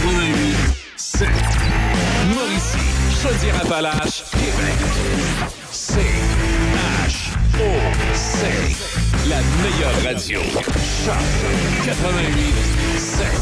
88.7. Mauricie, Chaudière-Appalaches, Québec. CHOC, la meilleure radio. Choc 88.7.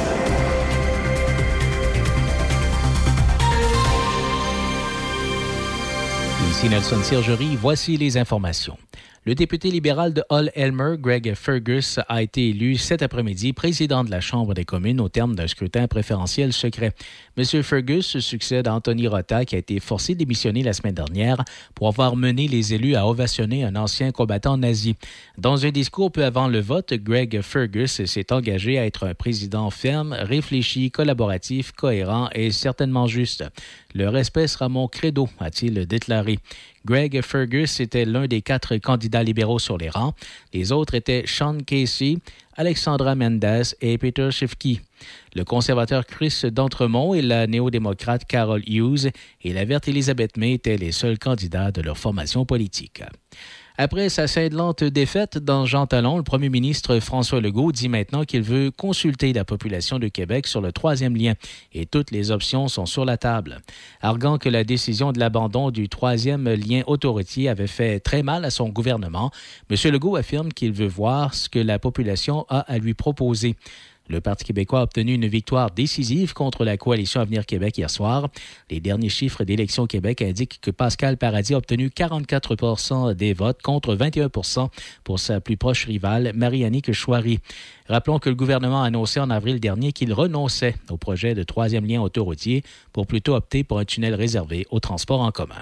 Ici Nelson Sergerie, voici les informations. Le député libéral de Hull-Elmer, Greg Fergus, a été élu cet après-midi président de la Chambre des communes au terme d'un scrutin préférentiel secret. M. Fergus succède à Anthony Rota, qui a été forcé de démissionner la semaine dernière pour avoir mené les élus à ovationner un ancien combattant nazi. Dans un discours peu avant le vote, Greg Fergus s'est engagé à être un président ferme, réfléchi, collaboratif, cohérent et certainement juste. Le respect sera mon credo, a-t-il déclaré. Greg Fergus était l'un des 4 candidats libéraux sur les rangs. Les autres étaient Sean Casey, Alexandra Mendez et Peter Schiffke. Le conservateur Chris D'Entremont et la néo-démocrate Carol Hughes et la verte Elizabeth May étaient les seuls candidats de leur formation politique. Après sa cinglante défaite dans Jean Talon, le premier ministre François Legault dit maintenant qu'il veut consulter la population de Québec sur le 3e lien et toutes les options sont sur la table. Arguant que la décision de l'abandon du 3e lien autoroutier avait fait très mal à son gouvernement, M. Legault affirme qu'il veut voir ce que la population a à lui proposer. Le Parti québécois a obtenu une victoire décisive contre la coalition Avenir Québec hier soir. Les derniers chiffres d'Élections Québec indiquent que Pascal Paradis a obtenu 44 % des votes contre 21 % pour sa plus proche rivale, Marie-Annick Chouari. Rappelons que le gouvernement a annoncé en avril dernier qu'il renonçait au projet de 3e lien autoroutier pour plutôt opter pour un tunnel réservé au transport en commun.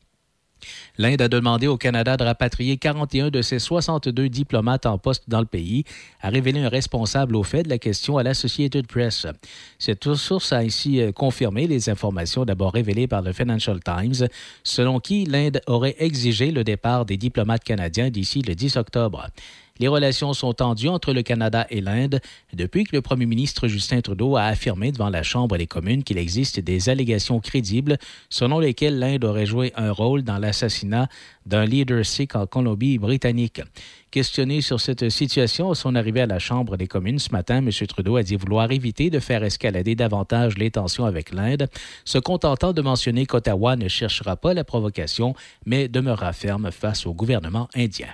L'Inde a demandé au Canada de rapatrier 41 de ses 62 diplomates en poste dans le pays, a révélé un responsable au fait de la question à l'Associated Press. Cette source a ainsi confirmé les informations d'abord révélées par le Financial Times, selon qui l'Inde aurait exigé le départ des diplomates canadiens d'ici le 10 octobre. Les relations sont tendues entre le Canada et l'Inde depuis que le premier ministre Justin Trudeau a affirmé devant la Chambre des communes qu'il existe des allégations crédibles selon lesquelles l'Inde aurait joué un rôle dans l'assassinat d'un leader sikh en Colombie-Britannique. Questionné sur cette situation à son arrivée à la Chambre des communes ce matin, M. Trudeau a dit vouloir éviter de faire escalader davantage les tensions avec l'Inde, se contentant de mentionner qu'Ottawa ne cherchera pas la provocation, mais demeurera ferme face au gouvernement indien.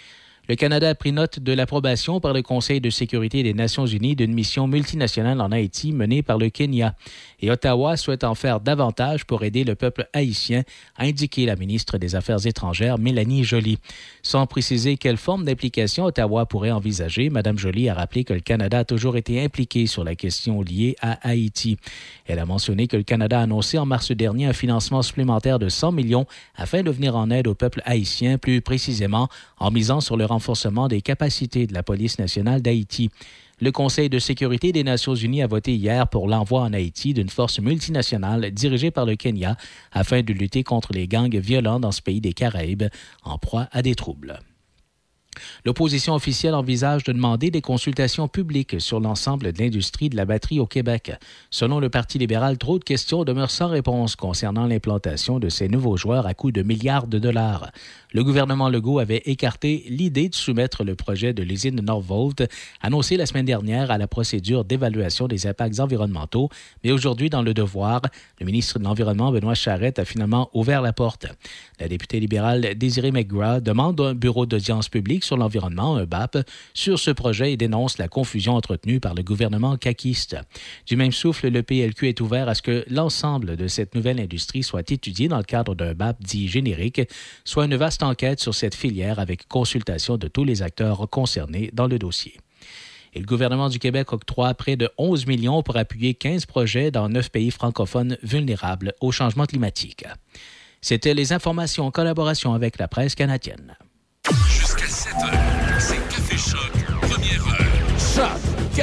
Le Canada a pris note de l'approbation par le Conseil de sécurité des Nations unies d'une mission multinationale en Haïti menée par le Kenya. Et Ottawa souhaite en faire davantage pour aider le peuple haïtien, a indiqué la ministre des Affaires étrangères, Mélanie Joly. Sans préciser quelle forme d'implication Ottawa pourrait envisager, Mme Joly a rappelé que le Canada a toujours été impliqué sur la question liée à Haïti. Elle a mentionné que le Canada a annoncé en mars dernier un financement supplémentaire de 100 millions afin de venir en aide au peuple haïtien, plus précisément en misant sur le renforcement des capacités de la police nationale d'Haïti. Le Conseil de sécurité des Nations unies a voté hier pour l'envoi en Haïti d'une force multinationale dirigée par le Kenya afin de lutter contre les gangs violents dans ce pays des Caraïbes en proie à des troubles. L'opposition officielle envisage de demander des consultations publiques sur l'ensemble de l'industrie de la batterie au Québec. Selon le Parti libéral, trop de questions demeurent sans réponse concernant l'implantation de ces nouveaux joueurs à coût de milliards de dollars. Le gouvernement Legault avait écarté l'idée de soumettre le projet de l'usine de Northvolt, annoncé la semaine dernière à la procédure d'évaluation des impacts environnementaux, mais aujourd'hui, dans Le Devoir, le ministre de l'Environnement, Benoît Charette, a finalement ouvert la porte. La députée libérale Désirée McGrath demande un bureau d'audience publique sur l'environnement, un BAP, sur ce projet et dénonce la confusion entretenue par le gouvernement caquiste. Du même souffle, le PLQ est ouvert à ce que l'ensemble de cette nouvelle industrie soit étudié dans le cadre d'un BAP dit générique, soit une vaste enquête sur cette filière avec consultation de tous les acteurs concernés dans le dossier. Et le gouvernement du Québec octroie près de 11 millions pour appuyer 15 projets dans 9 pays francophones vulnérables au changement climatique. C'était les informations en collaboration avec la presse canadienne. Jusqu'à 7 heures, c'est Café Choc, première heure. Choc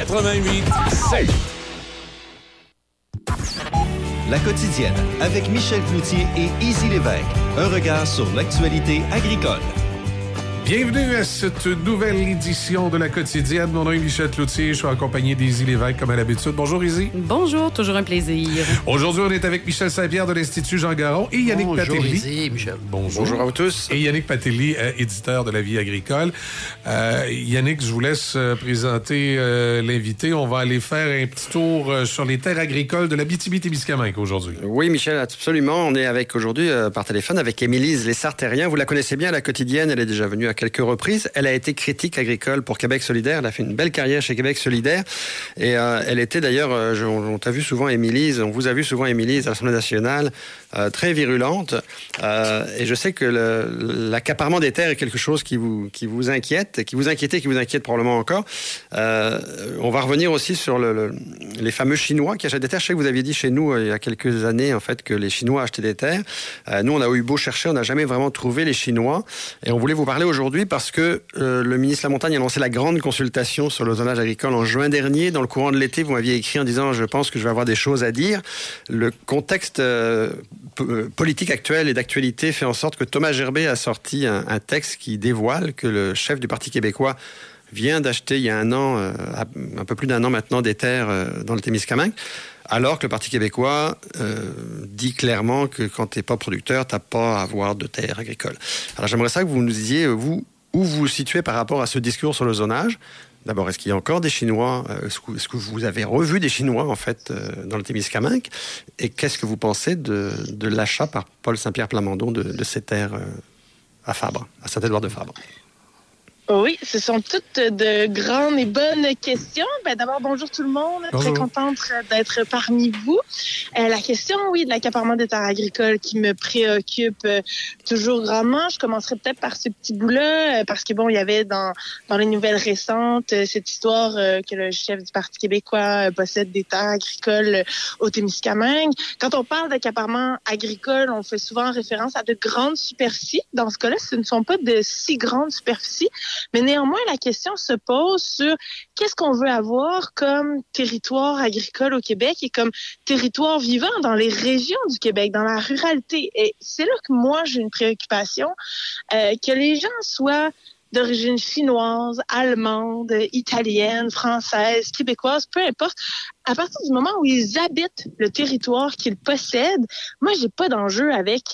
88.7. La quotidienne avec Michel Cloutier et Izzy Lévesque. Un regard sur l'actualité agricole. Bienvenue à cette nouvelle édition de La Quotidienne. Mon nom est Michel Cloutier. Je suis accompagné d'Izzy Lévesque, comme à l'habitude. Bonjour, Izzy. Bonjour, toujours un plaisir. Aujourd'hui, on est avec Michel Saint-Pierre de l'Institut Jean Garon et Yannick Patelli. Bonjour, Izzy, Michel. Bonjour à vous tous. Et Yannick Patelli, éditeur de La Vie agricole. Yannick, je vous laisse présenter l'invité. On va aller faire un petit tour sur les terres agricoles de l'Abitibi-Témiscamingue aujourd'hui. Oui, Michel, absolument. On est avec aujourd'hui, par téléphone, avec Émilise Lessard-Terrien. Vous la connaissez bien à La Quotidienne. Elle est déjà venue à quelques reprises. Elle a été critique agricole pour Québec solidaire. Elle a fait une belle carrière chez Québec solidaire. Et elle était d'ailleurs, on t'a vu souvent, Émilise, on vous a vu souvent, Émilise, à l'Assemblée nationale, très virulente. Et je sais que l'accaparement des terres est quelque chose qui vous inquiète, qui vous inquiétait, qui vous inquiète probablement encore. On va revenir aussi sur les fameux Chinois qui achètent des terres. Je sais que vous aviez dit chez nous, il y a quelques années, en fait, que les Chinois achetaient des terres. Nous, on a eu beau chercher, on n'a jamais vraiment trouvé les Chinois. Et on voulait vous parler aujourd'hui parce que le ministre Lamontagne a lancé la grande consultation sur le zonage agricole en juin dernier. Dans le courant de l'été, vous m'aviez écrit en disant « Je pense que je vais avoir des choses à dire ». Le contexte politique actuel et d'actualité fait en sorte que Thomas Gerbet a sorti un texte qui dévoile que le chef du Parti québécois vient d'acheter il y a un an, un peu plus d'un an maintenant, des terres dans le Témiscamingue. Alors que le Parti québécois dit clairement que quand tu n'es pas producteur, tu n'as pas à avoir de terres agricoles. Alors j'aimerais ça que vous nous disiez, vous, où vous vous situez par rapport à ce discours sur le zonage. D'abord, est-ce qu'il y a encore des Chinois? Est-ce que vous avez revu des Chinois, en fait, dans le Témiscamingue? Et qu'est-ce que vous pensez de l'achat par Paul Saint-Pierre Plamondon de ces terres à Fabre, à Saint-Édouard-de-Fabre? Oui, ce sont toutes de grandes et bonnes questions. D'abord, bonjour tout le monde. Bonjour. Très contente d'être parmi vous. La question, oui, de l'accaparement des terres agricoles qui me préoccupe toujours grandement. Je commencerai peut-être par ce petit bout-là, parce que bon, il y avait dans les nouvelles récentes cette histoire que le chef du Parti québécois possède des terres agricoles au Témiscamingue. Quand on parle d'accaparement agricole, on fait souvent référence à de grandes superficies. Dans ce cas-là, ce ne sont pas de si grandes superficies. Mais néanmoins, la question se pose sur qu'est-ce qu'on veut avoir comme territoire agricole au Québec et comme territoire vivant dans les régions du Québec, dans la ruralité. Et c'est là que moi, j'ai une préoccupation, que les gens soient d'origine chinoise, allemande, italienne, française, québécoise, peu importe. À partir du moment où ils habitent le territoire qu'ils possèdent, moi, j'ai pas d'enjeu avec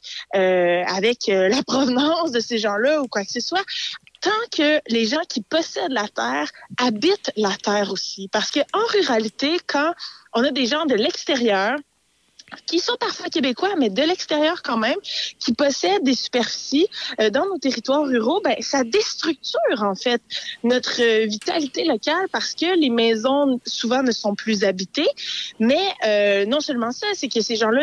la provenance de ces gens-là ou quoi que ce soit. Tant que les gens qui possèdent la terre habitent la terre aussi. Parce que en ruralité, quand on a des gens de l'extérieur qui sont parfois québécois, mais de l'extérieur quand même, qui possèdent des superficies dans nos territoires ruraux, ça déstructure en fait notre vitalité locale parce que les maisons souvent ne sont plus habitées. Mais non seulement ça, c'est que ces gens-là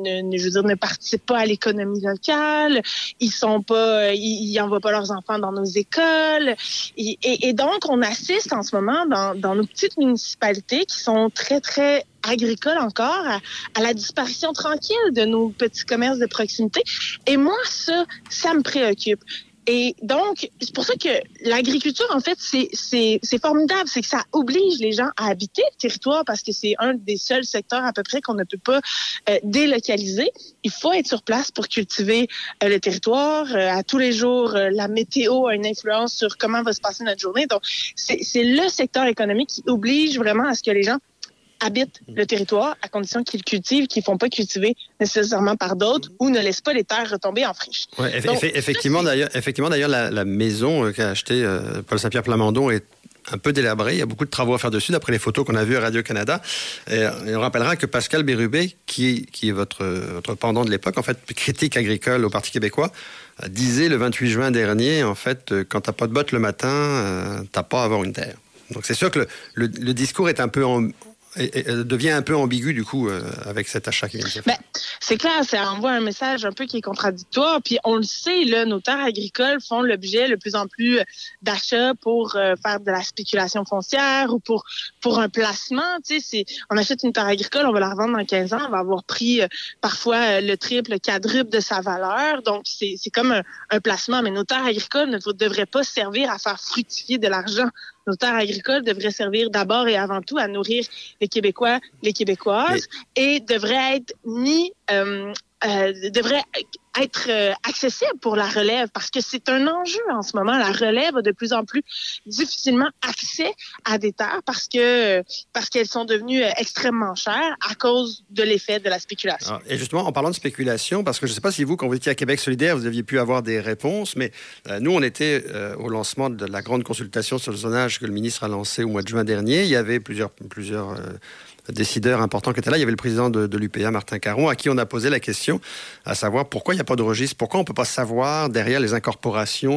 ne participent pas à l'économie locale, ils envoient pas leurs enfants dans nos écoles, et donc on assiste en ce moment dans nos petites municipalités qui sont très très agricoles encore, à la disparition tranquille de nos petits commerces de proximité. Et moi, ça me préoccupe. Et donc, c'est pour ça que l'agriculture, en fait, c'est formidable. C'est que ça oblige les gens à habiter le territoire parce que c'est un des seuls secteurs à peu près qu'on ne peut pas délocaliser. Il faut être sur place pour cultiver le territoire. À tous les jours, la météo a une influence sur comment va se passer notre journée. Donc, c'est le secteur économique qui oblige vraiment à ce que les gens habitent le territoire à condition qu'ils cultivent, qu'ils ne font pas cultiver nécessairement par d'autres ou ne laissent pas les terres retomber en friche. Ouais, effectivement, d'ailleurs, la maison qu'a achetée Paul Saint-Pierre Plamondon est un peu délabrée. Il y a beaucoup de travaux à faire dessus, d'après les photos qu'on a vues à Radio-Canada. Et on rappellera que Pascal Bérubé, qui est votre pendant de l'époque, en fait, critique agricole au Parti québécois, disait le 28 juin dernier, en fait, quand tu n'as pas de bottes le matin, tu n'as pas à avoir une terre. Donc c'est sûr que le discours est un peu devient un peu ambigu, du coup, avec cet achat qui vient de se faire. C'est clair, ça envoie un message un peu qui est contradictoire. Puis on le sait, là, nos terres agricoles font l'objet de plus en plus d'achats pour faire de la spéculation foncière ou pour un placement. Tu sais, on achète une terre agricole, on va la revendre dans 15 ans, on va avoir pris parfois le triple, le quadruple de sa valeur. Donc, c'est comme un placement. Mais nos terres agricoles ne devraient pas servir à faire fructifier de l'argent. Nos terres agricoles devraient servir d'abord et avant tout à nourrir les Québécois, les Québécoises, et devraient être devraient être accessible pour la relève, parce que c'est un enjeu en ce moment. La relève a de plus en plus difficilement accès à des terres parce qu'elles sont devenues extrêmement chères à cause de l'effet de la spéculation. Et justement, en parlant de spéculation, parce que je ne sais pas si vous, quand vous étiez à Québec solidaire, vous aviez pu avoir des réponses, mais nous, on était au lancement de la grande consultation sur le zonage que le ministre a lancé au mois de juin dernier. Il y avait plusieurs décideurs importants qui étaient là. Il y avait le président de l'UPA, Martin Caron, à qui on a posé la question, à savoir pourquoi il n'y a pas de registre, pourquoi on ne peut pas savoir derrière les incorporations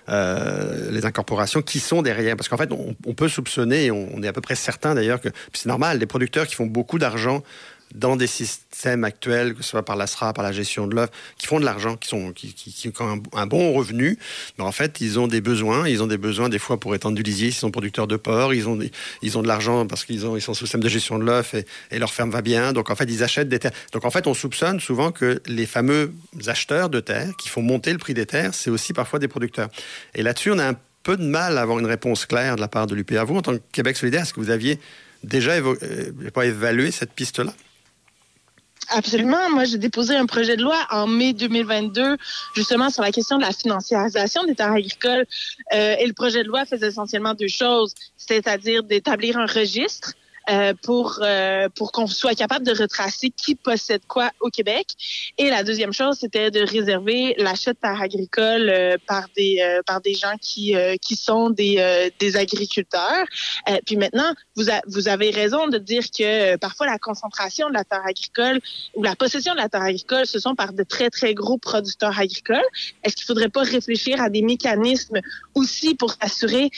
qui sont derrière. Parce qu'en fait, on peut soupçonner, et on est à peu près certain d'ailleurs que c'est normal, les producteurs qui font beaucoup d'argent dans des systèmes actuels, que ce soit par l'ASRA, par la gestion de l'œuf, qui font de l'argent, qui ont un bon revenu, mais en fait, ils ont des besoins des fois pour étendre du lisier, s'ils sont producteurs de porc, ils ont de l'argent parce qu'ils sont sous système de gestion de l'œuf et leur ferme va bien, donc en fait, ils achètent des terres. Donc en fait, on soupçonne souvent que les fameux acheteurs de terres qui font monter le prix des terres, c'est aussi parfois des producteurs. Et là-dessus, on a un peu de mal à avoir une réponse claire de la part de l'UPA. Vous, en tant que Québec solidaire, est-ce que vous aviez déjà pas évalué cette piste-là? Absolument. Moi, j'ai déposé un projet de loi en mai 2022, justement sur la question de la financiarisation des terres agricoles. Et le projet de loi faisait essentiellement deux choses, c'est-à-dire d'établir un registre pour qu'on soit capable de retracer qui possède quoi au Québec. Et la deuxième chose, c'était de réserver l'achat de terres agricoles par des gens qui sont des agriculteurs. Puis maintenant, vous avez raison de dire que parfois la concentration de la terre agricole ou la possession de la terre agricole, ce sont par de très, très gros producteurs agricoles. Est-ce qu'il faudrait pas réfléchir à des mécanismes aussi pour s'assurer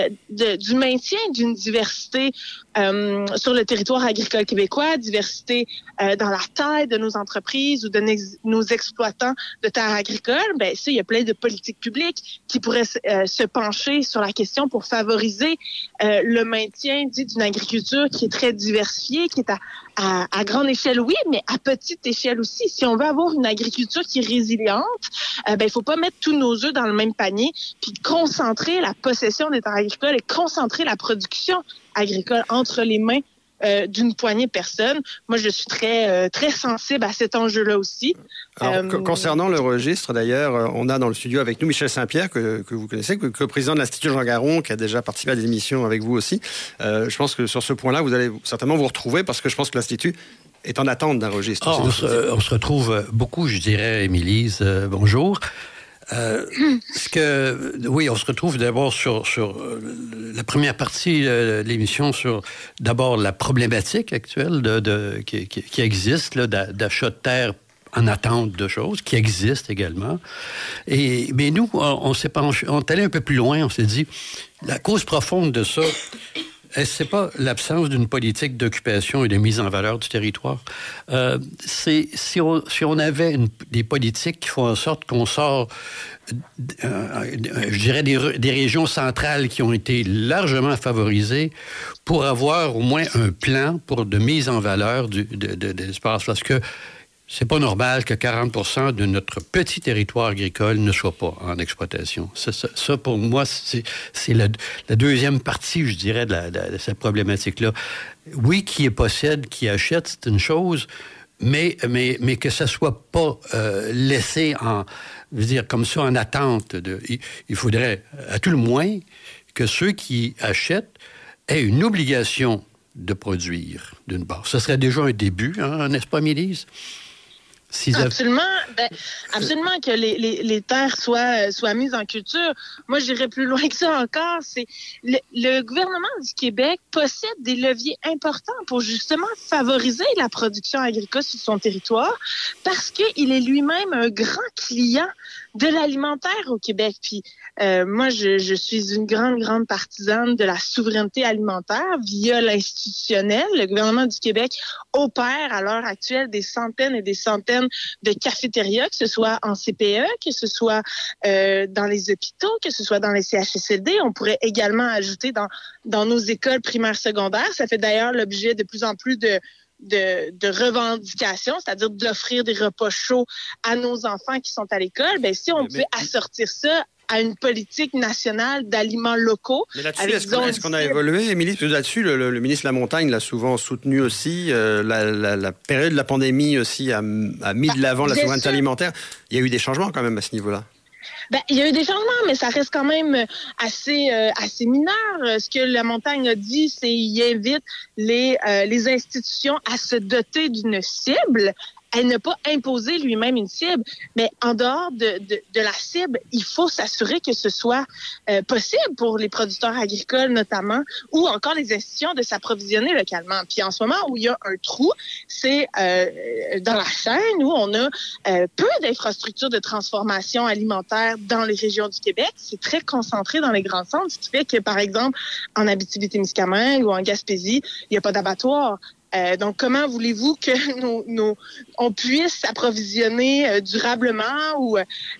du maintien d'une diversité sur le territoire agricole québécois, diversité dans la taille de nos entreprises ou de nos exploitants de terres agricoles? Ben ça, il y a plein de politiques publiques qui pourraient se pencher sur la question pour favoriser le maintien d'une agriculture qui est très diversifiée, qui est à grande échelle, oui, mais à petite échelle aussi. Si on veut avoir une agriculture qui est résiliente, il faut pas mettre tous nos œufs dans le même panier, puis concentrer la possession des terres agricoles et concentrer la production agricole entre les mains d'une poignée de personnes. Moi, je suis très sensible à cet enjeu-là aussi. Alors, concernant le registre, d'ailleurs, on a dans le studio avec nous Michel Saint-Pierre, que vous connaissez, que président de l'Institut Jean Garon, qui a déjà participé à des émissions avec vous aussi. Je pense que sur ce point-là, vous allez certainement vous retrouver, parce que je pense que l'Institut est en attente d'un registre. On se retrouve beaucoup, je dirais, Émilise. Bonjour. Oui, on se retrouve d'abord sur la première partie de l'émission sur d'abord la problématique actuelle qui existe là, d'achat de terre en attente de choses, qui existe également. Mais nous, on s'est penché, on est allé un peu plus loin, on s'est dit, la cause profonde de ça, c'est pas l'absence d'une politique d'occupation et de mise en valeur du territoire. Si on avait des politiques qui font en sorte qu'on sort, je dirais, des régions centrales qui ont été largement favorisées pour avoir au moins un plan de mise en valeur de l'espace. Parce que c'est pas normal que 40% de notre petit territoire agricole ne soit pas en exploitation. Ça pour moi, c'est la deuxième partie, je dirais, de cette problématique-là. Oui, qui possède, qui achète, c'est une chose, mais que ça soit pas laissé comme ça en attente. Il faudrait, à tout le moins, que ceux qui achètent aient une obligation de produire, d'une part. Ce serait déjà un début, hein, n'est-ce pas, Mélise? Absolument. Absolument que les terres soient mises en culture. Moi, j'irais plus loin que ça encore. C'est le gouvernement du Québec possède des leviers importants pour justement favoriser la production agricole sur son territoire parce qu'il est lui-même un grand client de l'alimentaire au Québec. Puis moi, je suis une grande partisane de la souveraineté alimentaire via l'institutionnel. Le gouvernement du Québec opère à l'heure actuelle des centaines et des centaines de cafétérias, que ce soit en CPE, que ce soit dans les hôpitaux, que ce soit dans les CHSLD. On pourrait également ajouter dans nos écoles primaires secondaires. Ça fait d'ailleurs l'objet de plus en plus de revendications, c'est-à-dire d'offrir des repas chauds à nos enfants qui sont à l'école. Ben si on pouvait assortir ça à une politique nationale d'aliments locaux. Mais là-dessus, est-ce qu'on a évolué, Émilie? Parce que là-dessus, le ministre Lamontagne l'a souvent soutenu aussi. La période de la pandémie aussi a mis de l'avant la souveraineté alimentaire. Il y a eu des changements quand même à ce niveau-là. Il y a eu des changements, mais ça reste quand même assez mineur. Ce que Lamontagne a dit, c'est qu'il invite les institutions à se doter d'une cible, à ne pas imposer lui-même une cible. Mais en dehors de la cible, il faut s'assurer que ce soit possible pour les producteurs agricoles notamment, ou encore les institutions de s'approvisionner localement. Puis en ce moment où il y a un trou, c'est dans la chaîne où on a peu d'infrastructures de transformation alimentaire dans les régions du Québec. C'est très concentré dans les grands centres, ce qui fait que, par exemple, en Abitibi-Témiscamingue ou en Gaspésie, il n'y a pas d'abattoir. Donc, comment voulez-vous que on puisse s'approvisionner durablement ou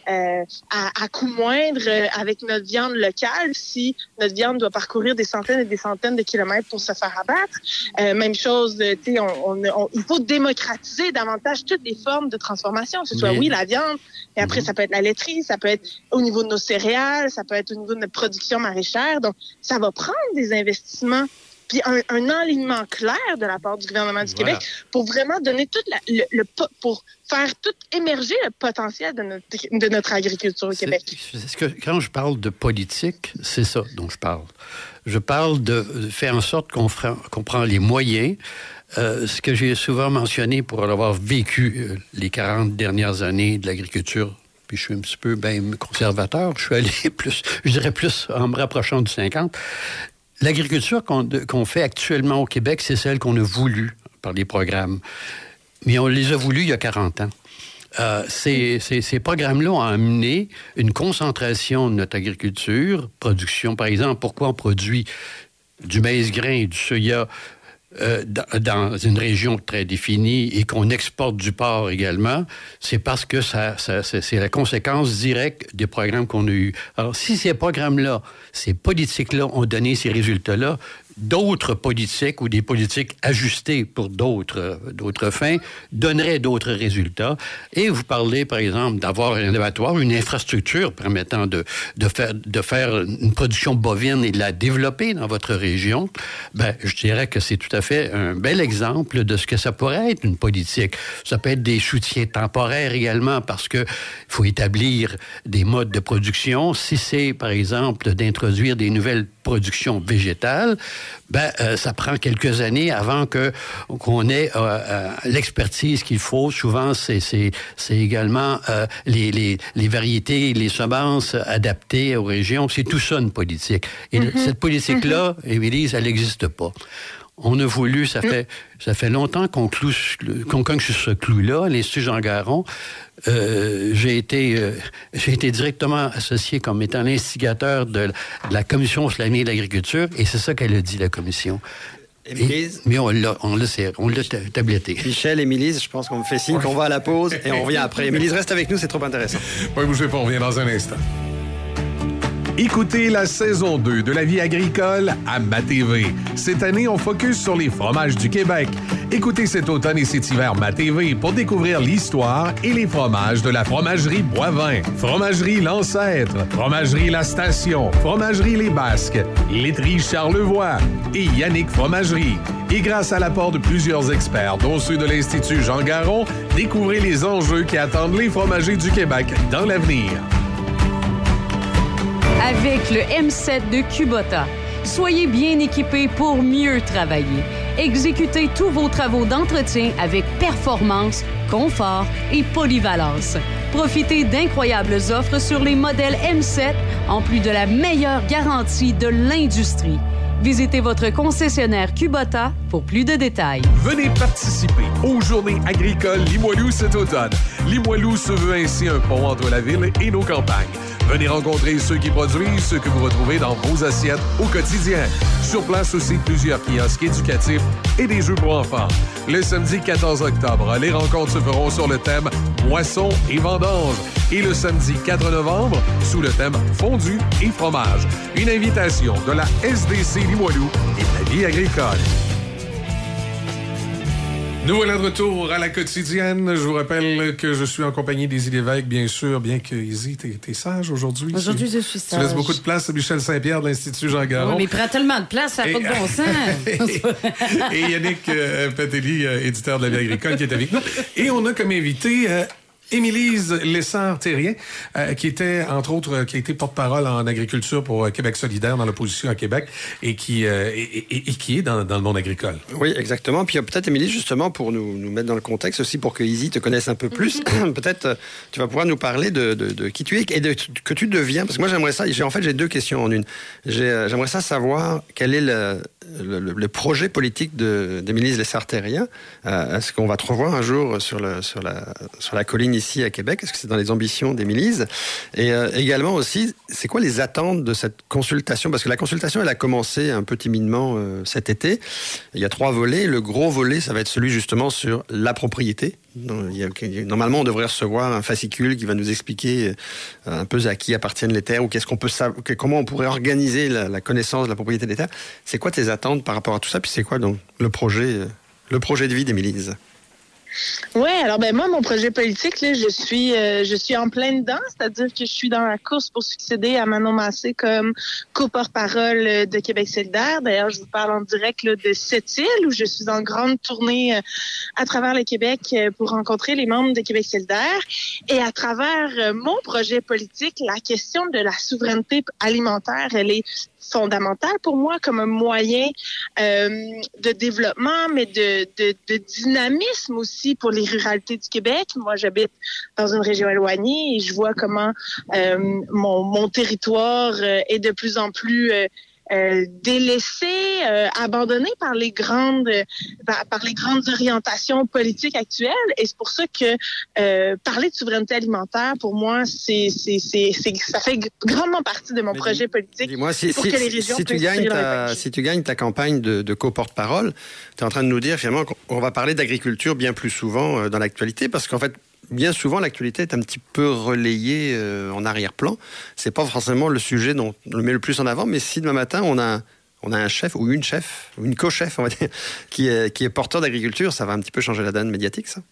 à coût moindre avec notre viande locale si notre viande doit parcourir des centaines et des centaines de kilomètres pour se faire abattre? Même chose, il faut démocratiser davantage toutes les formes de transformation, que ce soit, oui, la viande, et après, ça peut être la laiterie, ça peut être au niveau de nos céréales, ça peut être au niveau de notre production maraîchère. Donc, ça va prendre des investissements puis un alignement clair de la part du gouvernement du Québec pour vraiment donner pour faire tout émerger le potentiel de notre agriculture au Québec. Quand je parle de politique, c'est ça dont je parle. Je parle de faire en sorte qu'on prend les moyens. Ce que j'ai souvent mentionné pour avoir vécu les 40 dernières années de l'agriculture, puis je suis un petit peu conservateur, je suis allé plus en me rapprochant du 50. L'agriculture qu'on fait actuellement au Québec, c'est celle qu'on a voulu par les programmes. Mais on les a voulus il y a 40 ans. Ces programmes-là ont amené une concentration de notre agriculture, production. Par exemple, pourquoi on produit du maïs-grain et du soya dans une région très définie et qu'on exporte du porc également, c'est parce que c'est la conséquence directe des programmes qu'on a eus. Alors, si ces programmes-là, ces politiques-là ont donné ces résultats-là, d'autres politiques ou des politiques ajustées pour d'autres fins donneraient d'autres résultats. Et vous parlez, par exemple, d'avoir un abattoir, une infrastructure permettant de faire une production bovine et de la développer dans votre région. Je dirais que c'est tout à fait un bel exemple de ce que ça pourrait être une politique. Ça peut être des soutiens temporaires également parce que faut établir des modes de production. Si c'est, par exemple, d'introduire des nouvelles productions végétales, ça prend quelques années avant qu'on ait l'expertise qu'il faut. Souvent, c'est également les variétés, les semences adaptées aux régions. C'est tout ça une politique. Et cette politique-là, Émilie, elle n'existe pas. On a voulu, ça fait longtemps qu'on cogne sur ce clou-là, l'Institut Jean Garon. J'ai été directement associé comme étant l'instigateur de la Commission sur l'avenir de l'agriculture, et c'est ça qu'elle a dit, la Commission. Mais on l'a tabletté. Michel, Émilie, je pense qu'on me fait signe qu'on va à la pause et on revient après. Émilie, reste avec nous, c'est trop intéressant. Oui, bougez pas, on revient dans un instant. Écoutez la saison 2 de La vie agricole à MaTV. Cette année, on focus sur les fromages du Québec. Écoutez cet automne et cet hiver MaTV pour découvrir l'histoire et les fromages de la fromagerie Boivin, fromagerie L'Ancêtre, fromagerie La Station, fromagerie Les Basques, laiterie Charlevoix et Yannick Fromagerie. Et grâce à l'apport de plusieurs experts, dont ceux de l'Institut Jean Garon, découvrez les enjeux qui attendent les fromagers du Québec dans l'avenir. Avec le M7 de Kubota, soyez bien équipés pour mieux travailler. Exécutez tous vos travaux d'entretien avec performance, confort et polyvalence. Profitez d'incroyables offres sur les modèles M7, en plus de la meilleure garantie de l'industrie. Visitez votre concessionnaire Kubota pour plus de détails. Venez participer aux Journées agricoles Limoilou cet automne. Limoilou se veut ainsi un pont entre la ville et nos campagnes. Venez rencontrer ceux qui produisent ce que vous retrouvez dans vos assiettes au quotidien. Sur place aussi, plusieurs kiosques éducatifs et des jeux pour enfants. Le samedi 14 octobre, les rencontres se feront sur le thème Moisson et vendange. Et le samedi 4 novembre, sous le thème Fondu et fromage. Une invitation de la SDC Limoilou et de La vie agricole. Nous voilà de retour à la quotidienne. Je vous rappelle que je suis en compagnie d'Izzy Lévesque, bien sûr, bien que Izzy, t'es sage aujourd'hui. Aujourd'hui, je suis sage. Tu laisses beaucoup de place à Michel Saint-Pierre de l'Institut Jean Garon. Oui, mais il prend tellement de place, ça n'a pas de bon sens. Et Yannick Patelli, éditeur de La Vie agricole, qui est avec nous. Et on a comme invité... Émilise Lessard-Thérien, qui était, entre autres, qui a été porte-parole en agriculture pour Québec solidaire dans l'opposition à Québec et qui est dans le monde agricole. Oui, exactement. Puis peut-être, Émilise, justement, pour nous mettre dans le contexte aussi, pour que Izzy te connaisse un peu plus, peut-être tu vas pouvoir nous parler de qui tu es et de que tu deviens. Parce que moi, j'aimerais ça. J'ai deux questions en une. J'aimerais ça savoir quel est le projet politique d'Émilise Lessard-Thérien. Est-ce qu'on va te revoir un jour sur la colline ici à Québec? Est-ce que c'est dans les ambitions d'Émilise? Et également aussi, c'est quoi les attentes de cette consultation? Parce que la consultation, elle a commencé un peu timidement cet été. Il y a 3 volets. Le gros volet, ça va être celui justement sur la propriété. Normalement, on devrait recevoir un fascicule qui va nous expliquer un peu à qui appartiennent les terres ou comment on pourrait organiser la connaissance de la propriété des terres. C'est quoi tes attentes par rapport à tout ça? Puis c'est quoi donc le projet de vie d'Émilise? Ouais, alors moi, mon projet politique, là, je suis en plein dedans, c'est-à-dire que je suis dans la course pour succéder à Manon Massé comme co-porte-parole de Québec solidaire. D'ailleurs, je vous parle en direct là, de Sept-Îles, où je suis en grande tournée à travers le Québec pour rencontrer les membres de Québec solidaire. Et à travers mon projet politique, la question de la souveraineté alimentaire, elle est fondamentale pour moi comme un moyen de développement, mais de dynamisme aussi pour les ruralités du Québec. Moi, j'habite dans une région éloignée et je vois comment mon territoire est de plus en plus délaissé, abandonné par les grandes orientations politiques actuelles. Et c'est pour ça que parler de souveraineté alimentaire, pour moi, ça fait grandement partie de mon projet politique. Dis-moi, pour que les régions si tu gagnes ta campagne de co-porte-parole, tu es en train de nous dire finalement qu'on va parler d'agriculture bien plus souvent dans l'actualité, parce qu'en fait, bien souvent, l'actualité est un petit peu relayée en arrière-plan. C'est pas forcément le sujet dont on le met le plus en avant, mais si demain matin, on a un chef ou une co-chef, on va dire, qui est porteur d'agriculture, ça va un petit peu changer la donne médiatique, ça?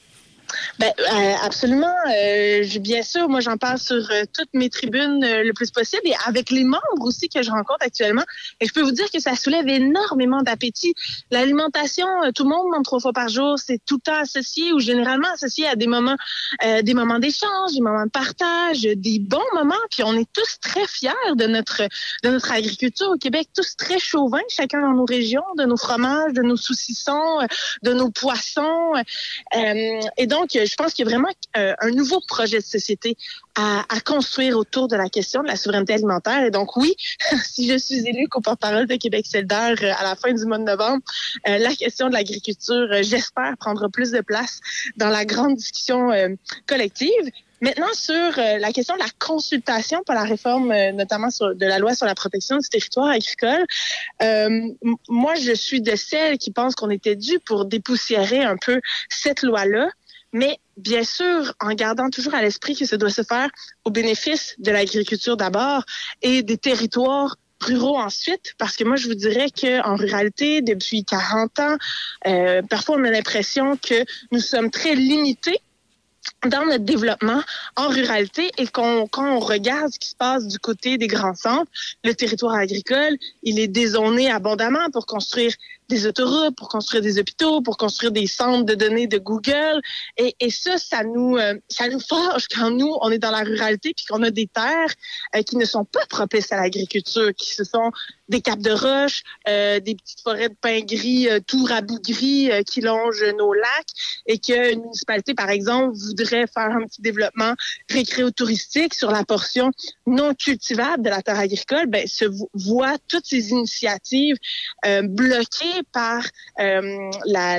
Absolument. Bien sûr, moi, j'en parle sur toutes mes tribunes le plus possible et avec les membres aussi que je rencontre actuellement. Et je peux vous dire que ça soulève énormément d'appétit. L'alimentation, tout le monde mange 3 fois par jour. C'est tout le temps associé ou généralement associé à des moments d'échange, des moments de partage, des bons moments. Puis on est tous très fiers de notre agriculture au Québec, tous très chauvins, chacun dans nos régions, de nos fromages, de nos saucissons, de nos poissons. Et donc, je pense qu'il y a vraiment un nouveau projet de société à construire autour de la question de la souveraineté alimentaire. Et donc, oui, si je suis élue co-porte-parole de Québec solidaire à la fin du mois de novembre, la question de l'agriculture, j'espère, prendra plus de place dans la grande discussion collective. Maintenant, sur la question de la consultation pour la réforme, notamment de la loi sur la protection du territoire agricole, moi, je suis de celles qui pensent qu'on était dû pour dépoussiérer un peu cette loi-là. Mais bien sûr, en gardant toujours à l'esprit que ça doit se faire au bénéfice de l'agriculture d'abord et des territoires ruraux ensuite, parce que moi, je vous dirais qu'en ruralité, depuis 40 ans, parfois on a l'impression que nous sommes très limités dans notre développement en ruralité et quand on regarde ce qui se passe du côté des grands centres, le territoire agricole, il est dézoné abondamment pour construire des autoroutes, pour construire des hôpitaux, pour construire des centres de données de Google. Et ça nous fâche quand nous, on est dans la ruralité puis qu'on a des terres qui ne sont pas propices à l'agriculture, qui se sont des capes de roches, des petites forêts de pins gris tout rabougris qui longent nos lacs et qu'une municipalité, par exemple, voudrait faire un petit développement récréo-touristique sur la portion non cultivable de la terre agricole, se voit toutes ces initiatives bloquées par la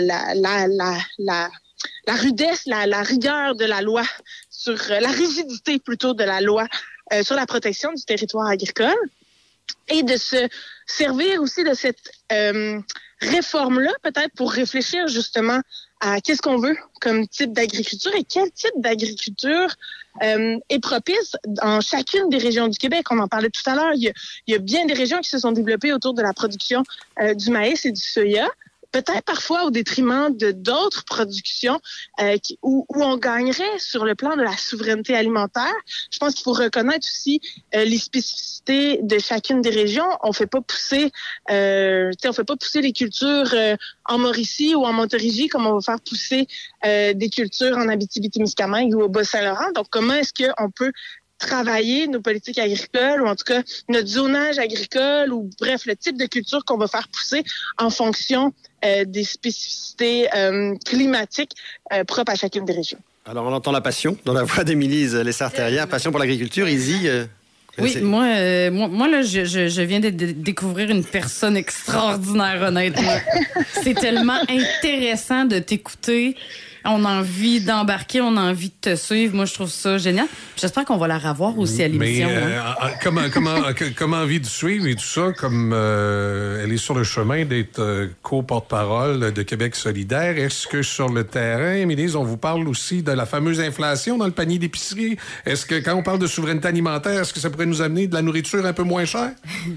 rudesse, la rigueur de la loi, sur la rigidité plutôt de la loi sur la protection du territoire agricole et de se servir aussi de cette réforme-là peut-être pour réfléchir justement à qu'est-ce qu'on veut comme type d'agriculture et quel type d'agriculture est propice dans chacune des régions du Québec. On en parlait tout à l'heure. Il y a bien des régions qui se sont développées autour de la production du maïs et du soya. peut-être parfois au détriment de d'autres productions où on gagnerait sur le plan de la souveraineté alimentaire. Je pense qu'il faut reconnaître aussi les spécificités de chacune des régions. On fait pas pousser les cultures en Mauricie ou en Montérégie comme on va faire pousser des cultures en Abitibi-Témiscamingue ou au Bas-Saint-Laurent. Donc, comment est-ce qu'on peut travailler nos politiques agricoles ou en tout cas notre zonage agricole ou bref, le type de culture qu'on va faire pousser en fonction des spécificités climatiques propres à chacune des régions. Alors, on entend la passion dans la voix d'Émilise Lessard-Terrien, passion pour l'agriculture. Izzy, oui, moi là, je viens de découvrir une personne extraordinaire, honnêtement. C'est tellement intéressant de t'écouter. On a envie d'embarquer, on a envie de te suivre. Moi, je trouve ça génial. J'espère qu'on va la revoir aussi à l'émission. Mais comment envie de suivre et tout ça, comme elle est sur le chemin d'être co-porte-parole de Québec solidaire, est-ce que sur le terrain, Émilise, on vous parle aussi de la fameuse inflation dans le panier d'épicerie? Est-ce que quand on parle de souveraineté alimentaire, est-ce que ça pourrait nous amener de la nourriture un peu moins chère?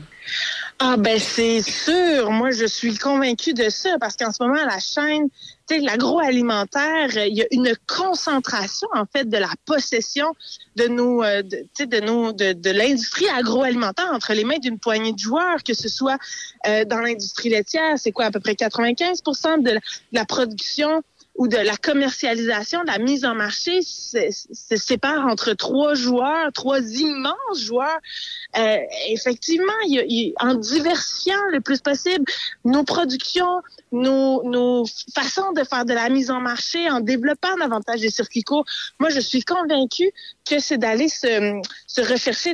Ah ben c'est sûr, moi je suis convaincue de ça parce qu'en ce moment la chaîne, tu sais, l'agroalimentaire, il y a une concentration en fait de la possession de de l'industrie agroalimentaire entre les mains d'une poignée de joueurs, que ce soit dans l'industrie laitière, c'est quoi à peu près 95% de la production ou de la commercialisation, de la mise en marché, se sépare entre trois immenses joueurs. Effectivement, en diversifiant le plus possible nos productions, nos façons de faire de la mise en marché, en développant davantage des circuits courts. Moi, je suis convaincue que c'est d'aller se rechercher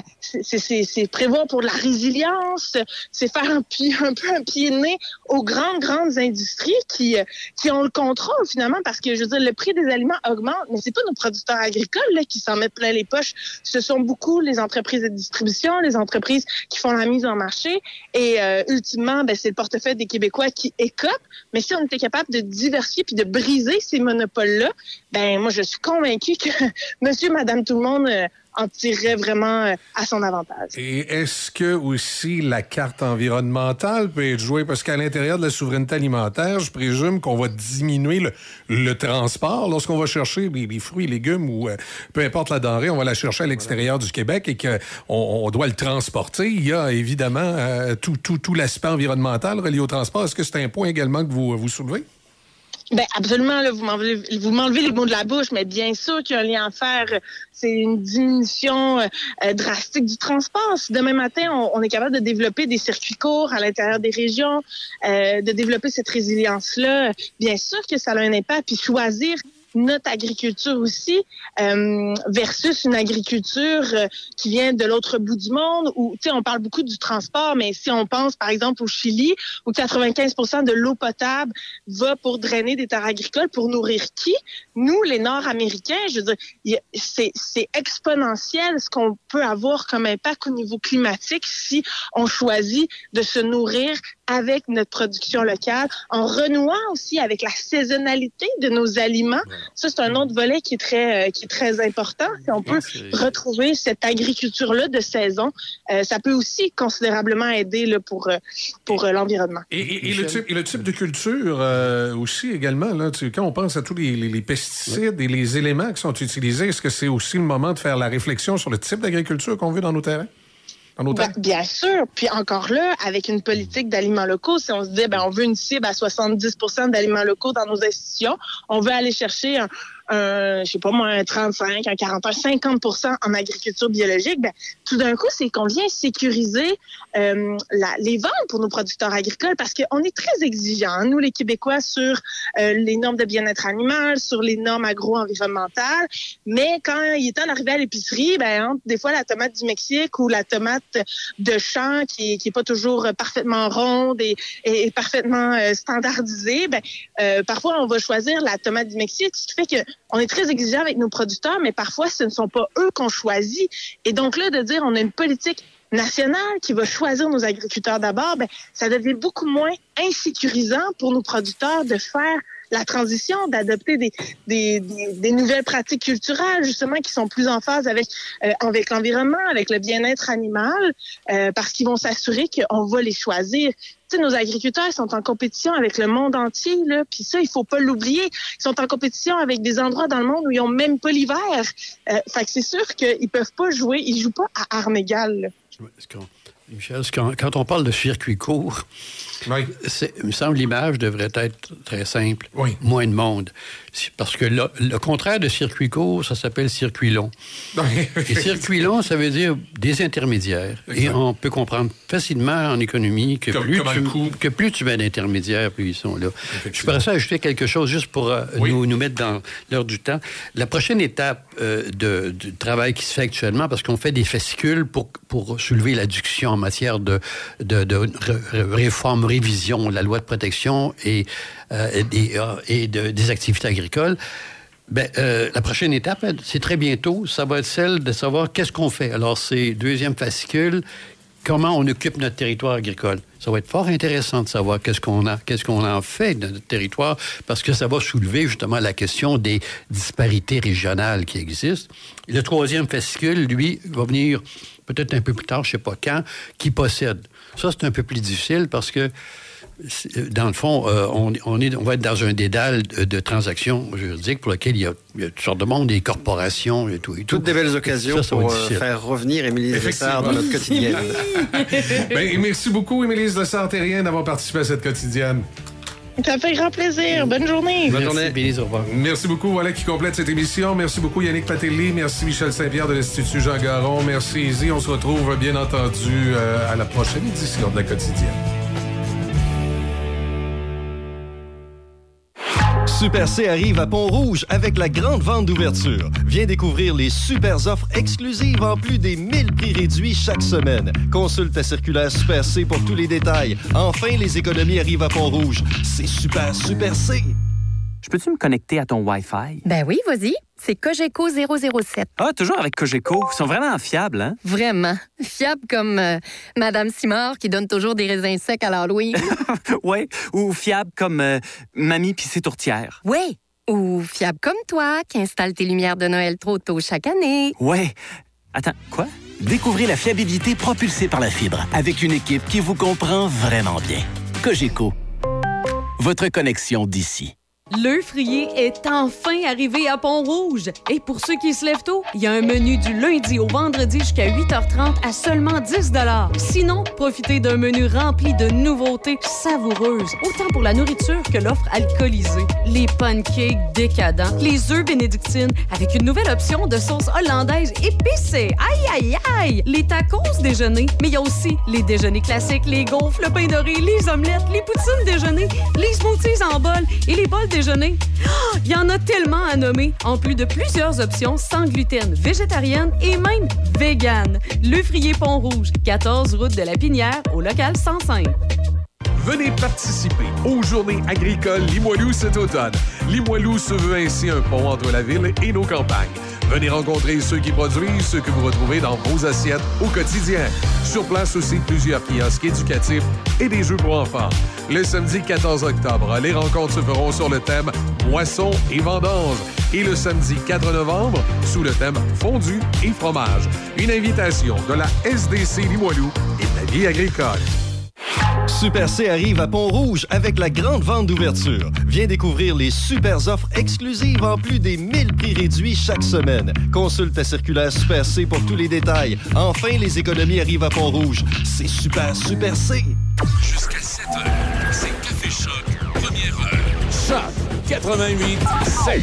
c'est prévoir pour de la résilience, c'est faire un peu un pied de nez aux grandes industries qui ont le contrôle finalement, parce que je veux dire, le prix des aliments augmente, mais c'est pas nos producteurs agricoles là, qui s'en mettent plein les poches. Ce sont beaucoup les entreprises de distribution, les entreprises qui font la mise en marché, et ultimement, c'est le portefeuille des Québécois qui écope. Mais si on était capable de diversifier puis de briser ces monopoles-là, moi je suis convaincue que Monsieur, Madame, tout le monde en tirerait vraiment à son avantage. Et est-ce que aussi la carte environnementale peut être jouée? Parce qu'à l'intérieur de la souveraineté alimentaire, je présume qu'on va diminuer le transport. Lorsqu'on va chercher les fruits, légumes ou peu importe la denrée, on va la chercher à l'extérieur du Québec et qu'on doit le transporter. Il y a évidemment tout l'aspect environnemental relié au transport. Est-ce que c'est un point également que vous soulevez? Absolument, là, vous m'enlevez les mots de la bouche, mais bien sûr qu'il y a un lien à faire. C'est une diminution drastique du transport. Si demain matin, on est capable de développer des circuits courts à l'intérieur des régions, de développer cette résilience-là, bien sûr que ça a un impact. Puis choisir notre agriculture aussi versus une agriculture qui vient de l'autre bout du monde où, tu sais, on parle beaucoup du transport, mais si on pense par exemple au Chili où 95% de l'eau potable va pour drainer des terres agricoles, pour nourrir qui? Nous, les Nord-Américains, je veux dire, c'est exponentiel ce qu'on peut avoir comme impact au niveau climatique si on choisit de se nourrir avec notre production locale, en renouant aussi avec la saisonnalité de nos aliments. Ça, c'est un autre volet qui est très important. Si on peut retrouver cette agriculture-là de saison, ça peut aussi considérablement aider là, pour l'environnement. Et le type de culture aussi également, là, quand on pense à tous les pesticides et les éléments qui sont utilisés, est-ce que c'est aussi le moment de faire la réflexion sur le type d'agriculture qu'on veut dans nos terrains? Bien sûr. Puis encore là, avec une politique d'aliments locaux, si on se dit, on veut une cible à 70% d'aliments locaux dans nos institutions, on veut aller chercher un 35, un 40, un 50% en agriculture biologique, tout d'un coup, c'est qu'on vient sécuriser les ventes pour nos producteurs agricoles parce qu'on est très exigeants, nous, les Québécois, sur les normes de bien-être animal, sur les normes agro-environnementales. Mais quand il est temps d'arriver à l'épicerie, des fois, la tomate du Mexique ou la tomate de champ qui est pas toujours parfaitement ronde et parfaitement standardisée, parfois, on va choisir la tomate du Mexique, ce qui fait que on est très exigeant avec nos producteurs, mais parfois, ce ne sont pas eux qu'on choisit. Et donc là, de dire on a une politique nationale qui va choisir nos agriculteurs d'abord, ça devient beaucoup moins insécurisant pour nos producteurs de faire la transition, d'adopter des nouvelles pratiques culturelles, justement, qui sont plus en phase avec l'environnement, avec le bien-être animal, parce qu'ils vont s'assurer qu'on va les choisir. Tu sais, nos agriculteurs sont en compétition avec le monde entier, là, puis ça, il faut pas l'oublier. Ils sont en compétition avec des endroits dans le monde où ils ont même pas l'hiver. Fait que c'est sûr qu'ils peuvent pas jouer, ils jouent pas à armes égales, là. Michel, quand on parle de circuit court, oui. Il me semble que l'image devrait être très simple. Oui. Moins de monde. Parce que le contraire de circuit court, ça s'appelle circuit long. Et circuit long, ça veut dire des intermédiaires. Exact. Et on peut comprendre facilement en économie que plus tu mets d'intermédiaires, plus ils sont là. Je pourrais ça ajouter quelque chose juste pour nous mettre dans l'heure du temps. La prochaine étape du travail qui se fait actuellement, parce qu'on fait des fascicules pour soulever l'adduction en matière de réforme, révision de la loi de protection et des activités agricoles, la prochaine étape, c'est très bientôt, ça va être celle de savoir qu'est-ce qu'on fait. Alors, c'est deuxième fascicule, comment on occupe notre territoire agricole. Ça va être fort intéressant de savoir qu'est-ce qu'on en fait de notre territoire, parce que ça va soulever justement la question des disparités régionales qui existent. Et le troisième fascicule, lui, va venir peut-être un peu plus tard, je ne sais pas quand, qui possède. Ça, c'est un peu plus difficile parce que dans le fond, on va être dans un dédale de transactions juridiques pour lesquelles il y a toutes sortes de monde, des corporations et tout. Toutes des belles occasions pour faire revenir Émilie Lessard dans notre quotidienne. Merci beaucoup, Émilie Lessard-Terrien, d'avoir participé à cette quotidienne. Ça fait grand plaisir. Bonne journée. Bonne journée. Bélise, au revoir. Merci beaucoup. Voilà qui complète cette émission. Merci beaucoup, Yannick Patelli. Merci, Michel Saint-Pierre de l'Institut Jean Garon. Merci, Izzy. On se retrouve, bien entendu, à la prochaine édition de la quotidienne. Super C arrive à Pont-Rouge avec la grande vente d'ouverture. Viens découvrir les super offres exclusives en plus des 1000 prix réduits chaque semaine. Consulte ta circulaire Super C pour tous les détails. Enfin, les économies arrivent à Pont-Rouge. C'est Super C. Je peux-tu me connecter à ton Wi-Fi? Ben oui, vas-y. C'est Cogeco 007. Ah, toujours avec Cogeco. Ils sont vraiment fiables, hein? Vraiment. Fiables comme Madame Simard qui donne toujours des raisins secs à l'Halloween. Ouais. Ou fiables comme Mamie pis ses tourtières. Ouais. Ou fiables comme toi qui installe tes lumières de Noël trop tôt chaque année. Ouais. Attends, quoi? Découvrez la fiabilité propulsée par la fibre avec une équipe qui vous comprend vraiment bien. Cogeco. Votre connexion d'ici. Le Frier est enfin arrivé à Pont-Rouge. Et pour ceux qui se lèvent tôt, il y a un menu du lundi au vendredi jusqu'à 8h30 à seulement 10 $. Sinon, profitez d'un menu rempli de nouveautés savoureuses, autant pour la nourriture que l'offre alcoolisée. Les pancakes décadents, les œufs bénédictines avec une nouvelle option de sauce hollandaise épicée. Aïe, aïe, aïe! Les tacos déjeuner, mais il y a aussi les déjeuners classiques, les gaufres, le pain doré, les omelettes, les poutines déjeuner, les smoothies en bol et les bols déjeuner. Il y en a tellement à nommer, en plus de plusieurs options sans gluten, végétarienne et même végane. Le Frier Pont-Rouge, 14 route de la Pinière, au local 105. Venez participer aux Journées agricoles Limoilou cet automne. Limoilou se veut ainsi un pont entre la ville et nos campagnes. Venez rencontrer ceux qui produisent ce que vous retrouvez dans vos assiettes au quotidien. Sur place aussi, plusieurs kiosques éducatifs et des jeux pour enfants. Le samedi 14 octobre, les rencontres se feront sur le thème Moisson et vendange. Et le samedi 4 novembre, sous le thème Fondu et fromage. Une invitation de la SDC Limoilou et de la vie agricole. Super C arrive à Pont-Rouge avec la grande vente d'ouverture. Viens découvrir les super offres exclusives en plus des 1000 prix réduits chaque semaine. Consulte ta circulaire Super C pour tous les détails. Enfin, les économies arrivent à Pont-Rouge. C'est Super C. Jusqu'à 7h, c'est Café Choc, première heure. Choc 88.7.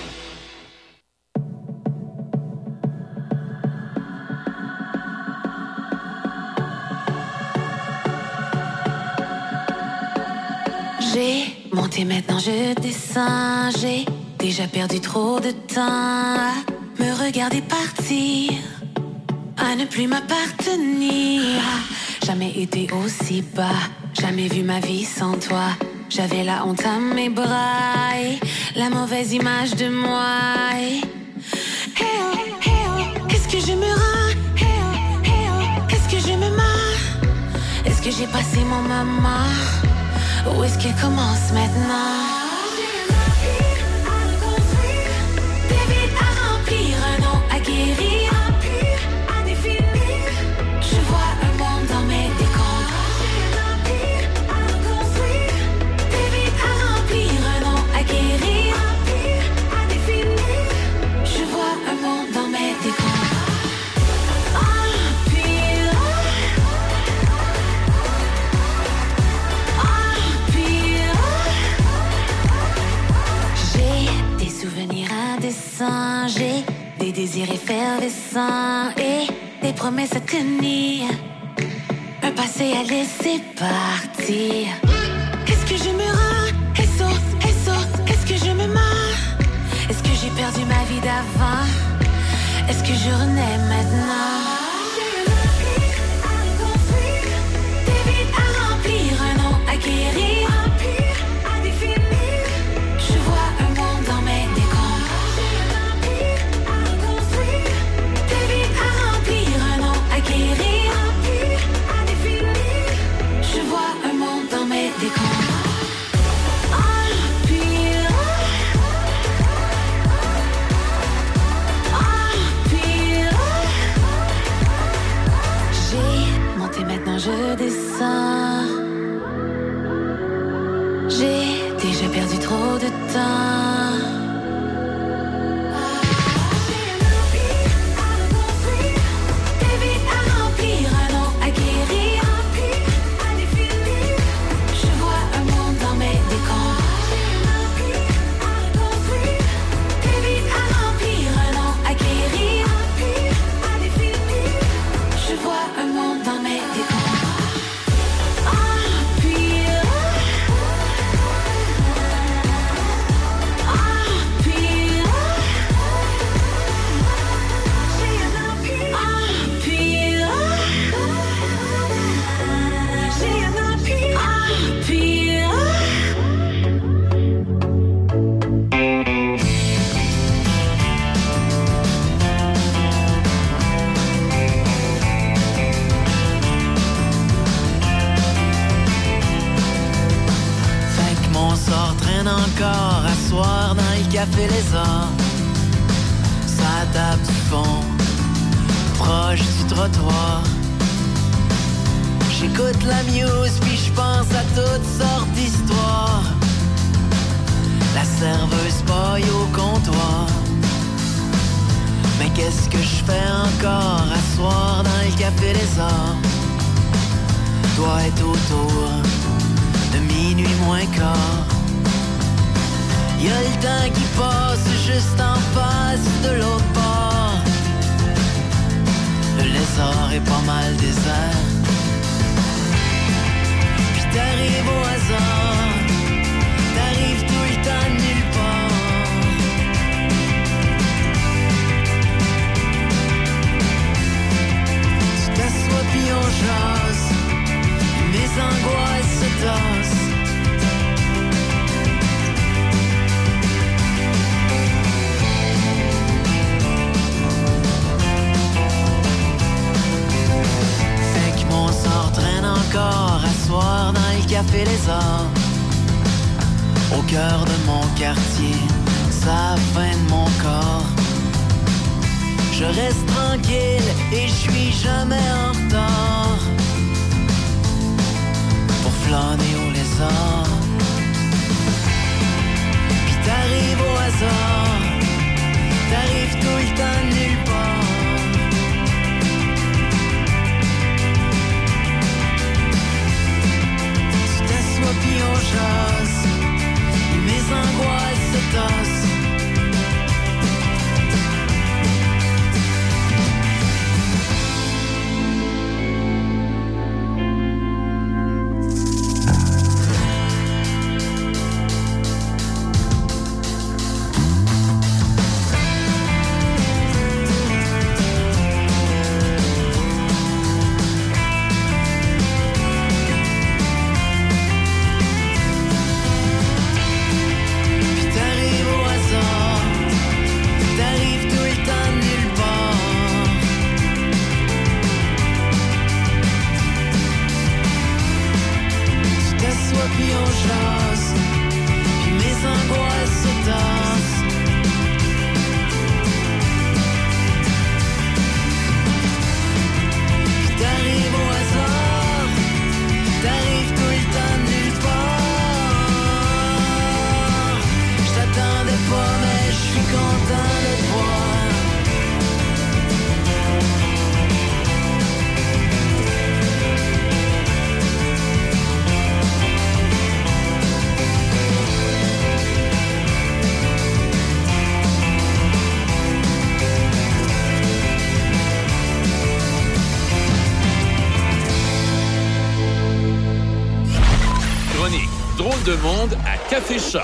J'ai monté, maintenant je descends. J'ai déjà perdu trop de temps à me regarder partir, à ne plus m'appartenir. Jamais été aussi bas, jamais vu ma vie sans toi. J'avais la honte à mes bras et la mauvaise image de moi. Hey oh, hey oh, est-ce que je me rends? Hey oh, hey oh, est-ce que je me marre? Est-ce que j'ai passé mon moment? Où est-ce qu'elle commence maintenant? indécents. J'ai des désirs effervescents et des promesses à tenir. Un passé à laisser partir. Est-ce que je me rends? Est-ce que je me mens? Est-ce que j'ai perdu ma vie d'avant? Est-ce que je renais maintenant? J'ai un empire à reconstruire, des vides à remplir, un nom à guérir, un empire à définir. Je vois un monde dans mes décombres. J'ai un empire à reconstruire, des vides à remplir, un nom à guérir, un empire à définir. Je vois un monde dans mes décombres. Maintenant je descends. J'ai déjà perdu trop de temps. J'ai un empire à reconstruire, des vides à remplir, un nom à guérir, un empire à définir. Je vois un monde dans mes décombres. J'ai un empire à reconstruire, des vides à remplir, un nom à guérir, un empire à définir. Je vois un monde dans mes décombres. Encore à soir dans le café Les Arts, sa table du fond, proche du trottoir. J'écoute la muse puis je pense à toutes sortes d'histoires. La serveuse paille au comptoir. Mais qu'est-ce que je fais encore à soir dans le café Les Arts? Toi est autour de minuit moins quart. Y'a le temps qui passe juste en face de l'autre bord. Le lézard est pas mal désert. Puis t'arrives au hasard, t'arrives tout le temps de nulle part. Tu t'assois puis on jase, mes angoisses se tassent. Mon sort traîne encore à soir dans le café Les Arts. Au cœur de mon quartier, ça peine mon corps. Je reste tranquille et je suis jamais en retard pour flâner au lézard. Puis t'arrives au hasard, t'arrives tout le temps de nulle part. Puis on jase, mes angoisses se tassent. monde à Café Shop.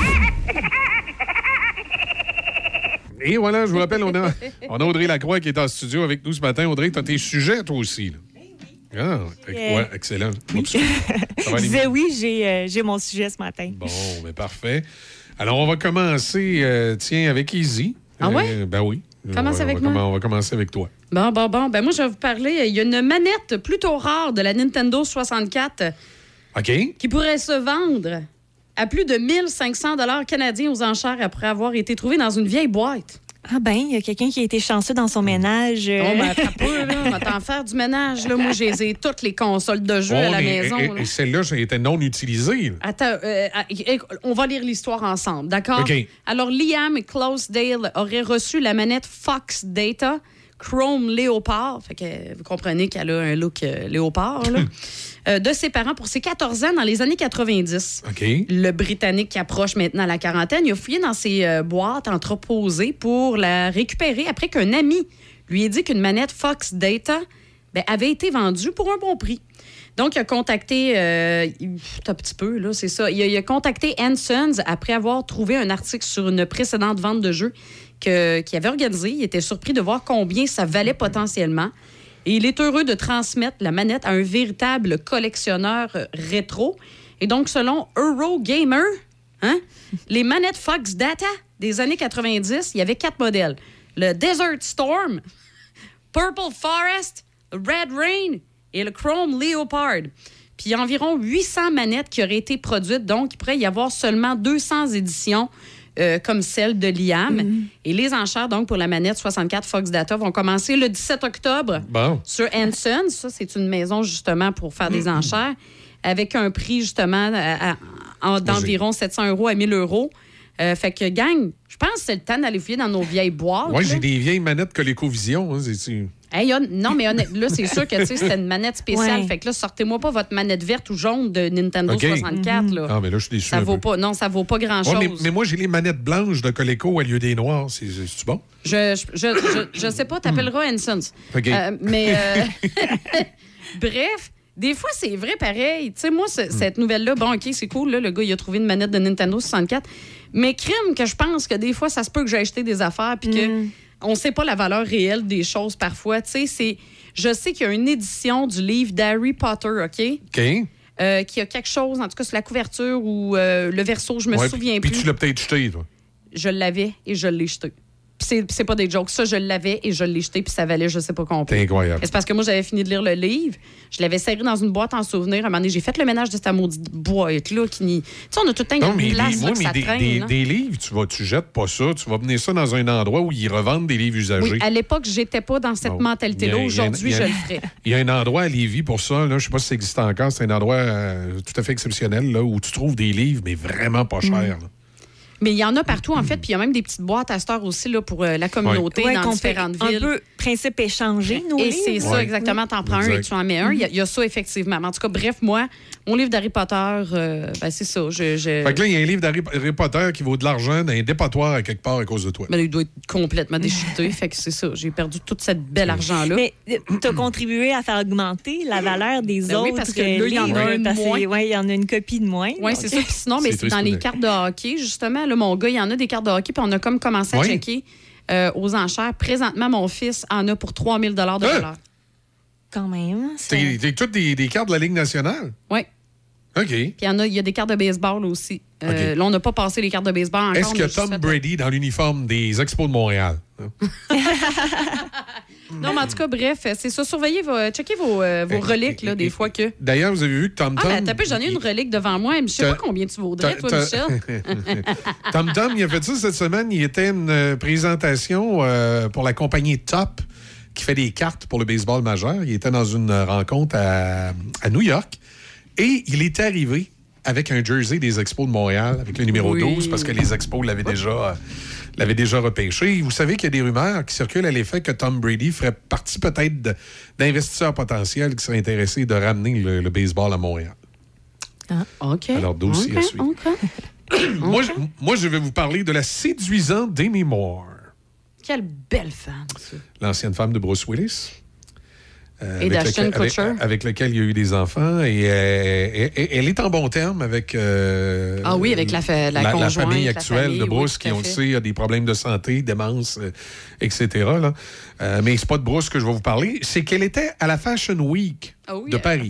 Et voilà, je vous rappelle, on a Audrey Lacroix qui est en studio avec nous ce matin. Audrey, tu as tes sujets, toi aussi. Là. Ah, ouais, excellent. Oui. Je disais oui, j'ai mon sujet ce matin. Bon, mais parfait. Alors, on va commencer, avec Izzy. Ah ouais? Ben oui. Commence avec moi. On va commencer avec toi. Bon. Ben moi, je vais vous parler. Il y a une manette plutôt rare de la Nintendo 64 qui pourrait se vendre à plus de 1500 $ canadiens aux enchères après avoir été trouvée dans une vieille boîte. Ah ben, il y a quelqu'un qui a été chanceux dans son ménage. Oh, ben, t'as pas, là. On va t'en faire du ménage, là. Moi, j'ai toutes les consoles de jeux à la maison. Et celle-là, ça était non utilisée. Attends, on va lire l'histoire ensemble, d'accord? OK. Alors, Liam Closedale aurait reçu la manette Fox Data Chrome Léopard. Fait que vous comprenez qu'elle a un look léopard, là. De ses parents pour ses 14 ans dans les années 90. OK. Le Britannique qui approche maintenant à la quarantaine, il a fouillé dans ses boîtes entreposées pour la récupérer après qu'un ami lui ait dit qu'une manette Fox Data avait été vendue pour un bon prix. Donc, il a contacté... un petit peu, là, c'est ça. Il a contacté Sons après avoir trouvé un article sur une précédente vente de jeux qu'il avait organisée. Il était surpris de voir combien ça valait potentiellement. Et il est heureux de transmettre la manette à un véritable collectionneur rétro. Et donc, selon Eurogamer, les manettes Fox Data des années 90, il y avait 4 modèles. Le Desert Storm, Purple Forest, Red Rain et le Chrome Leopard. Puis il y a environ 800 manettes qui auraient été produites. Donc, il pourrait y avoir seulement 200 éditions comme celle de Liam. Et les enchères, donc, pour la manette 64 Fox Data vont commencer le 17 octobre sur Sons. Ça, c'est une maison, justement, pour faire des enchères, avec un prix, justement, d'environ 700 € à 1 000 €. Fait que, gang, je pense que c'est le temps d'aller fouiller dans nos vieilles boîtes. Oui, j'ai des vieilles manettes ColecoVision. Non, mais là, c'est sûr que c'était une manette spéciale. Ouais. Fait que là, sortez-moi pas votre manette verte ou jaune de Nintendo 64. Là. Ah, mais là, je suis déçu. Ça vaut pas grand-chose. Ouais, mais moi, j'ai les manettes blanches de Coleco au lieu des noires. C'est-tu bon? Je sais pas, t'appelleras Sons. OK. Bref, des fois, c'est vrai pareil. Tu sais, moi, cette nouvelle-là, bon, OK, c'est cool. Là, le gars, il a trouvé une manette de Nintendo 64. Mais crime que je pense que des fois, ça se peut que j'ai acheté des affaires puis que on sait pas la valeur réelle des choses parfois. Tu sais, je sais qu'il y a une édition du livre d'Harry Potter, OK? OK. Qui a quelque chose, en tout cas, sur la couverture ou le verso, je me souviens plus. Puis tu l'as peut-être jeté, toi. Je l'avais et je l'ai jeté. C'est pas des jokes. Ça, je l'avais et je l'ai jeté, puis ça valait je sais pas combien. C'est incroyable. C'est parce que moi, j'avais fini de lire le livre. Je l'avais serré dans une boîte en souvenir. À un moment donné, j'ai fait le ménage de cette maudite boîte-là. Tu sais, on a tout le temps une place là, que ça traîne. Des livres, tu jettes pas ça. Tu vas mener ça dans un endroit où ils revendent des livres usagés. Oui, à l'époque, j'étais pas dans cette mentalité-là. Aujourd'hui, je le ferais. Il y a un endroit à Lévis pour ça. Là, je sais pas si ça existe encore. C'est un endroit tout à fait exceptionnel là, où tu trouves des livres, mais vraiment pas chers. Mais il y en a partout, en fait. Puis il y a même des petites boîtes à cette heure aussi là, pour la communauté dans différentes villes. Un peu principe échanger, nos livres. Et c'est ça, exactement. T'en prends un et tu en mets un. Il y a ça, effectivement. Mais en tout cas, bref, moi, mon livre d'Harry Potter, c'est ça. Fait que là, il y a un livre d'Harry Potter qui vaut de l'argent dans un dépotoir à quelque part à cause de toi. Mais il doit être complètement déchiqueté. Fait que c'est ça. J'ai perdu tout cet bel argent-là. Mais tu as contribué à faire augmenter la valeur des autres. Oui, parce que là, il y en a un moins. Oui, il y en a une copie de moins. Oui, c'est ça. Puis sinon, mais c'est dans les cartes de hockey, justement. Là, mon gars, il y en a des cartes de hockey, puis on a comme commencé à checker aux enchères. Présentement, mon fils en a pour 3 000 $ de valeur. Quand même. C'est toutes des cartes de la Ligue nationale? Oui. OK. Puis il y a des cartes de baseball aussi. Là, on n'a pas passé les cartes de baseball encore. Est-ce que Tom Brady dans l'uniforme des Expos de Montréal? Non, mais en tout cas, bref, c'est ça. Checkez vos reliques, là, des fois que... D'ailleurs, vous avez vu que Tom... j'en ai une relique devant moi. Je sais pas combien tu vaudrais, toi, Michel. Tom, il a fait ça cette semaine. Il était une présentation pour la compagnie Top qui fait des cartes pour le baseball majeur. Il était dans une rencontre à New York et il était arrivé avec un jersey des Expos de Montréal, avec le numéro 12, parce que les Expos l'avaient déjà repêché. Vous savez qu'il y a des rumeurs qui circulent à l'effet que Tom Brady ferait partie peut-être d'investisseurs potentiels qui seraient intéressés de ramener le baseball à Montréal. Ah, OK. Alors, dossier à suivre. Moi, je vais vous parler de la séduisante Demi Moore. Quelle belle femme, ça. L'ancienne femme de Bruce Willis. Et d'Ashton Kutcher. Avec lequel il y a eu des enfants. Et elle est en bon terme avec, avec la conjointe, famille actuelle de Bruce, qui, on le sait, a des problèmes de santé, démence, etc. Là. Mais c'est pas de Bruce que je vais vous parler. C'est qu'elle était à la Fashion Week de Paris.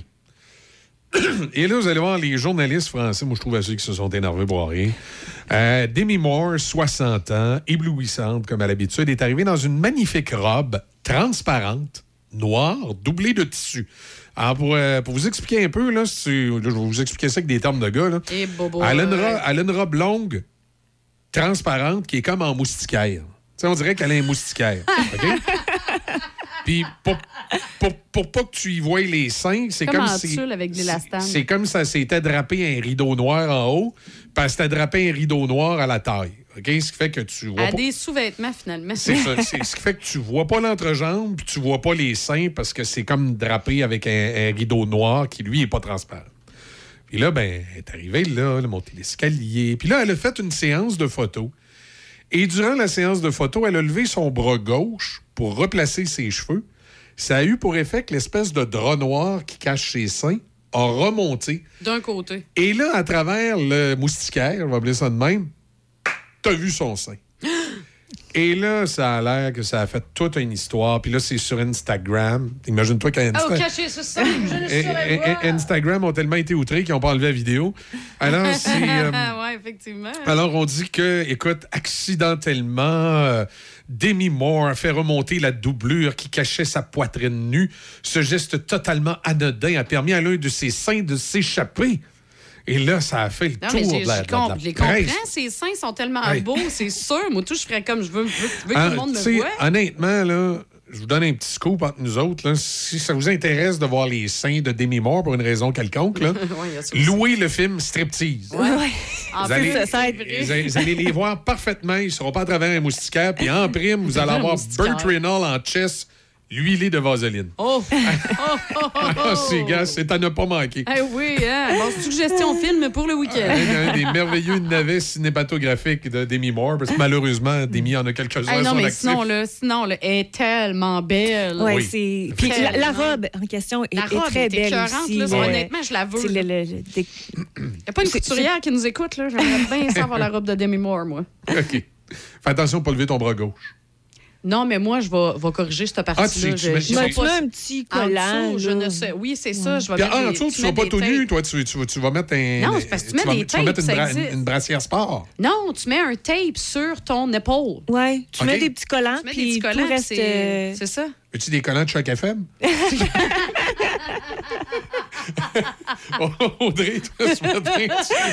Et là, vous allez voir les journalistes français, moi je trouve à ceux qui se sont énervés pour rien. Demi Moore, 60 ans, éblouissante comme à l'habitude, est arrivée dans une magnifique robe transparente, noire, doublée de tissu. Alors, pour vous expliquer un peu, là, je vais vous expliquer ça avec des termes de gars. Là. Elle a une robe longue, transparente, qui est comme en moustiquaire. T'sais, on dirait qu'elle a un moustiquaire. OK? Puis pour pas que tu y voies les seins, c'est comme si... avec de l'élastane. C'est comme ça s'était drapé un rideau noir en haut, puis c'était drapé un rideau noir à la taille. OK? Ce qui fait que tu vois des sous-vêtements, finalement. C'est ça. C'est ce qui fait que tu vois pas l'entrejambe, puis tu vois pas les seins, parce que c'est comme drapé avec un rideau noir qui, lui, est pas transparent. Puis là, ben, elle est arrivée là, elle a monté l'escalier. Puis là, elle a fait une séance de photos. Et durant la séance de photos, elle a levé son bras gauche pour replacer ses cheveux. Ça a eu pour effet que l'espèce de drap noir qui cache ses seins a remonté. D'un côté. Et là, à travers le moustiquaire, on va appeler ça de même, t'as vu son sein. Et là, ça a l'air que ça a fait toute une histoire. Puis là, c'est sur Instagram. Imagine-toi qu'Instagram... caché ce sein, je ne saurais pas. Instagram ont tellement été outrés qu'ils n'ont pas enlevé la vidéo. Alors, c'est... oui, effectivement. Alors, on dit que, écoute, accidentellement, Demi Moore a fait remonter la doublure qui cachait sa poitrine nue. Ce geste totalement anodin a permis à l'un de ses seins de s'échapper. Et là, ça a fait le tour de la je les comprends. Ces seins sont tellement beaux, c'est sûr. Moi, tout, je ferais comme je veux que tout le monde me voie. Honnêtement, là, je vous donne un petit scoop entre nous autres. Là. Si ça vous intéresse de voir les seins de Demi Moore pour une raison quelconque, là, louez le film Striptease. Ouais. Vous allez les voir parfaitement. Ils ne seront pas à travers un moustiquaire. Puis en prime, vous allez avoir Burt Reynolds en chess, huilé de vaseline. C'est gars, c'est à ne pas manquer. Oui, hein? Bon, suggestion film pour le week-end. Un des merveilleux navets cinématographiques de Demi Moore, parce que malheureusement, Demi en a quelques-uns à son actif. Sinon, elle est tellement belle. Oui, c'est... Puis la robe en question est très belle aussi. Là, honnêtement, je la veux. Il n'y a pas une couturière qui nous écoute. Là. J'aimerais bien savoir la robe de Demi Moore, moi. OK. Fais attention pour lever ton bras gauche. Non, mais moi, je vais corriger cette partie-là. Tu mets un petit collant. Je ne sais. Oui, c'est ça. Je vais mettre en dessous, tu ne vas pas tout nu. Toi, tu vas mettre un... Non, c'est parce que tu mets des tapes, une brassière sport. Non, tu mets un tape sur ton épaule. Oui, tu mets des petits collants, puis tout reste... C'est ça. Veux-tu des collants de Choc FM? Audrey, toi, ce matin,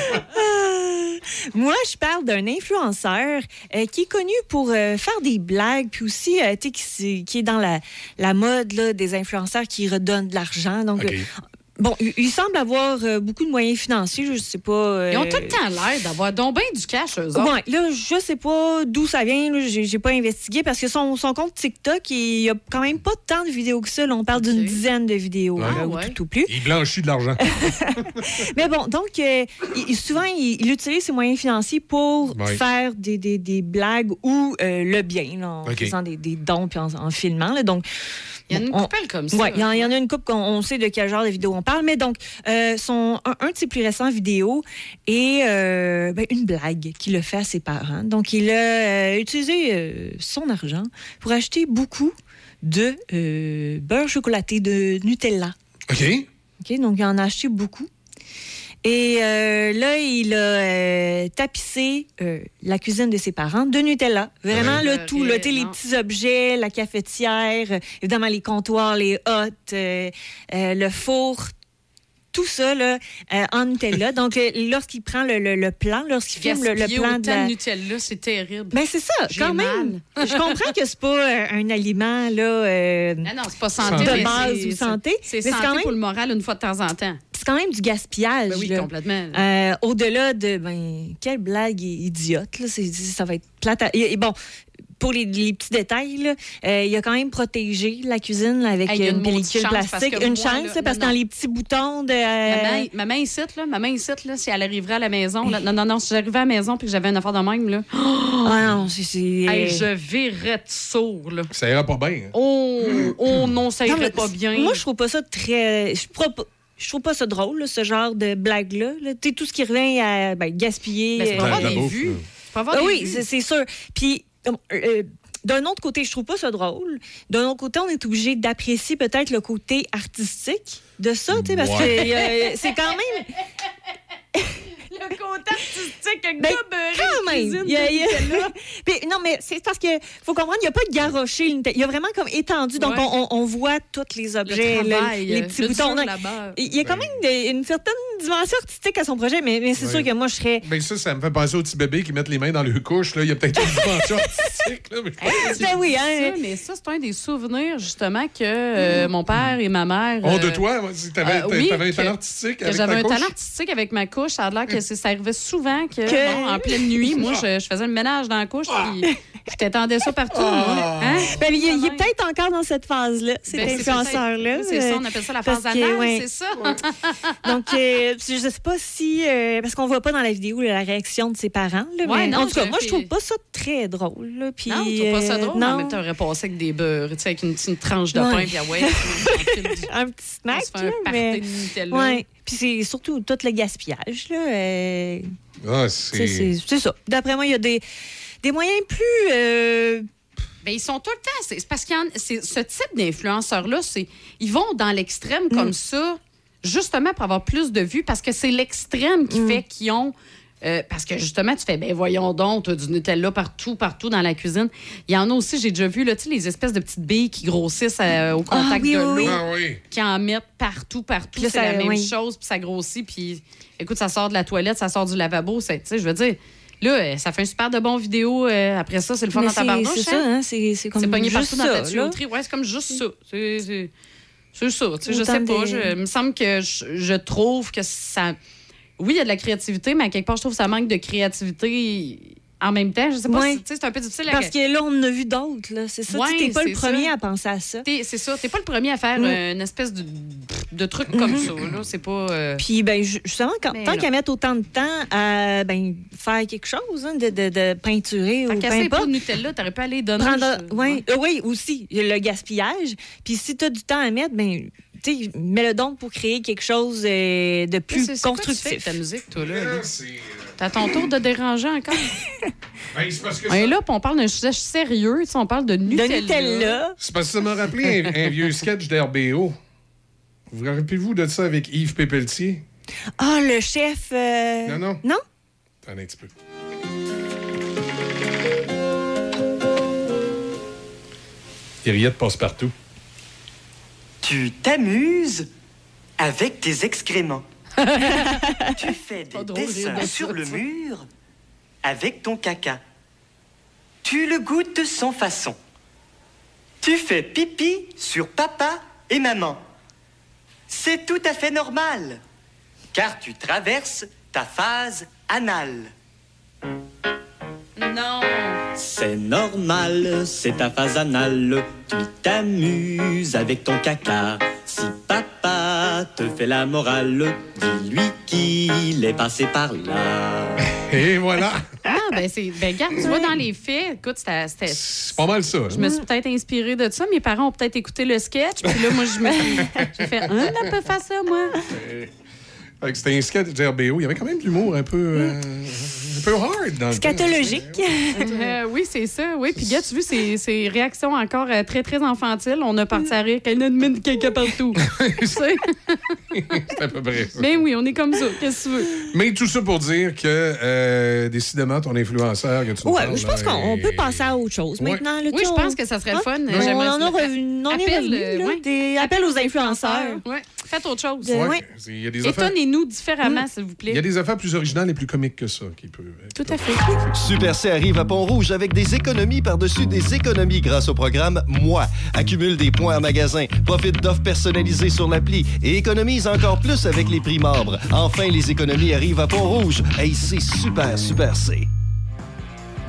moi, je parle d'un influenceur qui est connu pour faire des blagues, puis aussi qui est dans la mode là, des influenceurs qui redonnent de l'argent. Donc, bon, il semble avoir beaucoup de moyens financiers, je sais pas. Ils ont tout le temps l'air d'avoir donc bien du cash, eux autres. Ouais, là, je sais pas d'où ça vient, là, j'ai pas investigué, parce que son compte TikTok, il y a quand même pas tant de vidéos que ça. Là, on parle d'une dizaine de vidéos, tout plus. Il blanchit de l'argent. Mais bon, donc, souvent, il utilise ses moyens financiers pour faire des blagues ou le bien, là, en faisant des dons puis en filmant. Là, donc, il y en a une couple comme ça. Oui, il y en a une couple qu'on sait de quel genre de vidéo on parle. Mais donc, un de ses plus récents vidéos est une blague qu'il a fait à ses parents. Donc, il a utilisé son argent pour acheter beaucoup de beurre chocolaté de Nutella. OK, donc il en a acheté beaucoup. Et là, il a tapissé la cuisine de ses parents de Nutella. Vraiment, le tout. Là, les petits objets, la cafetière, évidemment, les comptoirs, les hottes, le four, tout ça là, en Nutella. Donc, lorsqu'il prend le plan, lorsqu'il filme le plan de la... Nutella, c'est terrible. Ben c'est ça, quand même. Je comprends que c'est pas un aliment là. Non, c'est pas santé de base ou santé. C'est santé quand même... pour le moral une fois de temps en temps. C'est quand même du gaspillage. Ben oui, là. Complètement. Au-delà de quelle blague idiote là, ça va être plate. Et bon. pour les petits détails, là, il a quand même protégé la cuisine là, avec une pellicule plastique. Une chance, parce que dans les petits boutons de... Ma main ici, là, si elle arriverait à la maison... Là, non, si j'arrivais à la maison et que j'avais une affaire de même, là... Ah non, c'est... Hey, je virais de sourd, là. Ça ira pas bien. Oh non, ça irait pas bien. Moi, je trouve pas ça très... Je trouve pas ça drôle, là, ce genre de blague-là. Tu sais, tout ce qui revient à gaspiller... Mais c'est pas avoir des vues. Oui, c'est sûr. Puis... d'un autre côté, je trouve pas ça drôle. D'un autre côté, on est obligé d'apprécier peut-être le côté artistique de ça, tu sais, parce que c'est quand même... Le côté artistique avec quand même. Non, mais c'est parce que faut comprendre, il n'y a pas de garoché. Il y a vraiment comme étendu. Donc, on voit tous les objets, les petits boutons. Il y a quand même une certaine dimension artistique à son projet, mais c'est sûr que moi, je serais... Ben ça me fait penser aux petits bébés qui mettent les mains dans le couche. Là. Il y a peut-être une dimension artistique. Là, mais ça, c'est un des souvenirs, justement, que mon père et ma mère... de toi? T'avais un talent artistique avec ta couche? J'avais un talent artistique avec ma couche. Ça a l'air que ça arrivait souvent en pleine nuit, moi, je faisais le ménage dans la couche puis je t'étendais ça partout. Hein? Il est peut-être encore dans cette phase-là, cet influenceur-là. C'est ça, on appelle ça la phase anale, c'est ça. Donc, je sais pas si... parce qu'on voit pas dans la vidéo la réaction de ses parents. Là, mais en tout cas, moi, je trouve pas ça très drôle. Là, puis, non, tu trouves pas ça drôle? Non, mais t'aurais passé avec des beurres, avec une tranche de pain, puis un petit snack. On se fait un party de Nutella. Puis c'est surtout tout le gaspillage. Là, c'est ça. D'après moi, il y a des moyens plus... Ben, ils sont tout le temps... C'est parce que ce type d'influenceurs-là, ils vont dans l'extrême comme ça, justement pour avoir plus de vues, parce que c'est l'extrême qui fait qu'ils ont... parce que justement, tu fais, ben voyons donc, tu as du Nutella partout dans la cuisine. Il y en a aussi, j'ai déjà vu, là, les espèces de petites billes qui grossissent au contact de l'eau, qui en mettent partout. Puis c'est la même chose, puis ça grossit, puis écoute, ça sort de la toilette, ça sort du lavabo. Tu sais, je veux dire, là, ça fait un super de bon vidéo. Après ça, c'est le fun dans ta barnouche. C'est ça, hein? C'est comme c'est pogné partout ça, dans ta tuyauterie. Ouais, c'est comme juste ça. C'est ça. Tu sais, je sais pas. Il me semble que je trouve que ça... Oui, il y a de la créativité, mais à quelque part, je trouve que ça manque de créativité en même temps. Je sais pas si c'est un peu difficile. Parce que là, on en a vu d'autres. Là. C'est ça. Tu n'es pas le premier à penser à ça. C'est ça. Tu n'es pas le premier à faire une espèce de truc comme ça. Là. C'est pas... Puis, ben, justement, tant qu'à mettre autant de temps à faire quelque chose, de peinturer ou peu importe. Pas de Nutella, tu aurais pu aller donner... Oui, aussi. Le gaspillage. Puis si tu as du temps à mettre, ben... mets-le donc pour créer quelque chose de plus constructif. C'est quoi tu fais ta musique, toi, là? T'as ton tour de déranger encore? C'est parce que là, on parle d'un sujet sérieux. On parle de Nutella. C'est parce que ça m'a rappelé un vieux sketch d'RBO. Vous rappelez-vous de ça avec Yves Pépeltier? Ah, le chef... Non? Non? Attends un petit peu. Henriette passe partout. Tu t'amuses avec tes excréments. Tu fais des dessins sur le mur avec ton caca. Tu le goûtes sans façon. Tu fais pipi sur papa et maman. C'est tout à fait normal, car tu traverses ta phase anale. Non. C'est normal, c'est ta phase anale. Tu t'amuses avec ton caca. Si papa te fait la morale, dis-lui qu'il est passé par là. Et voilà. Regarde, tu vois, dans les faits, écoute, c'était... C'est pas mal ça. Je me suis peut-être inspirée de ça. Mes parents ont peut-être écouté le sketch. Puis là, moi, j'ai fait, on peut faire ça, moi. C'était un sketch d'RBO. Il y avait quand même de l'humour un peu hard dans le scatologique. Oui, c'est ça. Oui, puis gars, tu vois, ces réactions encore très, très infantiles. On a parti à rire quand il y a une mine caca partout. C'est à peu près ça. Mais oui, on est comme ça. Qu'est-ce que tu veux? Mais tout ça pour dire que, décidément, ton influenceur que tu nous parles, je pense qu'on peut passer à autre chose. Maintenant, oui, je pense que ça serait le fun. On est revenu. Des appels aux influenceurs. Oui. Faites autre chose. Il y a des affaires... Étonnez-nous différemment, s'il vous plaît. Il y a des affaires plus originales et plus comiques que ça qui peuvent... Tout à fait. Super C arrive à Pont-Rouge avec des économies par-dessus des économies grâce au programme Moi. Accumule des points en magasin, profite d'offres personnalisées sur l'appli et économise encore plus avec les prix membres. Enfin, les économies arrivent à Pont-Rouge. Hey, c'est super C.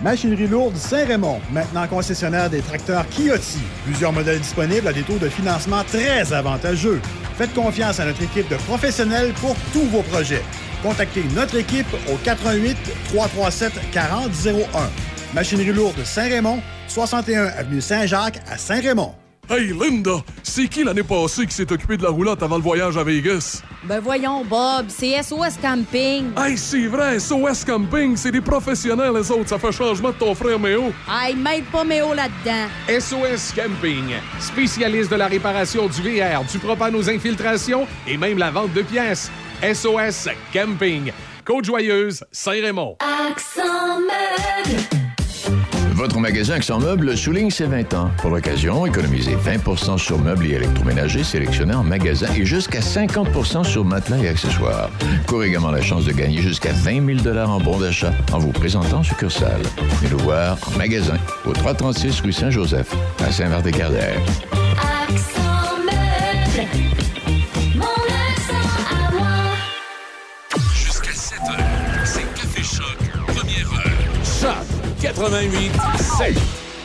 Machinerie lourde Saint-Raymond, maintenant concessionnaire des tracteurs Kioti. Plusieurs modèles disponibles à des taux de financement très avantageux. Faites confiance à notre équipe de professionnels pour tous vos projets. Contactez notre équipe au 88 337 4001. Machinerie lourde Saint-Raymond, 61 avenue Saint-Jacques à Saint-Raymond. Hey Linda, c'est qui l'année passée qui s'est occupé de la roulotte avant le voyage à Vegas? Ben voyons, Bob, c'est SOS Camping. Hey, c'est vrai, SOS Camping, c'est des professionnels, les autres. Ça fait changement de ton frère Méo. Hey, mêle pas Méo là-dedans. SOS Camping, spécialiste de la réparation du VR, du propane aux infiltrations et même la vente de pièces. SOS Camping, Côte-Joyeuse, Saint-Raymond. Accent Meubles. Votre magasin Accent Meubles souligne ses 20 ans. Pour l'occasion, économisez 20 sur meubles et électroménagers sélectionnés en magasin et jusqu'à 50 sur matelas et accessoires. Courez également la chance de gagner jusqu'à 20 000 $ en bons d'achat en vous présentant en succursale. Venez nous voir en magasin au 336 rue Saint-Joseph à Saint-Martin-Cardère. Accent Meubles. Mon accent à moi. Jusqu'à 7 heures, c'est Café Choc, première heure. Choc 88.7.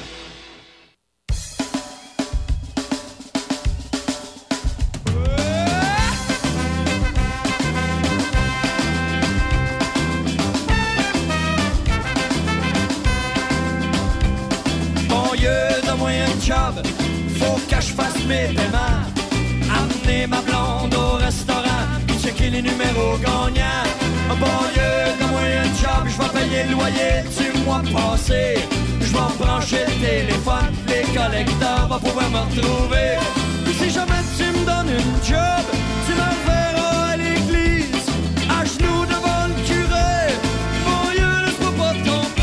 Mon Dieu, donne-moi un job, faut que je fasse mes paiements. Amener ma blonde au restaurant, puis checker les numéros gagnants. Bon Dieu, donne-moi un job, je vais payer le loyer du mois passé. Je vais me brancher le téléphone, les collecteurs vont pouvoir me retrouver. Puis si jamais tu me donnes une job, tu me verras à l'église, à genoux devant le curé. Bon Dieu, laisse-moi pas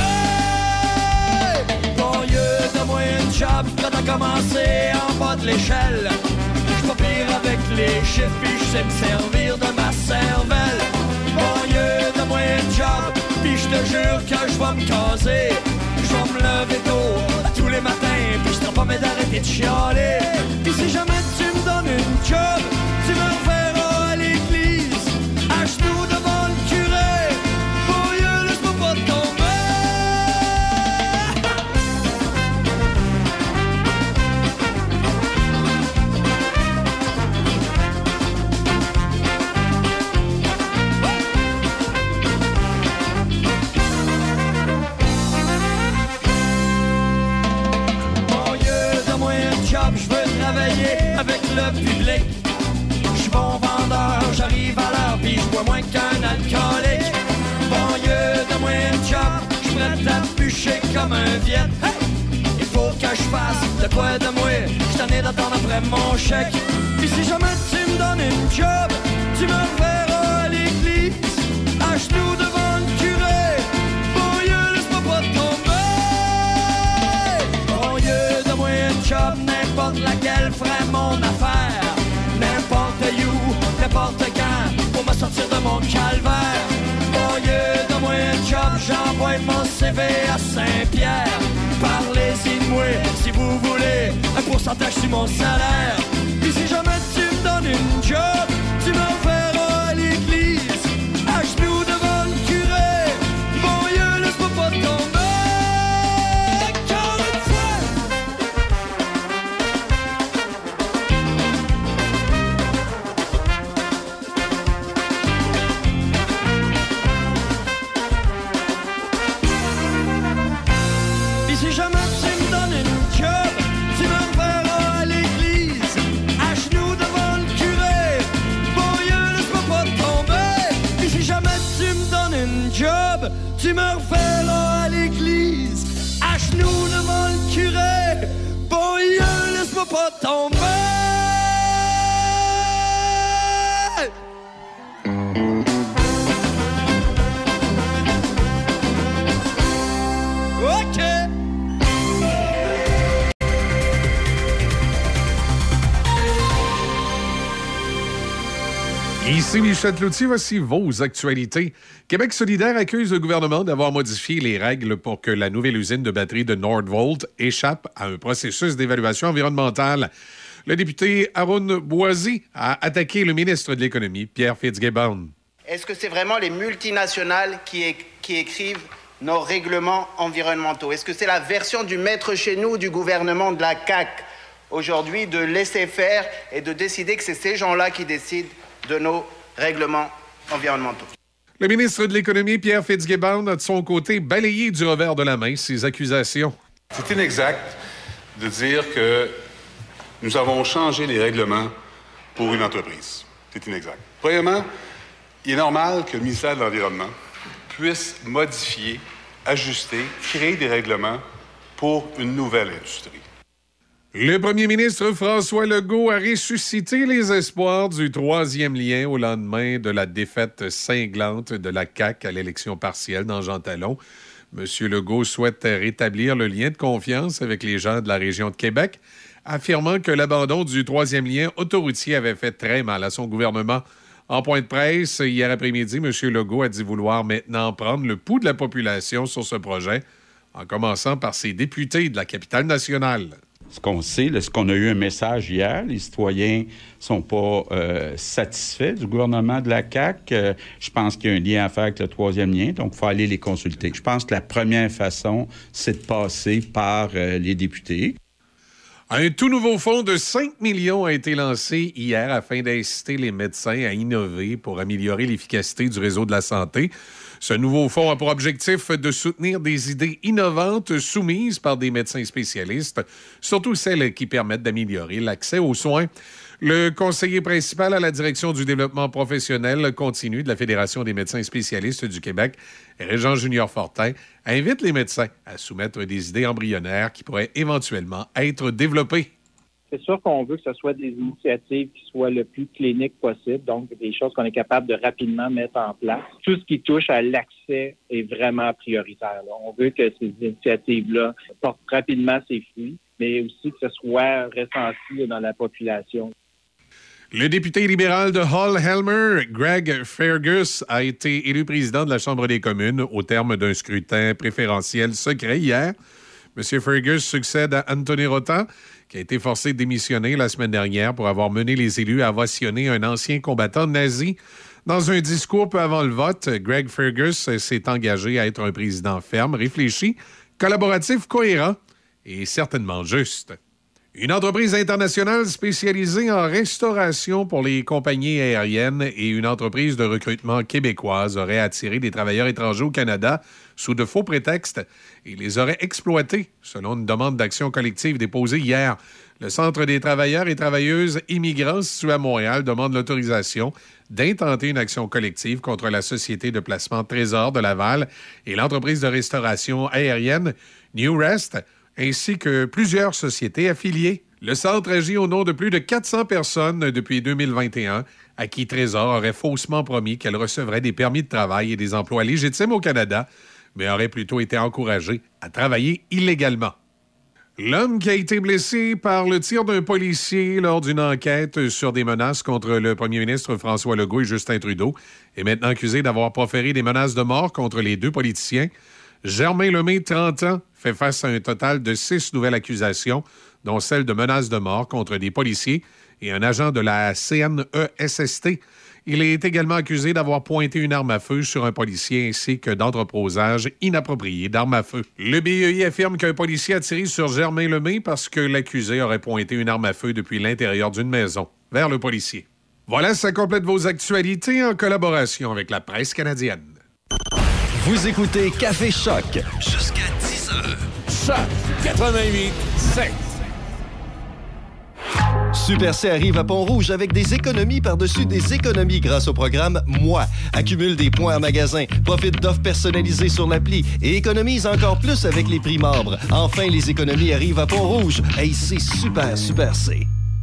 tomber. Bon Dieu, donne-moi un job, prêt à commencer en bas de l'échelle. J'suis pas pire avec les chiffres, puis je sais me servir de ma cervelle. Bon Dieu, donne-moi un job, puis je te jure que je vais me caser. Je vais me lever tôt tous les matins, puis je pas mais d'arrêter de chialer. Puis si jamais tu me donnes une job, tu me reverras à l'église, à genoux devant le curé. Bon Dieu, laisse-moi pas tomber. Je veux travailler avec le public. Je suis bon vendeur, j'arrive à l'heure, puis je bois moins qu'un alcoolique. Bon Dieu, donne-moi un job, je suis prêt à bûcher comme un viet. Hey! Il faut que je fasse de quoi de moi, je t'en ai d'attendre après mon chèque. Puis si jamais tu me donnes une job, tu me reverras à l'église, à genoux devant le curé. Bon Dieu, laisse-moi pas tomber. Bon Dieu, donne-moi un job, n'importe laquelle ferait mon affaire. N'importe où, n'importe quand, pour me sortir de mon calvaire. Bon Dieu, donne-moi un job, j'envoie mon CV à Saint-Pierre. Parlez-y de moi, si vous voulez, un pourcentage sur mon salaire. Puis si jamais tu me donnes une job, tu me reverras à l'église, à genoux devant le curé. Bon Dieu, laisse-moi pas tomber. Si jamais tu me donnes une job, tu me reverras à l'église, à genoux devant le curé. Bon Dieu, laisse-moi pas tomber. Et si jamais tu me donnes une job, tu me reverras à l'église, à genoux devant le curé. Bon Dieu, laisse-moi pas tomber. OK. Ici Michel Cloutier, voici vos actualités. Québec solidaire accuse le gouvernement d'avoir modifié les règles pour que la nouvelle usine de batterie de Nordvolt échappe à un processus d'évaluation environnementale. Le député Arun Boisy a attaqué le ministre de l'Économie, Pierre Fitzgibbon. Est-ce que c'est vraiment les multinationales qui écrivent nos règlements environnementaux? Est-ce que c'est la version du maître chez nous du gouvernement de la CAQ aujourd'hui de laisser faire et de décider que c'est ces gens-là qui décident de nos règlements environnementaux? Le ministre de l'Économie, Pierre Fitzgibbon, a de son côté balayé du revers de la main ces accusations. C'est inexact de dire que nous avons changé les règlements pour une entreprise. C'est inexact. Premièrement, il est normal que le ministère de l'Environnement puisse modifier, ajuster, créer des règlements pour une nouvelle industrie. Le premier ministre François Legault a ressuscité les espoirs du troisième lien au lendemain de la défaite cinglante de la CAQ à l'élection partielle dans Jean Talon. M. Legault souhaite rétablir le lien de confiance avec les gens de la région de Québec, affirmant que l'abandon du troisième lien autoroutier avait fait très mal à son gouvernement. En point de presse, hier après-midi, M. Legault a dit vouloir maintenant prendre le pouls de la population sur ce projet, en commençant par ses députés de la capitale nationale. Ce qu'on sait, c'est qu'on a eu un message hier. Les citoyens ne sont pas satisfaits du gouvernement de la CAQ. Je pense qu'il y a un lien à faire avec le troisième lien, donc il faut aller les consulter. Je pense que la première façon, c'est de passer par les députés. Un tout nouveau fonds de 5 millions a été lancé hier afin d'inciter les médecins à innover pour améliorer l'efficacité du réseau de la santé. Ce nouveau fonds a pour objectif de soutenir des idées innovantes soumises par des médecins spécialistes, surtout celles qui permettent d'améliorer l'accès aux soins. Le conseiller principal à la direction du développement professionnel continu de la Fédération des médecins spécialistes du Québec, Régent Junior Fortin, invite les médecins à soumettre des idées embryonnaires qui pourraient éventuellement être développées. C'est sûr qu'on veut que ce soit des initiatives qui soient le plus cliniques possible, donc des choses qu'on est capable de rapidement mettre en place. Tout ce qui touche à l'accès est vraiment prioritaire. On veut que ces initiatives-là portent rapidement ses fruits, mais aussi que ce soit ressenti dans la population. Le député libéral de Hull-Helmer, Greg Fergus, a été élu président de la Chambre des communes au terme d'un scrutin préférentiel secret hier. M. Fergus succède à Anthony Rota, qui a été forcé de démissionner la semaine dernière pour avoir mené les élus à ovationner un ancien combattant nazi. Dans un discours peu avant le vote, Greg Fergus s'est engagé à être un président ferme, réfléchi, collaboratif, cohérent et certainement juste. Une entreprise internationale spécialisée en restauration pour les compagnies aériennes et une entreprise de recrutement québécoise auraient attiré des travailleurs étrangers au Canada sous de faux prétextes et les auraient exploités, selon une demande d'action collective déposée hier. Le Centre des travailleurs et travailleuses immigrants situé à Montréal demande l'autorisation d'intenter une action collective contre la société de placement Trésor de Laval et l'entreprise de restauration aérienne New Rest, ainsi que plusieurs sociétés affiliées. Le centre agit au nom de plus de 400 personnes depuis 2021, à qui Trésor aurait faussement promis qu'elle recevrait des permis de travail et des emplois légitimes au Canada, mais aurait plutôt été encouragée à travailler illégalement. L'homme qui a été blessé par le tir d'un policier lors d'une enquête sur des menaces contre le premier ministre François Legault et Justin Trudeau est maintenant accusé d'avoir proféré des menaces de mort contre les deux politiciens. Germain Lemay, 30 ans, fait face à un total de 6 nouvelles accusations, dont celle de menaces de mort contre des policiers et un agent de la CNESST. Il est également accusé d'avoir pointé une arme à feu sur un policier ainsi que d'entreposage inapproprié d'armes à feu. Le BEI affirme qu'un policier a tiré sur Germain Lemay parce que l'accusé aurait pointé une arme à feu depuis l'intérieur d'une maison vers le policier. Voilà, ça complète vos actualités en collaboration avec la presse canadienne. Vous écoutez Café Choc jusqu'à 10h. Choc 88.7. Super C arrive à Pont-Rouge avec des économies par-dessus des économies grâce au programme Moi. Accumule des points en magasin, profite d'offres personnalisées sur l'appli et économise encore plus avec les prix membres. Enfin, les économies arrivent à Pont-Rouge. Hey, c'est super C.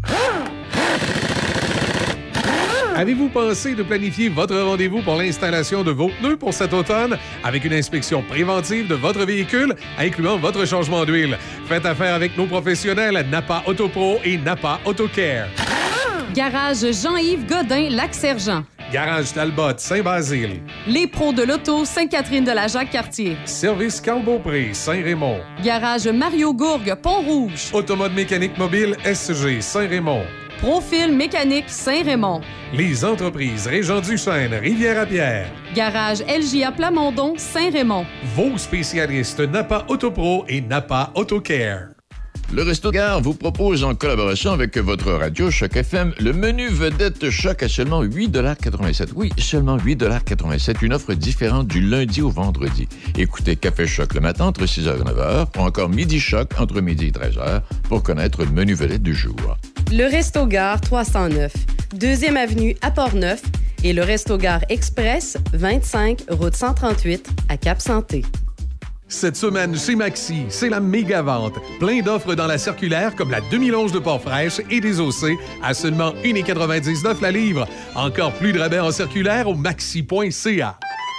Avez-vous pensé de planifier votre rendez-vous pour l'installation de vos pneus pour cet automne avec une inspection préventive de votre véhicule, incluant votre changement d'huile? Faites affaire avec nos professionnels Napa Autopro et Napa Autocare. Garage Jean-Yves Godin, Lac-Sergent. Garage Talbot, Saint-Basile. Les pros de l'auto, Sainte-Catherine-de-la-Jacques-Cartier. Service Carl-Beaupré, Saint-Raymond. Garage Mario Gourgue, Pont-Rouge. Automode mécanique mobile SG, Saint-Raymond. Profil Mécanique Saint-Raymond. Les entreprises Régent Duchesne, Rivière-à-Pierre. Garage LJA Plamondon, Saint-Raymond. Vos spécialistes Napa Autopro et Napa AutoCare. Le Resto Gare vous propose, en collaboration avec votre radio Choc FM, le menu vedette Choc à seulement 8,87 $. Oui, seulement 8,87 $. Une offre différente du lundi au vendredi. Écoutez Café Choc le matin entre 6h et 9h, ou encore Midi Choc entre midi et 13h pour connaître le menu vedette du jour. Le Resto Gare 309, 2e avenue à Port-Neuf et le Resto Gare Express, 25 route 138 à Cap-Santé. Cette semaine, chez Maxi, c'est la méga vente. Plein d'offres dans la circulaire, comme la demi-longe de Port-Fraîche et des OC à seulement 1,99 $ la livre. Encore plus de rabais en circulaire au maxi.ca.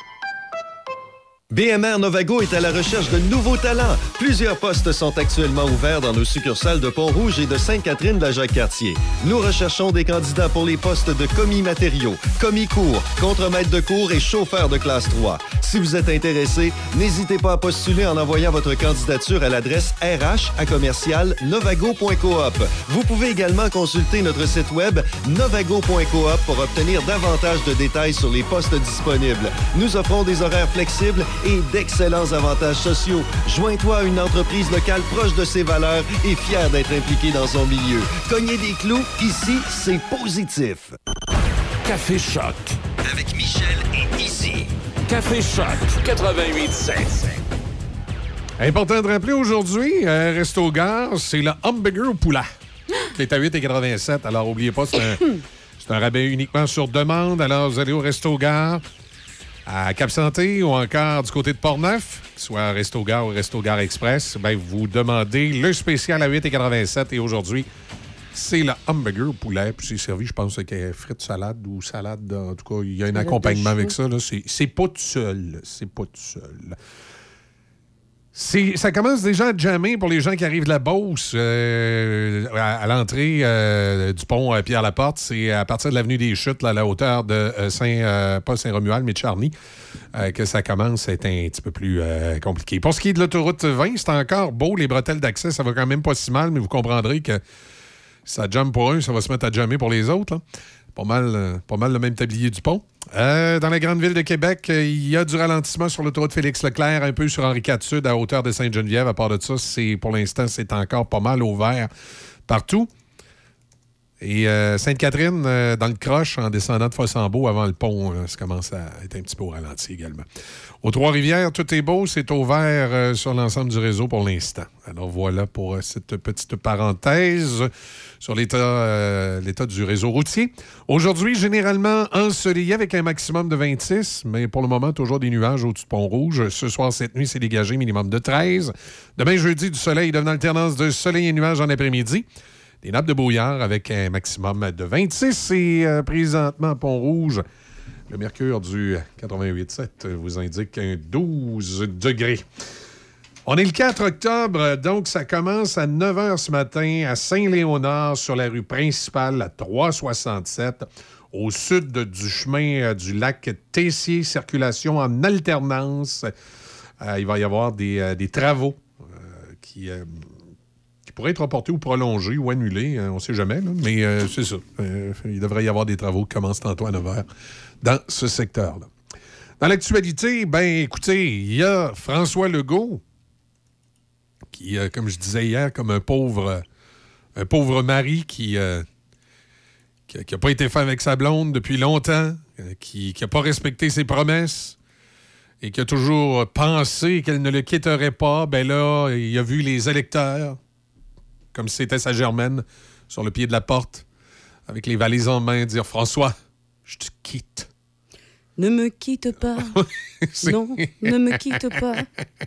BMR Novago est à la recherche de nouveaux talents. Plusieurs postes sont actuellement ouverts dans nos succursales de Pont-Rouge et de Sainte-Catherine de la Jacques-Cartier. Nous recherchons des candidats pour les postes de commis matériaux, commis cours, contremaître de cours et chauffeur de classe 3. Si vous êtes intéressé, n'hésitez pas à postuler en envoyant votre candidature à l'adresse rh@novago.coop. Vous pouvez également consulter notre site web novago.coop pour obtenir davantage de détails sur les postes disponibles. Nous offrons des horaires flexibles et d'excellents avantages sociaux. Joins-toi à une entreprise locale proche de ses valeurs et fière d'être impliquée dans son milieu. Cognez des clous, ici, c'est positif. Café Choc. Avec Michel et Izzy. Café Choc 88.7. Important de rappeler aujourd'hui, Resto Gare, c'est le hamburger au poulet qui est à 8,87 $. Alors, n'oubliez pas, c'est un rabais uniquement sur demande. Alors, vous allez au Resto Gare à Cap-Santé ou encore du côté de Port-Neuf, soit Resto Gare ou Resto Gare Express, ben, vous demandez le spécial à 8,87 $. Et aujourd'hui, c'est le hamburger au poulet. Puis c'est servi, je pense, avec frites salade ou salade. En tout cas, il y a un accompagnement avec ça. Là. C'est pas tout seul. C'est pas tout seul. Ça commence déjà à jammer pour les gens qui arrivent de la Beauce à l'entrée du pont Pierre-Laporte. C'est à partir de l'avenue des Chutes, là, à la hauteur de pas Saint-Romuald, mais de Charny, que ça commence à être un petit peu plus compliqué. Pour ce qui est de l'autoroute 20, c'est encore beau. Les bretelles d'accès, ça va quand même pas si mal, mais vous comprendrez que ça jamme pour un, ça va se mettre à jammer pour les autres. Là. Pas mal le même tablier du pont. Dans la grande ville de Québec, il y a du ralentissement sur l'autoroute Félix-Leclerc, un peu sur Henri-IV-Sud, à hauteur de Sainte-Geneviève. À part de ça, pour l'instant, c'est encore pas mal ouvert partout. Et Sainte-Catherine, dans le croche, en descendant de Fossambeau, avant le pont, ça commence à être un petit peu au ralenti également. Aux Trois-Rivières, tout est beau, c'est ouvert sur l'ensemble du réseau pour l'instant. Alors voilà pour cette petite parenthèse sur l'état du réseau routier. Aujourd'hui, généralement ensoleillé avec un maximum de 26, mais pour le moment, toujours des nuages au-dessus de Pont-Rouge. Ce soir, cette nuit, c'est dégagé, minimum de 13. Demain, jeudi, du soleil, devenant alternance de soleil et nuages en après-midi. Des nappes de brouillard avec un maximum de 26. Et présentement, à Pont-Rouge, le mercure du 88,7 vous indique un 12 degrés. On est le 4 octobre, donc ça commence à 9 h ce matin à Saint-Léonard, sur la rue principale, la 367, au sud du chemin du lac Tessier, circulation en alternance. Il va y avoir des travaux qui pourraient être reportés ou prolongés ou annulés, on ne sait jamais, là, mais c'est ça. Il devrait y avoir des travaux qui commencent tantôt à 9 h dans ce secteur-là. Dans l'actualité, ben écoutez, il y a François Legault qui, comme je disais hier, comme un pauvre mari qui n'a pas été fait avec sa blonde depuis longtemps, qui n'a pas respecté ses promesses et qui a toujours pensé qu'elle ne le quitterait pas. Ben là, il a vu les électeurs, comme si c'était sa germaine, sur le pied de la porte, avec les valises en main, dire « François, je te quitte. » Ne me quitte pas. Non, ne me quitte pas.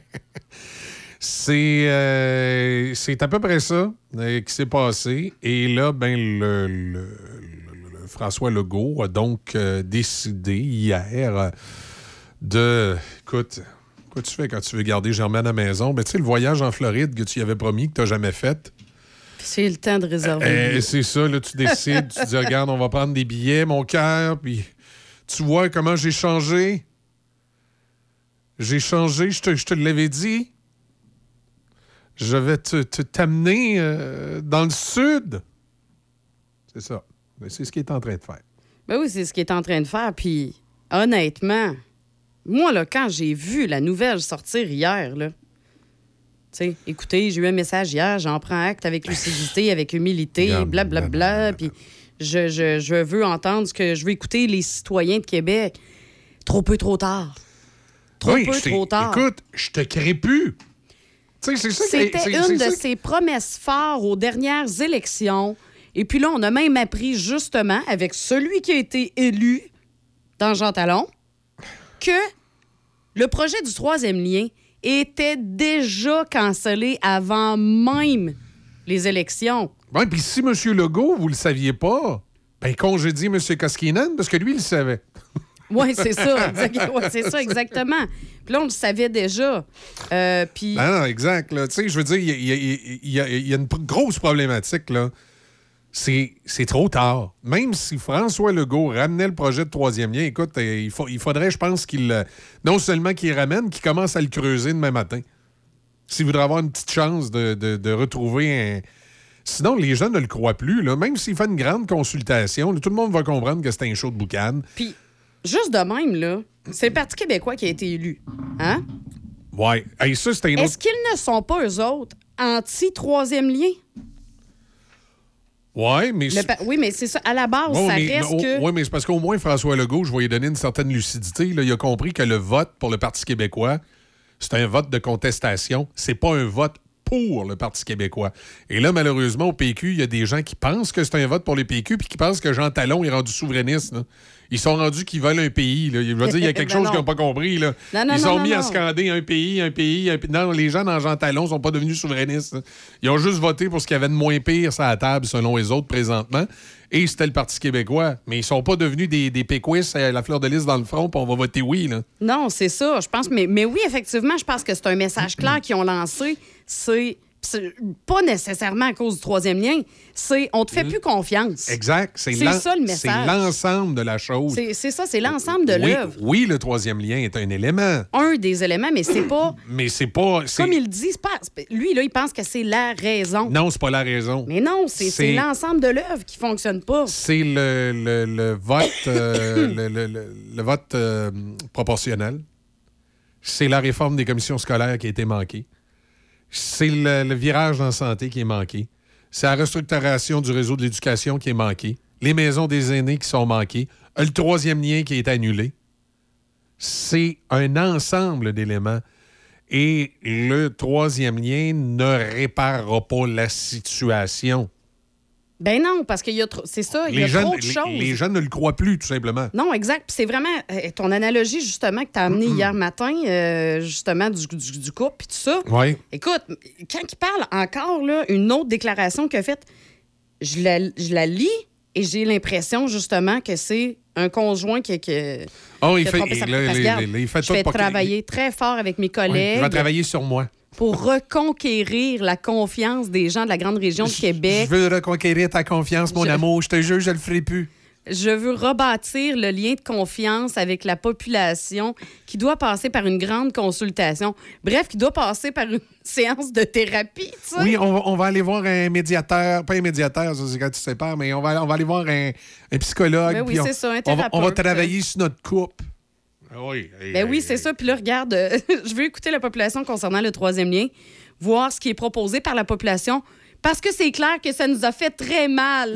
C'est à peu près ça qui s'est passé. Et là, ben, le François Legault a donc décidé hier de... Écoute, quoi tu fais quand tu veux garder Germaine à la maison? Ben, tu sais, le voyage en Floride que tu y avais promis, que tu n'as jamais fait. C'est le temps de réserver. C'est ça, là, tu décides, tu dis, regarde, on va prendre des billets, mon cœur, puis tu vois comment j'ai changé. J'ai changé, je te l'avais dit. Je vais t'amener dans le sud. c'est ça. Mais c'est ce qu'il est en train de faire. Ben oui, c'est ce qu'il est en train de faire. Puis, honnêtement, moi, là, quand j'ai vu la nouvelle sortir hier, là, tu sais, écoutez, j'ai eu un message hier, j'en prends acte avec lucidité, avec humilité, blablabla, puis je veux entendre ce que je veux écouter les citoyens de Québec. Trop peu, trop tard. Trop tard. Écoute, je te crée plus. C'était une de ses promesses phares aux dernières élections. Et puis là, on a même appris, justement, avec celui qui a été élu dans Jean Talon, que le projet du troisième lien était déjà cancellé avant même les élections. Oui, puis si M. Legault, vous le saviez pas, ben congédiez M. Koskinen, parce que lui, il le savait. Oui, c'est ça. C'est ça, exactement. Puis là, on le savait déjà. Puis... Non, exact. Tu sais, je veux dire, il y a une grosse problématique, là. C'est trop tard. Même si François Legault ramenait le projet de troisième lien, écoute, il faudrait, je pense, qu'il non seulement qu'il ramène, qu'il commence à le creuser demain matin. S'il voudrait avoir une petite chance de retrouver un... Sinon, les gens ne le croient plus. Là. Même s'il fait une grande consultation, là, tout le monde va comprendre que c'est un show de boucan. Puis, juste de même, là, c'est le Parti québécois qui a été élu. Hein? Ouais. Hey, ça, c'est un autre... Est-ce qu'ils ne sont pas, eux autres, anti-troisième lien? Ouais, mais... Oui, mais c'est ça. À la base, ça reste que... Oui, mais c'est parce qu'au moins, François Legault, je vais lui donner une certaine lucidité. Là, il a compris que le vote pour le Parti québécois, c'est un vote de contestation. C'est pas un vote pour le Parti québécois. Et là, malheureusement, au PQ, il y a des gens qui pensent que c'est un vote pour le PQ puis qui pensent que Jean Talon est rendu souverainiste. Là. Ils sont rendus qu'ils veulent un pays. Là. Je veux dire, il y a quelque chose qu'ils n'ont pas compris. Là. Ils sont mis à scander un pays. Non, les gens dans Jean Talon ne sont pas devenus souverainistes. Là. Ils ont juste voté pour ce qu'il y avait de moins pire sur la table, selon les autres, présentement. Et c'était le Parti québécois. Mais ils sont pas devenus des péquistes à la fleur de lys dans le front, puis on va voter oui. Là. Non, c'est ça, je pense. Mais oui, effectivement, je pense que c'est un message clair qu'ils ont lancé. C'est pas nécessairement à cause du troisième lien. C'est on te fait plus confiance. Exact. C'est ça le message. C'est l'ensemble de la chose. C'est ça, c'est l'ensemble de l'œuvre. Oui, le troisième lien est un élément. Un des éléments, mais c'est pas... Mais c'est pas... Comme il dit, lui, là, il pense que c'est la raison. Non, c'est pas la raison. Mais non, c'est l'ensemble de l'œuvre qui fonctionne pas. C'est le vote, le vote proportionnel. C'est la réforme des commissions scolaires qui a été manquée. C'est le virage dans la santé qui est manqué. C'est la restructuration du réseau de l'éducation qui est manqué. Les maisons des aînés qui sont manquées. Le troisième lien qui est annulé. C'est un ensemble d'éléments. Et le troisième lien ne réparera pas la situation. Ben non, parce qu'il y a c'est ça, il y a trop de choses. Les gens ne le croient plus, tout simplement. Non, exact. Puis c'est vraiment ton analogie, justement, que tu as amenée hier matin, justement, du couple puis tout ça. Oui. Écoute, quand il parle encore, là, une autre déclaration qu'il a faite, je la lis et j'ai l'impression, justement, que c'est un conjoint qui il fait je vais travailler très fort avec mes collègues. Il va travailler sur moi. Pour reconquérir la confiance des gens de la grande région de Québec. Je veux reconquérir ta confiance, mon amour. Je te jure, je le ferai plus. Je veux rebâtir le lien de confiance avec la population qui doit passer par une grande consultation. Bref, qui doit passer par une séance de thérapie, tu sais. Oui, on va aller voir un médiateur. Pas un médiateur, ça, c'est quand tu te sépares, mais on va aller voir un psychologue. Ben oui, c'est ça, un thérapeute. On va travailler sur notre couple. Oui, oui, c'est ça. Puis là, regarde, je veux écouter la population concernant le troisième lien, voir ce qui est proposé par la population, parce que c'est clair que ça nous a fait très mal.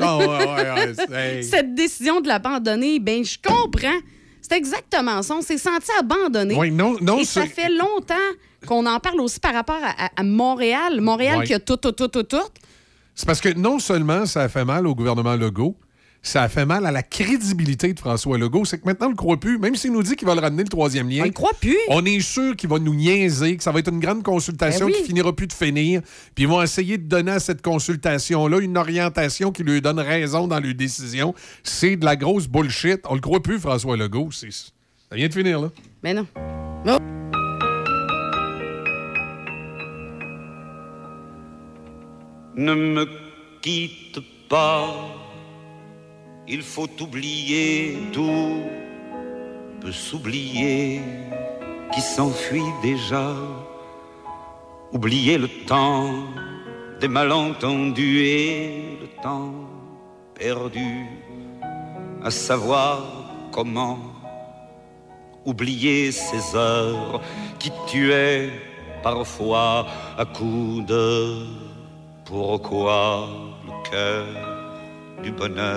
Cette décision de l'abandonner, ben je comprends. C'est exactement ça. On s'est senti abandonné. Oui, non, et ça fait longtemps qu'on en parle aussi par rapport à Montréal. Montréal qui a tout. C'est parce que non seulement ça a fait mal au gouvernement Legault, ça a fait mal à la crédibilité de François Legault. C'est que maintenant, on ne le croit plus. Même s'il nous dit qu'il va le ramener, le troisième lien. On le croit plus. On est sûr qu'il va nous niaiser, que ça va être une grande consultation qui finira plus de finir. Puis ils vont essayer de donner à cette consultation-là une orientation qui lui donne raison dans leurs décisions. C'est de la grosse bullshit. On le croit plus, François Legault. Ça vient de finir, là. Mais non. Ne me quitte pas. Il faut oublier, tout peut s'oublier, qui s'enfuit déjà. Oublier le temps des malentendus et le temps perdu à savoir comment oublier ces heures qui tuaient parfois à coups de pourquoi le cœur du bonheur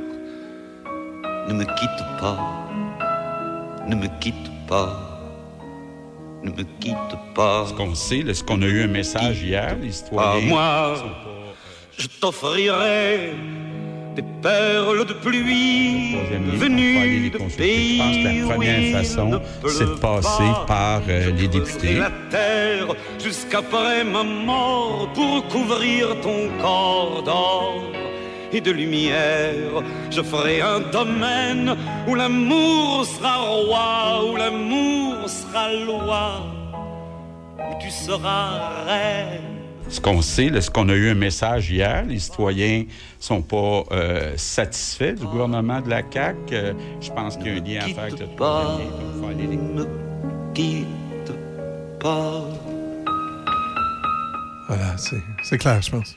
ne me quitte pas, ne me quitte pas, ne me quitte pas. Ce qu'on sait, est-ce qu'on a eu un message hier, les citoyens? Moi, je t'offrirai des perles de pluie venues de pays. Je pense que la première façon, c'est de passer par les députés. La terre jusqu'après ma mort pour couvrir ton corps d'or et de lumière. Je ferai un domaine où l'amour sera roi, où l'amour sera loi, où tu seras reine. Ce qu'on sait, est-ce qu'on a eu un message hier? Les citoyens sont pas satisfaits du gouvernement de la CAQ. Je pense qu'il y a un lien à faire avec le troisième lien. Donc, il faut aller les... Ne quitte pas. Voilà, c'est clair, je pense.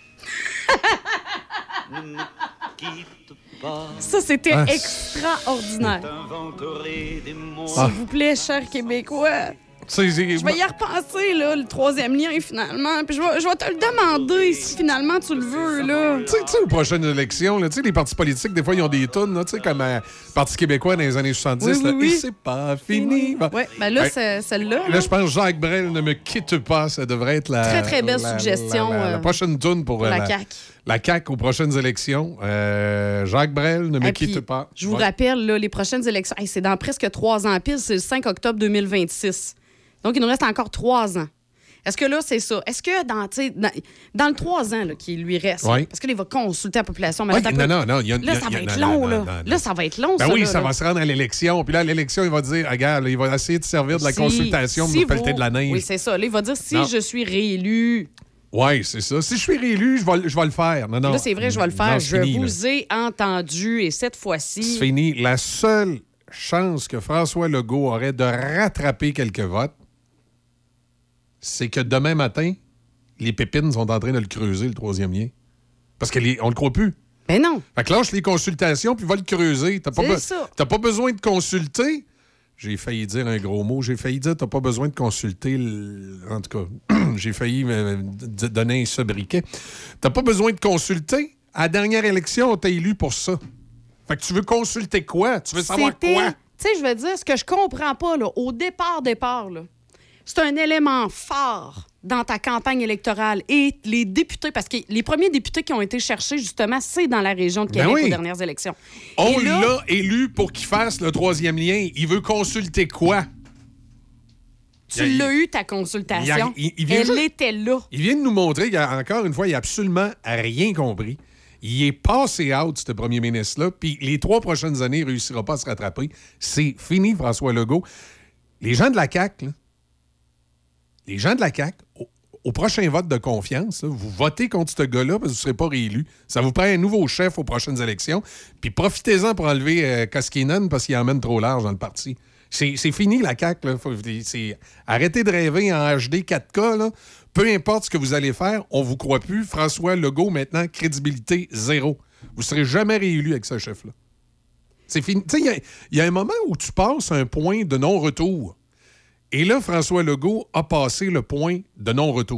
Ne me quitte pas. Ça, c'était Ah. extraordinaire. J'inventerai des mots. S'il vous plaît, chers Québécois. Je vais y repenser, là, le troisième lien, finalement. Puis je vais te le demander si finalement tu le veux, là. Tu sais, aux prochaines élections, là, tu sais, les partis politiques, des fois, ils ont des tunes, là, tu sais, comme le Parti québécois dans les années 70. Oui, là, oui. Et c'est pas fini. Bon. Oui, ben là, Ouais. celle-là. Là, je pense que Jacques Brel ne me quitte pas. Ça devrait être la... Très, très belle suggestion, La prochaine tune pour la CAQ. La CAQ aux prochaines élections. Jacques Brel ne me Et puis, quitte pas. Je vous Ouais. rappelle, là, les prochaines élections, hey, c'est dans presque 3 ans pile, c'est le 5 octobre 2026. Donc, il nous reste encore 3 ans. Est-ce que là, c'est ça? Est-ce que dans le 3 ans là, qui lui reste, Oui. parce qu'il va consulter la population, mais Oui, attends un peu. non. Là, ça va être long, là. Là, ça va être long, Ben ça. oui, là, ça là. va se rendre à l'élection. Puis là, à l'élection, il va dire, regarde, là, il va essayer de servir de la consultation, si me pelleter de la neige. Oui, c'est ça. Là, il va dire, si Non. je suis réélu. Oui, c'est ça. Si je suis réélu, je vais le faire. Non. Là, c'est vrai, je vais le faire. Non, Je c'est fini, vous ai entendu et cette fois-ci. C'est fini. La seule chance que François Legault aurait de rattraper quelques votes, c'est que demain matin, les pépines sont en train de le creuser, le troisième lien. Parce qu'on le croit plus. Ben non. Fait que lâche les consultations, puis va le creuser. T'as pas besoin de consulter. J'ai failli dire un gros mot. J'ai failli dire t'as pas besoin de consulter... En tout cas, j'ai failli me donner un sobriquet. T'as pas besoin de consulter. À la dernière élection, on t'a élu pour ça. Fait que tu veux consulter quoi? Tu veux savoir quoi? Tu sais, je veux dire, ce que je comprends pas, là, au départ, là, c'est un élément fort dans ta campagne électorale. Et les députés, parce que les premiers députés qui ont été cherchés, justement, c'est dans la région de Québec oui. aux dernières élections. On Et là, l'a élu pour qu'il fasse le troisième lien. Il veut consulter quoi? tu l'as eu, ta consultation. il vient Elle juste- était là. Il vient de nous montrer qu'encore une fois, il n'a absolument rien compris. Il est passé out, ce premier ministre-là, puis les 3 prochaines années, il ne réussira pas à se rattraper. C'est fini, François Legault. Les gens de la CAQ, là, au prochain vote de confiance, là, vous votez contre ce gars-là parce que vous ne serez pas réélu. Ça vous prend un nouveau chef aux prochaines élections. Puis profitez-en pour enlever Koskinen parce qu'il emmène trop large dans le parti. C'est fini, la CAQ. Là. Arrêtez de rêver en HD 4K. Là. Peu importe ce que vous allez faire, on ne vous croit plus. François Legault, maintenant, crédibilité zéro. Vous ne serez jamais réélu avec ce chef-là. C'est fini. Tu sais, il y a un moment où tu passes un point de non-retour. Et là, François Legault a passé le point de non-retour.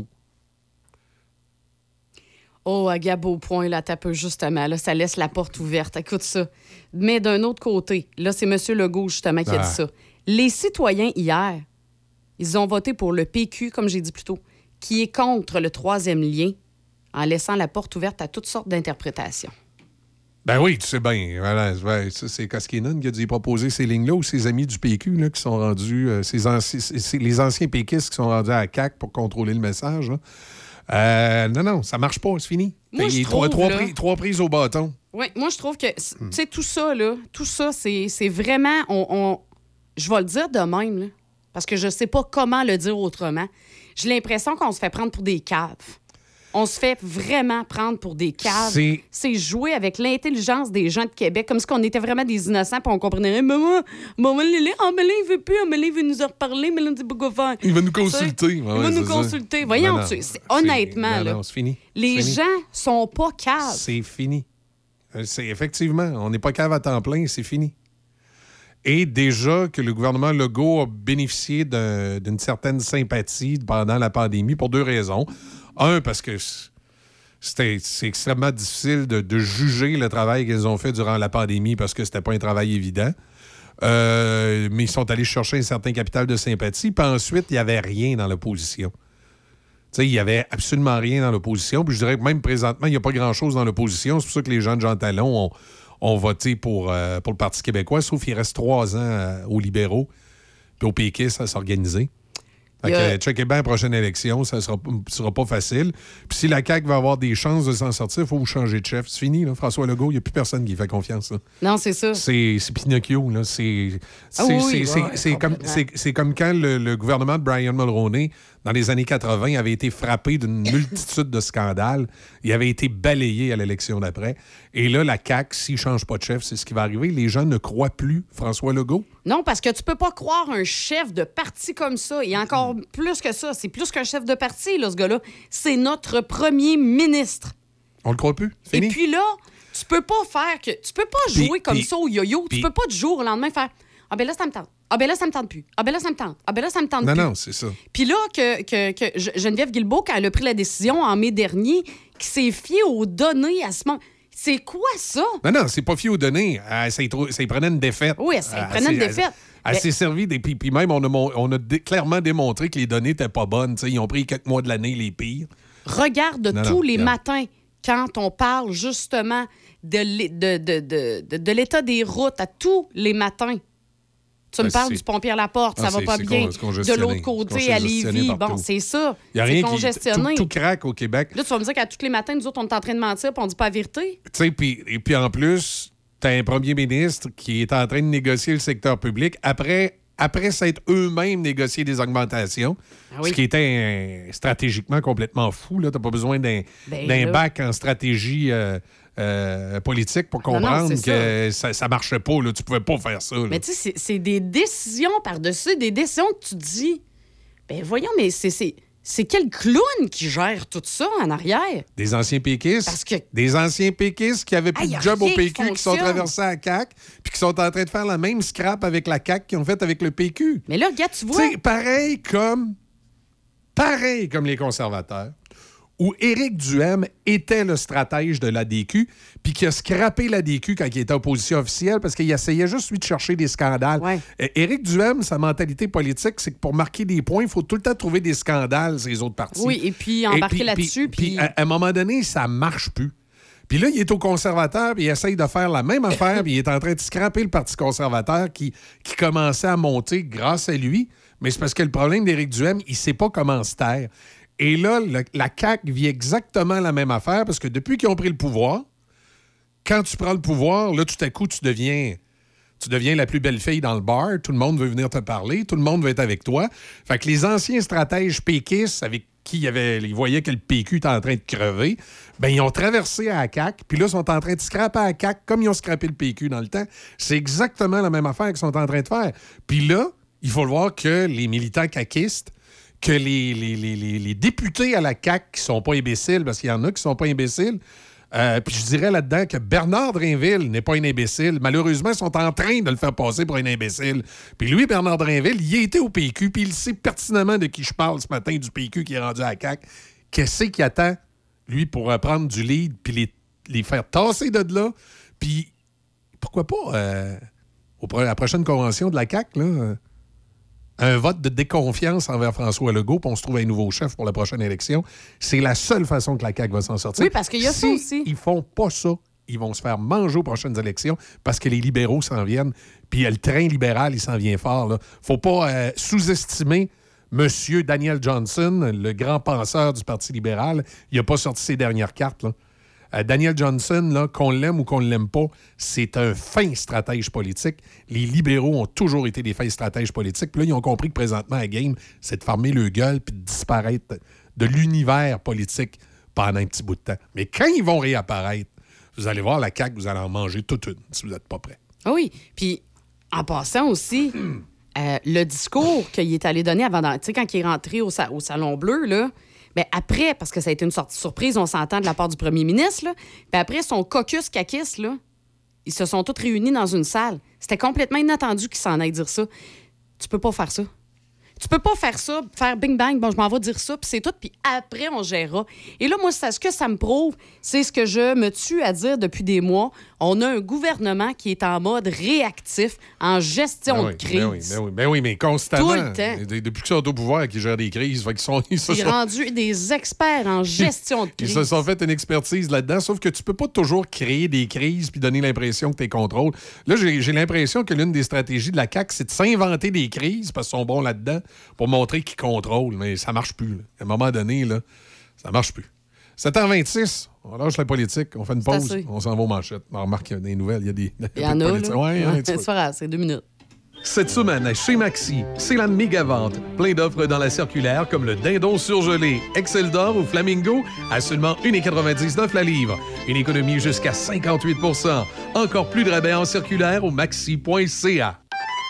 Oh, à Gabo point, là, t'as peu justement. Là, ça laisse la porte ouverte. Écoute ça. Mais d'un autre côté, là, c'est M. Legault, justement, qui a dit ça. Les citoyens, hier, ils ont voté pour le PQ, comme j'ai dit plus tôt, qui est contre le troisième lien, en laissant la porte ouverte à toutes sortes d'interprétations. Ben oui, tu sais bien. Voilà, ça, c'est Koskinen qui a dû proposer ces lignes-là ou ses amis du PQ là, qui sont rendus... les anciens péquistes qui sont rendus à la CAQ pour contrôler le message. Là. Non, ça marche pas, c'est fini. Moi, je trois trouve, là- trois prises au bâton. Oui, moi, je trouve que, tu sais, tout ça, c'est vraiment... je vais le dire de même, là, parce que je sais pas comment le dire autrement. J'ai l'impression qu'on se fait prendre pour des caves. On se fait vraiment prendre pour des caves. C'est jouer avec l'intelligence des gens de Québec, comme si on était vraiment des innocents, puis on comprenait rien. Maman, Lily, mais là, il veut plus, mais là, il veut nous en reparler, mais là, on ne sait pas quoi faire. Il va nous consulter. Il va nous consulter. Voyons, honnêtement, là, non, c'est fini. les C'est fini. gens sont pas caves. C'est fini. Effectivement, on n'est pas cave à temps plein, c'est fini. Et déjà que le gouvernement Legault a bénéficié d'une certaine sympathie pendant la pandémie pour 2 raisons. Un, parce que c'est extrêmement difficile de juger le travail qu'ils ont fait durant la pandémie parce que c'était pas un travail évident. Mais ils sont allés chercher un certain capital de sympathie. Puis ensuite, il n'y avait rien dans l'opposition. Tu sais, il n'y avait absolument rien dans l'opposition. Puis je dirais que même présentement, il n'y a pas grand-chose dans l'opposition. C'est pour ça que les gens de Jean Talon ont voté pour le Parti québécois, sauf qu'il reste 3 ans aux libéraux puis aux péquistes à s'organiser. Fait que checkez bien la prochaine élection, ça sera pas facile. Puis si la CAQ va avoir des chances de s'en sortir, il faut vous changer de chef. C'est fini, là, François Legault, il n'y a plus personne qui fait confiance. Là. Non, c'est ça. C'est Pinocchio, là. C'est comme quand le gouvernement de Brian Mulroney, dans les années 80, avait été frappé d'une multitude de scandales. Il avait été balayé à l'élection d'après. Et là, la CAQ, s'il ne change pas de chef, c'est ce qui va arriver. Les gens ne croient plus François Legault. Non, parce que tu peux pas croire un chef de parti comme ça. Et encore plus que ça. C'est plus qu'un chef de parti, là, ce gars-là. C'est notre premier ministre. On le croit plus. Fini. Et puis là, tu peux pas jouer comme ça au yo-yo. Tu peux pas du jour au lendemain faire « Ah ben là, ça me tente. Ah ben là, ça me tente plus. Ah ben là, ça me tente. Ah ben là, ça me tente plus. » Non, c'est ça. Puis là, que Geneviève Guilbeault, quand elle a pris la décision en mai dernier, qui s'est fiée aux données à ce moment... C'est quoi ça? Non, c'est pas fié aux données. Ça y prenait une défaite. Oui, ça y prenait une défaite. Elle s'est servie des... Puis même, on a clairement démontré que les données n'étaient pas bonnes. T'sais, ils ont pris quelques mois de l'année les pires. Regarde tous les matins, quand on parle justement de l'état des routes, à tous les matins. Tu me parles du Pont-Pierre Laporte, ça va pas bien. De l'autre côté, à Lévis, bon, c'est ça. Il n'y a rien congestionné. Tout craque au Québec. Là, tu vas me dire qu'à tous les matins, nous autres, on est en train de mentir puis on dit pas la vérité. Tu sais, et puis en plus, tu as un premier ministre qui est en train de négocier le secteur public après s'être eux-mêmes négocié des augmentations, ce qui était stratégiquement complètement fou. Tu n'as pas besoin d'un bac en stratégie politique pour comprendre que ça marchait pas. Là. Tu pouvais pas faire ça. Là. Mais tu sais, c'est des décisions par-dessus, des décisions que tu dis, ben voyons, mais c'est quel clown qui gère tout ça en arrière? Des anciens péquistes. Des anciens péquistes qui avaient plus de job au PQ, qui sont traversés à la CAQ, puis qui sont en train de faire la même scrap avec la CAQ qu'ils ont fait avec le PQ. Mais là, regarde, tu vois... T'sais, pareil comme les conservateurs, où Éric Duhem était le stratège de l'ADQ, puis qui a scrappé l'ADQ quand il était opposition officielle, parce qu'il essayait juste, lui, de chercher des scandales. Ouais. Éric Duhem, sa mentalité politique, c'est que pour marquer des points, il faut tout le temps trouver des scandales, ces autres partis. Oui, et puis embarquer là-dessus. Puis à un moment donné, ça marche plus. Puis là, il est au conservateur, puis il essaye de faire la même affaire, puis il est en train de scraper le Parti conservateur qui commençait à monter grâce à lui. Mais c'est parce que le problème d'Éric Duhem, il sait pas comment se taire. Et là, la CAQ vit exactement la même affaire parce que depuis qu'ils ont pris le pouvoir, quand tu prends le pouvoir, là, tout à coup, tu deviens la plus belle fille dans le bar. Tout le monde veut venir te parler. Tout le monde veut être avec toi. Fait que les anciens stratèges péquistes avec qui ils voyaient que le PQ était en train de crever, ben ils ont traversé à la CAQ, puis là, ils sont en train de scraper à la CAQ comme ils ont scrappé le PQ dans le temps. C'est exactement la même affaire qu'ils sont en train de faire. Puis là, il faut le voir que les militants caquistes, que les députés à la CAQ qui sont pas imbéciles, parce qu'il y en a qui sont pas imbéciles, puis je dirais là-dedans que Bernard Drinville n'est pas un imbécile. Malheureusement, ils sont en train de le faire passer pour un imbécile. Puis lui, Bernard Drinville, il était au PQ, puis il sait pertinemment de qui je parle ce matin, du PQ qui est rendu à la CAQ. Qu'est-ce qu'il attend, lui, pour prendre du lead, puis les faire tasser de là? Puis pourquoi pas, à la prochaine convention de la CAQ, là... un vote de déconfiance envers François Legault, puis on se trouve un nouveau chef pour la prochaine élection. C'est la seule façon que la CAQ va s'en sortir. Oui, parce qu'il y a ça aussi. Ils font pas ça, ils vont se faire manger aux prochaines élections parce que les libéraux s'en viennent. Puis le train libéral, il s'en vient fort. Là. Faut pas sous-estimer M. Daniel Johnson, le grand penseur du Parti libéral. Il n'a pas sorti ses dernières cartes, là. Daniel Johnson, là, qu'on l'aime ou qu'on ne l'aime pas, c'est un fin stratège politique. Les libéraux ont toujours été des fins stratèges politiques. Puis là, ils ont compris que présentement, à game, c'est de fermer le gueule puis de disparaître de l'univers politique pendant un petit bout de temps. Mais quand ils vont réapparaître, vous allez voir la CAQ, vous allez en manger toute une si vous n'êtes pas prêts. Oui, puis en passant aussi, le discours qu'il est allé donner avant, tu sais, quand il est rentré au Salon Bleu, là, Bien, après, parce que ça a été une sortie surprise, on s'entend de la part du premier ministre, là. Puis après, son caucus caquiste, là, ils se sont tous réunis dans une salle. C'était complètement inattendu qu'ils s'en aillent dire ça. Tu peux pas faire ça. Tu peux pas faire ça, faire bing-bang, bon, je m'en vais dire ça, puis c'est tout, puis après, on gérera. Et là, moi, ce que ça me prouve, c'est ce que je me tue à dire depuis des mois. On a un gouvernement qui est en mode réactif, en gestion de crise. Ben oui, mais constamment. Tout le temps. Depuis qu'ils sont au pouvoir, qu'ils gèrent des crises, ils se sont rendus des experts en gestion de crise. Ils se sont fait une expertise là-dedans, sauf que tu peux pas toujours créer des crises puis donner l'impression que tu contrôles. Là, j'ai l'impression que l'une des stratégies de la CAQ, c'est de s'inventer des crises parce qu'ils sont bons là-dedans pour montrer qu'ils contrôlent. Mais ça marche plus. Là. À un moment donné, là, ça marche plus. 7h26, on lâche la politique, on fait une pause, on s'en va aux manchettes. On remarque qu'il y a des nouvelles, il y a des... Il y en a, là. Ouais, c'est pas grave, c'est 2 minutes. Cette semaine, chez Maxi, c'est la méga vente. Plein d'offres dans la circulaire comme le dindon surgelé, Excel d'or ou Flamingo à seulement 1,99 la livre. Une économie jusqu'à 58 %. Encore plus de rabais en circulaire au maxi.ca.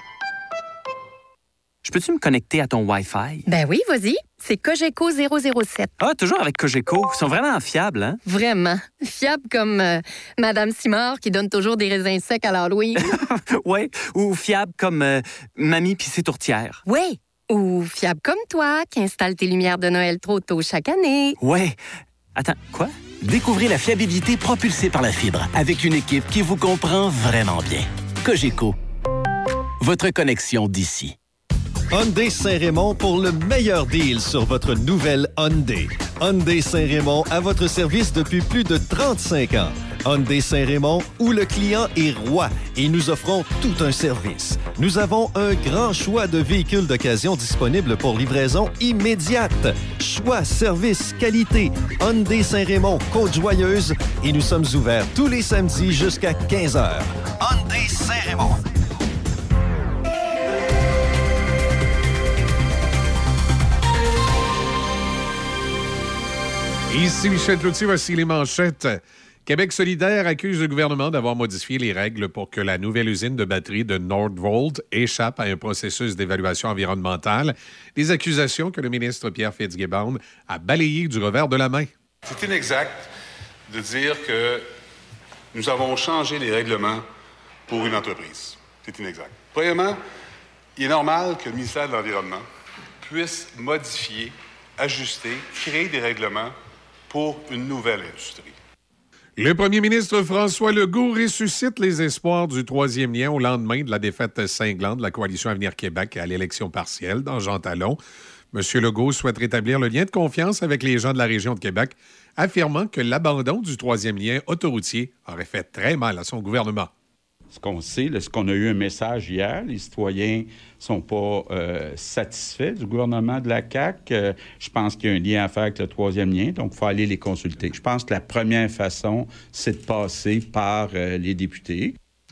Je peux-tu me connecter à ton Wi-Fi? Ben oui, vas-y. C'est Cogeco 007. Ah, toujours avec Cogeco. Ils sont vraiment fiables, hein? Vraiment. Fiables comme Madame Simard qui donne toujours des raisins secs à l'Halloween. Oui, ou fiables comme Mamie pis ses tourtières. Oui, ou fiables comme toi qui installe tes lumières de Noël trop tôt chaque année. Oui. Attends, quoi? Découvrez la fiabilité propulsée par la fibre avec une équipe qui vous comprend vraiment bien. Cogeco. Votre connexion d'ici. Hyundai Saint-Raymond pour le meilleur deal sur votre nouvelle Hyundai. Hyundai Saint-Raymond à votre service depuis plus de 35 ans. Hyundai Saint-Raymond, où le client est roi et nous offrons tout un service. Nous avons un grand choix de véhicules d'occasion disponibles pour livraison immédiate. Choix, service, qualité. Hyundai Saint-Raymond, Côte-Joyeuse et nous sommes ouverts tous les samedis jusqu'à 15h. Hyundai Saint-Raymond. Ici Michel Cloutier, voici les manchettes. Québec solidaire accuse le gouvernement d'avoir modifié les règles pour que la nouvelle usine de batterie de Nordvolt échappe à un processus d'évaluation environnementale. Des accusations que le ministre Pierre Fitzgibbon a balayées du revers de la main. C'est inexact de dire que nous avons changé les règlements pour une entreprise. C'est inexact. Premièrement, il est normal que le ministère de l'Environnement puisse modifier, ajuster, créer des règlements pour une nouvelle industrie. Le premier ministre François Legault ressuscite les espoirs du troisième lien au lendemain de la défaite cinglante de la coalition Avenir Québec à l'élection partielle dans Jean Talon. M. Legault souhaite rétablir le lien de confiance avec les gens de la région de Québec, affirmant que l'abandon du troisième lien autoroutier aurait fait très mal à son gouvernement. Ce qu'on sait, c'est qu'on a eu un message hier. Les citoyens ne sont pas satisfaits du gouvernement de la CAQ. Je pense qu'il y a un lien à faire avec le troisième lien, donc il faut aller les consulter. Je pense que la première façon, c'est de passer par les députés.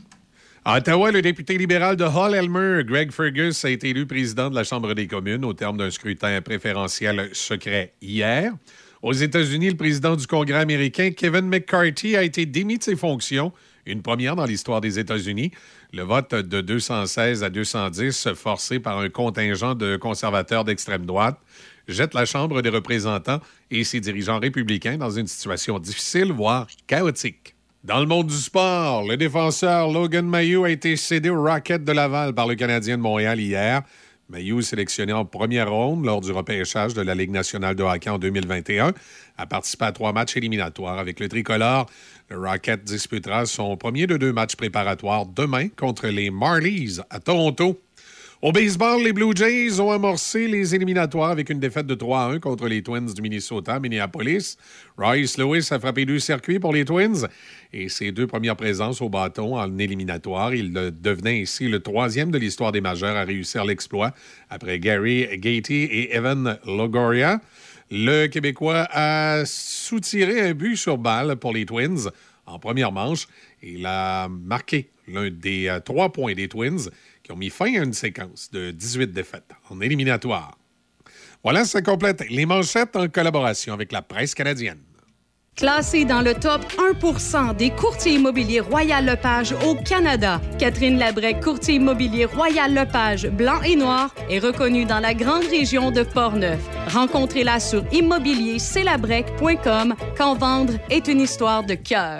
À Ottawa, le député libéral de Hull-Elmer, Greg Fergus, a été élu président de la Chambre des communes au terme d'un scrutin préférentiel secret hier. Aux États-Unis, le président du Congrès américain, Kevin McCarthy, a été démis de ses fonctions. Une première dans l'histoire des États-Unis. Le vote de 216 à 210, forcé par un contingent de conservateurs d'extrême droite, jette la Chambre des représentants et ses dirigeants républicains dans une situation difficile, voire chaotique. Dans le monde du sport, le défenseur Logan Mailloux a été cédé au Rocket de Laval par le Canadien de Montréal hier. Mailloux, sélectionné en première ronde lors du repêchage de la Ligue nationale de hockey en 2021, a participé à 3 matchs éliminatoires avec le tricolore. Le Rocket disputera son premier de 2 matchs préparatoires demain contre les Marlies à Toronto. Au baseball, les Blue Jays ont amorcé les éliminatoires avec une défaite de 3-1 contre les Twins du Minnesota à Minneapolis. Royce Lewis a frappé 2 circuits pour les Twins et ses 2 premières présences au bâton en éliminatoire. Il devenait ainsi le 3e de l'histoire des majeurs à réussir l'exploit après Gary Gaetti et Evan Longoria. Le Québécois a soutiré un but sur balle pour les Twins en première manche. Il a marqué l'un des 3 points des Twins qui ont mis fin à une séquence de 18 défaites en éliminatoire. Voilà, ça complète les manchettes en collaboration avec la presse canadienne. Classée dans le top 1% des courtiers immobiliers Royal-Lepage au Canada, Catherine Labrec, courtier immobilier Royal-Lepage blanc et noir, est reconnue dans la grande région de Portneuf. Rencontrez-la sur immobilierclabrec.com quand vendre est une histoire de cœur.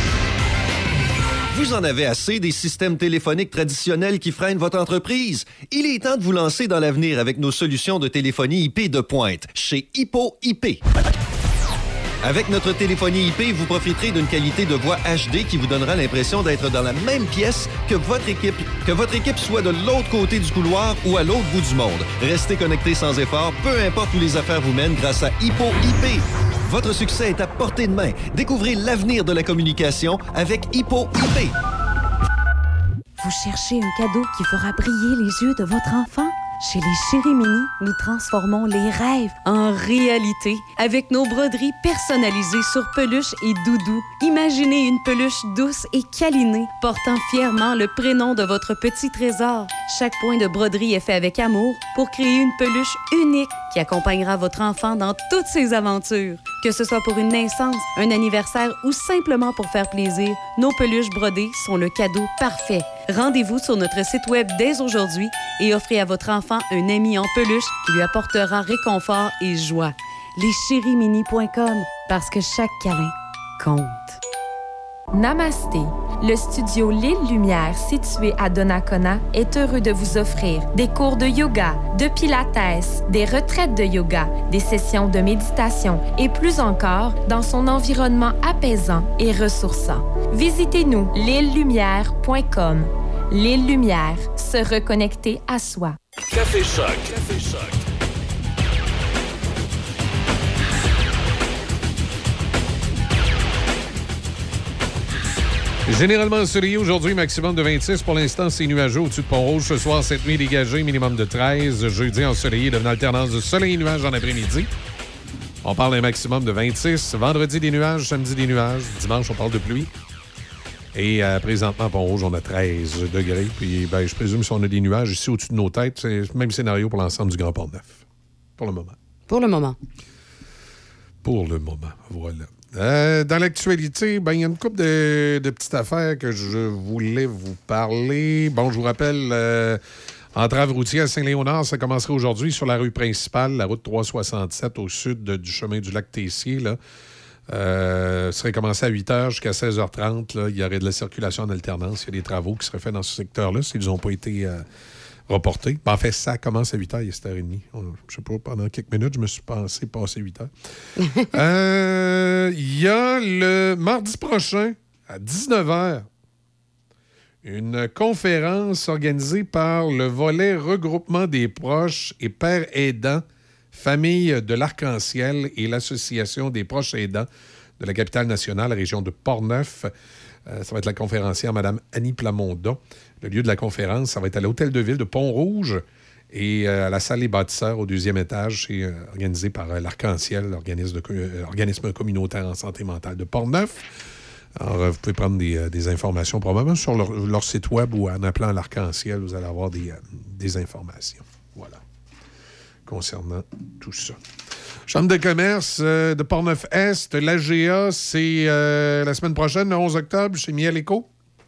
Vous en avez assez des systèmes téléphoniques traditionnels qui freinent votre entreprise? Il est temps de vous lancer dans l'avenir avec nos solutions de téléphonie IP de pointe chez Hippo IP. Avec notre téléphonie IP, vous profiterez d'une qualité de voix HD qui vous donnera l'impression d'être dans la même pièce que votre équipe soit de l'autre côté du couloir ou à l'autre bout du monde. Restez connectés sans effort, peu importe où les affaires vous mènent grâce à Hippo IP. Votre succès est à portée de main. Découvrez l'avenir de la communication avec Hippo IP. Vous cherchez un cadeau qui fera briller les yeux de votre enfant? Chez les Chéri Mini, nous transformons les rêves en réalité avec nos broderies personnalisées sur peluche et doudou. Imaginez une peluche douce et câlinée, portant fièrement le prénom de votre petit trésor. Chaque point de broderie est fait avec amour pour créer une peluche unique qui accompagnera votre enfant dans toutes ses aventures. Que ce soit pour une naissance, un anniversaire ou simplement pour faire plaisir, nos peluches brodées sont le cadeau parfait. Rendez-vous sur notre site web dès aujourd'hui et offrez à votre enfant un ami en peluche qui lui apportera réconfort et joie. Leschérimini.com, parce que chaque câlin compte. Namasté, le studio L'Île Lumière situé à Donnacona est heureux de vous offrir des cours de yoga, de pilates, des retraites de yoga, des sessions de méditation et plus encore dans son environnement apaisant et ressourçant. Visitez-nous l'îlelumière.com. L'Île Lumière, se reconnecter à soi. Café Choc. Café Choc. Généralement ensoleillé aujourd'hui, maximum de 26. Pour l'instant, c'est nuageux au-dessus de Pont-Rouge. Ce soir, cette nuit dégagée, minimum de 13. Jeudi, ensoleillé, devenant alternance de soleil et nuages en après-midi. On parle d'un maximum de 26. Vendredi, des nuages. Samedi, des nuages. Dimanche, on parle de pluie. Et présentement, à Pont-Rouge, on a 13 degrés. Puis, je présume si on a des nuages ici au-dessus de nos têtes, c'est le même scénario pour l'ensemble du Grand Port-Neuf. Pour le moment. Pour le moment. Pour le moment, voilà. Dans l'actualité, il y a une couple de petites affaires que je voulais vous parler. Bon, je vous rappelle, entrave routière à Saint-Léonard, ça commencerait aujourd'hui sur la rue principale, la route 367 au sud du chemin du lac Tessier. Là. Ça serait commencé à 8 h jusqu'à 16h30. Là. Il y aurait de la circulation en alternance. Il y a des travaux qui seraient faits dans ce secteur-là s'ils n'ont pas été reportés. En fait, ça commence à 8 h, il est 7h30. Je ne sais pas, pendant quelques minutes, je me suis pensé passer 8 h. Il y a le mardi prochain, à 19 h, une conférence organisée par le volet regroupement des proches et pères aidants, famille de l'Arc-en-Ciel et l'Association des proches aidants de la capitale nationale, la région de Portneuf. Ça va être la conférencière, Mme Annie Plamondon. Le lieu de la conférence, ça va être à l'Hôtel de Ville de Pont-Rouge et à la salle des bâtisseurs au 2e étage. C'est organisé par l'Arc-en-Ciel, l'organisme communautaire en santé mentale de Portneuf. Alors, vous pouvez prendre des informations probablement sur leur site web ou en appelant l'Arc-en-Ciel, vous allez avoir des informations. Voilà. Concernant tout ça. Chambre de commerce de Portneuf-Est, l'AGA, c'est la semaine prochaine, le 11 octobre, chez Miel Éco.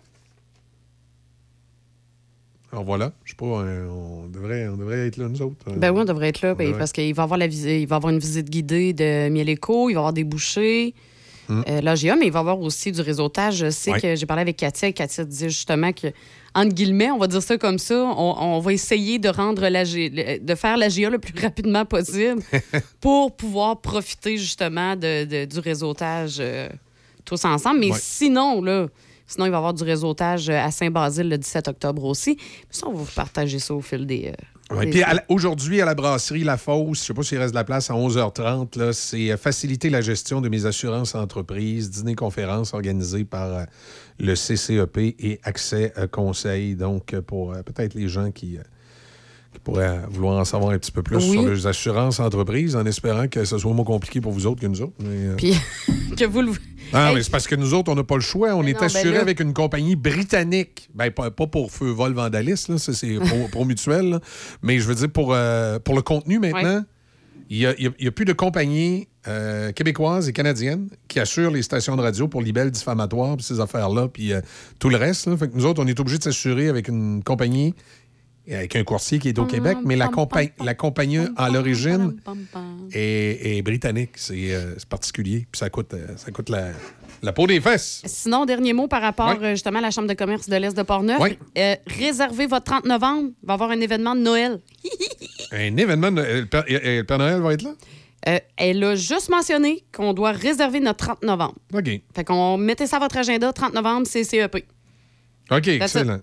Alors voilà, je sais pas, on devrait être là, nous autres. Ben oui, on devrait être là, parce qu'il va y avoir il va y avoir une visite guidée de Miel Éco, il va y avoir des bouchées, l'AGA, mais il va y avoir aussi du réseautage. Je sais que j'ai parlé avec Katia, et Katia disait justement que, entre guillemets, on va dire ça comme ça, on va essayer de de faire l'AGA le plus rapidement possible pour pouvoir profiter justement du réseautage tous ensemble. Mais sinon, il va y avoir du réseautage à Saint-Basile le 17 octobre aussi. Puis ça, on va vous partager ça au fil des... Puis aujourd'hui, à la brasserie La Fosse, je ne sais pas s'il reste de la place à 11h30, là, c'est faciliter la gestion de mes assurances entreprises, dîner-conférence organisé par le CCEP et Accès Conseil. Donc, pour peut-être les gens qui pourraient vouloir en savoir un petit peu plus sur les assurances entreprises, en espérant que ce soit moins compliqué pour vous autres que nous autres. Mais, Puis que vous le... mais c'est parce que nous autres, on n'a pas le choix. On est assuré avec une compagnie britannique. Pas pour feu, vol, vandalisme, là, c'est pour mutuel. Là. Mais je veux dire, pour le contenu maintenant, Il y a plus de compagnies québécoises et canadiennes qui assurent les stations de radio pour libelles diffamatoires, puis ces affaires-là, puis tout le reste. Là. Fait que nous autres, on est obligés de s'assurer avec une compagnie, avec un courtier qui est au Québec, mais la compagnie à l'origine est britannique. C'est particulier, puis ça coûte la peau des fesses. Sinon, dernier mot par rapport justement à la Chambre de commerce de l'Est de Portneuf. Oui. Réservez votre 30 novembre. Il va y avoir un événement de Noël. Un événement de Noël. Le Père Noël va être là? Elle a juste mentionné qu'on doit réserver notre 30 novembre. OK. Fait qu'on mettez ça à votre agenda. 30 novembre, c'est CEP. OK, excellent.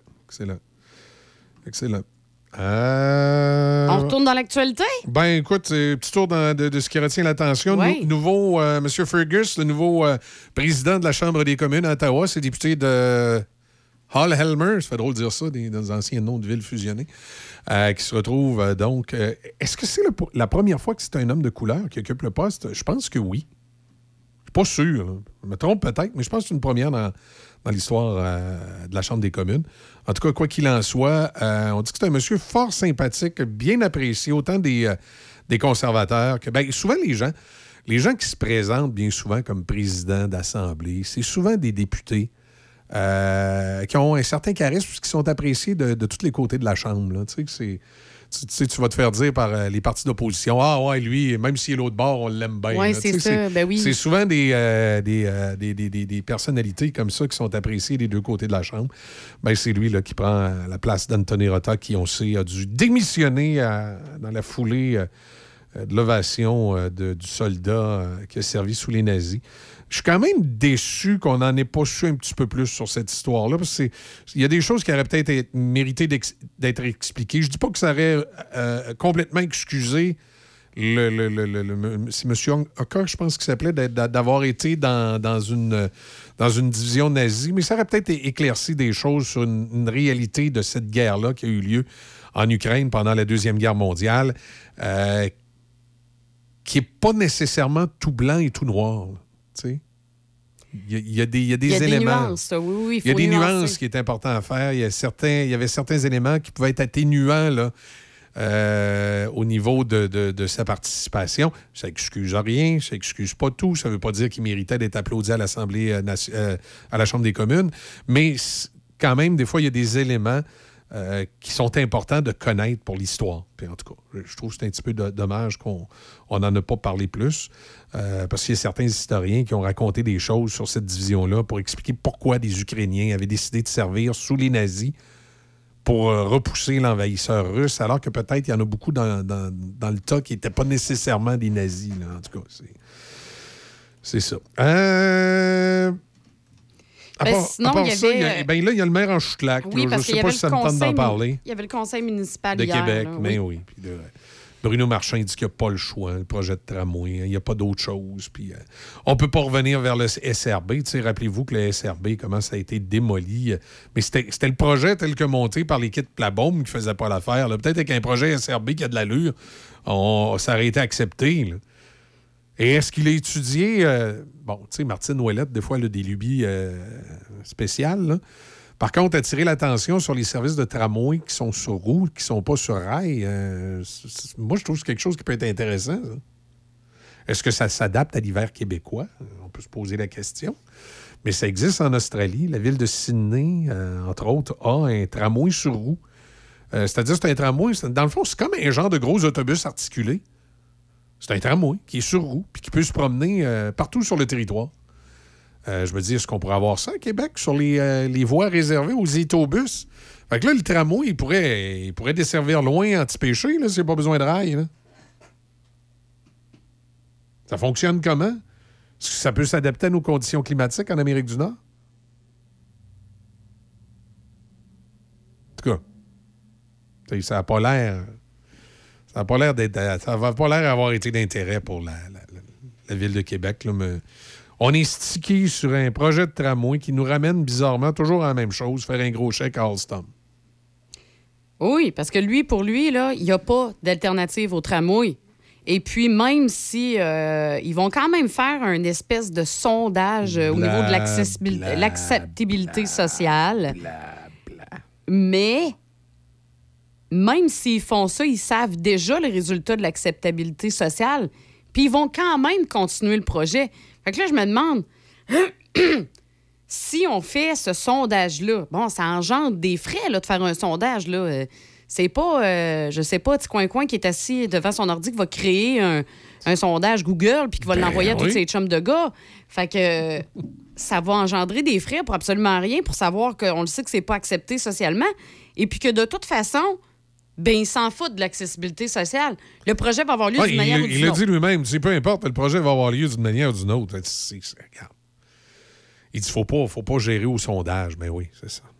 Excellent. On retourne dans l'actualité? Ben, écoute, petit tour de ce qui retient l'attention. Oui. Nouveau, M. Fergus, le nouveau président de la Chambre des communes à Ottawa, c'est député de Hull-Helmer, ça fait drôle de dire ça, des anciens noms de villes fusionnées, qui se retrouve donc... est-ce que c'est la première fois que c'est un homme de couleur qui occupe le poste? Je pense que oui. Je suis pas sûr. Là. Je me trompe peut-être, mais je pense que c'est une première dans l'histoire de la Chambre des communes. En tout cas, quoi qu'il en soit, on dit que c'est un monsieur fort sympathique, bien apprécié, autant des conservateurs que... Ben, souvent, les gens qui se présentent bien souvent comme président d'Assemblée, c'est souvent des députés qui ont un certain charisme qui sont appréciés de tous les côtés de la Chambre. Là. Tu sais, tu vas te faire dire par les partis d'opposition, ah ouais, lui, même s'il est l'autre bord, on l'aime bien. Oui, c'est ça, ben oui. C'est souvent des personnalités comme ça qui sont appréciées des deux côtés de la Chambre. Ben, c'est lui là, qui prend la place d'Anthony Rota, qui, on sait, a dû démissionner dans la foulée de l'ovation du soldat qui a servi sous les nazis. Je suis quand même déçu qu'on n'en ait pas su un petit peu plus sur cette histoire-là, parce qu'il y a des choses qui auraient peut-être mérité d'être expliquées. Je dis pas que ça aurait complètement excusé c'est M. Oka, je pense qu'il s'appelait, d'avoir été dans une division nazie, mais ça aurait peut-être éclairci des choses sur une réalité de cette guerre-là qui a eu lieu en Ukraine pendant la Deuxième Guerre mondiale, qui n'est pas nécessairement tout blanc et tout noir. Il y a des éléments. Nuances, oui, il y a des nuances qui est important à faire. Il y avait certains éléments qui pouvaient être atténuants là, au niveau de sa participation. Ça n'excuse rien, ça n'excuse pas tout. Ça ne veut pas dire qu'il méritait d'être applaudi à l'Assemblée, à la Chambre des communes. Mais quand même, des fois, il y a des éléments qui sont importants de connaître pour l'histoire. Puis en tout cas, je trouve que c'est un petit peu dommage qu'on n'en a pas parlé plus, parce qu'il y a certains historiens qui ont raconté des choses sur cette division-là pour expliquer pourquoi des Ukrainiens avaient décidé de servir sous les nazis pour repousser l'envahisseur russe, alors que peut-être il y en a beaucoup dans le tas qui n'étaient pas nécessairement des nazis. Là. En tout cas, c'est ça. Sinon, il y avait... là, il y a le maire en Chouclac. Oui, je ne sais pas si ça me tente d'en parler. Il y avait le conseil municipal de hier. Québec, là, mais oui. Puis Bruno Marchand dit qu'il n'y a pas le choix, le projet de tramway. Il n'y a pas d'autre chose. Puis on ne peut pas revenir vers le SRB. Rappelez-vous que le SRB, comment ça a été démoli. Mais c'était le projet tel que monté par l'équipe Plabaume qui ne faisait pas l'affaire. Peut-être avec un projet SRB qui a de l'allure, ça aurait été accepté. Là. Et est-ce qu'il a étudié... Martine Ouellette, des fois, elle a des lubies spéciales. Là. Par contre, attirer l'attention sur les services de tramway qui sont sur route, qui ne sont pas sur rail, moi, je trouve que c'est quelque chose qui peut être intéressant. Ça. Est-ce que ça s'adapte à l'hiver québécois? On peut se poser la question. Mais ça existe en Australie. La ville de Sydney, entre autres, a un tramway sur roue. C'est-à-dire, c'est un tramway... Dans le fond, c'est comme un genre de gros autobus articulé. C'est un tramway qui est sur roue puis qui peut se promener partout sur le territoire. Je me dis, est-ce qu'on pourrait avoir ça à Québec sur les voies réservées aux étobus? Fait que là, le tramway, il pourrait desservir loin anti-péché, là, s'il n'y a pas besoin de rail. Là. Ça fonctionne comment? Est-ce que ça peut s'adapter à nos conditions climatiques en Amérique du Nord? En tout cas, ça n'a pas l'air... Ça va pas l'air d'avoir été d'intérêt pour la Ville de Québec. Là, mais on est stické sur un projet de tramway qui nous ramène bizarrement toujours à la même chose, faire un gros chèque à Alstom. Oui, parce que pour lui, là, il n'y a pas d'alternative au tramway. Et puis, même si ils vont quand même faire une espèce de sondage au niveau de l'acceptabilité sociale. Mais... même s'ils font ça, ils savent déjà les résultats de l'acceptabilité sociale, puis ils vont quand même continuer le projet. Fait que là, je me demande, si on fait ce sondage-là, bon, ça engendre des frais là, de faire un sondage, là. C'est pas, je sais pas, petit coin-coin qui est assis devant son ordi qui va créer un sondage Google puis qui va l'envoyer à tous ses chums de gars. Fait que ça va engendrer des frais pour absolument rien, pour savoir qu'on le sait que c'est pas accepté socialement. Et puis que de toute façon, ben il s'en fout de l'accessibilité sociale. Le projet va avoir lieu d'une manière ou d'une autre. Il l'a dit lui-même, peu importe, le projet va avoir lieu d'une manière ou d'une autre. Regarde. Il dit, faut pas gérer au sondage. Mais oui, c'est ça.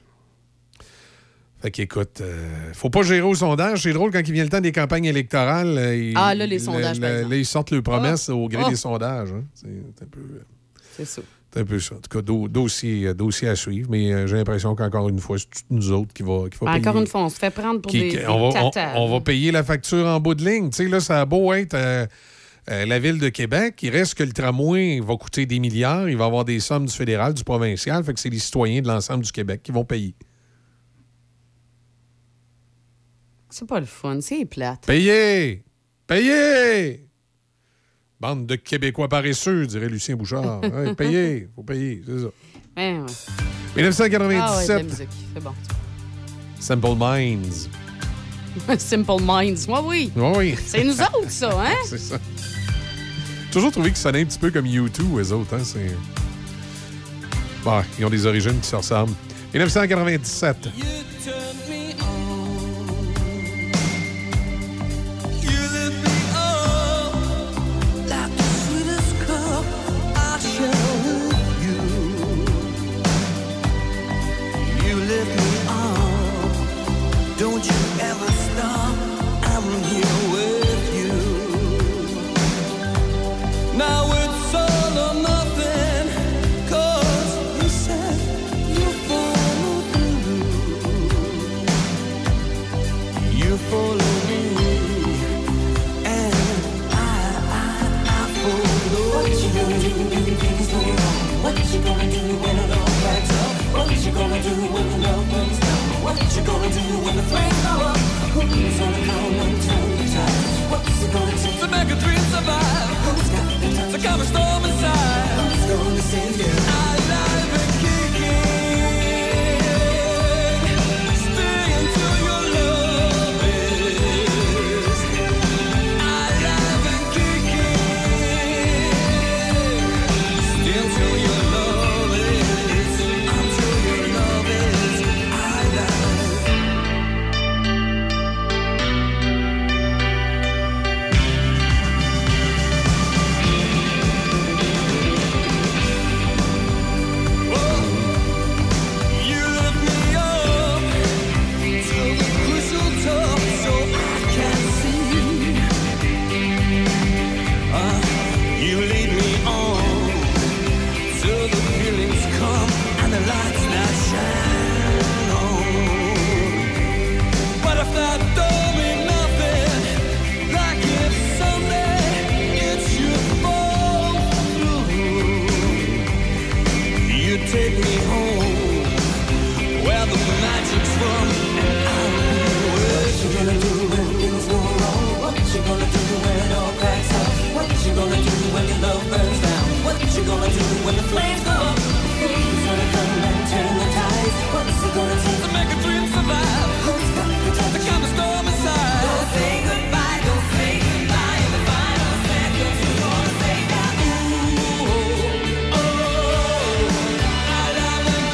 Fait qu'écoute, faut pas gérer au sondage. C'est drôle, quand il vient le temps des campagnes électorales, les sondages, par exemple. Là, ils sortent leurs promesses au gré des sondages. Hein. C'est un peu... c'est ça. C'est un peu ça. En tout cas, dossier à suivre, mais j'ai l'impression qu'encore une fois, c'est toutes nous autres qui va payer. Encore une fois, on se fait prendre pour des tatas. On va payer la facture en bout de ligne. Tu sais, là, ça a beau être la Ville de Québec, il reste que le tramway va coûter des milliards, il va y avoir des sommes du fédéral, du provincial, fait que c'est les citoyens de l'ensemble du Québec qui vont payer. C'est pas le fun, c'est plate. Payez! Payez! Bande de Québécois paresseux, dirait Lucien Bouchard. Ouais, payez, faut payer, c'est ça. Ouais. 1997. Ah ouais, de la musique, c'est bon. Simple Minds. Simple Minds, oui. Oui. C'est nous autres, ça, hein? C'est ça. Toujours trouvé qu'ils sonnaient un petit peu comme U2, eux autres, hein? C'est... Bon, ils ont des origines qui se ressemblent. 1997. Don't you ever stop, I'm here with you. Now it's all or nothing, 'cause you said you follow through. You follow me, and I follow. What you gonna do when the things go wrong? What you gonna do when it all backs up? What you gonna do when the love burns down? What you gonna do when the flames go up? Who's gonna come and turn the tide? What's it gonna take to make a dream survive? Who's got the time to calm a storm inside? Who's gonna save you? Alive and kicking. Stay until your love is alive and kicking. Stay until your love is, until your love is alive. Take me home where the magic's from, and I'll be what you gonna do when things go wrong? What you gonna do when it all cracks up? What you gonna do when your love burns down? What you gonna do when the flames go up? Who's gonna come and turn the tides? What's it gonna take to make a dream survive? Who's got the time to calm the storm inside? Don't say goodbye, don't say goodbye. In the final seconds, who's gonna say that? Ooh, oh, oh.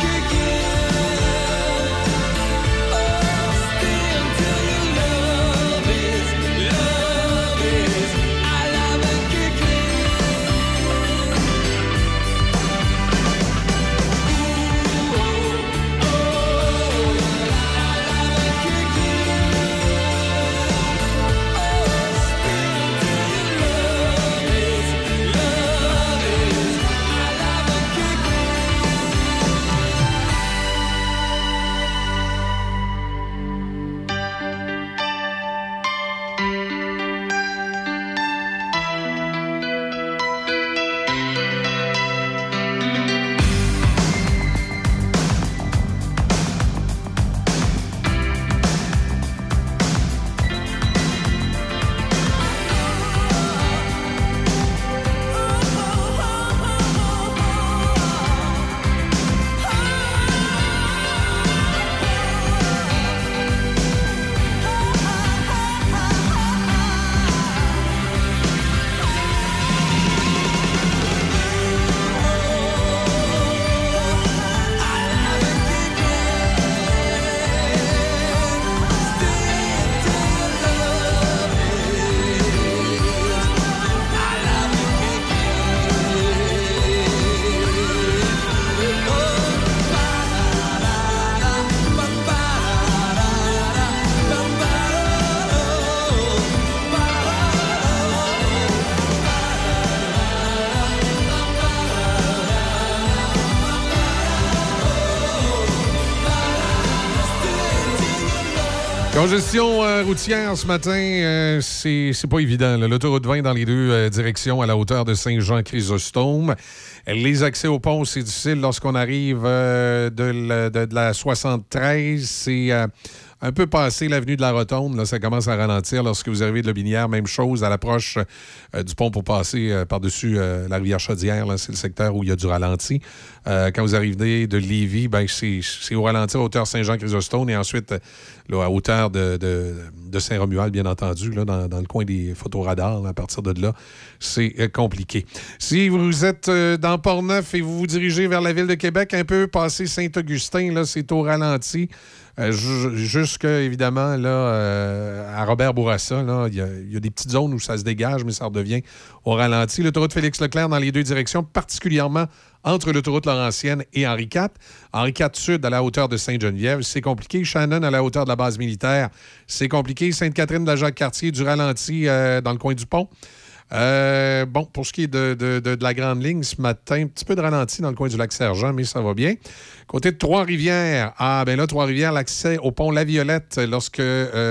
Congestion routière ce matin, c'est pas évident. Là. L'autoroute 20 dans les deux directions à la hauteur de Saint-Jean-Chrysostome. Les accès au pont, c'est difficile lorsqu'on arrive de la 73. C'est un peu passé l'avenue de la Rotonde. Là, ça commence à ralentir. Lorsque vous arrivez de Lobinière, même chose à l'approche du pont pour passer par-dessus la rivière Chaudière. Là, c'est le secteur où il y a du ralenti. Quand vous arrivez de Lévis, ben, c'est au ralenti à hauteur Saint-Jean-Chrysostome et ensuite là, à hauteur de Saint-Romuald, bien entendu, là, dans le coin des photoradars. Là, à partir de là, c'est compliqué. Si vous êtes dans Port-Neuf et vous vous dirigez vers la ville de Québec, un peu passé Saint-Augustin, là, c'est au ralenti. Jusque, évidemment, là, à Robert-Bourassa, il y a des petites zones où ça se dégage, mais ça redevient au ralenti. L'autoroute Félix-Leclerc dans les deux directions, particulièrement entre l'autoroute Laurentienne et Henri IV. Henri IV Sud à la hauteur de Sainte-Geneviève, c'est compliqué. Shannon à la hauteur de la base militaire, c'est compliqué. Sainte-Catherine de la Jacques-Cartier, du ralenti dans le coin du pont. Bon, pour ce qui est de la grande ligne, ce matin, un petit peu de ralenti dans le coin du Lac-Sergent, mais ça va bien. Côté de Trois-Rivières, Trois-Rivières, l'accès au pont La Violette, lorsque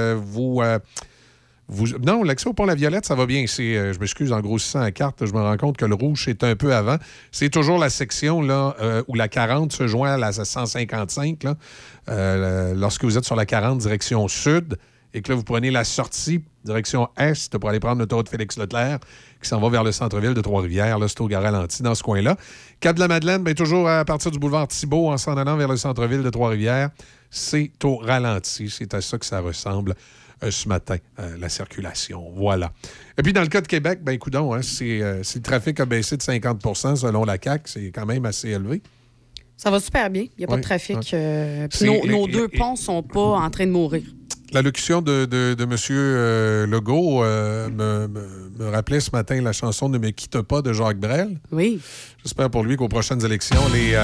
non, l'accès au pont La Violette, ça va bien. Je m'excuse, en grossissant la carte, je me rends compte que le rouge, c'est un peu avant. C'est toujours la section là, où la 40 se joint à la 155. Là. Lorsque vous êtes sur la 40, direction sud, et que là, vous prenez la sortie, direction est, pour aller prendre l'autoroute Félix-Leclerc, qui s'en va vers le centre-ville de Trois-Rivières. Là, c'est au ralenti dans ce coin-là. Cap-de-la-Madeleine, bien, toujours à partir du boulevard Thibault, en s'en allant vers le centre-ville de Trois-Rivières, c'est au ralenti. C'est à ça que ça ressemble ce matin, la circulation. Voilà. Et puis, dans le cas de Québec, bien, coudonc, hein, si le trafic a baissé de 50 % selon la CAQ, c'est quand même assez élevé. Ça va super bien. Il n'y a pas de trafic. Nos deux ponts ne sont pas en train de mourir. L'allocution de M. Legault me rappelait ce matin la chanson « Ne me quitte pas » de Jacques Brel. Oui. J'espère pour lui qu'aux prochaines élections,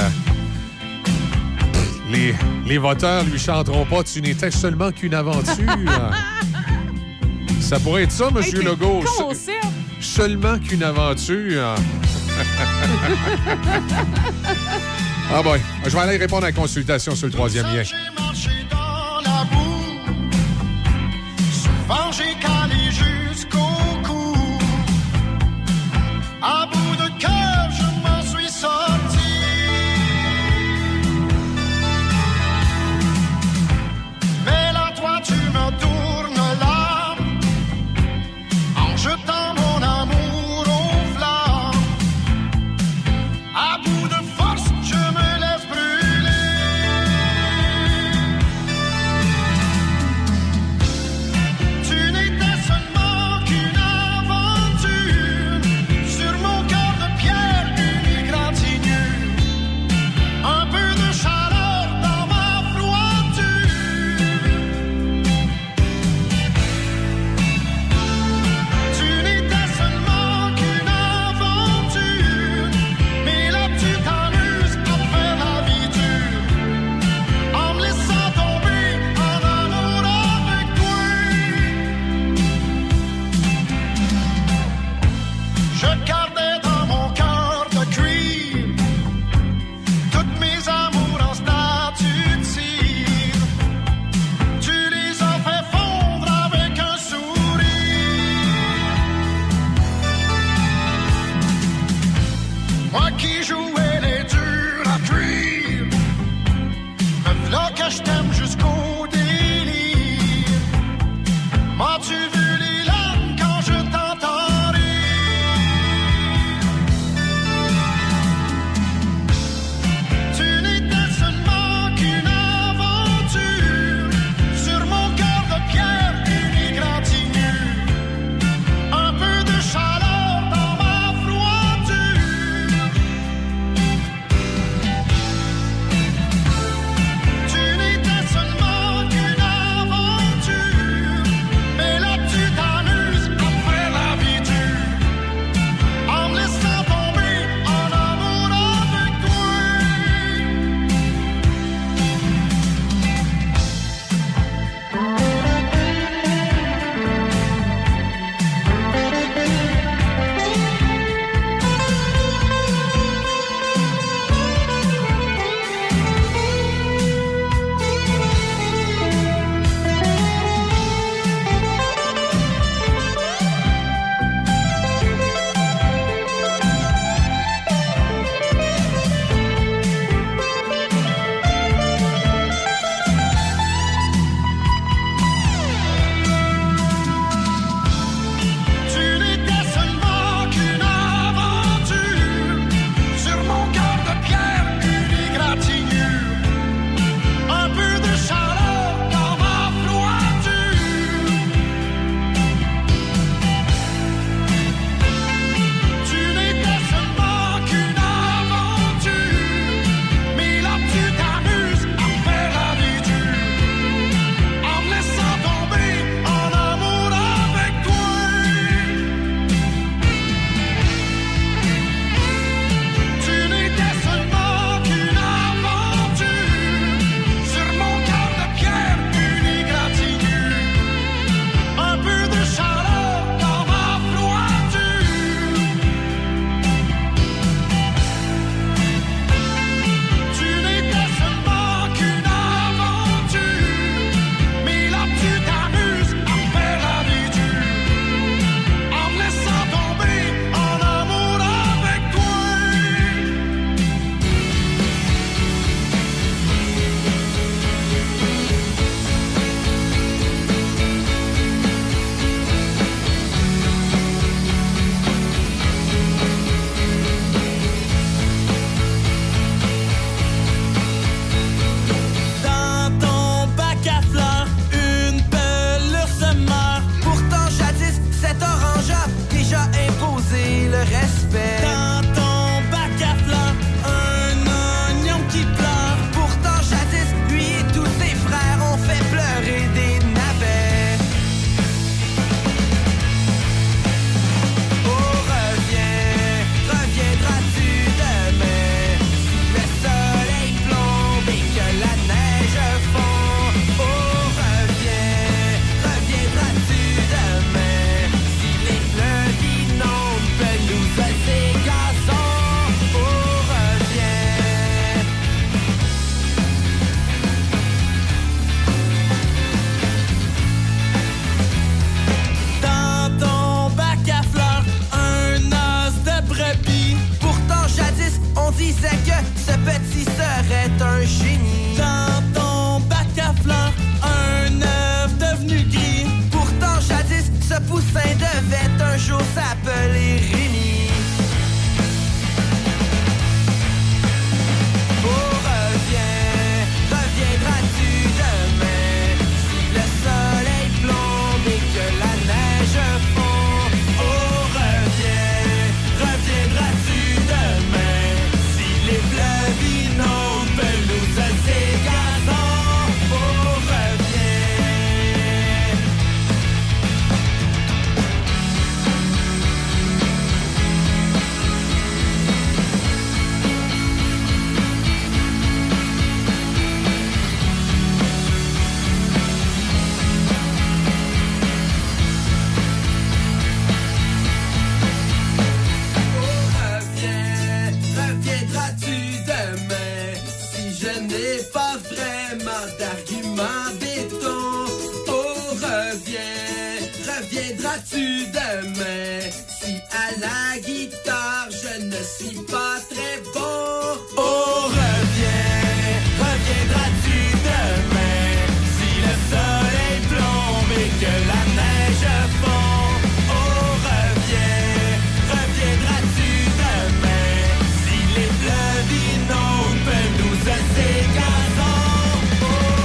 les voteurs lui chanteront pas « Tu n'étais seulement qu'une aventure ». Ça pourrait être ça, M. Legault. Seulement qu'une aventure. Ah bon, je vais aller répondre à la consultation sur le troisième lien. Souvent j'ai calé jusqu'au cou. À bout de cœur, je m'en suis sorti. Mais là, toi, tu me tournes l'âme en jetant mon amour aux flammes. À bout de force, je me laisse brûler. Tu n'étais je n'ai pas vraiment d'argument béton. Oh, reviendras-tu demain? Si à la guitare je ne suis pas très bon. Oh, reviendras-tu demain? Si le soleil plombe et que la neige fond. Oh, reviendras-tu demain? Si les fleuves inondent nous ces gazons. Oh,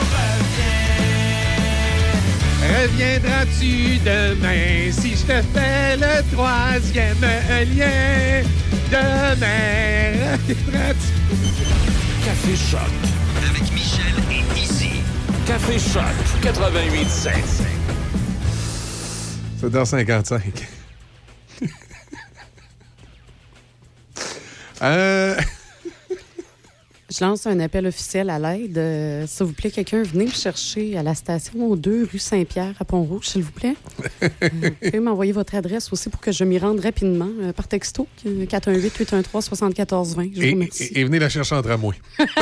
Reviendras-tu demain si je te fais le troisième lien? Demain, reviendras-tu? Café Choc. Avec Michel et Izzy. Café Choc 88.7. 7h55. Je lance un appel officiel à l'aide. S'il vous plaît, quelqu'un, venez me chercher à la station 2 rue Saint-Pierre à Pont-Rouge, s'il vous plaît. Vous pouvez m'envoyer votre adresse aussi pour que je m'y rende rapidement par texto, 418-813-7420. Je vous remercie. Et venez la chercher en tramway.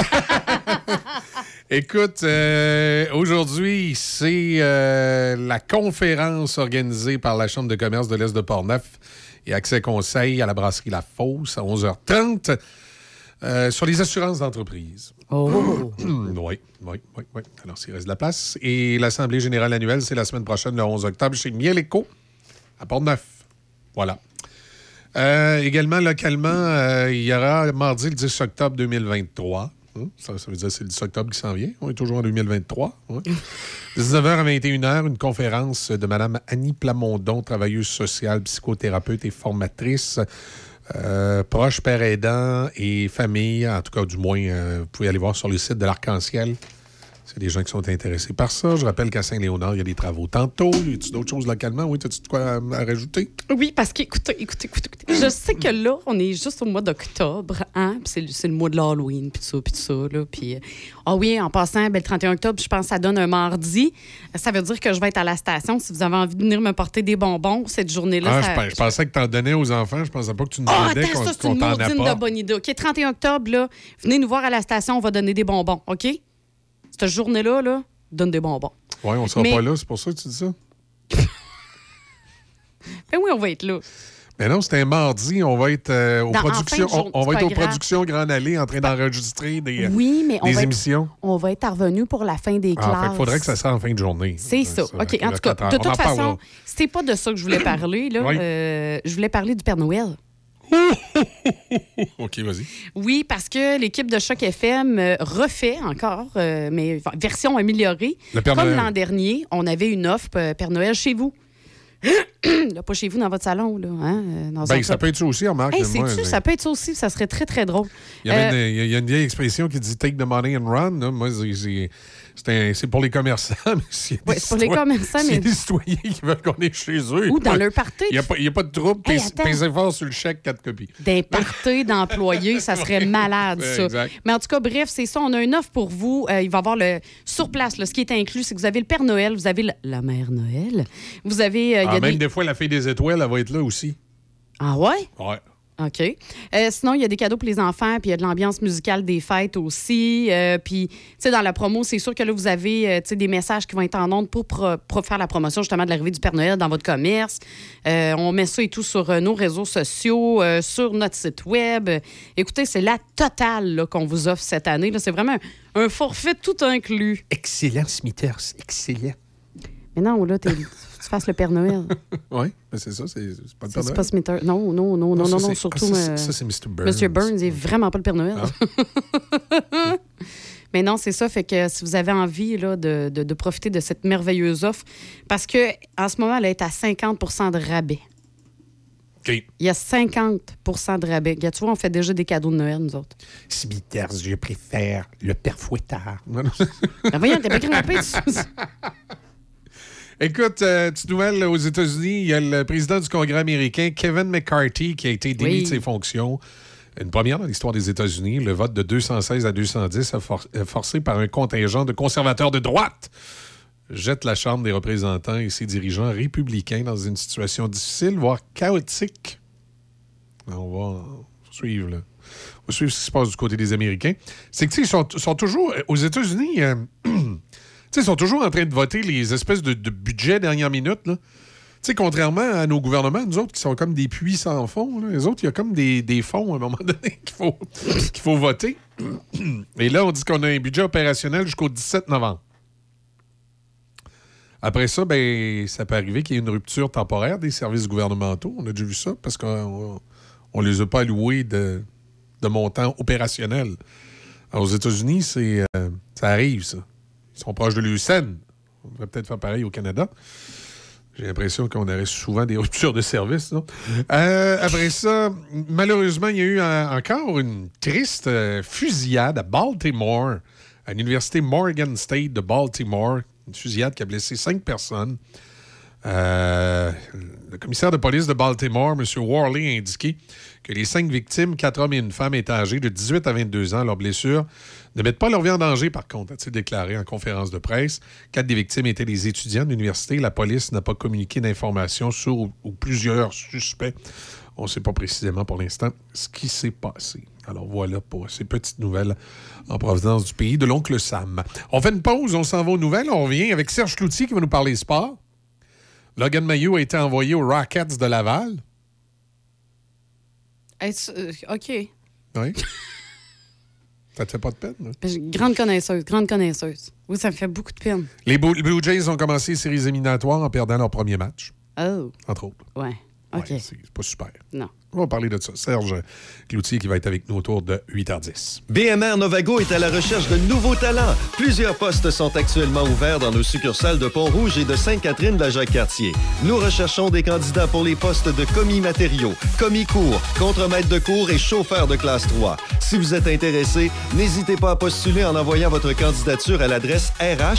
Écoute, aujourd'hui, c'est la conférence organisée par la Chambre de commerce de l'Est de Portneuf et Accès Conseil à la brasserie La Fosse à 11h30. Sur les assurances d'entreprise. Oh! Oui. Alors, s'il reste de la place. Et l'Assemblée générale annuelle, c'est la semaine prochaine, le 11 octobre, chez Mieleco, à Portneuf. Voilà. Également, localement, il y aura mardi, le 10 octobre 2023. Ça veut dire que c'est le 10 octobre qui s'en vient. On est toujours en 2023. Ouais. 19h à 21h, une conférence de Mme Annie Plamondon, travailleuse sociale, psychothérapeute et formatrice. Proches, père aidant et famille, en tout cas, du moins, vous pouvez aller voir sur le site de l'Arc-en-Ciel. C'est des gens qui sont intéressés par ça. Je rappelle qu'à Saint-Léonard, il y a des travaux tantôt. Y a-t-il d'autres choses localement? Oui, as-tu de quoi à rajouter? Oui, parce que, écoutez. Je sais que là, on est juste au mois d'octobre, hein? Puis c'est le mois de l'Halloween, puis tout ça, là. Puis, oui, en passant, le 31 octobre, je pense que ça donne un mardi. Ça veut dire que je vais être à la station. Si vous avez envie de venir me porter des bonbons cette journée-là. Je pensais que tu en donnais aux enfants. Je pensais pas que tu nous aidais qu'on t'en apporte. C'est une de bonne idée. OK, 31 octobre, là, venez nous voir à la station. On va donner des bonbons, OK? Cette journée-là, là, donne des bonbons. Oui, on ne sera pas là. C'est pour ça que tu dis ça? Ben oui, on va être là. Mais non, c'est un mardi. On va être aux productions Grande Allée en train d'enregistrer des émissions. On va être revenu pour la fin des classes. Il faudrait que ça sorte en fin de journée. C'est ça. OK. En tout cas, de toute façon, c'était pas de ça que je voulais parler. Là. Oui. Je voulais parler du Père Noël. OK, vas-y. Oui, parce que l'équipe de Choc FM refait encore, mais version améliorée. Comme l'an dernier, on avait une offre Père Noël chez vous. Là, pas chez vous, dans votre salon. Là, hein? Ça peut être ça aussi, remarque. Ça peut être ça aussi. Ça serait très, très drôle. Il y a une vieille expression qui dit « take the money and run ». Moi, c'est pour les commerçants. C'est pour les commerçants, mais... C'est des citoyens qui veulent qu'on est chez eux. Ou dans leur party. Il n'y a pas de trouble. Pesez fort sur le chèque, 4 copies. Des parties d'employés, ça serait malade, ça. Exact. Mais en tout cas, bref, c'est ça. On a une offre pour vous. Il va y avoir sur place. Là, ce qui est inclus, c'est que vous avez le Père Noël, vous avez la Mère Noël. Vous avez... même des fois, la Fille des Étoiles, elle va être là aussi. Ah ouais? Ouais. OK. Sinon, il y a des cadeaux pour les enfants, puis il y a de l'ambiance musicale des fêtes aussi. Puis, tu sais, dans la promo, c'est sûr que là, vous avez des messages qui vont être en ondes pour faire la promotion, justement, de l'arrivée du Père Noël dans votre commerce. On met ça et tout sur nos réseaux sociaux, sur notre site Web. Écoutez, c'est la totale là, qu'on vous offre cette année. Là. C'est vraiment un forfait tout inclus. Excellent, Smithers. Excellent. Mais non, là, tu fasses le Père Noël. Oui, mais c'est ça, c'est pas le Père Noël. C'est pas Smithers. Non, surtout. Ça, c'est Mr. Burns. Mr. Burns n'est vraiment pas le Père Noël. Ah. Mais non, c'est ça. Fait que si vous avez envie là, de profiter de cette merveilleuse offre, parce qu'en ce moment, elle est à 50 de rabais. OK. Il y a 50 de rabais. Tu vois, on fait déjà des cadeaux de Noël, nous autres. Smithers, je préfère le Père Fouettard. Ben voyons, t'es pas grimpé dessus. Écoute, petite nouvelle aux États-Unis, il y a le président du Congrès américain, Kevin McCarthy, qui a été démis de ses fonctions. Une première dans l'histoire des États-Unis. Le vote de 216 à 210 forcé par un contingent de conservateurs de droite jette la Chambre des représentants et ses dirigeants républicains dans une situation difficile, voire chaotique. On va suivre, là. va suivre ce qui se passe du côté des Américains. C'est que, tu sais, ils sont toujours... Aux États-Unis, tu sais, ils sont toujours en train de voter les espèces de budgets dernière minute, là. Tu sais, contrairement à nos gouvernements, nous autres, qui sont comme des puits sans fond, là, les autres, il y a comme des fonds, à un moment donné, qu'il faut voter. Et là, on dit qu'on a un budget opérationnel jusqu'au 17 novembre. Après ça, ben, ça peut arriver qu'il y ait une rupture temporaire des services gouvernementaux. On a déjà vu ça, parce qu'on ne les a pas alloués de montants opérationnels. Alors, aux États-Unis, ça arrive, ça. Ils sont proches de l'USN. On devrait peut-être faire pareil au Canada. J'ai l'impression qu'on aurait souvent des ruptures de service. Après ça, malheureusement, il y a eu encore une triste fusillade à Baltimore, à l'université Morgan State de Baltimore. Une fusillade qui a blessé 5 personnes. Le commissaire de police de Baltimore, M. Worley, a indiqué que les 5 victimes, 4 hommes et une femme, étaient âgés de 18 à 22 ans. Leurs blessures ne mettent pas leur vie en danger, par contre, a-t-il déclaré en conférence de presse. 4 des victimes étaient des étudiants de l'université. La police n'a pas communiqué d'informations sur ou plusieurs suspects. On ne sait pas précisément pour l'instant ce qui s'est passé. Alors voilà pour ces petites nouvelles en provenance du pays de l'oncle Sam. On fait une pause, on s'en va aux nouvelles. On revient avec Serge Cloutier qui va nous parler sport. Logan Mailloux a été envoyé aux Rockets de Laval. OK. Oui. Ça te fait pas de peine? Hein? Grande connaisseuse. Oui, ça me fait beaucoup de peine. Les Blue Jays ont commencé les séries éliminatoires en perdant leur premier match. Oh. Entre autres. Ouais. OK. Ouais, c'est pas super. Non. On va parler de ça. Serge Cloutier qui va être avec nous autour de 8h10. BMR Novago est à la recherche de nouveaux talents. Plusieurs postes sont actuellement ouverts dans nos succursales de Pont-Rouge et de Sainte-Catherine de la Jacques-Cartier. Nous recherchons des candidats pour les postes de commis matériaux, commis cours, contremaître de cours et chauffeur de classe 3. Si vous êtes intéressé, n'hésitez pas à postuler en envoyant votre candidature à l'adresse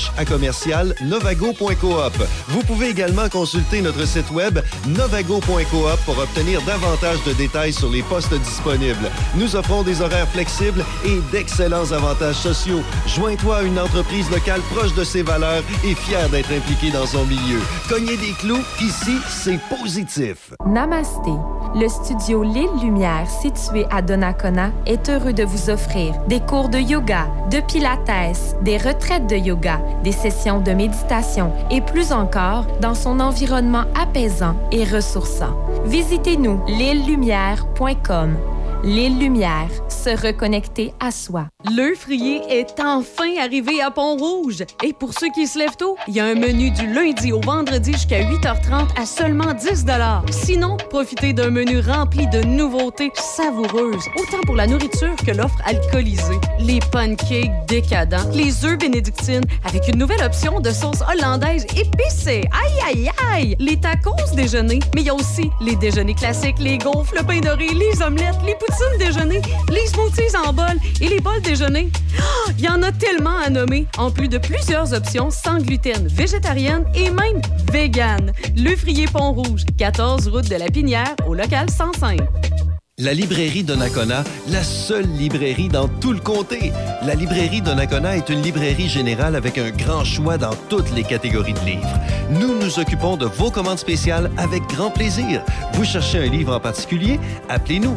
rh@novago.coop. Vous pouvez également consulter notre site web novago.coop pour obtenir davantage de détails sur les postes disponibles. Nous offrons des horaires flexibles et d'excellents avantages sociaux. Joins-toi à une entreprise locale proche de ses valeurs et fière d'être impliquée dans son milieu. Cognez des clous, ici, c'est positif. Namasté. Le studio L'Île Lumière, situé à Donnacona, est heureux de vous offrir des cours de yoga, de pilates, des retraites de yoga, des sessions de méditation et plus encore dans son environnement apaisant et ressourçant. Visitez-nous l'îlelumière.com. L'Île Lumière, se reconnecter à soi. Le Frier est enfin arrivé à Pont-Rouge. Et pour ceux qui se lèvent tôt, il y a un menu du lundi au vendredi jusqu'à 8h30 à seulement 10 $. Sinon, profitez d'un menu rempli de nouveautés savoureuses, autant pour la nourriture que l'offre alcoolisée. Les pancakes décadents, les œufs bénédictines avec une nouvelle option de sauce hollandaise épicée. Aïe, aïe, aïe! Les tacos déjeuner, mais il y a aussi les déjeuners classiques, les gaufres, le pain doré, les omelettes, les poutines déjeuner, les smoothies en bol et les bols déjeuner. Il y en a tellement à nommer, en plus de plusieurs options sans gluten, végétarienne et même vegan. Le Frier Pont-Rouge, 14 route de la Pinière, au local 105. La librairie Donnacona, la seule librairie dans tout le comté. La librairie Donnacona est une librairie générale avec un grand choix dans toutes les catégories de livres. Nous nous occupons de vos commandes spéciales avec grand plaisir. Vous cherchez un livre en particulier? Appelez-nous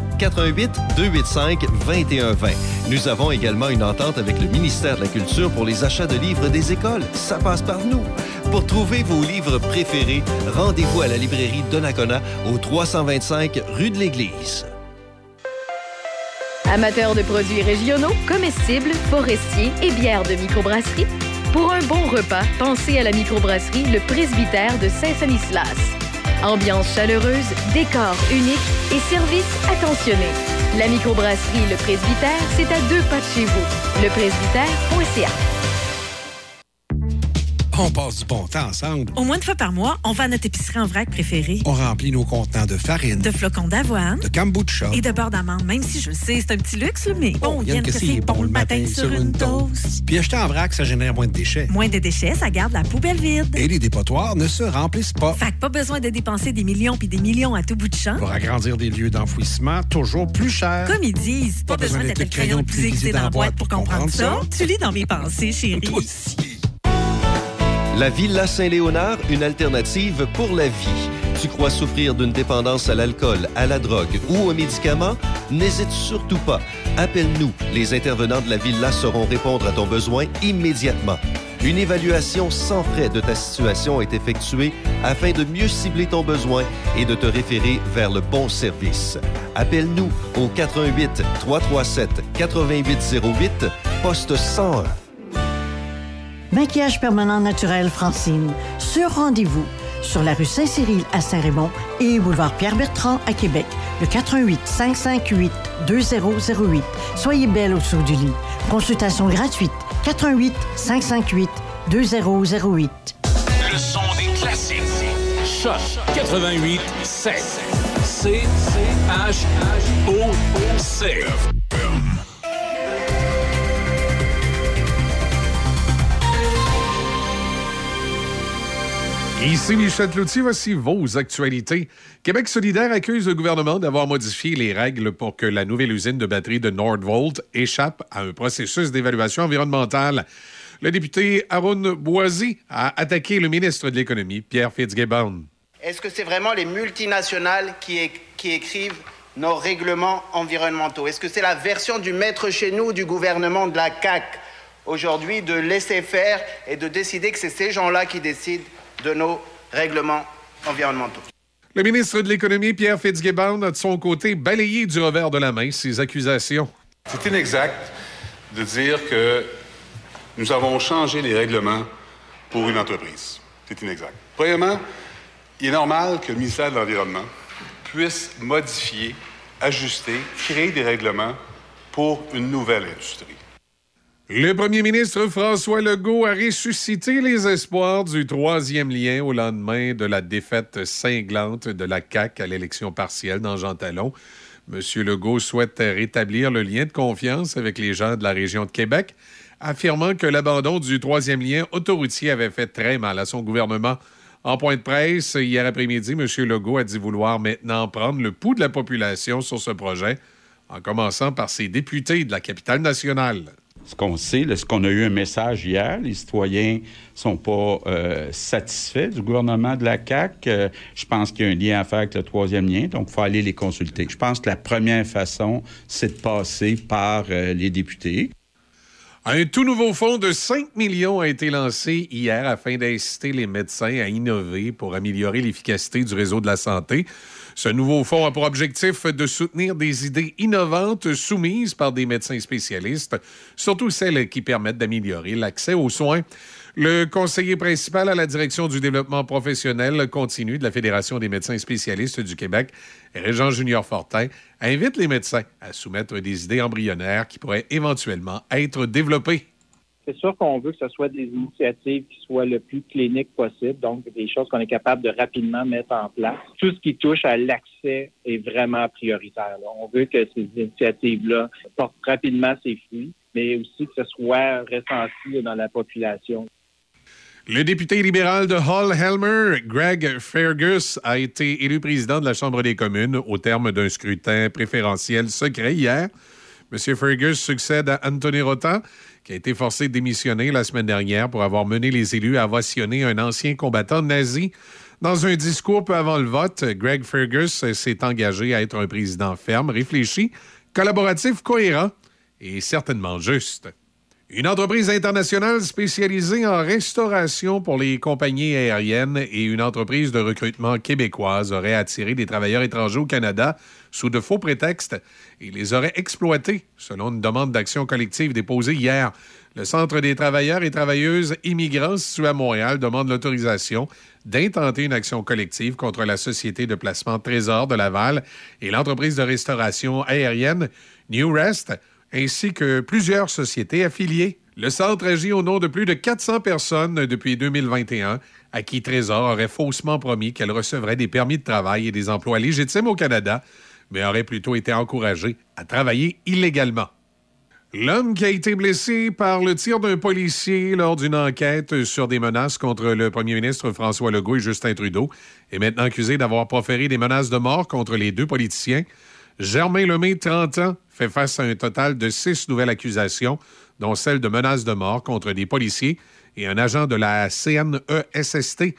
418-285-2120. Nous avons également une entente avec le ministère de la Culture pour les achats de livres des écoles. Ça passe par nous. Pour trouver vos livres préférés, rendez-vous à la librairie Donnacona au 325 rue de l'Église. Amateurs de produits régionaux, comestibles, forestiers et bières de microbrasserie, pour un bon repas, pensez à la microbrasserie Le Presbytère de Saint-Sanislas. Ambiance chaleureuse, décor unique et service attentionné. La microbrasserie Le Presbytère, c'est à 2 pas de chez vous. Lepresbytère.ca. On passe du bon temps ensemble. Au moins une fois par mois, on va à notre épicerie en vrac préférée. On remplit nos contenants de farine, de flocons d'avoine, de kombucha et de beurre d'amande. Même si je le sais, c'est un petit luxe, mais bon, Yann que c'est bon le matin sur une toast. Puis acheter en vrac, ça génère moins de déchets. Moins de déchets, ça garde la poubelle vide. Et les dépotoirs ne se remplissent pas. Fait que pas besoin de dépenser des millions puis des millions à tout bout de champ. Pour agrandir des lieux d'enfouissement toujours plus chers. Comme ils disent, pas besoin d'être le crayon le plus aiguisé dans la boîte pour comprendre ça. Tu lis dans mes pensées, chérie. Toi aussi. La Villa Saint-Léonard, une alternative pour la vie. Tu crois souffrir d'une dépendance à l'alcool, à la drogue ou aux médicaments? N'hésite surtout pas. Appelle-nous. Les intervenants de la Villa sauront répondre à ton besoin immédiatement. Une évaluation sans frais de ta situation est effectuée afin de mieux cibler ton besoin et de te référer vers le bon service. Appelle-nous au 88 337 8808 poste 101. Maquillage permanent naturel Francine. Sur rendez-vous. Sur la rue Saint-Cyril à Saint-Raymond et boulevard Pierre-Bertrand à Québec. Le 88 558 2008. Soyez belle au-dessous du lit. Consultation gratuite. 88 558 2008. Le son des classiques. Choc 88 7. C-H-O-C. Ici Michel Cloutier, voici vos actualités. Québec solidaire accuse le gouvernement d'avoir modifié les règles pour que la nouvelle usine de batterie de Nordvolt échappe à un processus d'évaluation environnementale. Le député Arun Boisy a attaqué le ministre de l'Économie, Pierre Fitzgibbon. Est-ce que c'est vraiment les multinationales qui écrivent nos règlements environnementaux? Est-ce que c'est la version du maître chez nous du gouvernement de la CAQ aujourd'hui de laisser faire et de décider que c'est ces gens-là qui décident de nos règlements environnementaux? Le ministre de l'Économie, Pierre Fitzgibbon, a de son côté balayé du revers de la main ces accusations. C'est inexact de dire que nous avons changé les règlements pour une entreprise. C'est inexact. Premièrement, il est normal que le ministère de l'Environnement puisse modifier, ajuster, créer des règlements pour une nouvelle industrie. Le premier ministre François Legault a ressuscité les espoirs du troisième lien au lendemain de la défaite cinglante de la CAQ à l'élection partielle dans Jean Talon. M. Legault souhaite rétablir le lien de confiance avec les gens de la région de Québec, affirmant que l'abandon du troisième lien autoroutier avait fait très mal à son gouvernement. En point de presse, hier après-midi, M. Legault a dit vouloir maintenant prendre le pouls de la population sur ce projet, en commençant par ses députés de la capitale nationale. Ce qu'on sait, ce qu'on a eu un message hier, les citoyens sont pas satisfaits du gouvernement de la CAQ. Je pense qu'il y a un lien à faire avec le troisième lien, donc il faut aller les consulter. Je pense que la première façon, c'est de passer par les députés. Un tout nouveau fonds de 5 millions a été lancé hier afin d'inciter les médecins à innover pour améliorer l'efficacité du réseau de la santé. Ce nouveau fonds a pour objectif de soutenir des idées innovantes soumises par des médecins spécialistes, surtout celles qui permettent d'améliorer l'accès aux soins. Le conseiller principal à la direction du développement professionnel continu de la Fédération des médecins spécialistes du Québec, Régent Junior Fortin, invite les médecins à soumettre des idées embryonnaires qui pourraient éventuellement être développées. C'est sûr qu'on veut que ce soit des initiatives qui soient le plus cliniques possible, donc des choses qu'on est capable de rapidement mettre en place. Tout ce qui touche à l'accès est vraiment prioritaire. On veut que ces initiatives-là portent rapidement ses fruits, mais aussi que ce soit ressenti dans la population. Le député libéral de Hull-Helmer, Greg Fergus, a été élu président de la Chambre des communes au terme d'un scrutin préférentiel secret hier. M. Fergus succède à Anthony Rota, qui a été forcé de démissionner la semaine dernière pour avoir mené les élus à ovationner un ancien combattant nazi. Dans un discours peu avant le vote, Greg Fergus s'est engagé à être un président ferme, réfléchi, collaboratif, cohérent et certainement juste. Une entreprise internationale spécialisée en restauration pour les compagnies aériennes et une entreprise de recrutement québécoise auraient attiré des travailleurs étrangers au Canada sous de faux prétextes et les auraient exploités, selon une demande d'action collective déposée hier. Le Centre des travailleurs et travailleuses immigrants situé à Montréal demande l'autorisation d'intenter une action collective contre la société de placement Trésor de Laval et l'entreprise de restauration aérienne New Rest, ainsi que plusieurs sociétés affiliées. Le centre agit au nom de plus de 400 personnes depuis 2021, à qui Trésor aurait faussement promis qu'elle recevrait des permis de travail et des emplois légitimes au Canada, mais aurait plutôt été encouragée à travailler illégalement. L'homme qui a été blessé par le tir d'un policier lors d'une enquête sur des menaces contre le premier ministre François Legault et Justin Trudeau est maintenant accusé d'avoir proféré des menaces de mort contre les deux politiciens. Germain Lemay, 30 ans, fait face à un total de 6 nouvelles accusations, dont celle de menaces de mort contre des policiers et un agent de la CNESST.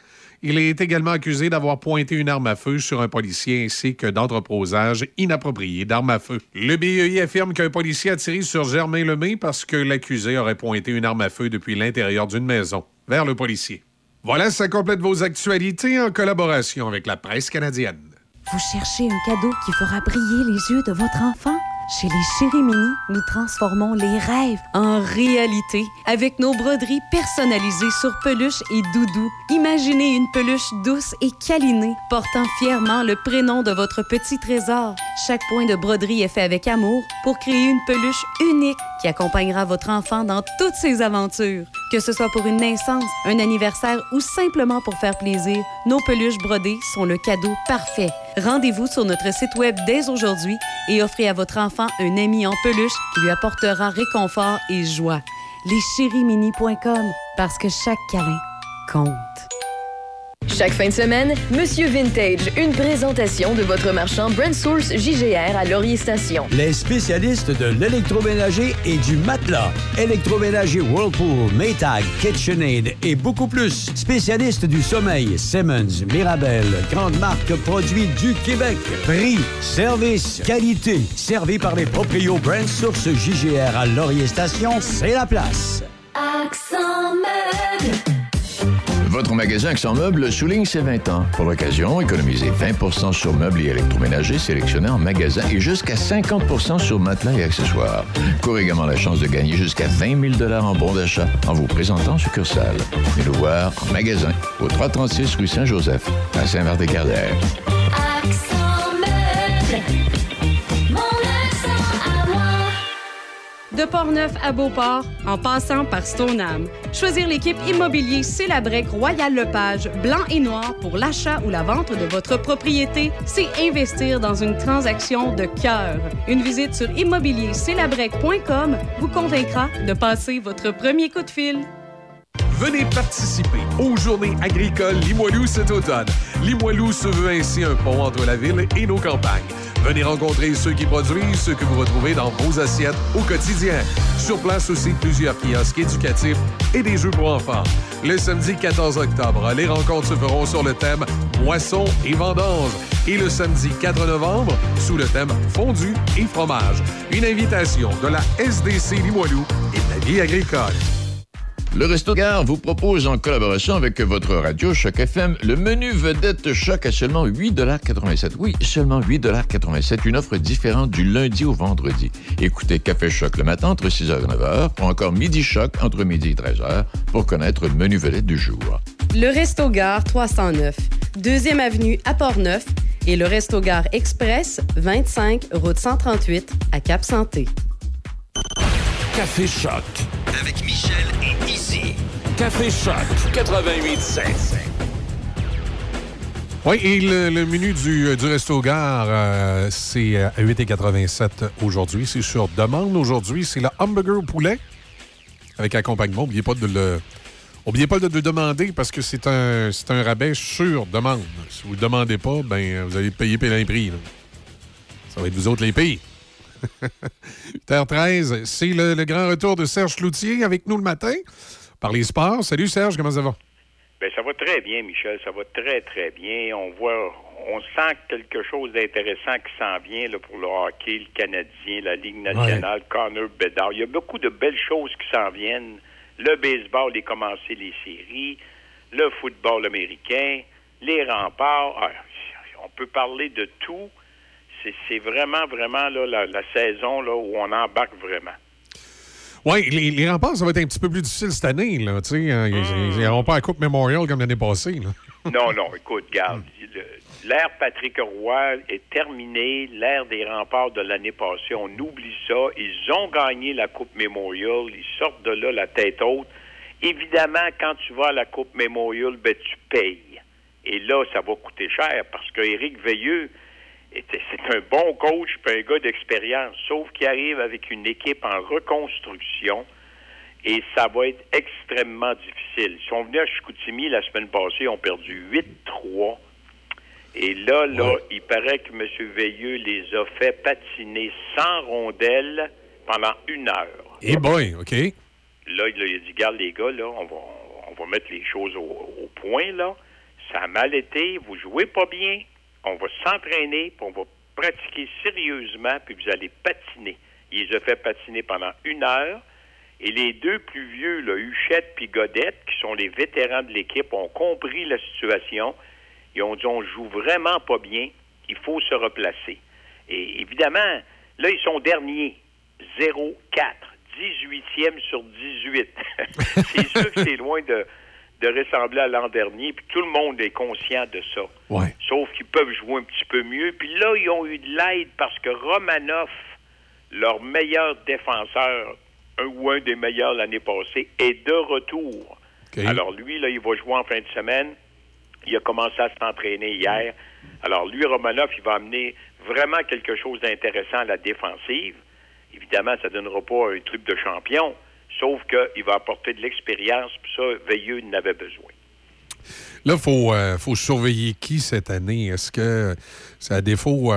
Il est également accusé d'avoir pointé une arme à feu sur un policier ainsi que d'entreposage inapproprié d'armes à feu. Le BEI affirme qu'un policier a tiré sur Germain Lemay parce que l'accusé aurait pointé une arme à feu depuis l'intérieur d'une maison vers le policier. Voilà, ça complète vos actualités en collaboration avec la presse canadienne. Vous cherchez un cadeau qui fera briller les yeux de votre enfant? Chez les Chéris Mini, nous transformons les rêves en réalité avec nos broderies personnalisées sur peluche et doudou. Imaginez une peluche douce et câlinée portant fièrement le prénom de votre petit trésor. Chaque point de broderie est fait avec amour pour créer une peluche unique qui accompagnera votre enfant dans toutes ses aventures. Que ce soit pour une naissance, un anniversaire ou simplement pour faire plaisir, nos peluches brodées sont le cadeau parfait. Rendez-vous sur notre site web dès aujourd'hui et offrez à votre enfant un ami en peluche qui lui apportera réconfort et joie. Leschérimini.com, parce que chaque câlin compte. Chaque fin de semaine, Monsieur Vintage, une présentation de votre marchand Brand Source JGR à Laurier Station. Les spécialistes de l'électroménager et du matelas. Électroménager Whirlpool, Maytag, KitchenAid et beaucoup plus. Spécialistes du sommeil, Simmons, Mirabel, grande marque produits du Québec. Prix, service, qualité. Servi par les proprios Brand Source JGR à Laurier Station, c'est la place. Accent Meubles. Votre magasin Accent Meubles souligne ses 20 ans. Pour l'occasion, économisez 20 sur meubles et électroménagers sélectionnés en magasin et jusqu'à 50 sur matelas et accessoires. Courez également la chance de gagner jusqu'à 20 000 $ en bons d'achat en vous présentant en succursale. Venez nous voir en magasin au 336 rue Saint-Joseph à Saint-Martin-Carrière. Accent Meubles. Mon accent à moi. De Portneuf à Beauport, en passant par Stoneham. Choisir l'équipe immobilier Célabrec Royal-Lepage, blanc et noir pour l'achat ou la vente de votre propriété, c'est investir dans une transaction de cœur. Une visite sur immobiliercélabrec.com vous convaincra de passer votre premier coup de fil. Venez participer aux Journées agricoles Limoilou cet automne. Limoilou se veut ainsi un pont entre la ville et nos campagnes. Venez rencontrer ceux qui produisent ce que vous retrouvez dans vos assiettes au quotidien. Sur place aussi, plusieurs kiosques éducatifs et des jeux pour enfants. Le samedi 14 octobre, les rencontres se feront sur le thème Moisson et vendange. Et le samedi 4 novembre, sous le thème Fondu et fromage. Une invitation de la SDC Limoilou et de la vie agricole. Le Resto Gare vous propose, en collaboration avec votre radio Choc FM, le menu vedette Choc à seulement 8,87 $. Oui, seulement 8,87 $. Une offre différente du lundi au vendredi. Écoutez Café Choc le matin entre 6h et 9h, ou encore Midi Choc entre midi et 13h pour connaître le menu vedette du jour. Le Resto Gare 309, 2e avenue à Portneuf et le Resto Gare Express, 25 route 138 à Cap-Santé. Café Choc. Avec Michel et Izzy. Café Choc 88.7. Oui, et le menu du Resto Gare, c'est à 8,87 € aujourd'hui. C'est sur demande aujourd'hui. C'est le hamburger au poulet avec accompagnement. N'oubliez pas de le demander parce que c'est un rabais sur demande. Si vous ne le demandez pas, ben vous allez payer plein prix. Là. Ça va être vous autres les pays. 8h13, c'est le grand retour de Serge Cloutier avec nous le matin par les sports. Salut Serge, comment ça va? Bien, ça va très bien, Michel. Ça va très, très bien. On sent quelque chose d'intéressant qui s'en vient là, pour le hockey, le Canadien, la Ligue nationale, Connor Bedard. Il y a beaucoup de belles choses qui s'en viennent. Le baseball, les commencer les séries, le football américain, les remparts. On peut parler de tout. C'est vraiment, vraiment là, la saison là, où on embarque vraiment. Oui, les remparts, ça va être un petit peu plus difficile cette année. Là, ils n'auront pas la Coupe Memorial comme l'année passée. Là. Non, écoute, regarde. L'ère Patrick Roy est terminée. L'ère des remparts de l'année passée, on oublie ça. Ils ont gagné la Coupe Memorial. Ils sortent de là la tête haute. Évidemment, quand tu vas à la Coupe Memorial, ben, tu payes. Et là, ça va coûter cher parce qu'Éric Veilleux, c'est un bon coach et un gars d'expérience, sauf qu'il arrive avec une équipe en reconstruction et ça va être extrêmement difficile. Ils sont venus à Chicoutimi la semaine passée, ils ont perdu 8-3. Et là, il paraît que M. Veilleux les a fait patiner sans rondelle pendant 1 heure. Eh boy, OK. Là, il a dit, regarde les gars, là, on va mettre les choses au point, là. ça a mal été, vous jouez pas bien, on va s'entraîner, puis on va pratiquer sérieusement, puis vous allez patiner. Il les a fait patiner pendant 1 heure, et les 2 plus vieux, là, Huchette puis Godette, qui sont les vétérans de l'équipe, ont compris la situation. Ils ont dit, on joue vraiment pas bien, il faut se replacer. Et évidemment, là, ils sont derniers. 0-4, 18e sur 18. C'est sûr que c'est loin de ressembler à l'an dernier, puis tout le monde est conscient de ça. Ouais. Sauf qu'ils peuvent jouer un petit peu mieux. Puis là, ils ont eu de l'aide parce que Romanoff, leur meilleur défenseur, un des meilleurs l'année passée, est de retour. Okay. Alors lui, là, il va jouer en fin de semaine. Il a commencé à s'entraîner hier. Alors lui, Romanoff, il va amener vraiment quelque chose d'intéressant à la défensive. Évidemment, ça ne donnera pas un truc de champion, sauf qu'il va apporter de l'expérience, puis ça, Veilleux n'avait besoin. Là, faut surveiller qui cette année? Est-ce que c'est à défaut,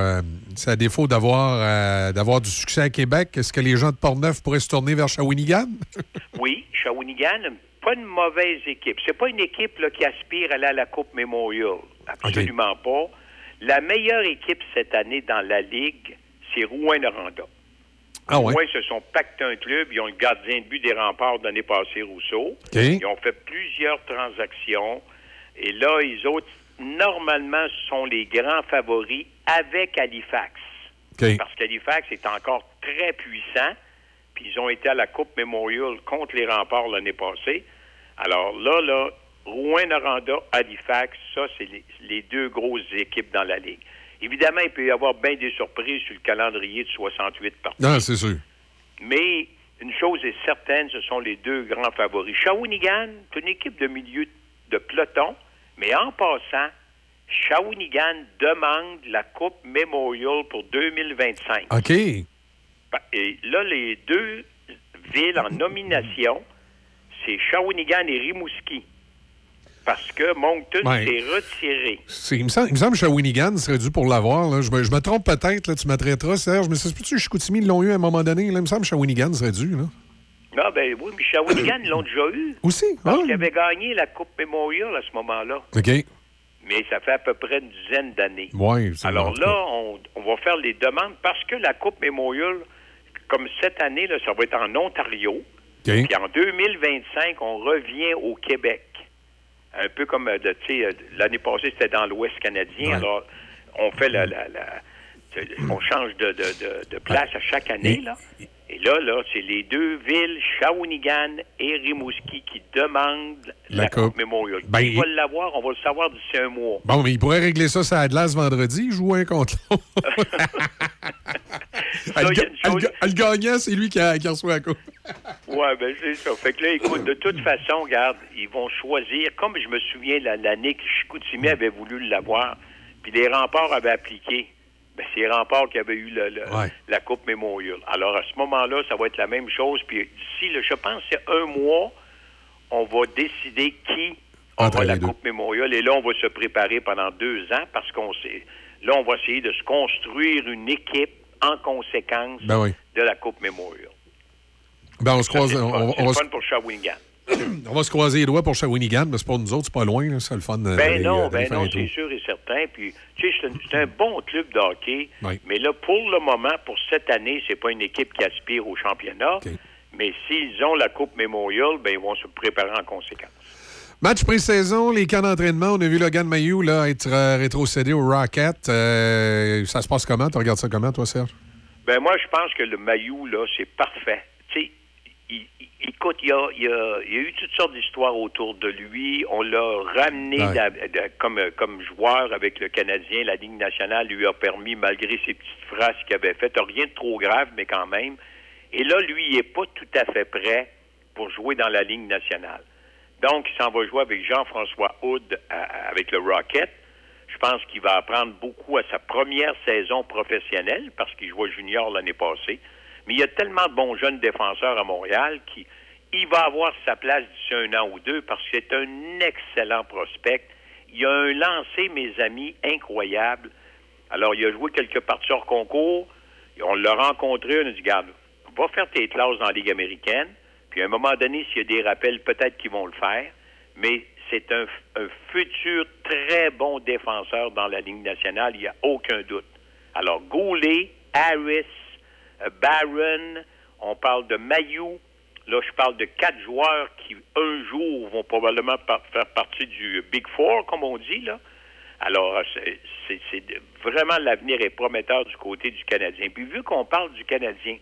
d'avoir du succès à Québec? Est-ce que les gens de Portneuf pourraient se tourner vers Shawinigan? Oui, Shawinigan, pas une mauvaise équipe. C'est pas une équipe là, qui aspire à aller à la Coupe Memorial. Absolument pas. La meilleure équipe cette année dans la Ligue, c'est Rouyn-Noranda. Ah ouais? Rouyn se sont pactés un club. Ils ont le gardien de but des Remparts de l'année passée, Rousseau. Okay. Ils ont fait plusieurs transactions. Et là, les autres, normalement, sont les grands favoris avec Halifax. Okay. Parce qu'Halifax est encore très puissant. Puis ils ont été à la Coupe Memorial contre les Remparts l'année passée. Alors là, Rouyn-Noranda, Halifax, ça, c'est les 2 grosses équipes dans la Ligue. Évidemment, il peut y avoir bien des surprises sur le calendrier de 68 parties. Non, c'est sûr. Mais une chose est certaine, ce sont les 2 grands favoris. Shawinigan, c'est une équipe de milieu de peloton, mais en passant, Shawinigan demande la Coupe Memorial pour 2025. OK. Et là, les 2 villes en nomination, c'est Shawinigan et Rimouski. Parce que Moncton s'est retiré. Il me semble que Shawinigan serait dû pour l'avoir. Là. Je me trompe peut-être, là, tu m'attraiteras, Serge, mais ça se peut-tu que Chicoutimi l'ont eu à un moment donné? Là, il me semble que Shawinigan serait dû. Là. Ah, ben oui, mais Shawinigan l'ont déjà eu. Aussi? Parce qu'ils avaient gagné la Coupe Memorial à ce moment-là. OK. Mais ça fait à peu près une dizaine d'années. Oui, alors là, on va faire les demandes parce que la Coupe Memorial, comme cette année, là, ça va être en Ontario. Okay. Puis en 2025, on revient au Québec. Un peu comme, l'année passée, c'était dans l'Ouest canadien. Ouais. Alors, on fait on change de place à chaque année, là. Et là, c'est les 2 villes, Shawinigan et Rimouski, qui demandent la Coupe Memorial. Ils vont l'avoir, on va le savoir d'ici un mois. Bon, mais ils pourraient régler ça à Atlas vendredi, jouer un contre l'autre. Le gagnant, c'est lui qui reçoit la Coupe. Oui, ben c'est ça. Fait que là, écoute, de toute façon, regarde, ils vont choisir, comme je me souviens l'année que Chicoutimi avait voulu l'avoir, puis les Remparts avaient appliqué. Ben, c'est les Remparts qui avaient eu la Coupe Memorial. Alors, à ce moment-là, ça va être la même chose. Puis d'ici, je pense que c'est 1 mois, on va décider qui aura la Coupe Memorial. Et là, on va se préparer pendant 2 ans parce qu'on sait. Là, on va essayer de se construire une équipe en conséquence de la Coupe Memorial. Ben, on se croise. C'est le fun pour Shawinigan. On va se croiser les doigts pour Shawinigan, mais c'est pas nous autres, c'est pas loin, là, c'est le fun. Non, c'est sûr et certain. Puis, tu sais, c'est un bon club de hockey, mais là, pour le moment, pour cette année, c'est pas une équipe qui aspire au championnat. Okay. Mais s'ils ont la Coupe Memorial, ben ils vont se préparer en conséquence. Match pré-saison, les camps d'entraînement, on a vu Logan Mayou là, être rétrocédé au Rocket. Ça se passe comment? Tu regardes ça comment, toi, Serge? Ben moi, je pense que le Mayou, là, c'est parfait. Tu sais, écoute, il y a eu toutes sortes d'histoires autour de lui. On l'a ramené comme joueur avec le Canadien. La Ligue nationale lui a permis, malgré ses petites phrases qu'il avait faites, rien de trop grave, mais quand même. Et là, lui, il n'est pas tout à fait prêt pour jouer dans la Ligue nationale. Donc, il s'en va jouer avec Jean-François Hood avec le Rocket. Je pense qu'il va apprendre beaucoup à sa première saison professionnelle parce qu'il jouait junior l'année passée. Mais il y a tellement de bons jeunes défenseurs à Montréal qu'il va avoir sa place d'ici 1 an ou 2 parce que c'est un excellent prospect. Il a un lancer, mes amis, incroyable. Alors, il a joué quelques parties hors concours. On l'a rencontré, on a dit, regarde, va faire tes classes dans la Ligue américaine. Puis à un moment donné, s'il y a des rappels, peut-être qu'ils vont le faire. Mais c'est un futur très bon défenseur dans la Ligue nationale, il n'y a aucun doute. Alors, Goulet, Harris, Barron, on parle de Mailloux. Là, je parle de 4 joueurs qui, un jour, vont probablement faire partie du Big Four, comme on dit, là. Alors, vraiment, l'avenir est prometteur du côté du Canadien. Puis, vu qu'on parle du Canadien,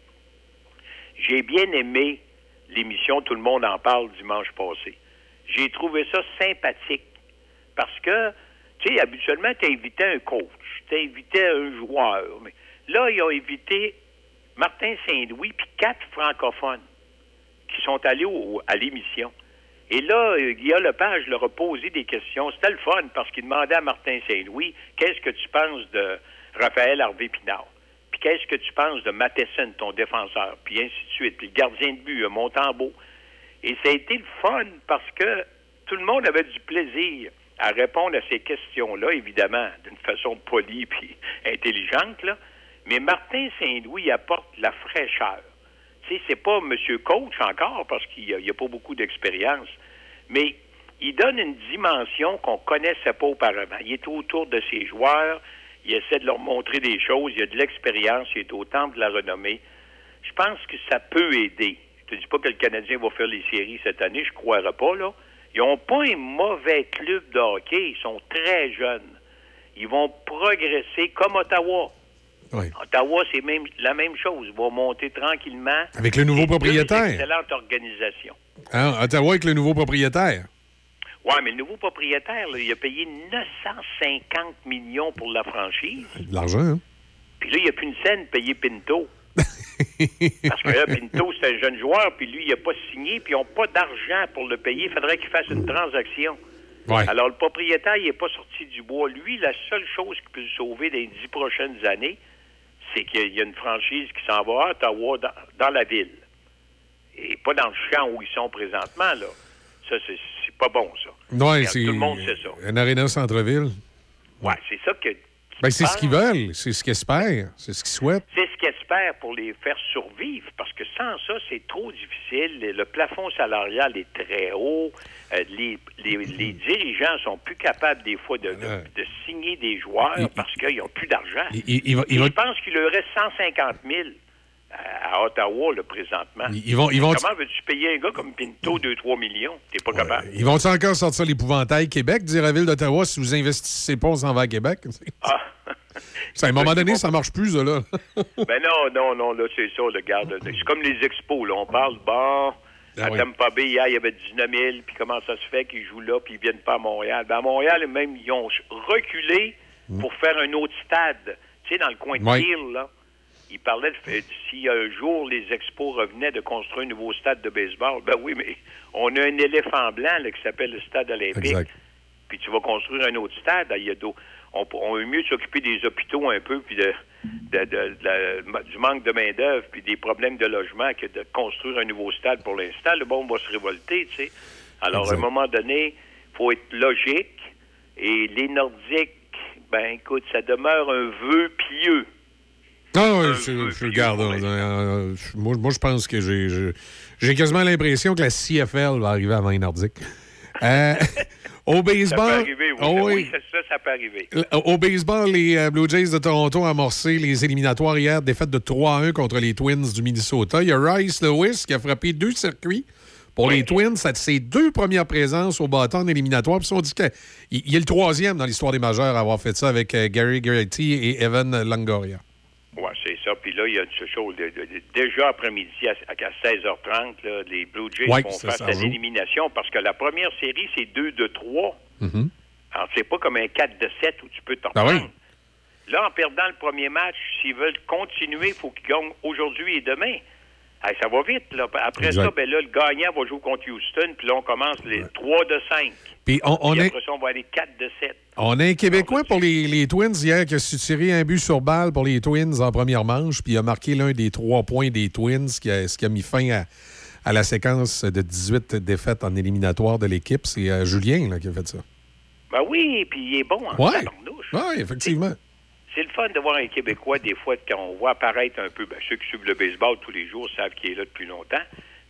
j'ai bien aimé l'émission Tout le monde en parle dimanche passé. J'ai trouvé ça sympathique parce que, tu sais, habituellement, tu invitais un coach, tu invitais un joueur. Mais là, ils ont invité Martin Saint-Louis puis 4 francophones qui sont allés à l'émission. Et là, Guillaume Lepage leur a posé des questions. C'était le fun parce qu'il demandait à Martin Saint-Louis, qu'est-ce que tu penses de Raphaël Harvey-Pinard? Puis qu'est-ce que tu penses de Matheson, ton défenseur? Puis ainsi de suite. Puis le gardien de but, Montembeault. Et ça a été le fun parce que tout le monde avait du plaisir à répondre à ces questions-là, évidemment, d'une façon polie puis intelligente, là. Mais Martin Saint-Louis apporte la fraîcheur. Tu sais, c'est pas monsieur coach encore parce qu'il n'y a pas beaucoup d'expérience, mais il donne une dimension qu'on connaissait pas auparavant. Il est autour de ses joueurs, il essaie de leur montrer des choses, il a de l'expérience, il est au temple de la renommée. Je pense que ça peut aider. Je te dis pas que le Canadien va faire les séries cette année, je croirais pas, là. Ils n'ont pas un mauvais club de hockey, ils sont très jeunes. Ils vont progresser comme Ottawa. Oui. Ottawa, c'est la même chose. Ils vont monter tranquillement. Avec le nouveau propriétaire. Une excellente organisation. Hein, Ottawa avec le nouveau propriétaire. Oui, mais le nouveau propriétaire, là, il a payé 950 millions pour la franchise. De l'argent, hein? Puis là, il n'y a plus une scène payer Pinto. Parce que là, Pinto, c'est un jeune joueur, puis lui, il n'a pas signé, puis ils n'ont pas d'argent pour le payer. Il faudrait qu'il fasse une transaction. Ouais. Alors, le propriétaire, il n'est pas sorti du bois. Lui, la seule chose qui peut le sauver dans les 10 prochaines années, c'est qu'il y a une franchise qui s'en va à Ottawa, dans la ville. Et pas dans le champ où ils sont présentement, là. Ça, c'est pas bon, ça. Oui, c'est... Tout le monde sait ça. Un aréna centre-ville. Oui, c'est ça que... Ben, c'est ce qu'ils veulent, c'est ce qu'ils espèrent, c'est ce qu'ils souhaitent. C'est ce qu'ils espèrent pour les faire survivre, parce que sans ça, c'est trop difficile. Le plafond salarial est très haut. Les dirigeants sont plus capables, des fois, de signer des joueurs parce qu'ils n'ont plus d'argent. Je pense qu'il leur reste 150 000 à Ottawa, là, présentement. Comment veux-tu payer un gars comme Pinto 2-3 millions? T'es pas capable. Ils vont encore sortir l'épouvantail Québec, dire à la Ville d'Ottawa, si vous investissez pas, on s'en va à Québec? À un moment donné, ça marche plus, là. Ben non, là, c'est ça, le garde. C'est comme les expos, là. On parle, à Tampa Bay, hier, il y avait 19 000, puis comment ça se fait qu'ils jouent là, puis ils viennent pas à Montréal? Ben, à Montréal, même, ils ont reculé pour faire un autre stade. Tu sais, dans le coin de Kiel, là. Il parlait de si un jour les Expos revenaient de construire un nouveau stade de baseball. Ben oui, mais on a un éléphant blanc là, qui s'appelle le stade olympique. Exact. Puis tu vas construire un autre stade. On veut mieux s'occuper des hôpitaux un peu, puis du manque de main-d'œuvre, puis des problèmes de logement que de construire un nouveau stade pour l'instant. Le bon, on va se révolter, tu sais. Alors, à un moment donné, il faut être logique. Et les Nordiques, ben écoute, ça demeure un vœu pieux. Non, je regarde. Moi, je pense que j'ai quasiment l'impression que la CFL va arriver avant les Nordiques. Au baseball... Ça peut arriver, oui. Ça peut arriver. Au baseball, les Blue Jays de Toronto ont amorcé les éliminatoires hier, défaite de 3-1 contre les Twins du Minnesota. Il y a Rice Lewis qui a frappé 2 circuits pour les Twins. C'est ses 2 premières présences au bâton en éliminatoire. Puis on dit qu'il est le 3e dans l'histoire des majeurs à avoir fait ça avec Gary Garrity et Evan Longoria. Oui, c'est ça. Puis là, il y a ce show. Déjà après-midi, à 16h30, là, les Blue Jays vont faire cette élimination parce que la première série, c'est 2-3. Mm-hmm. Alors, c'est pas comme un 4-7 où tu peux t'en reprendre. Là, en perdant le premier match, s'ils veulent continuer, il faut qu'ils gagnent aujourd'hui et demain. Hey, ça va vite, là. Après ça, ben là, le gagnant va jouer contre Houston, puis là, on commence les 3-5. Puis après ça, on va aller 4-7. On a un Québécois pour les Twins hier qui a su tirer un but sur balle pour les Twins en première manche, puis il a marqué l'un des 3 points des Twins, ce qui a mis fin à la séquence de 18 défaites en éliminatoire de l'équipe. C'est Julien là, qui a fait ça. Ben oui, puis il est bon en tabarnouche. Oui, effectivement. C'est le fun de voir un Québécois, des fois, quand on voit apparaître un peu, ceux qui suivent le baseball tous les jours savent qu'il est là depuis longtemps,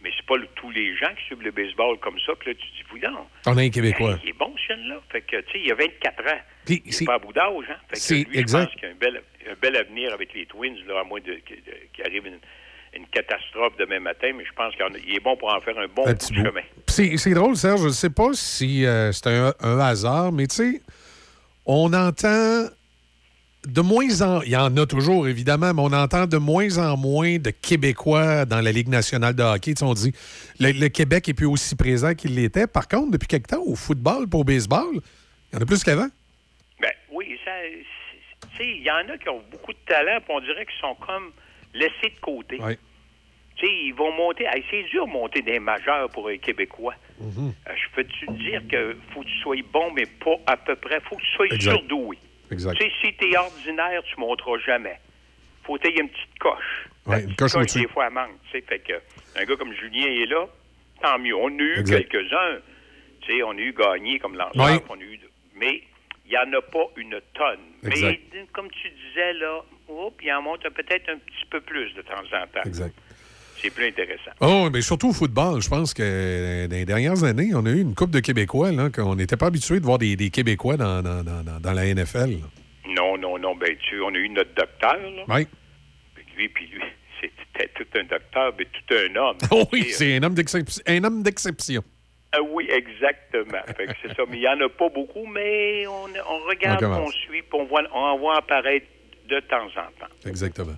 Mais c'est pas tous les gens qui suivent le baseball comme ça. Puis là, tu te dis, non. On a un Québécois. Il est bon, ce jeune-là. Fait que, tu sais, il a 24 ans. Puis, il n'est pas à bout d'âge, hein. Fait que lui, exact. je pense qu'il a un bel avenir avec les Twins, là, à moins qu'il arrive une catastrophe demain matin, mais je pense qu'il est bon pour en faire un bon bout de chemin. C'est drôle, Serge, je ne sais pas si c'est un hasard, mais tu sais, on entend de moins en... Il y en a toujours, évidemment, mais on entend de moins en moins de Québécois dans la Ligue nationale de hockey. Tu sais, on dit le Québec est plus aussi présent qu'il l'était. Par contre, depuis quelque temps, au football, pour au baseball, il y en a plus qu'avant. Ben oui, ça... Tu sais, il y en a qui ont beaucoup de talent, puis on dirait qu'ils sont comme laissés de côté. Oui. Tu sais, ils vont monter... Hey, c'est dur de monter des majeurs pour les Québécois. Mm-hmm. Je peux-tu te dire que faut que tu sois bon, mais pas à peu près. Faut que tu sois Exact. surdoué. Exact. Tu sais, si t'es ordinaire, tu monteras jamais. Faut qu'il y ait une petite coche. Oui, une coche au-dessus. Des fois, elle manque. Tu sais, fait que un gars comme Julien est là, tant mieux. On a eu exact. quelques-uns. Tu sais, on a eu Gagné comme lanceur. Oui. On a eu... Mais il n'y en a pas une tonne. Exact. Mais comme tu disais, là, il en monte peut-être un petit peu plus de temps en temps. Exact. C'est plus intéressant. Oh, mais surtout au football, je pense que dans les dernières années, on a eu une couple de Québécois, là, qu'on n'était pas habitué de voir des Québécois dans la NFL. Là. Non. Ben, on a eu notre docteur, là. Oui. Puis lui, c'était tout un docteur, mais tout un homme. Oh oui, c'est un homme d'exception. Oui, exactement. Fait que c'est ça. Mais il n'y en a pas beaucoup, mais on regarde, on suit, puis on en voit apparaître de temps en temps. Exactement.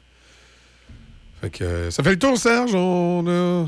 Fait que ça fait le tour, Serge. Oh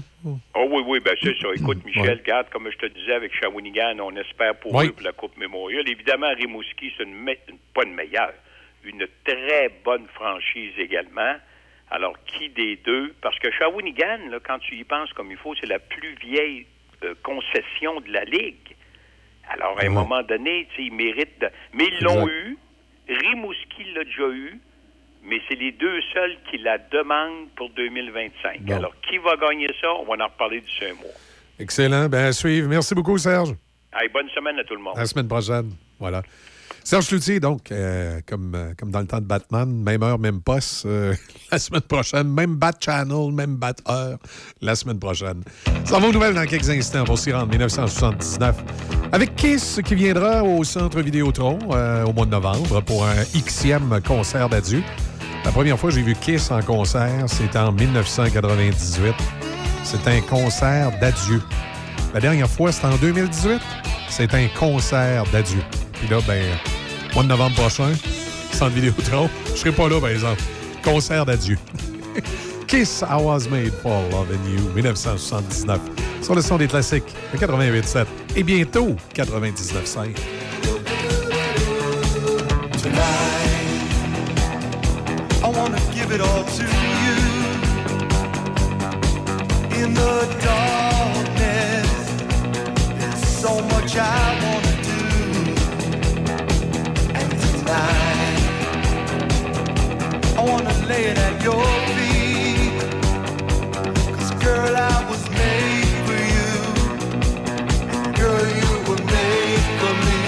oui, ben c'est ça. Écoute, Michel, regarde, comme je te disais, avec Shawinigan, on espère pour eux pour la Coupe Mémorial. Évidemment, Rimouski, c'est pas une meilleure, une très bonne franchise également. Alors, qui des deux? Parce que Shawinigan, là, quand tu y penses comme il faut, c'est la plus vieille concession de la Ligue. Alors, à un moment donné, ils méritent de... Mais ils l'ont eu. Rimouski l'a déjà eu. Mais c'est les deux seuls qui la demandent pour 2025. Bon. Alors, qui va gagner ça? On va en reparler d'ici un mois. Excellent. Bien, à suivre. Merci beaucoup, Serge. Allez, bonne semaine à tout le monde. À la semaine prochaine. Voilà. Serge Cloutier, donc, comme dans le temps de Batman, même heure, même poste, la semaine prochaine, même Bat Channel, même Bat Heure, la semaine prochaine. Ça va aux nouvelles dans quelques instants pour s'y rendre, 1979, avec Kiss qui viendra au Centre Vidéotron au mois de novembre pour un Xème concert d'adieu. La première fois que j'ai vu Kiss en concert, c'était en 1998. C'est un concert d'adieu. La dernière fois, c'était en 2018. C'est un concert d'adieu. Puis là, mois de novembre prochain, Centre Vidéotron, je serai pas là, par exemple. Concert d'adieu. Kiss, I Was Made for Loving You, 1979. Sur le son des classiques, de 88.7. Et bientôt, 99.5. I wanna give it all to you. In the darkness, there's so much I wanna do. And tonight, I wanna lay it at your feet. 'Cause girl, I was made for you. Girl, you were made for me.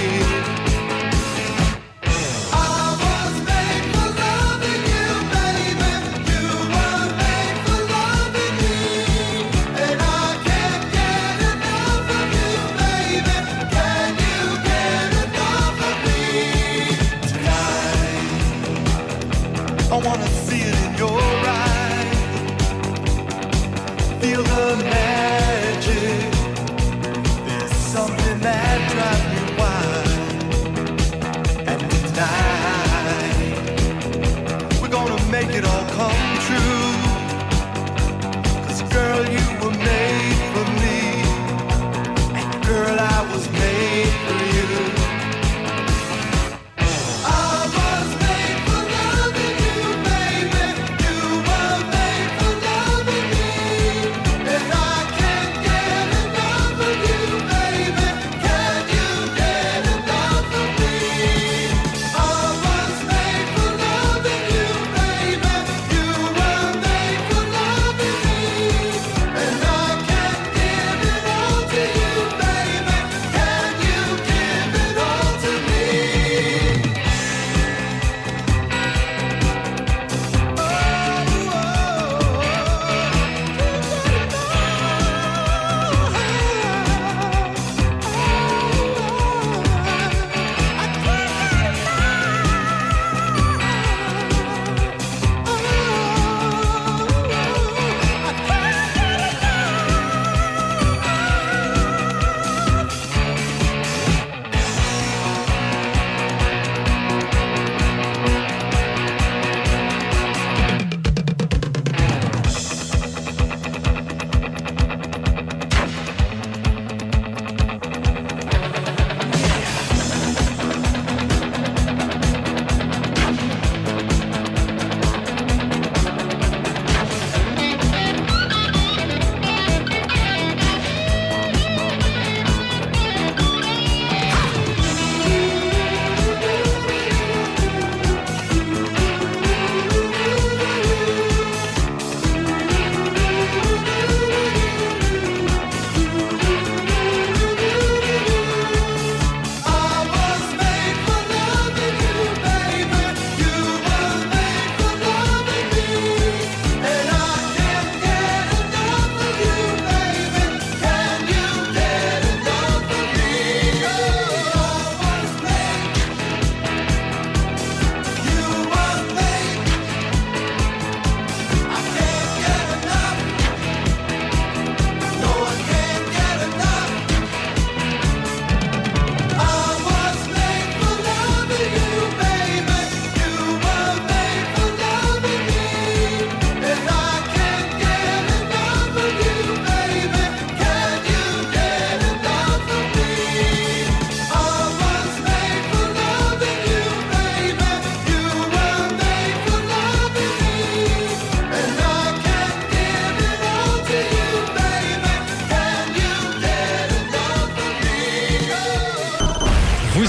I wanna see it in your eyes.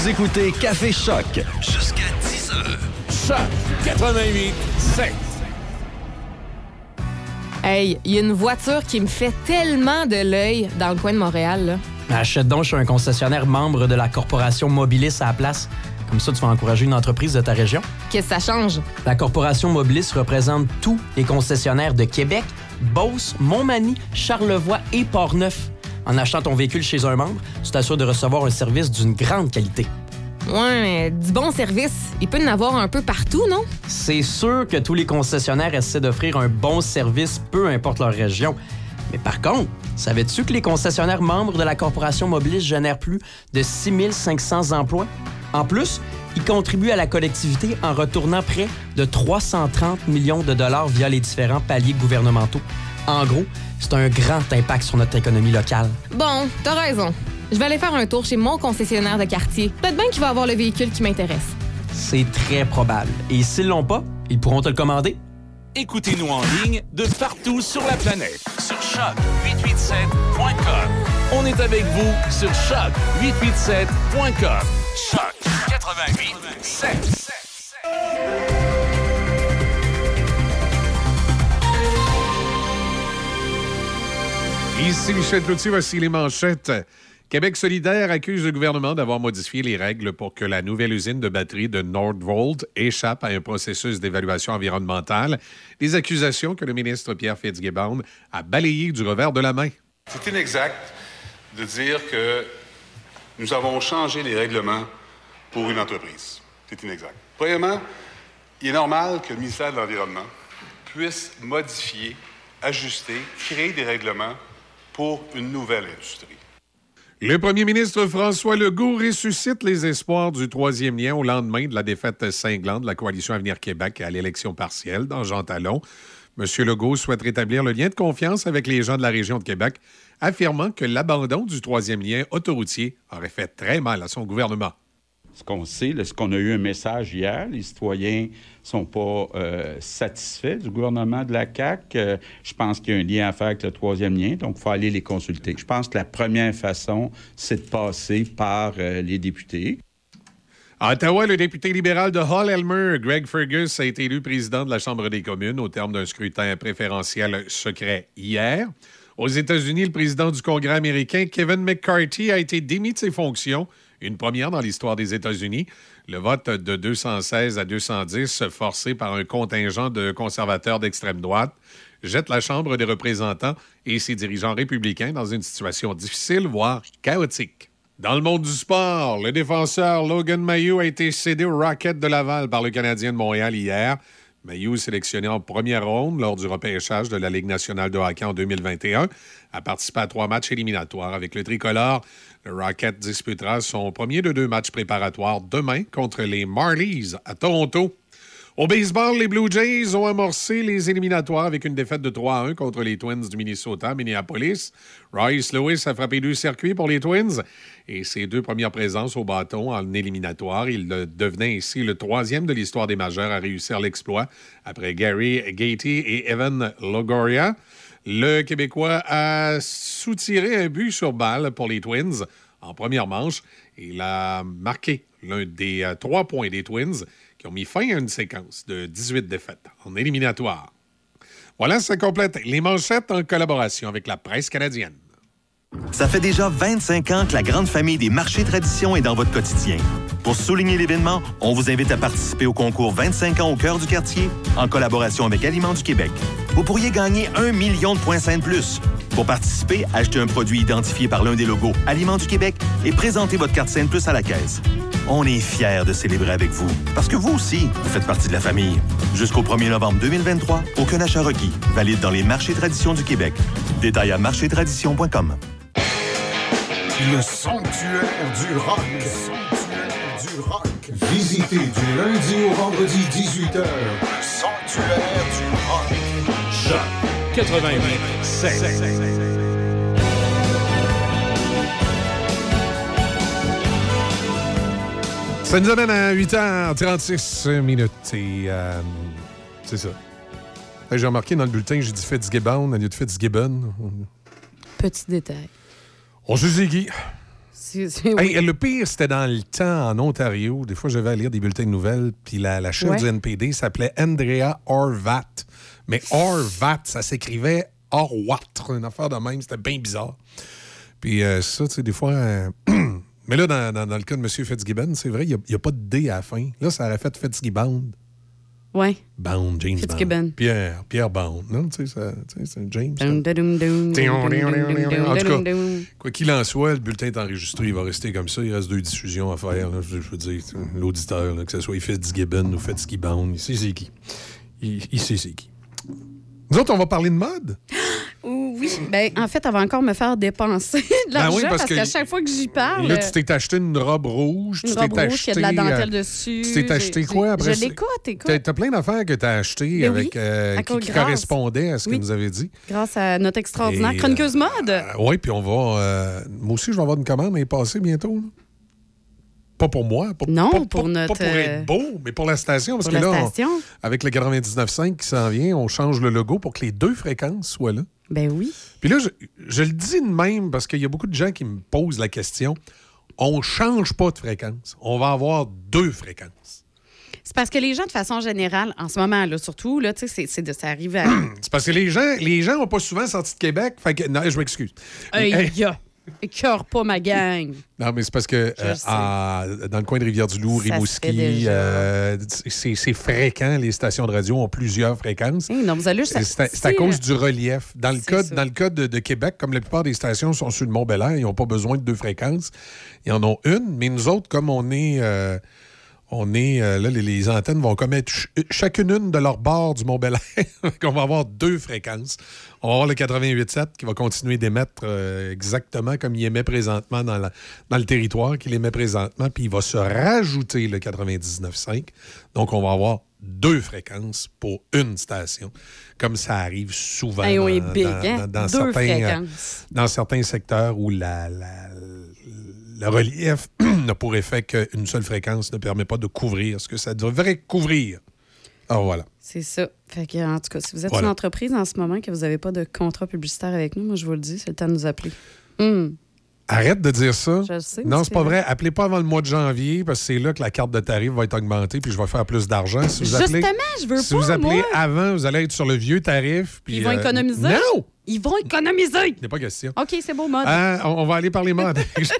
Vous écoutez Café Choc jusqu'à 10h. Choc 88.7. Hey, il y a une voiture qui me fait tellement de l'œil dans le coin de Montréal, là. Achète donc chez un concessionnaire membre de la corporation Mobilis à la place. Comme ça, tu vas encourager une entreprise de ta région. Qu'est-ce que ça change? La corporation Mobilis représente tous les concessionnaires de Québec, Beauce, Montmagny, Charlevoix et Portneuf. En achetant ton véhicule chez un membre, tu t'assures de recevoir un service d'une grande qualité. Ouais, mais du bon service, il peut y en avoir un peu partout, non? C'est sûr que tous les concessionnaires essaient d'offrir un bon service, peu importe leur région. Mais par contre, savais-tu que les concessionnaires membres de la corporation Mobilis génèrent plus de 6 500 emplois? En plus, ils contribuent à la collectivité en retournant près de 330 millions de dollars via les différents paliers gouvernementaux. En gros, c'est un grand impact sur notre économie locale. Bon, t'as raison. Je vais aller faire un tour chez mon concessionnaire de quartier. Peut-être bien qu'il va avoir le véhicule qui m'intéresse. C'est très probable. Et s'ils l'ont pas, ils pourront te le commander. Écoutez-nous en ligne de partout sur la planète. Sur choc887.com. On est avec vous sur choc887.com. Choc 88.7. Ici Michel Cloutier, voici les manchettes. Québec solidaire accuse le gouvernement d'avoir modifié les règles pour que la nouvelle usine de batterie de Nordvolt échappe à un processus d'évaluation environnementale. Des accusations que le ministre Pierre Fitzgibbon a balayées du revers de la main. C'est inexact de dire que nous avons changé les règlements pour une entreprise. C'est inexact. Premièrement, il est normal que le ministère de l'Environnement puisse modifier, ajuster, créer des règlements pour une nouvelle industrie. Le premier ministre François Legault ressuscite les espoirs du troisième lien au lendemain de la défaite cinglante de la coalition Avenir Québec à l'élection partielle dans Jean Talon. M. Legault souhaite rétablir le lien de confiance avec les gens de la région de Québec, affirmant que l'abandon du troisième lien autoroutier aurait fait très mal à son gouvernement. Ce qu'on sait, c'est qu'on a eu un message hier. Les citoyens ne sont pas satisfaits du gouvernement de la CAQ. Je pense qu'il y a un lien à faire avec le troisième lien, donc il faut aller les consulter. Je pense que la première façon, c'est de passer par les députés. À Ottawa, le député libéral de Hull-Elmer, Greg Fergus, a été élu président de la Chambre des communes au terme d'un scrutin préférentiel secret hier. Aux États-Unis, le président du Congrès américain, Kevin McCarthy, a été démis de ses fonctions. Une première dans l'histoire des États-Unis. Le vote de 216 à 210, forcé par un contingent de conservateurs d'extrême droite, jette la Chambre des représentants et ses dirigeants républicains dans une situation difficile, voire chaotique. Dans le monde du sport, le défenseur Logan Mailloux a été cédé au Rocket de Laval par le Canadien de Montréal hier. Mailloux, sélectionné en première ronde lors du repêchage de la Ligue nationale de hockey en 2021, a participé à 3 matchs éliminatoires avec le tricolore. Le Rocket disputera son premier de 2 matchs préparatoires demain contre les Marlies à Toronto. Au baseball, les Blue Jays ont amorcé les éliminatoires avec une défaite de 3-1 contre les Twins du Minnesota à Minneapolis. Royce Lewis a frappé 2 circuits pour les Twins et ses 2 premières présences au bâton en éliminatoire. Il devenait ainsi le 3e de l'histoire des majeurs à réussir l'exploit après Gary Gaetti et Evan Longoria. Le Québécois a soutiré un but sur balle pour les Twins en première manche. Il a marqué l'un des 3 points des Twins qui ont mis fin à une séquence de 18 défaites en éliminatoire. Voilà, ça complète les manchettes en collaboration avec la presse canadienne. Ça fait déjà 25 ans que la grande famille des marchés tradition est dans votre quotidien. Pour souligner l'événement, on vous invite à participer au concours 25 ans au cœur du quartier en collaboration avec Aliments du Québec. Vous pourriez gagner 1 million de points Saint de plus. Pour participer, achetez un produit identifié par l'un des logos Aliments du Québec et présentez votre carte Saint de plus à la caisse. On est fiers de célébrer avec vous, parce que vous aussi, vous faites partie de la famille. Jusqu'au 1er novembre 2023, aucun achat requis. Valide dans les marchés tradition du Québec. Détails à marchétradition.com. Le sanctuaire du rock. Le sanctuaire du rock. Visitez du lundi au vendredi 18h. Le sanctuaire du rock. Choc 88.7. Ça nous amène à 8h36 minutes et c'est ça. J'ai remarqué dans le bulletin, j'ai dit Fitzgibbon au lieu de Fitzgibbon. Petit détail. On sait c'est qui. Hey, le pire, c'était dans le temps en Ontario. Des fois, je vais à lire des bulletins de nouvelles, puis la chef du NPD s'appelait Andrea Horvat. Mais Horvat, ça s'écrivait Horvat, une affaire de même. C'était bien bizarre. Puis ça, tu sais, des fois... Mais là, dans le cas de M. Fitzgibbon, c'est vrai, il n'y a pas de D à la fin. Là, ça aurait fait Fitzgibbon. Ouais. Bond, James Fitzgibbon. Bond. Pierre Bond. Non, tu sais, c'est James. En tout cas, quoi qu'il en soit, le bulletin est enregistré. Il va rester comme ça. Il reste 2 diffusions à faire. Là, je veux dire, l'auditeur, là, que ce soit Fitzgibbon ou Fitzgibbon, il sait c'est qui. Il sait c'est qui. Nous autres, on va parler de mode? Oui. Ben, en fait, elle va encore me faire dépenser de l'argent parce qu'à chaque fois que j'y parle... Là, tu t'es acheté une robe rouge. Une robe rouge qui a de la dentelle dessus. Tu t'es acheté quoi après? Je l'écoute, écoute. T'as plein d'affaires que t'as achetées avec, qui correspondaient à ce que vous avez dit. Grâce à notre extraordinaire chroniqueuse mode. Oui, puis on va... moi aussi, je vais avoir une commande à y passer bientôt. Là. Pas pour moi. Pour notre... Pas pour être beau, mais pour la station. Parce que là, avec le 99.5 qui s'en vient, on change le logo pour que les 2 fréquences soient là. Ben oui. Puis là, je le dis de même parce qu'il y a beaucoup de gens qui me posent la question. On ne change pas de fréquence. On va avoir 2 fréquences. C'est parce que les gens, de façon générale, en ce moment, là, surtout, là, ça arrive à... C'est parce que les gens n'ont pas souvent sorti de Québec. Fait que, non, je m'excuse. Écœure pas ma gang. Non, mais c'est parce que dans le coin de Rivière-du-Loup, Rimouski, c'est fréquent, les stations de radio ont plusieurs fréquences. Non, vous allez c'est à cause du relief. Dans le cas de Québec, comme la plupart des stations sont sur le Mont-Belair, ils n'ont pas besoin de 2 fréquences. Ils en ont une, mais nous autres, comme on est là, les antennes vont commettre chacune de leur bord du Mont-Belair. On va avoir 2 fréquences. On va avoir le 88.7 qui va continuer d'émettre exactement comme il émet présentement dans le territoire qu'il émet présentement, puis il va se rajouter le 99.5. Donc, on va avoir 2 fréquences pour une station, comme ça arrive souvent dans certains secteurs où le relief n'a pour effet qu'une seule fréquence ne permet pas de couvrir ce que ça devrait couvrir. Alors voilà. C'est ça. Fait que, en tout cas, si vous êtes une entreprise en ce moment que vous n'avez pas de contrat publicitaire avec nous, moi, je vous le dis, c'est le temps de nous appeler. Arrête de dire ça. Je le sais. Non, c'est pas vrai. Appelez pas avant le mois de janvier parce que c'est là que la carte de tarif va être augmentée puis je vais faire plus d'argent. Si vous appelez, je veux si vous appelez avant, vous allez être sur le vieux tarif. Puis, ils vont économiser. Non! Ils vont économiser. Il n'est pas question. OK, c'est beau, mode. On va aller parler mode.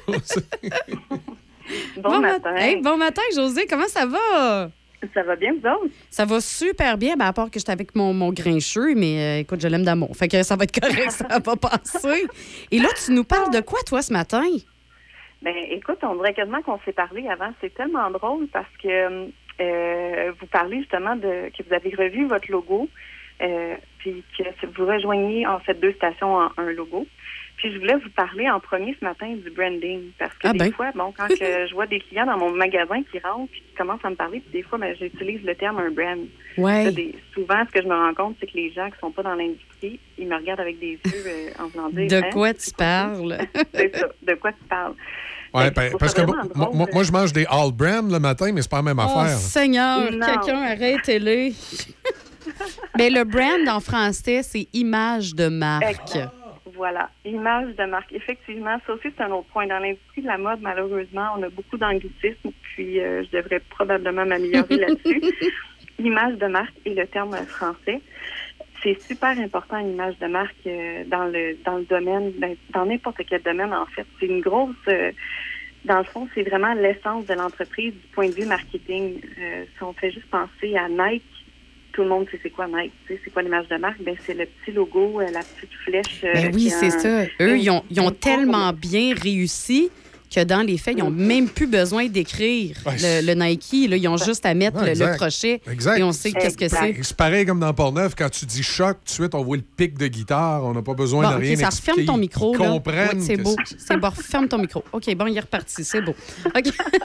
Bon matin. Hey, bon matin, Josée. Comment ça va? Ça va bien, vous autres? Ça va super bien, à part que j'étais avec mon grincheux, mais écoute, je l'aime d'amour. Fait que ça va être correct, ça va passer. Et là, tu nous parles de quoi, toi, ce matin? Ben, écoute, on dirait quasiment qu'on s'est parlé avant. C'est tellement drôle parce que vous parlez justement que vous avez revu votre logo, puis que vous rejoignez en fait 2 stations en un logo. Puis je voulais vous parler en premier ce matin du branding. Parce que des fois, quand je vois des clients dans mon magasin qui rentrent et qui commencent à me parler, puis des fois, j'utilise le terme un brand. Ouais. Souvent, ce que je me rends compte, c'est que les gens qui sont pas dans l'industrie, ils me regardent avec des yeux en voulant dire... De quoi tu parles? C'est ça, de quoi tu parles. Oui, parce que moi, je mange des All Brand le matin, mais c'est pas la même affaire. Seigneur, quelqu'un arrêtez-les. Mais le brand en français, c'est image de marque. Voilà, image de marque. Effectivement, ça aussi, c'est un autre point. Dans l'industrie de la mode, malheureusement, on a beaucoup d'anglicisme, puis je devrais probablement m'améliorer là-dessus. Image de marque est le terme français. C'est super important, l'image de marque dans le domaine, dans n'importe quel domaine, en fait. C'est une grosse... dans le fond, c'est vraiment l'essence de l'entreprise du point de vue marketing. Si on fait juste penser à Nike, tout le monde sait c'est quoi Nike, c'est quoi l'image de marque, c'est le petit logo, la petite flèche. Oui, c'est ça. Eux, ils ont tellement bien réussi que dans les faits, ils n'ont même plus besoin d'écrire le Nike. Là, ils ont juste à mettre le crochet et on sait qu'est-ce que c'est. C'est pareil comme dans Portneuf, quand tu dis choc, tout de suite, on voit le pic de guitare. On n'a pas besoin de rien expliquer. Ça referme ton micro. Ils comprennent. Oui, c'est beau. C'est bon, ferme ton micro. OK, bon, il est reparti. C'est beau. OK.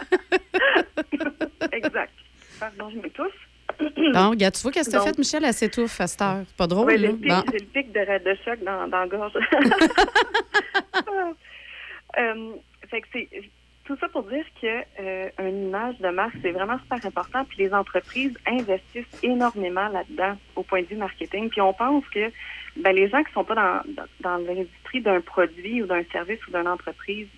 Exact. Pardon, je m'étouffe. Non, regarde, tu vois qu'est-ce que tu as fait, Michel, à s'étouffe à cette heure. C'est pas drôle, oui, là? J'ai le pic de choc dans la gorge. Fait que c'est tout ça pour dire que une image de marque, c'est vraiment super important. Puis les entreprises investissent énormément là-dedans au point de vue marketing. Puis on pense que les gens qui sont pas dans l'industrie d'un produit ou d'un service ou d'une entreprise, je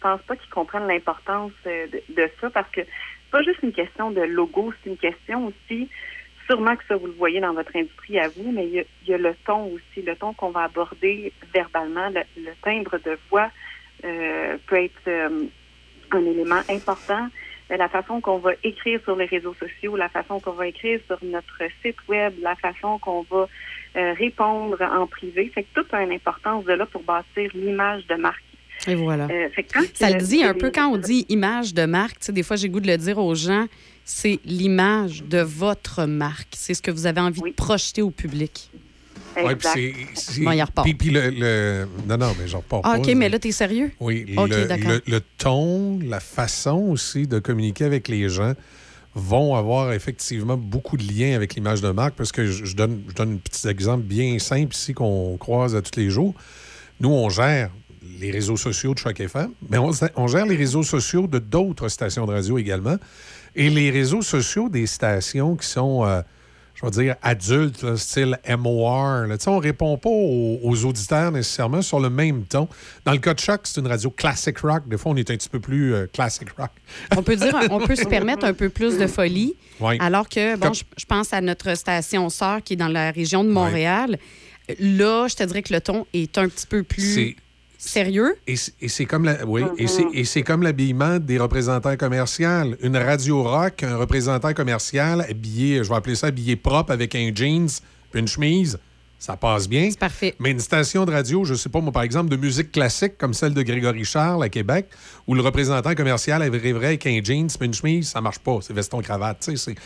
pense pas qu'ils comprennent l'importance de ça, parce que c'est pas juste une question de logo, c'est une question aussi, sûrement que ça, vous le voyez dans votre industrie à vous, mais il y a le ton aussi, le ton qu'on va aborder verbalement, le timbre de voix peut être un élément important. La façon qu'on va écrire sur les réseaux sociaux, la façon qu'on va écrire sur notre site web, la façon qu'on va répondre en privé. Fait que tout a une importance de là pour bâtir l'image de marque. Et voilà. Ça le dit un peu quand on dit image de marque. Tu sais, des fois, j'ai le goût de le dire aux gens, c'est l'image de votre marque. C'est ce que vous avez envie de projeter au public. Oui, puis bon, il repart. Puis non, mais j'en repars pas. OK, mais là, t'es sérieux? Oui, OK, d'accord. le ton, la façon aussi de communiquer avec les gens vont avoir effectivement beaucoup de liens avec l'image de marque, parce que je donne un petit exemple bien simple ici qu'on croise à tous les jours. Nous, on gère les réseaux sociaux de Choc FM, mais on gère les réseaux sociaux de d'autres stations de radio également, et les réseaux sociaux des stations qui sont... je vais dire, adultes, là, style MOR. Là. On ne répond pas aux auditeurs nécessairement sur le même ton. Dans le cas de Choc, c'est une radio classic rock. Des fois, on est un petit peu plus classic rock. On peut dire, on peut se permettre un peu plus de folie, oui. Alors que, bon, je pense à notre station sœur qui est dans la région de Montréal. Oui. Là, je te dirais que le ton est un petit peu plus... sérieux. Et c'est comme c'est comme l'habillement des représentants commerciaux. Une radio rock, un représentant commercial habillé, je vais appeler ça habillé propre avec un jeans puis une chemise, ça passe bien. C'est parfait. Mais une station de radio, je sais pas, moi, par exemple, de musique classique comme celle de Grégory Charles à Québec, où le représentant commercial arriverait avec un jeans puis une chemise, ça marche pas. C'est veston-cravate. Tu sais,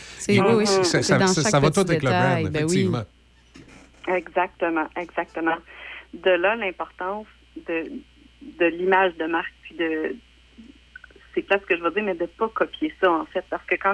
ça va tout avec le brand, effectivement. Oui. Exactement. De là, l'importance de l'image de marque, puis c'est pas ce que je veux dire, mais de pas copier ça, en fait, parce que quand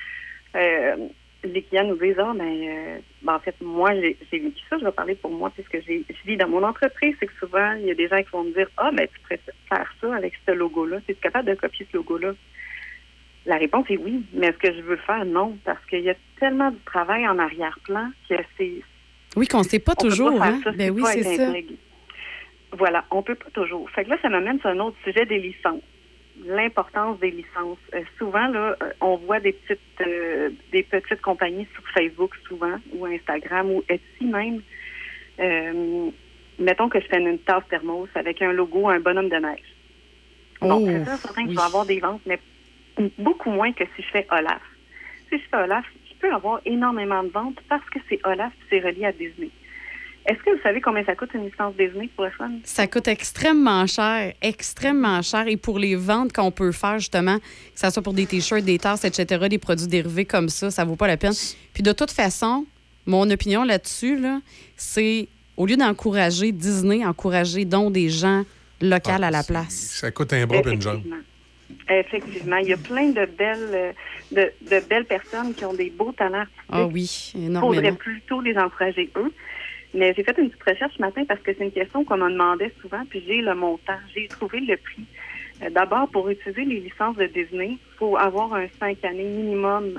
les clients nous disent en fait, moi, j'ai vécu ça, je vais parler pour moi, puisque je vis dans mon entreprise, c'est que souvent, il y a des gens qui vont me dire, tu préfères faire ça avec ce logo-là, es-tu capable de copier ce logo-là? La réponse est oui, mais est-ce que je veux faire? Non, parce qu'il y a tellement de travail en arrière-plan que c'est... Oui, qu'on ne sait pas toujours, hein? Ben oui, c'est ça. Voilà, on peut pas toujours. Fait que là, ça m'amène sur un autre sujet des licences. L'importance des licences. Souvent, là, on voit des petites compagnies sur Facebook, souvent, ou Instagram, ou Etsy même. Mettons que je fais une tasse thermos avec un logo, un bonhomme de neige. Donc, c'est ça, certain que je vais avoir des ventes, mais beaucoup moins que si je fais Olaf. Si je fais Olaf, je peux avoir énormément de ventes parce que c'est Olaf et c'est relié à Disney. Est-ce que vous savez combien ça coûte une licence Disney pour le fun? Ça coûte extrêmement cher. Et pour les ventes qu'on peut faire, justement, que ce soit pour des T-shirts, des tasses, etc., des produits dérivés comme ça vaut pas la peine. Puis de toute façon, mon opinion là-dessus, là, c'est, au lieu d'encourager Disney, encourager donc des gens locaux à la place. Ça coûte un bras et une jambe. Effectivement. Il y a plein de belles personnes qui ont des beaux talents artistiques. Ah oui, énormément. Il faudrait plutôt les encourager eux. Mais j'ai fait une petite recherche ce matin parce que c'est une question qu'on me demandait souvent, puis j'ai le montant, j'ai trouvé le prix. D'abord, pour utiliser les licences de Disney, il faut avoir un 5 années minimum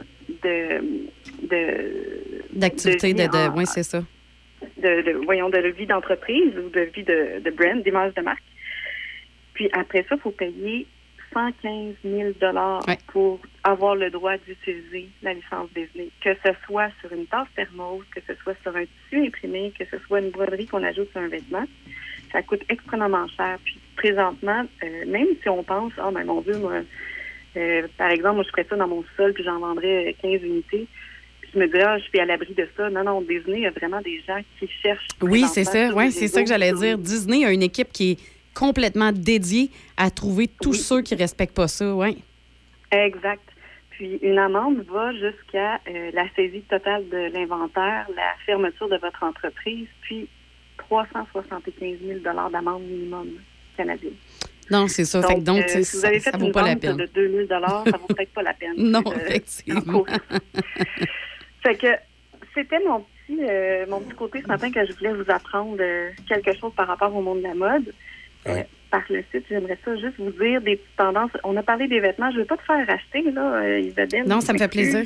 d'activité, oui, c'est ça. De vie d'entreprise ou de vie de brand, d'image de marque. Puis après ça, il faut payer 115 000 pour avoir le droit d'utiliser la licence Disney, que ce soit sur une tasse thermos, que ce soit sur un tissu imprimé, que ce soit une broderie qu'on ajoute sur un vêtement. Ça coûte extrêmement cher. Puis présentement, même si on pense, mon Dieu, moi, par exemple, moi je ferais ça dans mon sol puis j'en vendrais 15 unités. Puis je me dirais, je suis à l'abri de ça. Non, Disney, il y a vraiment des gens qui cherchent. Oui, c'est ça. Oui, c'est ça que j'allais dire. Disney a une équipe qui est complètement dédié à trouver tous ceux qui ne respectent pas ça, oui. Exact. Puis une amende va jusqu'à la saisie totale de l'inventaire, la fermeture de votre entreprise, puis 375 000 d'amende minimum canadienne. Non, c'est ça. Donc, si vous avez fait une vente de 2 000 ça ne vaut peut-être pas la peine. Non, effectivement. Fait que c'était mon petit côté ce matin que je voulais vous apprendre quelque chose par rapport au monde de la mode. Par le site, j'aimerais ça juste vous dire des petites tendances. On a parlé des vêtements. Je ne vais pas te faire acheter, là, Isabelle. Non, ça me fait plaisir.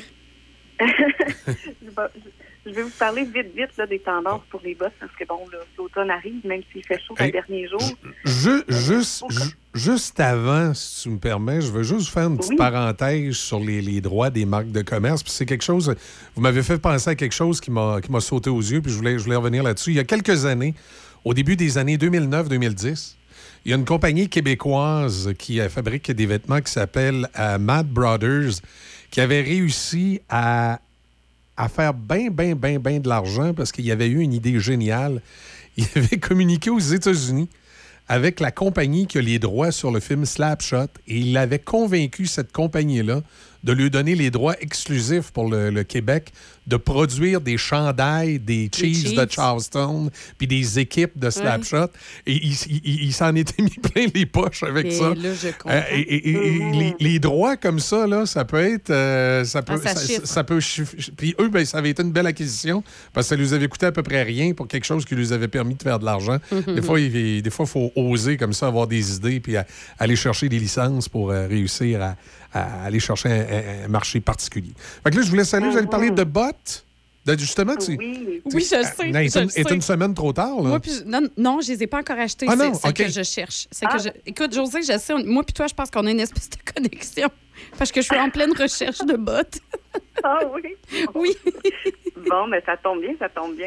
Je vais vous parler vite là, des tendances pour les bottes parce que, bon, l'automne arrive, même s'il fait chaud les derniers jours. Juste avant, si tu me permets, je veux juste faire une petite parenthèse sur les droits des marques de commerce. Puis c'est quelque chose, vous m'avez fait penser à quelque chose qui m'a sauté aux yeux, puis je voulais revenir là-dessus. Il y a quelques années, au début des années 2009-2010, il y a une compagnie québécoise qui fabrique des vêtements qui s'appelle Mad Brothers, qui avait réussi à faire bien de l'argent parce qu'il y avait eu une idée géniale. Il avait communiqué aux États-Unis avec la compagnie qui a les droits sur le film Slapshot, et il avait convaincu cette compagnie-là de lui donner les droits exclusifs pour le Québec de produire des chandails, des Chiefs de Charleston, puis des équipes de Slapshot. Et il s'en était mis plein les poches avec ça. Là, je comprends. Les droits comme ça, là, ça peut être... Puis eux, ben, ça avait été une belle acquisition parce que ça lui avait coûté à peu près rien pour quelque chose qui lui avait permis de faire de l'argent. Des fois, il faut oser comme ça, avoir des idées puis aller chercher des licences pour réussir à aller chercher un marché particulier. Fait que là, je vous laisse aller. Vous allez parler de bots. Justement, Oui, je sais. Est une semaine trop tard, là. Moi, non, je les ai pas encore achetés. C'est que je cherche. Écoute, José, je sais, moi puis toi, je pense qu'on a une espèce de connexion. Parce que je suis en pleine recherche de bots. Ah oui? Oui. Bon, mais ça tombe bien.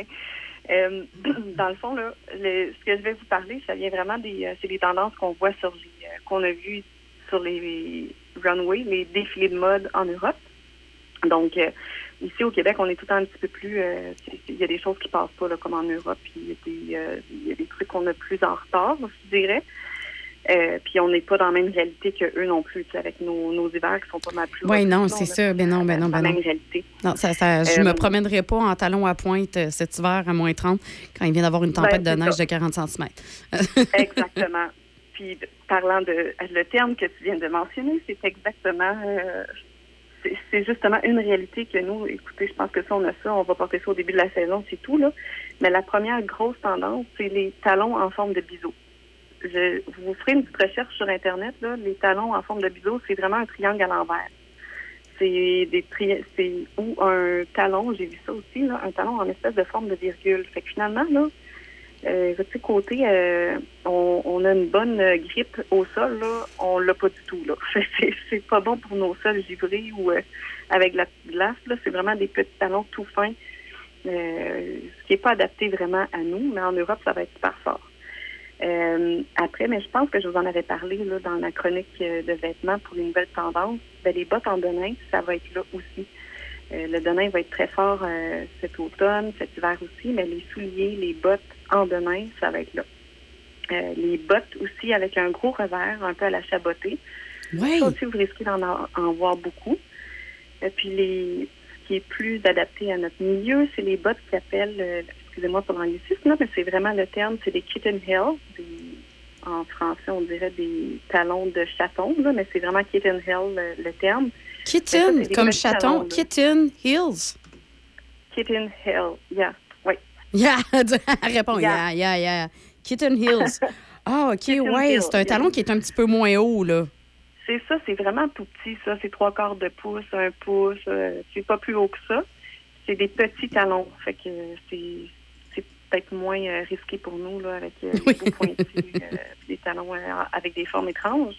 Dans le fond, là, ce que je vais vous parler, ça vient vraiment c'est des tendances qu'on voit qu'on a vues sur les runways, les défilés de mode en Europe. Donc, ici au Québec, on est tout le temps un petit peu plus... il y a des choses qui passent pas, là, comme en Europe, puis il y a des trucs qu'on a plus en retard, je dirais. Puis on n'est pas dans la même réalité qu'eux non plus, avec nos hivers qui sont pas mal plus... Oui, non, c'est ça. Ben non. La même réalité. Non, je me promènerai pas en talons à pointe cet hiver à moins 30 quand il vient d'avoir une tempête de neige de 40 cm. Exactement. Puis, parlant le terme que tu viens de mentionner, c'est exactement... c'est justement une réalité que nous, écoutez, je pense que ça, on va porter ça au début de la saison, c'est tout, là. Mais la première grosse tendance, c'est les talons en forme de biseau. Vous ferez une petite recherche sur Internet, là, les talons en forme de biseau, c'est vraiment un triangle à l'envers. C'est ou un talon, j'ai vu ça aussi, là, un talon en espèce de forme de virgule. Fait que finalement, là, votre petit côté, on a une bonne grippe au sol, là, on l'a pas du tout, là. C'est pas bon pour nos sols givrés ou avec la glace, là, c'est vraiment des petits talons tout fins, ce qui est pas adapté vraiment à nous, mais en Europe, ça va être super fort. Après, mais je pense que je vous en avais parlé là, dans la chronique de vêtements pour les nouvelles tendances. Ben, les bottes en denim, ça va être là aussi. Le denim va être très fort cet automne, cet hiver aussi, mais les souliers, les bottes en denim, ça va être là. Les bottes aussi avec un gros revers, un peu à la chabotée. Oui. Ça aussi, vous risquez d'en voir beaucoup. Puis ce qui est plus adapté à notre milieu, c'est les bottes qui s'appellent... excusez-moi pour l'anglicisme, là, mais c'est vraiment le terme, c'est des kitten heels. En français, on dirait des talons de chaton, là, mais c'est vraiment kitten heel le terme. Kitten, comme chaton, talons, kitten heels. Kitten heel, yeah, oui. Yeah, réponds, yeah. Kitten heels. Ah, OK, ouais, c'est un talon qui est un petit peu moins haut, là. C'est ça, c'est vraiment tout petit, ça. C'est 3/4 de pouce, 1 pouce. C'est pas plus haut que ça. C'est des petits talons. Fait que c'est peut-être moins risqué pour nous, là, avec des beaux pointus, des talons avec des formes étranges.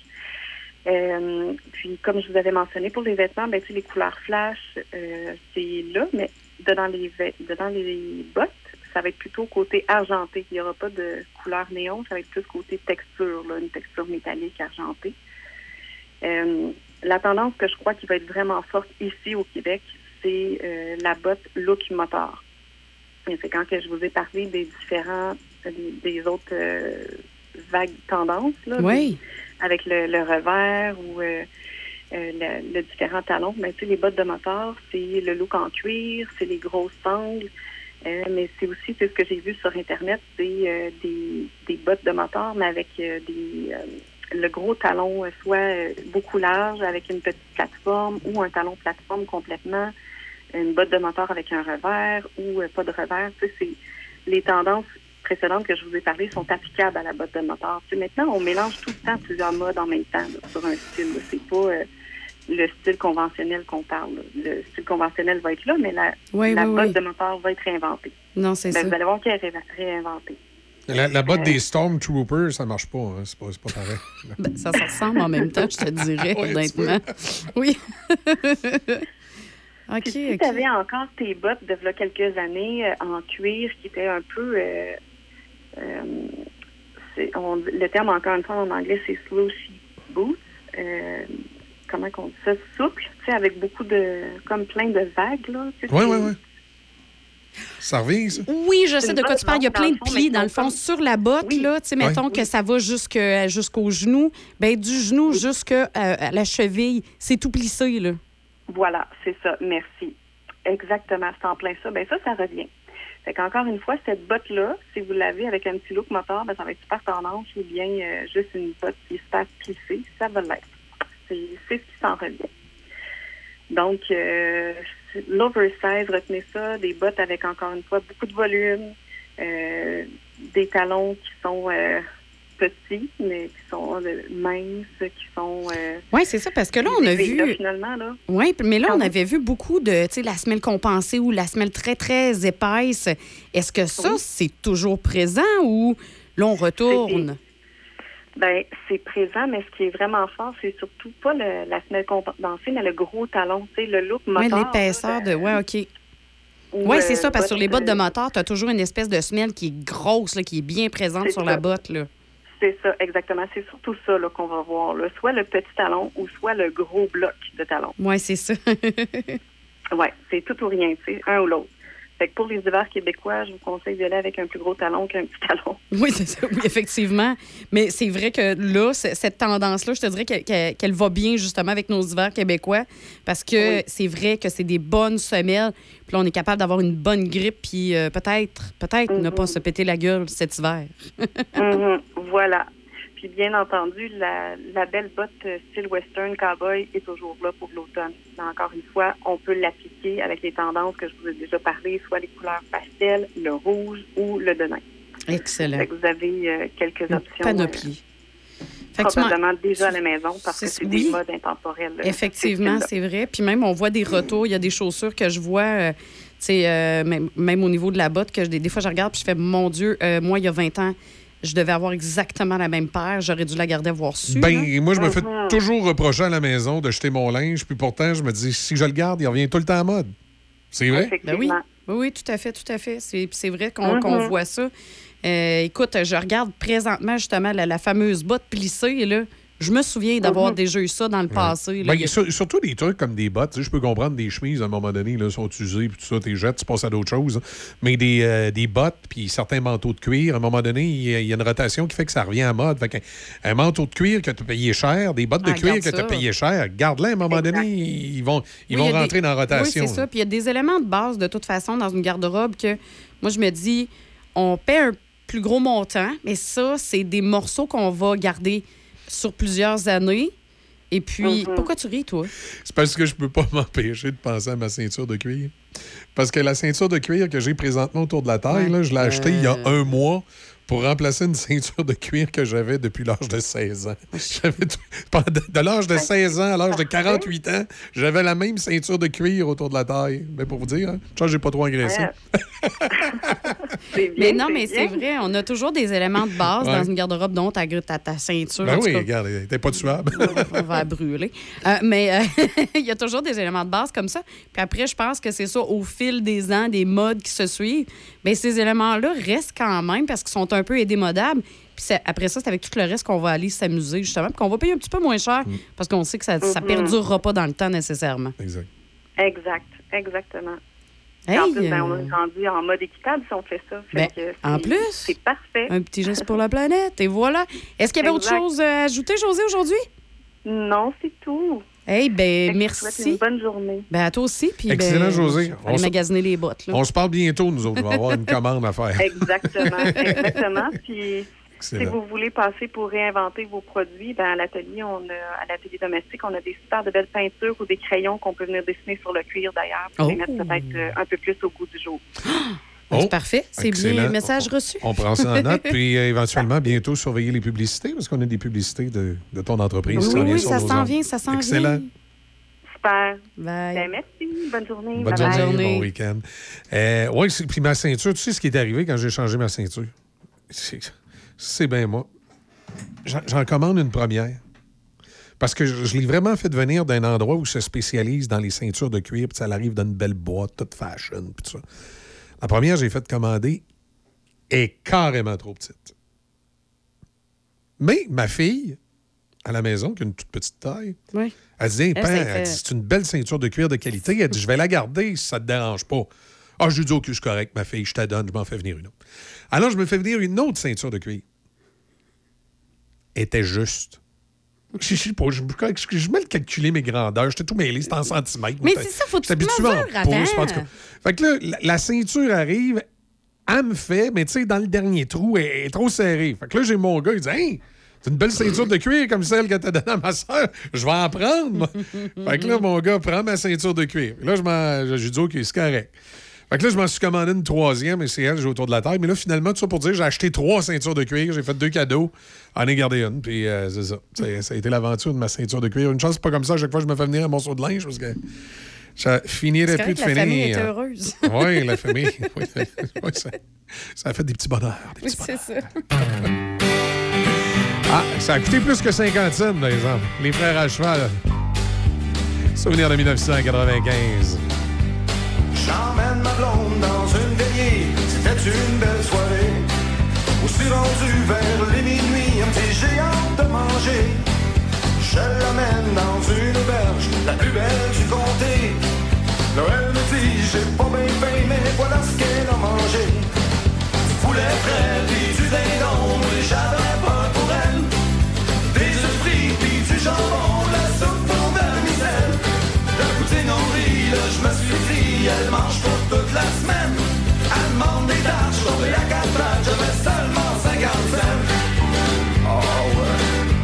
Puis, comme je vous avais mentionné, pour les vêtements, ben, les couleurs flash, c'est là, mais dedans les bottes, ça va être plutôt côté argenté. Il n'y aura pas de couleur néon, ça va être plus côté texture, là, une texture métallique argentée. La tendance que je crois qui va être vraiment forte ici au Québec, c'est la botte look motor. Et c'est quand que je vous ai parlé des autres vagues tendances, là, oui. Avec le revers ou le différent talon. Mais tu sais, les bottes de moteur, c'est le look en cuir, c'est les grosses sangles, mais c'est aussi ce que j'ai vu sur Internet, c'est des bottes de moteur, mais avec le gros talon soit beaucoup large avec une petite plateforme ou un talon plateforme complètement, une botte de moteur avec un revers ou pas de revers. Tu sais, c'est les tendances précédentes que je vous ai parlé sont applicables à la botte de moteur. Tu sais, maintenant, on mélange tout le temps plusieurs modes en même temps là, sur un style. Là. C'est pas le style conventionnel qu'on parle. Là. Le style conventionnel va être là, mais la botte de moteur va être réinventée. Non, c'est ça. Vous allez voir qu'elle est réinventée. La botte des Stormtroopers, ça marche pas. Hein. C'est pas pareil. Ben, ça se ressemble en même temps, je te dirais, Oui, honnêtement. Oui. OK, Puis si tu avais encore tes bottes de là, quelques années en cuir qui étaient un peu... le terme, encore une fois, en anglais, c'est slushy boots. Comment on dit ça? Souple, tu sais, avec beaucoup de... comme plein de vagues, là. Oui. Ça revient, ça? Oui, je sais de quoi botte, tu parles. Il y a dans plein le de fond, plis, mais dans le fond, sur la botte, là, tu sais, mettons que ça va jusqu'au genou. Ben du genou jusqu'à la cheville, c'est tout plissé, là. Voilà, c'est ça. Merci. Exactement, c'est en plein ça. Ben ça revient. Fait qu'encore une fois, cette botte-là, si vous l'avez avec un petit look moteur, ben ça va être super tendance ou bien juste une botte qui est super plissée, ça va l'être. C'est ce qui s'en revient. Donc, l'oversize, retenez ça, des bottes avec, encore une fois, beaucoup de volume, des talons qui sont petits, mais qui sont minces, qui sont... Oui, c'est ça, parce que là, on a vu... Là, finalement, là. Oui, mais là, on avait vu beaucoup de, tu sais, la semelle compensée ou la semelle très, très épaisse. Est-ce que ça, c'est toujours présent ou là, on retourne? Bien, c'est présent, mais ce qui est vraiment fort, c'est surtout pas la semelle compensée, mais le gros talon, tu sais, le look moteur. Oui, l'épaisseur de... Oui, OK. Oui, c'est ça, parce que sur les bottes de moteur, tu as toujours une espèce de semelle qui est grosse, là, qui est bien présente sur la botte, là. C'est ça, exactement. C'est surtout ça là, qu'on va voir. Là. Soit le petit talon ou soit le gros bloc de talon. Oui, c'est ça. Oui, c'est tout ou rien, tu sais, un ou l'autre. Fait que pour les hivers québécois, je vous conseille d'y aller avec un plus gros talon qu'un petit talon. Oui, c'est ça, oui, effectivement. Mais c'est vrai que là, cette tendance-là, je te dirais qu'elle va bien justement avec nos hivers québécois parce que c'est vrai que c'est des bonnes semelles. Puis là, on est capable d'avoir une bonne grippe puis peut-être ne pas se péter la gueule cet hiver. Voilà. Puis bien entendu, la belle botte style western cowboy est toujours là pour l'automne. Mais encore une fois, on peut l'appliquer avec les tendances que je vous ai déjà parlé, soit les couleurs pastel, le rouge ou le denim. Excellent. Fait que vous avez quelques options. Panoplie. Probablement déjà à la maison parce que c'est des modes intemporels. Effectivement, c'est vrai. Puis même, on voit des retours. Il y a des chaussures que je vois, même au niveau de la botte, que des fois, je regarde puis je fais, mon Dieu, moi, il y a 20 ans, je devais avoir exactement la même paire. J'aurais dû la garder avoir su. Ben, moi, je me fais toujours reprocher à la maison de jeter mon linge. Puis pourtant, je me dis, si je le garde, il revient tout le temps à mode. C'est vrai? Ben oui. Oui, tout à fait, tout à fait. C'est vrai qu'on voit ça. Écoute, je regarde présentement, justement, la fameuse botte plissée, là. Je me souviens d'avoir déjà eu ça dans le passé. Là. Ben, surtout des trucs comme des bottes. Tu sais, je peux comprendre des chemises, à un moment donné, là, sont usées, puis tout ça, t'es jettes, tu passes à d'autres choses. Mais des bottes, puis certains manteaux de cuir, à un moment donné, il y a une rotation qui fait que ça revient à mode. Fait un manteau de cuir que tu as payé cher, des bottes de cuir que tu as payé cher, garde-les, à un moment donné, ils vont rentrer dans la rotation. Oui, c'est ça. Puis il y a des éléments de base, de toute façon, dans une garde-robe que, moi, je me dis, on paie un plus gros montant, mais ça, c'est des morceaux qu'on va garder sur plusieurs années. Et puis, pourquoi tu ris, toi? C'est parce que je peux pas m'empêcher de penser à ma ceinture de cuir. Parce que la ceinture de cuir que j'ai présentement autour de la taille, là, je l'ai achetée il y a un mois pour remplacer une ceinture de cuir que j'avais depuis l'âge de 16 ans. De l'âge de 16 ans à l'âge de 48 ans, j'avais la même ceinture de cuir autour de la taille. Mais pour vous dire, hein, je j'ai pas trop engraissé. Mais non, mais c'est vrai, on a toujours des éléments de base dans une garde-robe, dont ta ceinture. Ben oui, regarde, t'es pas tuable. On va la brûler. Mais il y a toujours des éléments de base comme ça. Puis après, je pense que c'est ça, au fil des ans, des modes qui se suivent, bien, ces éléments-là restent quand même parce qu'ils sont un peu indémodables. Puis après ça, c'est avec tout le reste qu'on va aller s'amuser, justement, puis qu'on va payer un petit peu moins cher parce qu'on sait que ça ne perdurera pas dans le temps nécessairement. Exactement. Hey, en plus, on est rendu en mode équitable si on fait ça. En plus, c'est parfait. Un petit geste pour la planète, et voilà. Est-ce qu'il y avait autre chose à ajouter, Josée, aujourd'hui? Non, c'est tout. Hey, ben merci. Je vous souhaite une bonne journée. Ben à toi aussi. Puis, excellent, Josée. On va magasiner les bottes. Là. On se parle bientôt, nous autres. On va avoir une commande à faire. Exactement. Puis si vous voulez passer pour réinventer vos produits, ben à l'atelier domestique, on a des super de belles peintures ou des crayons qu'on peut venir dessiner sur le cuir d'ailleurs pour les mettre peut-être un peu plus au goût du jour. C'est parfait. C'est bien. Message reçu. On prend ça en note, puis éventuellement, bientôt, surveiller les publicités, parce qu'on a des publicités de ton entreprise. Oui, ça s'en vient, ça s'en vient. Excellent. Super. Bye. Ben, merci. Bonne journée. Bonne journée. Bon week-end. Oui, puis ma ceinture, tu sais ce qui est arrivé quand j'ai changé ma ceinture? c'est bien moi. J'en commande une première. Parce que je l'ai vraiment fait venir d'un endroit où se spécialise dans les ceintures de cuir, puis ça arrive dans une belle boîte, toute fashion, puis tout ça. La première, j'ai fait commander, est carrément trop petite. Mais ma fille, à la maison, qui a une toute petite taille, elle dit, hey, père, elle dit, c'est une belle ceinture de cuir de qualité. Elle dit, je vais la garder si ça te dérange pas. Ah, je lui dis, OK, c'est correct, ma fille, je te donne, je m'en fais venir une autre. Alors, je me fais venir une autre ceinture de cuir. Elle était juste. Je sais pas, je mets le calculer mes grandeurs. J'étais tout mêlé, c'était en centimètres. Mais c'est ça, faut que tu te mesures avant. Fait que là, la ceinture arrive, elle me fait, mais tu sais, dans le dernier trou, elle est trop serrée. Fait que là, j'ai mon gars, il dit, hey, c'est une belle ceinture de cuir comme celle que t'as donnée à ma soeur. Je vais en prendre, moi. Fait que là, mon gars prend ma ceinture de cuir. Là, j'ai dit, OK, c'est correct. Fait que là, je m'en suis commandé une troisième, et c'est elle, j'ai autour de la table. Mais là, finalement, tout ça pour dire, j'ai acheté 3 ceintures de cuir, j'ai fait 2 cadeaux, en ai gardé une, puis c'est ça. Ça a été l'aventure de ma ceinture de cuir. Une chance, c'est pas comme ça, à chaque fois, je me fais venir un morceau de linge, parce que ça finirait plus de finir. La famille est heureuse. Oui, la famille. Oui, ça a fait des petits bonheurs. C'est ça. Ah, ça a coûté plus que 50 cents, par exemple. Les frères à cheval. Souvenir de 1995. J'emmène ma blonde dans une veillée, c'était une belle soirée. Aussi rendu vers les minuit, un petit géant de manger. Je l'amène dans une auberge, la plus belle du comté. Là elle me dit, j'ai pas bien faim, mais voilà ce qu'elle a mangé. Du poulet frais, puis du dindon, et j'avais peur pour elle. Des œufs frits, puis du jambon, la soupe au vermicelle. La poutine en riz, là je me suis dit, elle mange pour toute la semaine. Elle demande des tâches, tombées à 4 pattes, j'avais seulement 50 cents. Oh ouais,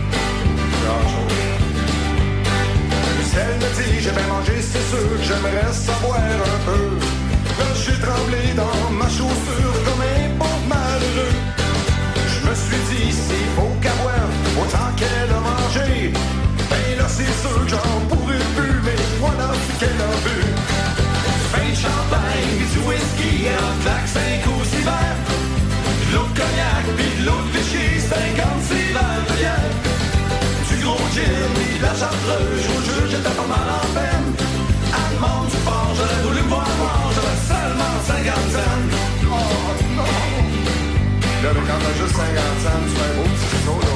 puis elle me dit, j'ai bien mangé, c'est sûr que j'aimerais savoir un peu. Là j'ai tremblé dans ma chaussure comme un pauvre malheureux. Je me suis dit, s'il faut qu'à boire autant qu'elle a mangé, ben là c'est sûr que j'en pourrais plus, mais voilà ce qu'elle a vu. Du champagne, puis du whisky, et en claque 5 ou 6 verres. De l'eau de cognac, puis de l'eau de Vichy, 56 verres de bière. Du gros gin, puis de la chartreuse, je vous jure, j'étais pas mal en peine. À demande du fort, j'aurais voulu me voir voir, j'avais seulement 50 cents. Oh non! Là, mais quand t'as juste 50 cents, tu fais un beau petit solo.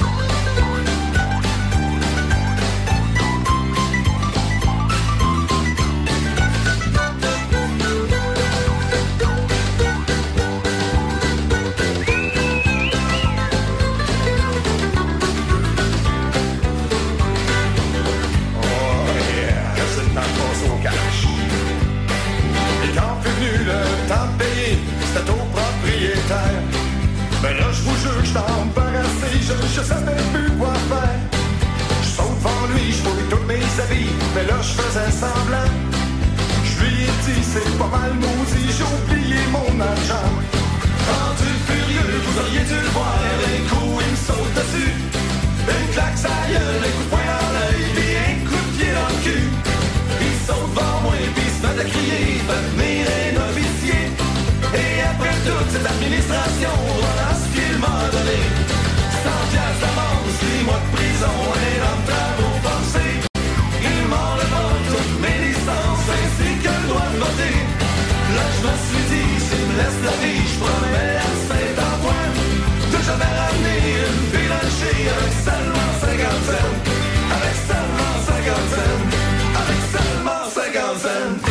C'était au propriétaire. Mais là, je vous jure que j'étais embarrassé, je savais plus quoi faire. Je saute devant lui, je fouille tous mes habits, mais là, je faisais semblant. Je lui ai dit, c'est pas mal maudit, j'ai oublié mon argent. Rendu furieux, vous auriez dû le voir, un coup, il me saute dessus. Une claque sa gueule, un coup de poing dans l'œil, puis un coup de pied dans le cul. Il saute devant moi, puis il se met à crier, fait venir un officier. Et après toute cette administration, voilà ce qu'il m'a donné. 100 piastres d'amende, 6 mois de prison et dans de travaux forcés. Il m'enlèvera toutes mes licences ainsi que le droit de voter. Là je me suis dit, s'il me laisse la vie, je promets à Saint-Antoine de jamais ramener une fille lâchée avec seulement 50 cents. Avec seulement 50 cents. Avec seulement 50 cents.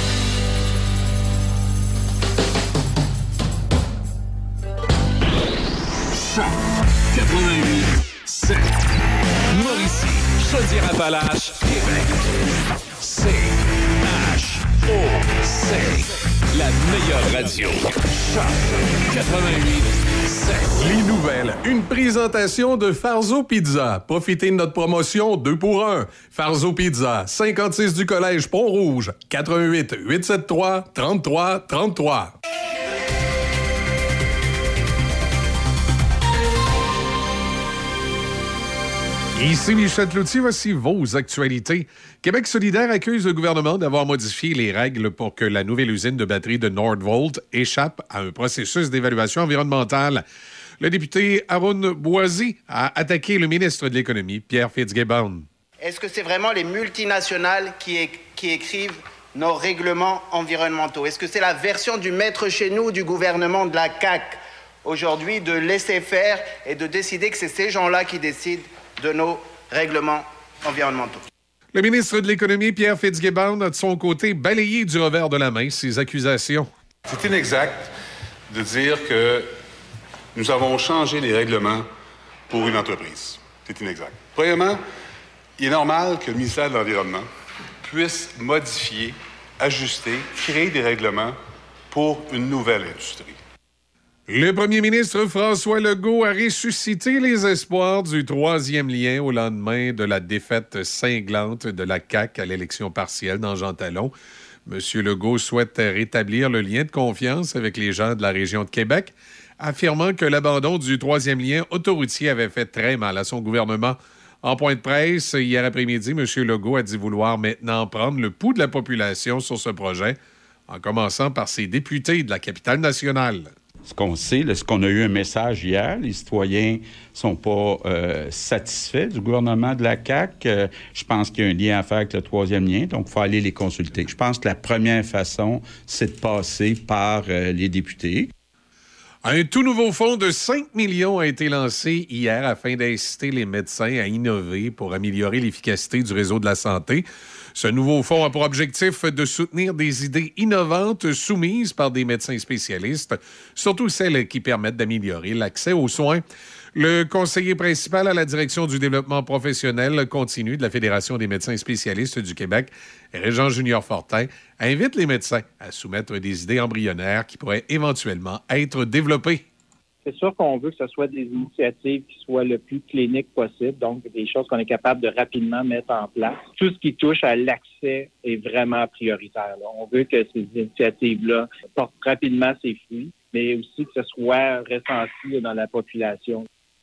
Choc 88.7 Mauricie, Chaudière-Appalaches, Québec. CHOC, la meilleure radio. Choc 88.7. Les nouvelles. Une présentation de Farzo Pizza. Profitez de notre promotion 2 pour 1. Farzo Pizza, 56 du Collège Pont-Rouge, 88 873 33 33. Ici Michel Cloutier, voici vos actualités. Québec solidaire accuse le gouvernement d'avoir modifié les règles pour que la nouvelle usine de batterie de Nordvolt échappe à un processus d'évaluation environnementale. Le député Arun Boisy a attaqué le ministre de l'Économie, Pierre Fitzgibbon. Est-ce que c'est vraiment les multinationales qui écrivent nos règlements environnementaux? Est-ce que c'est la version du maître chez nous du gouvernement de la CAQ aujourd'hui de laisser faire et de décider que c'est ces gens-là qui décident de nos règlements environnementaux? Le ministre de l'Économie, Pierre Fitzgibbon, a de son côté balayé du revers de la main ces accusations. C'est inexact de dire que nous avons changé les règlements pour une entreprise. C'est inexact. Premièrement, il est normal que le ministère de l'Environnement puisse modifier, ajuster, créer des règlements pour une nouvelle industrie. Le premier ministre François Legault a ressuscité les espoirs du troisième lien au lendemain de la défaite cinglante de la CAQ à l'élection partielle dans Jean Talon. M. Legault souhaite rétablir le lien de confiance avec les gens de la région de Québec, affirmant que l'abandon du troisième lien autoroutier avait fait très mal à son gouvernement. En point de presse, hier après-midi, M. Legault a dit vouloir maintenant prendre le pouls de la population sur ce projet, en commençant par ses députés de la capitale nationale. Ce qu'on sait, c'est qu'on a eu un message hier. Les citoyens ne sont pas satisfaits du gouvernement de la CAQ. Je pense qu'il y a un lien à faire avec le troisième lien, donc il faut aller les consulter. Je pense que la première façon, c'est de passer par les députés. Un tout nouveau fonds de 5 millions a été lancé hier afin d'inciter les médecins à innover pour améliorer l'efficacité du réseau de la santé. Ce nouveau fonds a pour objectif de soutenir des idées innovantes soumises par des médecins spécialistes, surtout celles qui permettent d'améliorer l'accès aux soins. Le conseiller principal à la direction du développement professionnel continu de la Fédération des médecins spécialistes du Québec, Régent Junior Fortin, invite les médecins à soumettre des idées embryonnaires qui pourraient éventuellement être développées. C'est sûr qu'on veut que ce soit des initiatives qui soient le plus cliniques possible, donc des choses qu'on est capable de rapidement mettre en place. Tout ce qui touche à l'accès est vraiment prioritaire. Là. On veut que ces initiatives-là portent rapidement ses fruits, mais aussi que ce soit ressenti dans la population.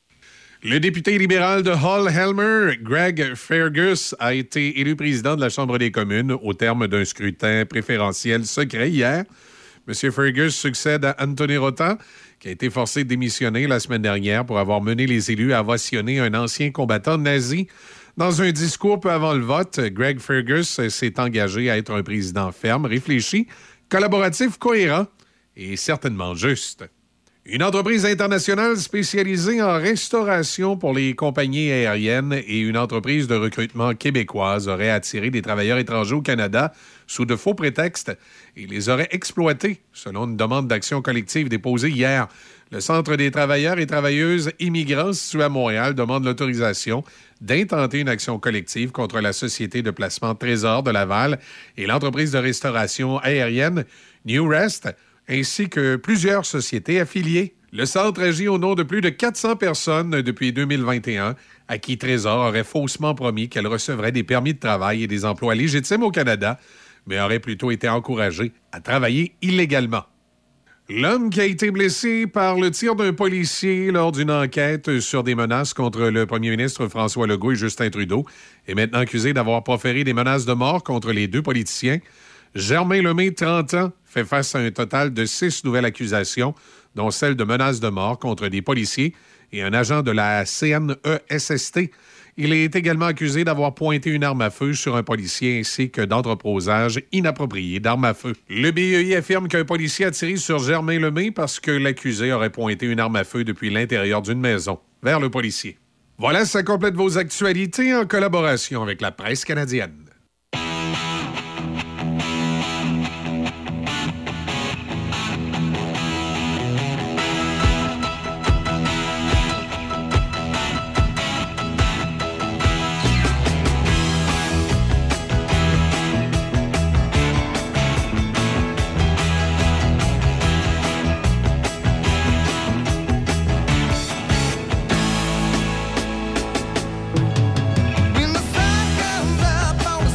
Le député libéral de Hull-Helmer, Greg Fergus, a été élu président de la Chambre des communes au terme d'un scrutin préférentiel secret hier. M. Fergus succède à Anthony Rota, qui a été forcé de démissionner la semaine dernière pour avoir mené les élus à ovationner un ancien combattant nazi. Dans un discours peu avant le vote, Greg Fergus s'est engagé à être un président ferme, réfléchi, collaboratif, cohérent et certainement juste. Une entreprise internationale spécialisée en restauration pour les compagnies aériennes et une entreprise de recrutement québécoise auraient attiré des travailleurs étrangers au Canada sous de faux prétextes et les auraient exploités, selon une demande d'action collective déposée hier. Le Centre des travailleurs et travailleuses immigrants situé à Montréal demande l'autorisation d'intenter une action collective contre la société de placement Trésor de Laval et l'entreprise de restauration aérienne New Rest, ainsi que plusieurs sociétés affiliées. Le centre agit au nom de plus de 400 personnes depuis 2021, à qui Trésor aurait faussement promis qu'elle recevrait des permis de travail et des emplois légitimes au Canada, mais aurait plutôt été encouragée à travailler illégalement. L'homme qui a été blessé par le tir d'un policier lors d'une enquête sur des menaces contre le premier ministre François Legault et Justin Trudeau est maintenant accusé d'avoir proféré des menaces de mort contre les deux politiciens. Germain Lemay, 30 ans, fait face à un total de 6 nouvelles accusations, dont celle de menaces de mort contre des policiers et un agent de la CNESST. Il est également accusé d'avoir pointé une arme à feu sur un policier ainsi que d'entreposage inapproprié d'armes à feu. Le BEI affirme qu'un policier a tiré sur Germain Lemay parce que l'accusé aurait pointé une arme à feu depuis l'intérieur d'une maison vers le policier. Voilà, ça complète vos actualités en collaboration avec la presse canadienne. When the sun comes up, I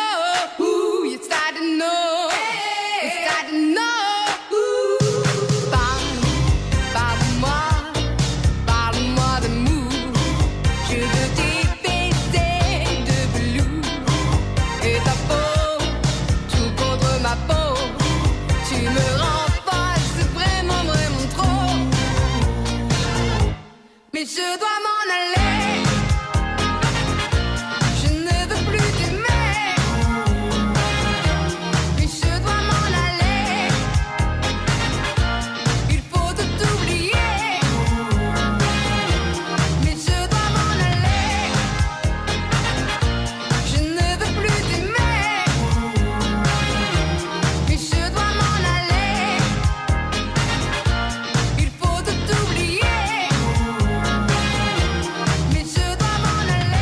Ooh, you start to know. You start to know. Ooh. Parle-moi d'amour. Je veux tes baisers de velours. Et ta peau, tout contre ma peau. Tu me rends folle, c'est vraiment, vraiment trop. Mais je dois m'en aller. Je ne veux plus t'aimer. Mais je dois m'en aller. Il faut tout oublier. Mais je dois m'en aller. Je ne veux plus t'aimer. Mais je dois m'en aller. Il faut tout oublier. Mais je dois m'en aller.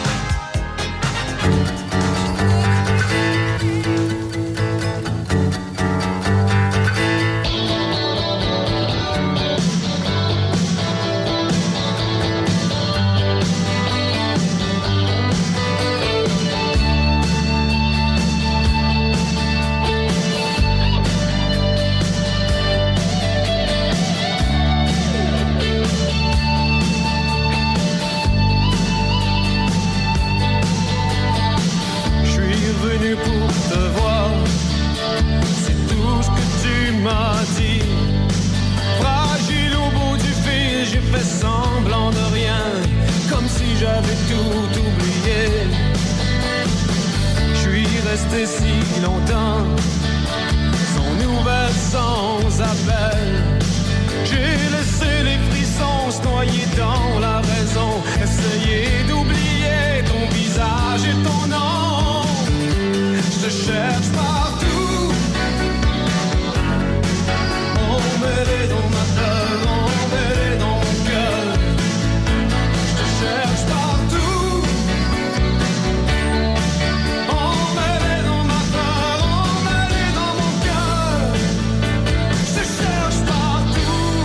Je suis revenu pour te voir. C'est tout ce que tu m'as dit. Fragile au bout du fil, j'ai fait semblant de rien, comme si j'avais tout oublié. Je suis resté si longtemps, sans nouvelles, sans appel. J'ai laissé les frissons se noyer dans la raison, essayer d'oublier ton visage et ton nom. Je te cherche partout, emmêlé dans ma peur, emmêlé dans mon cœur. Je te cherche partout, emmêlé dans ma peur, emmêlé dans mon cœur. Je te cherche partout.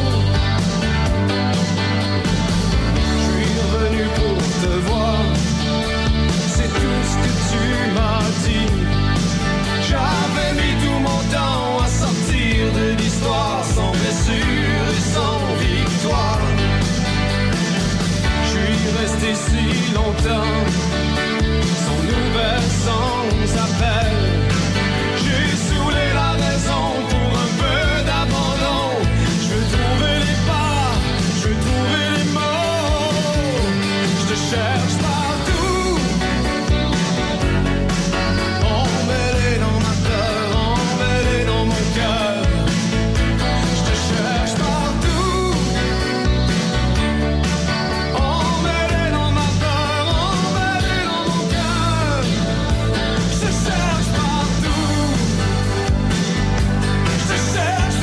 Je suis revenu pour te voir. C'est tout ce que tu m'as dit. J'avais mis tout mon temps à sortir de l'histoire, sans blessure et sans victoire. Je suis resté si longtemps, sans nouvelles, sans appel. J'ai saoulé la raison pour un peu d'abandon. Je veux trouver les pas, je veux trouver les mots. Je te cherche partout, emmêlé dans ma peur, emmêlé dans mon cœur. Je te cherche partout, emmêlé dans ma peur, emmêlé dans mon cœur. Je te cherche partout, je te cherche.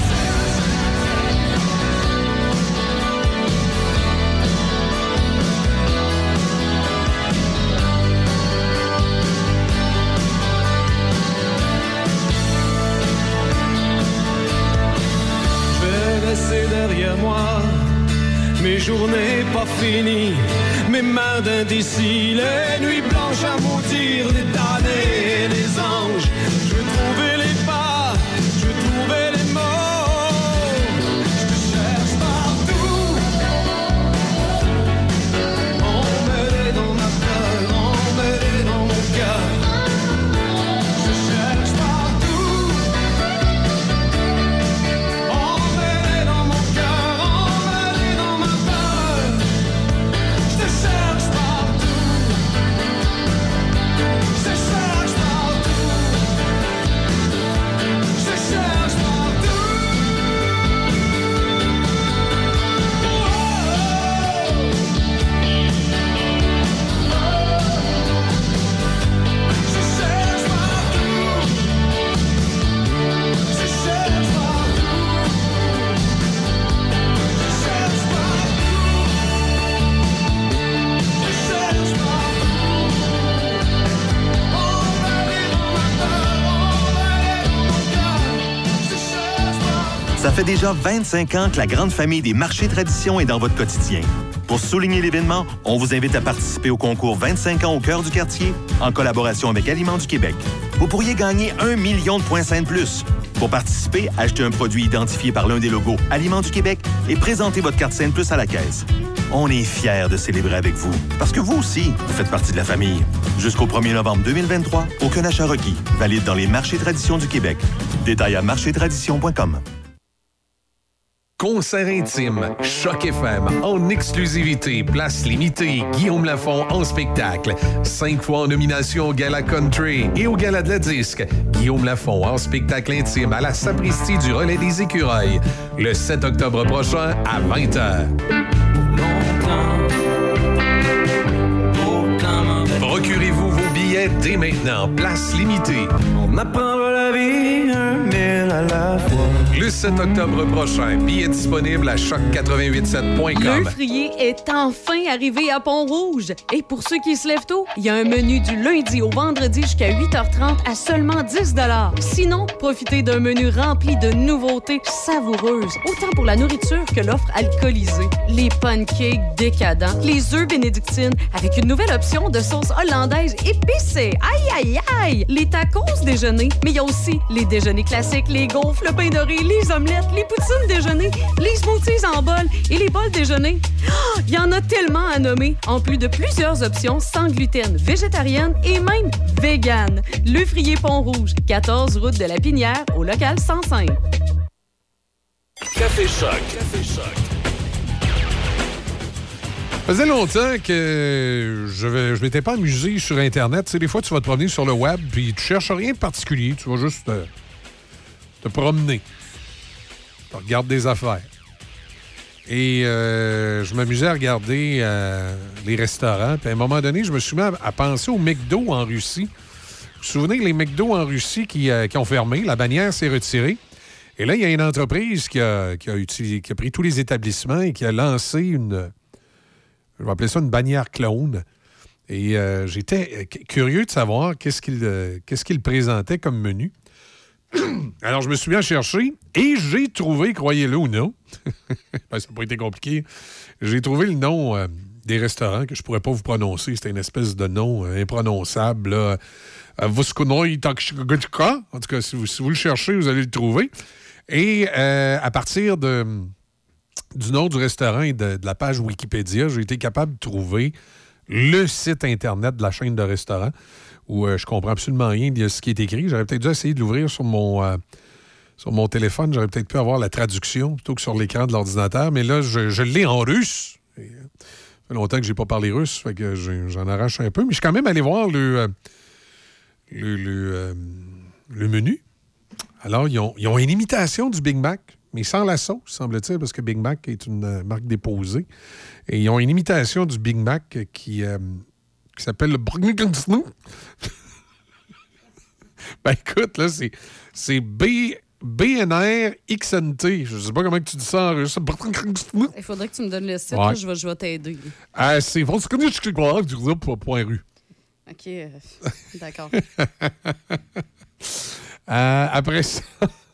Je vais laisser derrière moi mes journées pas finies, mes mains d'indécis, les nuits blanches à maudire, les damnés et les anges. Je veux trouver les pas, je veux trouver les mots. Je te cherche partout, emmêlé dans ma peur, emmêlé dans mon cœur. Je te cherche partout, emmêlé dans mon cœur, emmêlé dans ma peur. Je te cherche partout, je te cherche partout, je te cherche partout. Je cherche partout, je cherche partout, je cherche partout, je cherche partout. Emballé dans ma peur, emballé dans mon cœur. Je cherche partout. Ça fait déjà 25 ans que la grande famille des marchés traditions est dans votre quotidien. Pour souligner l'événement, on vous invite à participer au concours 25 ans au cœur du quartier en collaboration avec Aliments du Québec. Vous pourriez gagner 1 million de points Saint de plus. Pour participer, achetez un produit identifié par l'un des logos Aliments du Québec et présentez votre carte Saint de plus à la caisse. On est fiers de célébrer avec vous, parce que vous aussi, vous faites partie de la famille. Jusqu'au 1er novembre 2023, aucun achat requis. Valide dans les marchés traditions du Québec. Détails à marchétradition.com. Concert intime, Choc FM, en exclusivité, place limitée, Guillaume Lafont en spectacle. 5 fois en nomination au Gala Country et au Gala de la Disque. Guillaume Lafont en spectacle intime à la Sapristi du Relais des Écureuils, le 7 octobre prochain à 20h. Procurez-vous vos billets dès maintenant, place limitée. On apprend la vie, 1000 à la fois. Le 7 octobre prochain, billets disponibles à choc887.com. Le Frier est enfin arrivé à Pont-Rouge. Et pour ceux qui se lèvent tôt, il y a un menu du lundi au vendredi jusqu'à 8h30 à seulement 10 $. Sinon, profitez d'un menu rempli de nouveautés savoureuses, autant pour la nourriture que l'offre alcoolisée. Les pancakes décadents, les œufs bénédictines avec une nouvelle option de sauce hollandaise épicée. Aïe, aïe, aïe! Les tacos déjeuner, mais il y a aussi les déjeuners classiques, les gaufres, le pain doré, les omelettes, les poutines déjeuner, les smoothies en bol et les bols déjeuner. Il y en a tellement à nommer, en plus de plusieurs options sans gluten, végétarienne et même vegan. Le Frier Pont-Rouge, 14 route de la Pinière, au local 105. Café Choc. Café Choc. Ça faisait longtemps que je m'étais pas amusé sur Internet. Tu sais, des fois, tu vas te promener sur le web puis tu cherches rien de particulier. Tu vas juste te promener. Tu regardes des affaires. Et je m'amusais à regarder les restaurants. Puis à un moment donné, je me suis mis à penser au McDo en Russie. Vous vous souvenez, les McDo en Russie qui ont fermé, la bannière s'est retirée. Et là, il y a une entreprise qui a pris tous les établissements et qui a lancé je vais appeler ça une bannière clone. Et j'étais curieux de savoir qu'est-ce qu'il présentait comme menu. Alors, je me suis bien cherché et j'ai trouvé, croyez-le ou non, ça n'a pas été compliqué, j'ai trouvé le nom des restaurants que je ne pourrais pas vous prononcer. C'était une espèce de nom imprononçable. Voskonoi Takshigachka. En tout cas, si vous le cherchez, vous allez le trouver. Et à partir du nom du restaurant et de la page Wikipédia, j'ai été capable de trouver le site Internet de la chaîne de restaurants où je comprends absolument rien de ce qui est écrit. J'aurais peut-être dû essayer de l'ouvrir sur mon téléphone. J'aurais peut-être pu avoir la traduction plutôt que sur l'écran de l'ordinateur. Mais là, je l'ai en russe. Et, ça fait longtemps que je n'ai pas parlé russe, fait que j'en arrache un peu. Mais je suis quand même allé voir le menu. Alors, ils ont une imitation du Big Mac, mais sans la sauce, semble-t-il, parce que Big Mac est une marque déposée. Et ils ont une imitation du Big Mac qui s'appelle le BNR. Ben écoute, là, c'est BNR XNT. Je sais pas comment tu dis ça en russe. Il faudrait que tu me donnes le site, Ouais. là, je vais t'aider. C'est .ru. OK, d'accord. Après ça...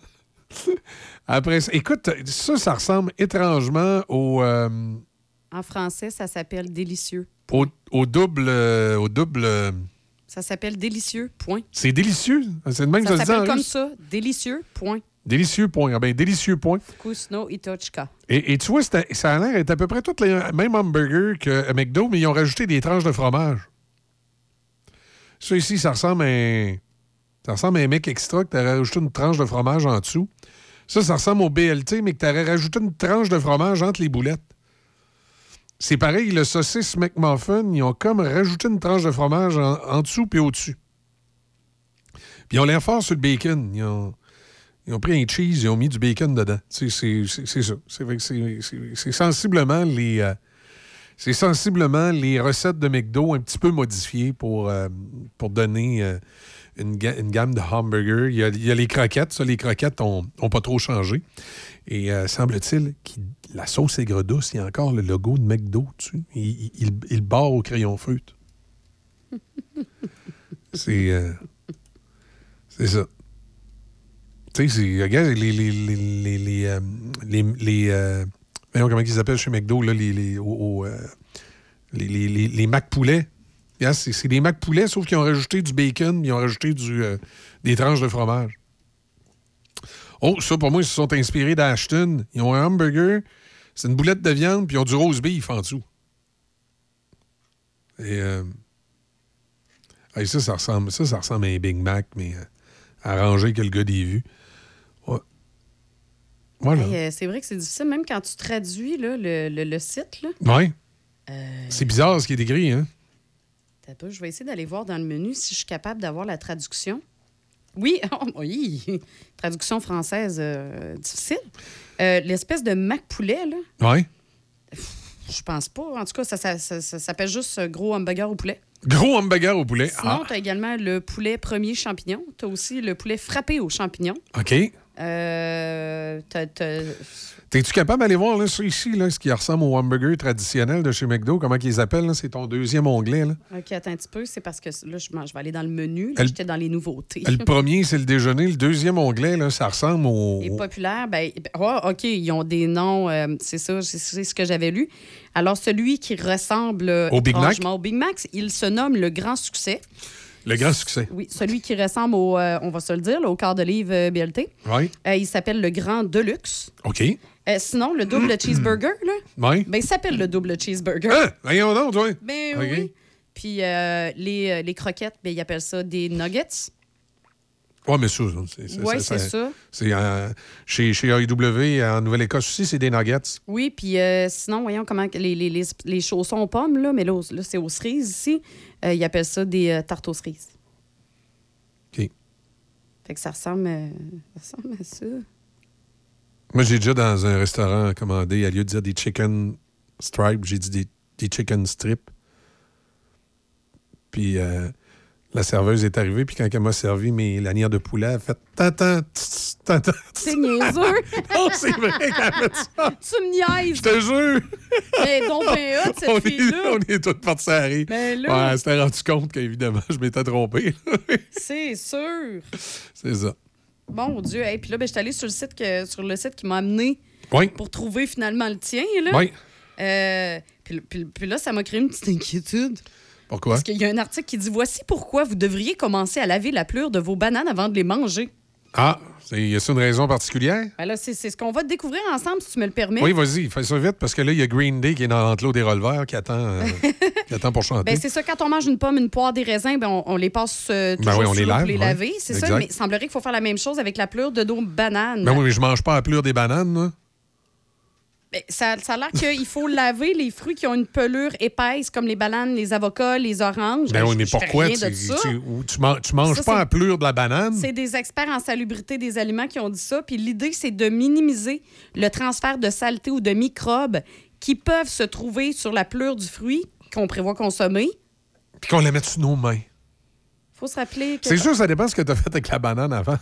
Écoute, ça ressemble étrangement au... En français, ça s'appelle délicieux. Au double... Ça s'appelle délicieux, point. C'est délicieux? C'est de même que ça se dit en s'appelle comme russe? ça, délicieux, point. Délicieux, point. Ah ben, délicieux, point. Kusno Itochka. Et tu vois, ça a l'air d'être à peu près tous les mêmes hamburgers que McDo, mais ils ont rajouté des tranches de fromage. Ça ici, ça ressemble à un mec extra que tu aurais rajouté une tranche de fromage en dessous. Ça ressemble au BLT, mais que tu aurais rajouté une tranche de fromage entre les boulettes. C'est pareil, le saucisse McMuffin, ils ont comme rajouté une tranche de fromage en dessous puis au-dessus. Puis ils ont l'air forts sur le bacon. Ils ont pris un cheese, ils ont mis du bacon dedans. C'est ça. C'est vrai que c'est sensiblement les... C'est sensiblement les recettes de McDo un petit peu modifiées pour donner une gamme de hamburgers. Il y a les croquettes. Ça, les croquettes n'ont pas trop changé. Et semble-t-il que la sauce aigre douce, il y a encore le logo de McDo dessus. Il barre au crayon feutre. C'est ça. Tu sais, regarde, Voyons comment ils appellent chez McDo, là, les Mac Poulet. Yeah, c'est des Mac Poulet, sauf qu'ils ont rajouté du bacon, ils ont rajouté des tranches de fromage. Oh, ça, pour moi, ils se sont inspirés d'Ashton. Ils ont un hamburger, c'est une boulette de viande, puis ils ont du roast beef en dessous. Et ça ressemble à un Big Mac, mais arrangé que le gars des vues. Ouais. Voilà. Hey, c'est vrai que c'est difficile, même quand tu traduis là, le site. Là. Oui. C'est bizarre ce qui est écrit, hein? Je vais essayer d'aller voir dans le menu si je suis capable d'avoir la traduction. Oui, oui. Traduction française difficile. L'espèce de Mac Poulet, là. Oui. Je pense pas. En tout cas, ça s'appelle juste gros hamburger au poulet. Gros hamburger au poulet. Sinon, tu as également le poulet premier champignon. Tu as aussi le poulet frappé aux champignons. OK. T'es-tu capable d'aller voir là, ça ici, là, ce qui ressemble au hamburger traditionnel de chez McDo? Comment ils appellent? Là? C'est ton deuxième onglet. Là. OK, attends un petit peu. C'est parce que là, je vais aller dans le menu. Là, j'étais dans les nouveautés. Le premier, c'est le déjeuner. Le deuxième onglet, là, ça ressemble au... Les populaires, OK, ils ont des noms. C'est ça, c'est ce que j'avais lu. Alors, celui qui ressemble au Big Mac, il se nomme le Grand Succès. Le Grand Succès. Oui, celui qui ressemble au, on va se le dire, là, au quart de livre BLT. Oui. Il s'appelle le Grand Deluxe. OK. Sinon, le double cheeseburger, là, oui. Il s'appelle le double cheeseburger. Voyons donc, toi. Ben okay. Oui. Puis les croquettes, ils appellent ça des nuggets. Oui, mais ça, c'est ça. C'est chez AEW, en Nouvelle-Écosse aussi, c'est des nuggets. Oui, puis sinon, voyons comment les chaussons aux pommes, là, mais là, c'est aux cerises ici. Ils appellent ça des tartes aux cerises. OK. Fait que ça ressemble à ça. Moi, j'ai déjà dans un restaurant commandé, au lieu de dire des chicken stripes, j'ai dit des chicken strips. Puis la serveuse est arrivée, puis quand elle m'a servi mes lanières de poulet, elle a fait T'attends. C'est niaiseux. Non, c'est vrai qu'elle a fait ça. Tu me niaises. Je te jure. Mais donc, ben hot, cette fille-là. On est tous partis à rire. Ben là. Ouais, c'était rendu compte qu'évidemment, je m'étais trompé. C'est sûr. C'est ça. Mon Dieu. Hey, puis là, je suis allée sur le site qui m'a amené pour trouver finalement le tien. Là. Oui. Puis là, ça m'a créé une petite inquiétude. Pourquoi? Parce qu'il y a un article qui dit « Voici pourquoi vous devriez commencer à laver la pelure de vos bananes avant de les manger. » Ah, y a-t-il une raison particulière? Ben là, c'est ce qu'on va découvrir ensemble, si tu me le permets. Oui, vas-y, fais ça vite, parce que là, il y a Green Day qui est dans l'enclos des releveurs qui attend pour chanter. Ben, c'est ça, quand on mange une pomme, une poire, des raisins, on les passe toujours sur l'eau pour les laver. C'est ça, mais il semblerait qu'il faut faire la même chose avec la pelure de nos bananes. Ben oui, mais je mange pas la pelure des bananes, moi. Ben, ça a l'air qu'il faut laver les fruits qui ont une pelure épaisse, comme les bananes, les avocats, les oranges. Ben oui, mais pourquoi? Tu manges pas la pelure de la banane? C'est des experts en salubrité des aliments qui ont dit ça. Puis l'idée, c'est de minimiser le transfert de saleté ou de microbes qui peuvent se trouver sur la pelure du fruit qu'on prévoit consommer. Puis qu'on la mette sous nos mains. Il faut se rappeler que... C'est sûr, ça dépend de ce que tu as fait avec la banane avant.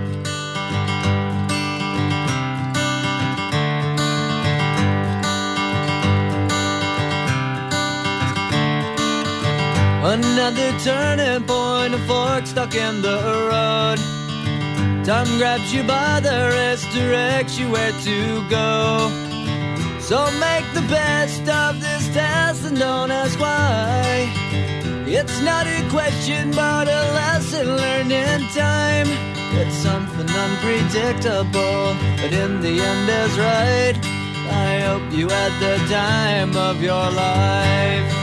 Another turning point, a fork stuck in the road. Time grabs you by the wrist, directs you where to go. So make the best of this test and don't ask why. It's not a question but a lesson learned in time. It's something unpredictable, but in the end is right. I hope you had the time of your life.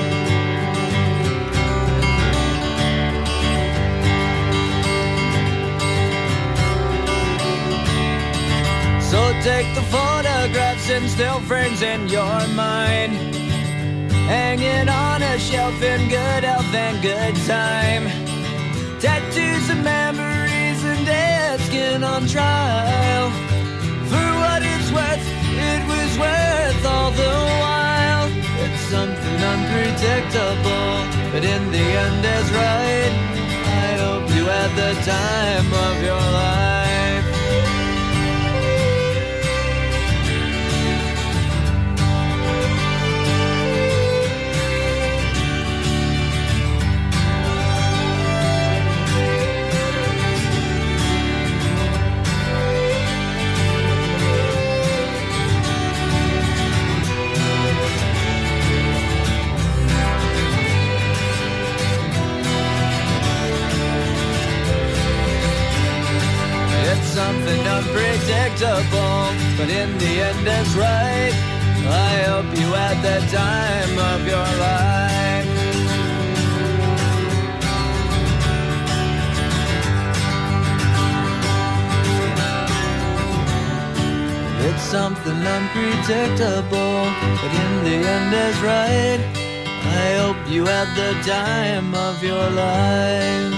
So take the photographs and still frames in your mind, hanging on a shelf in good health and good time. Tattoos and memories and dead skin on trial. For what it's worth, it was worth all the while. It's something unpredictable, but in the end is right. I hope you had the time of your life. unpredictable, but in the end it's right. I hope you had the time of your life. It's something unpredictable, but in the end is right. I hope you had the time of your life.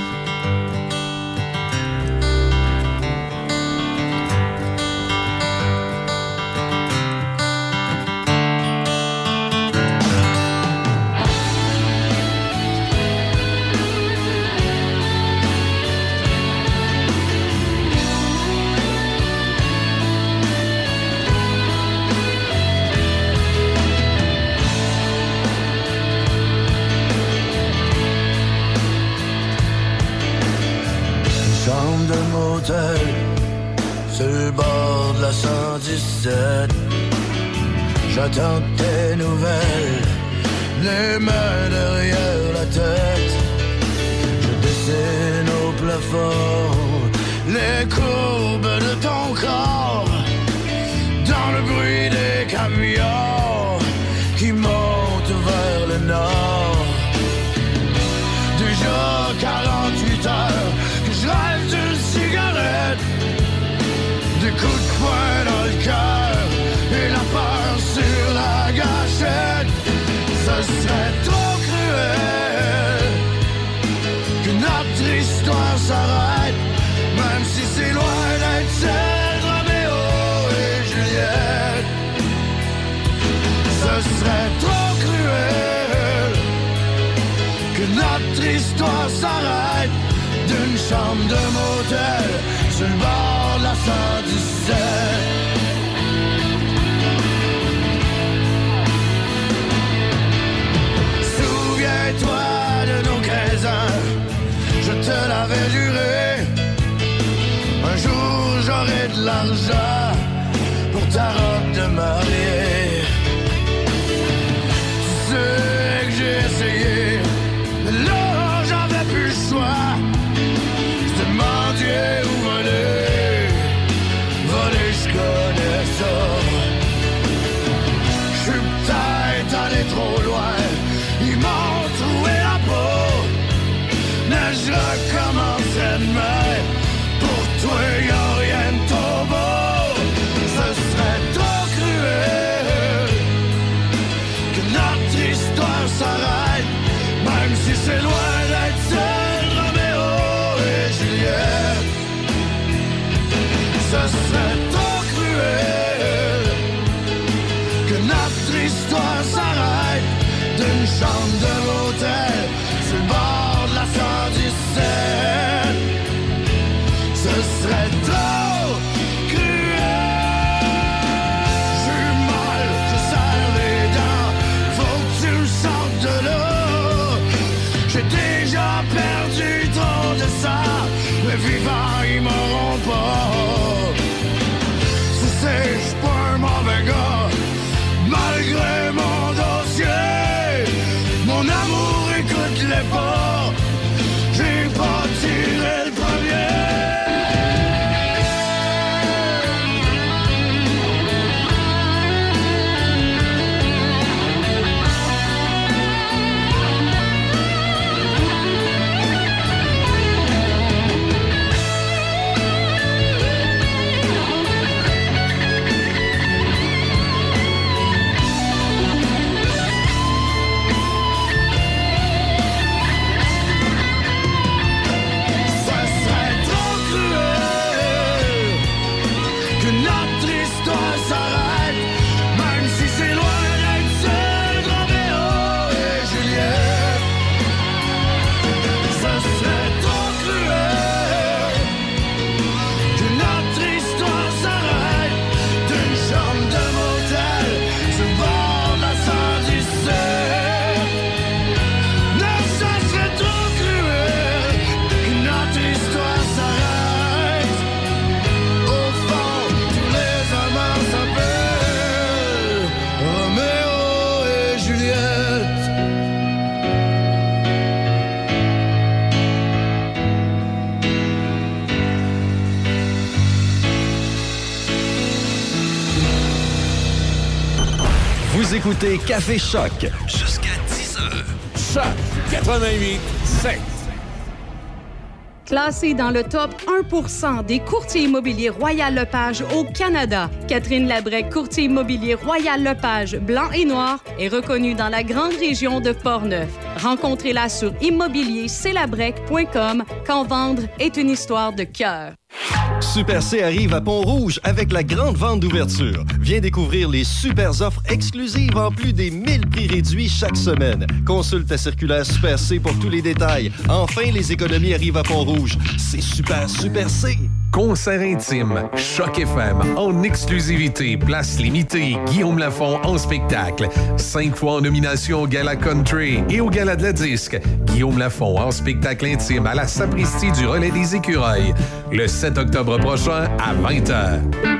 Chambre de motel sur le bord de la 117. J'attends tes nouvelles, les mains derrière la tête. Je dessine au plafond les courbes de ton corps, dans le bruit des camions qui montent vers le nord. Déjà 48 heures que je rêve d'une cigarette, des coups de poing dans le cœur et la peur sur la gâchette. Ce serait trop cruel que notre histoire s'arrête, même si c'est loin d'être celle de Roméo et Juliette. Ce serait trop cruel que notre histoire s'arrête, d'une chambre de motel sur le bord de la 117. Souviens-toi de nos 15 ans, je te l'avais juré. Un jour j'aurai de l'argent pour ta robe de mariée. Tu sais que j'ai essayé, mais là j'avais plus le choix. C'était mendier ou voler, voler je connais ça. J'suis peut-être allé trop loin, ils m'ont troué la peau, mais je recommencerai demain. Pour toi y'a rien de trop beau. Ce serait trop cruel que notre histoire s'arrête, même si c'est loin d'être seul Roméo et Juliette. Ce serait trop cruel que notre histoire s'arrête, d'une chambre de motel sur le bord de la 117. Ce serait trop cruel. J'ai mal, je serre les dents, faut que tu me sortes de là. J'ai déjà perdu trop de sang, les vivants ils m'auront pas. Tu sais, j'suis pas un mauvais gars, malgré mon dossier. Mon amour, écoute-les pas, j'ai pas tiré le premier. Vous écoutez Café Choc jusqu'à 10h. Choc 88.7. Classée dans le top 1% des courtiers immobiliers Royal Lepage au Canada, Catherine Labrec, courtier immobilier Royal Lepage blanc et noir, est reconnue dans la grande région de Portneuf. Rencontrez-la sur immobilierclabrec.com quand vendre est une histoire de cœur. Super C arrive à Pont-Rouge avec la grande vente d'ouverture. Viens découvrir les super offres exclusives en plus des 1000 prix réduits chaque semaine. Consulte ta circulaire Super C pour tous les détails. Enfin, les économies arrivent à Pont-Rouge. C'est Super C. Concert intime, Choc FM, en exclusivité, place limitée, Guillaume Lafont en spectacle. 5 fois en nomination au Gala Country et au Gala de la Disque. Guillaume Lafont en spectacle intime à la Sapristi du Relais des Écureuils. Le 7 octobre prochain à 20h.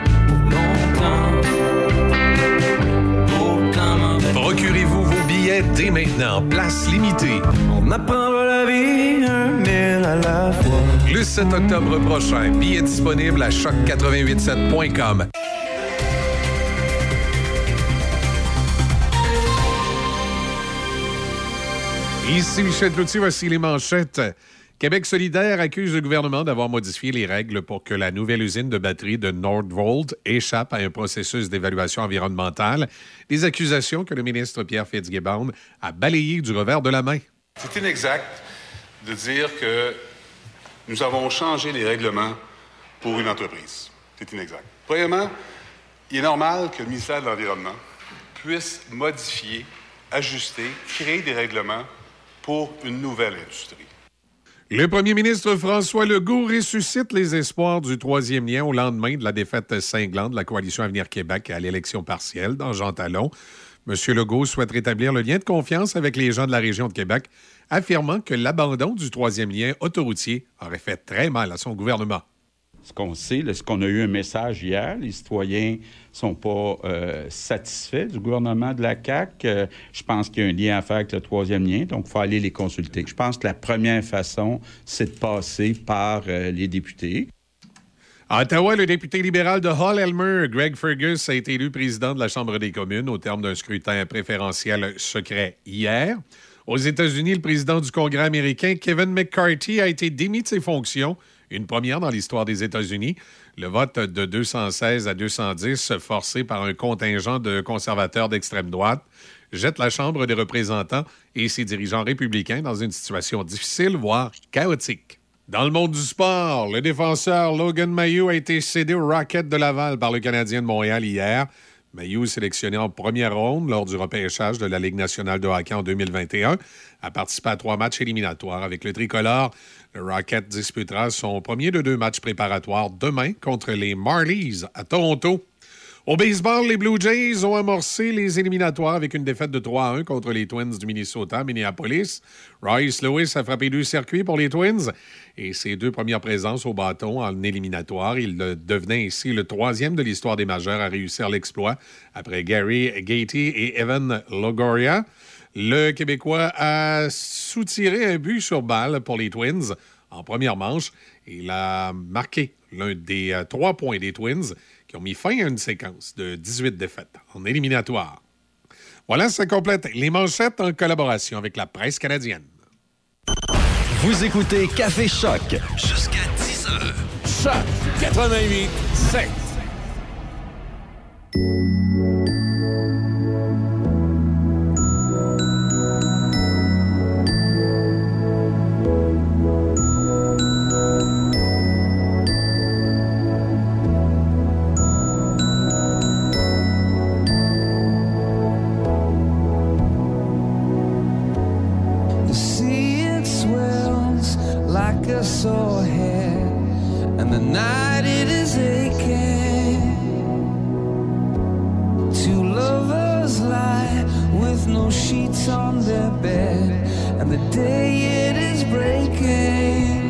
Procurez-vous vos billets dès maintenant, place limitée. On apprendra la vie un mille à la fois. Le 7 octobre prochain, billets disponibles à choc887.com. Ici Michel Cloutier, voici les manchettes. Québec solidaire accuse le gouvernement d'avoir modifié les règles pour que la nouvelle usine de batterie de Nordvolt échappe à un processus d'évaluation environnementale. Des accusations que le ministre Pierre Fitzgibbon a balayées du revers de la main. C'est inexact de dire que nous avons changé les règlements pour une entreprise. C'est inexact. Premièrement, il est normal que le ministère de l'Environnement puisse modifier, ajuster, créer des règlements pour une nouvelle industrie. Le premier ministre François Legault ressuscite les espoirs du troisième lien au lendemain de la défaite cinglante de la Coalition Avenir Québec à l'élection partielle dans Jean Talon. M. Legault souhaite rétablir le lien de confiance avec les gens de la région de Québec, affirmant que l'abandon du troisième lien autoroutier aurait fait très mal à son gouvernement. Ce qu'on sait, là, c'est qu'on a eu un message hier. Les citoyens ne sont pas satisfaits du gouvernement de la CAQ. Je pense qu'il y a un lien à faire avec le troisième lien, donc il faut aller les consulter. Je pense que la première façon, c'est de passer par les députés. À Ottawa, le député libéral de Hull-Elmer, Greg Fergus, a été élu président de la Chambre des communes au terme d'un scrutin préférentiel secret hier. Aux États-Unis, le président du Congrès américain, Kevin McCarthy, a été démis de ses fonctions. Une première dans l'histoire des États-Unis. Le vote de 216 à 210, forcé par un contingent de conservateurs d'extrême droite, jette la Chambre des représentants et ses dirigeants républicains dans une situation difficile, voire chaotique. Dans le monde du sport, le défenseur Logan Mailloux a été cédé au Rocket de Laval par le Canadien de Montréal hier. Mailloux, sélectionné en première ronde lors du repêchage de la Ligue nationale de hockey en 2021, a participé à 3 matchs éliminatoires avec le tricolore. Le Rocket disputera son premier de 2 matchs préparatoires demain contre les Marlies à Toronto. Au baseball, les Blue Jays ont amorcé les éliminatoires avec une défaite de 3-1 contre les Twins du Minnesota à Minneapolis. Royce Lewis a frappé 2 circuits pour les Twins et ses 2 premières présences au bâton en éliminatoire. Il devenait ainsi le 3e de l'histoire des majeurs à réussir l'exploit après Gary Gaetti et Evan Longoria. Le Québécois a soutiré un but sur balle pour les Twins en première manche. Il a marqué l'un des 3 points des Twins qui ont mis fin à une séquence de 18 défaites en éliminatoire. Voilà, ça complète les manchettes en collaboration avec la presse canadienne. Vous écoutez Café Choc jusqu'à 10h. Choc 88.7. Sore head, and the night it is aching. 2 lovers lie with no sheets on their bed, and the day it is breaking.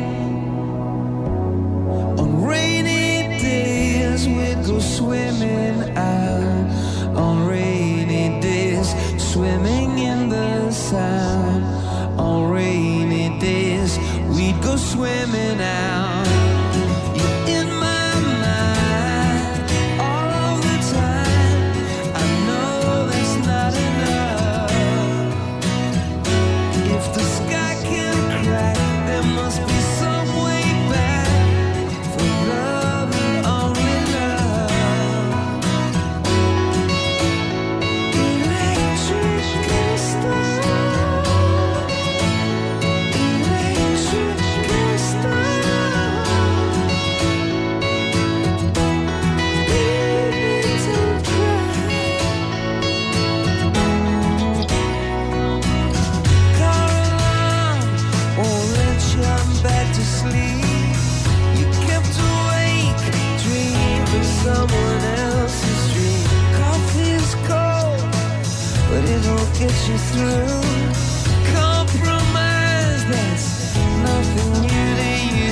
On rainy days we'd go swimming out. On rainy days, swimming in the Sound. On rainy days, we'd go swimming out. You're in my mind all of the time. I know that's not get you through. Compromise, that's nothing new to you.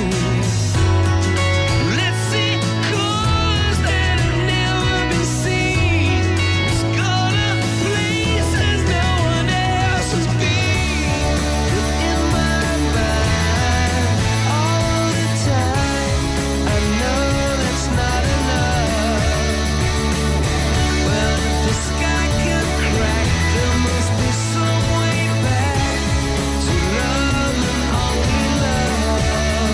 Let's see cars that have never been seen. Let's go to places no one else has been. In my mind, all the time, I know that's not enough. Well, if the sky could crack, there must be some way back to love and only love.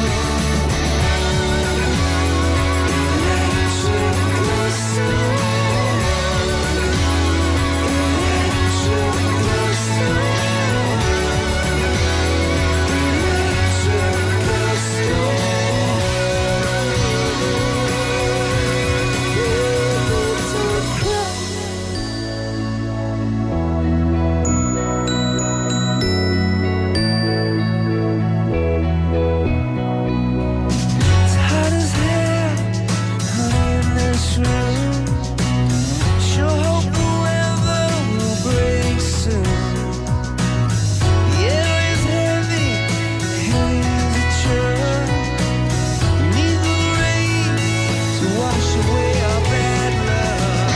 It's hot as hell, honey, in this room. Sure hope the weather will break soon. The air is heavy, heavy as a truck. We need the rain to wash away our bad luck.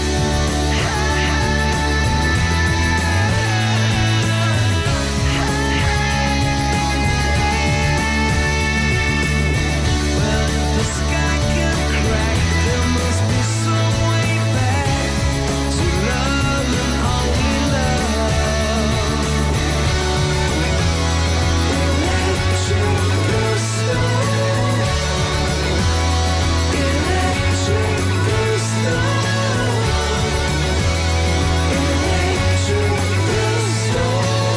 Well, if the sky can crack, there must be some way back to love and only love. Electric crystal, electric crystal, electric crystal.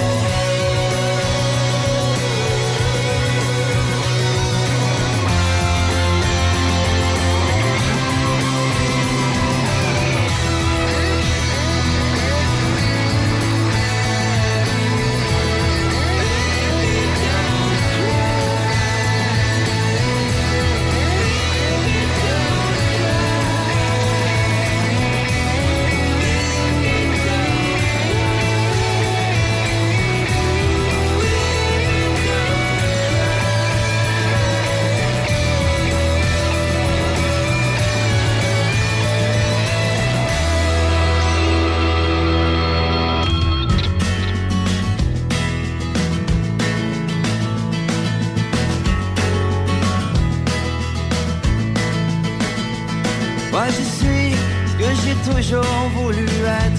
Moi je suis ce que j'ai toujours voulu être.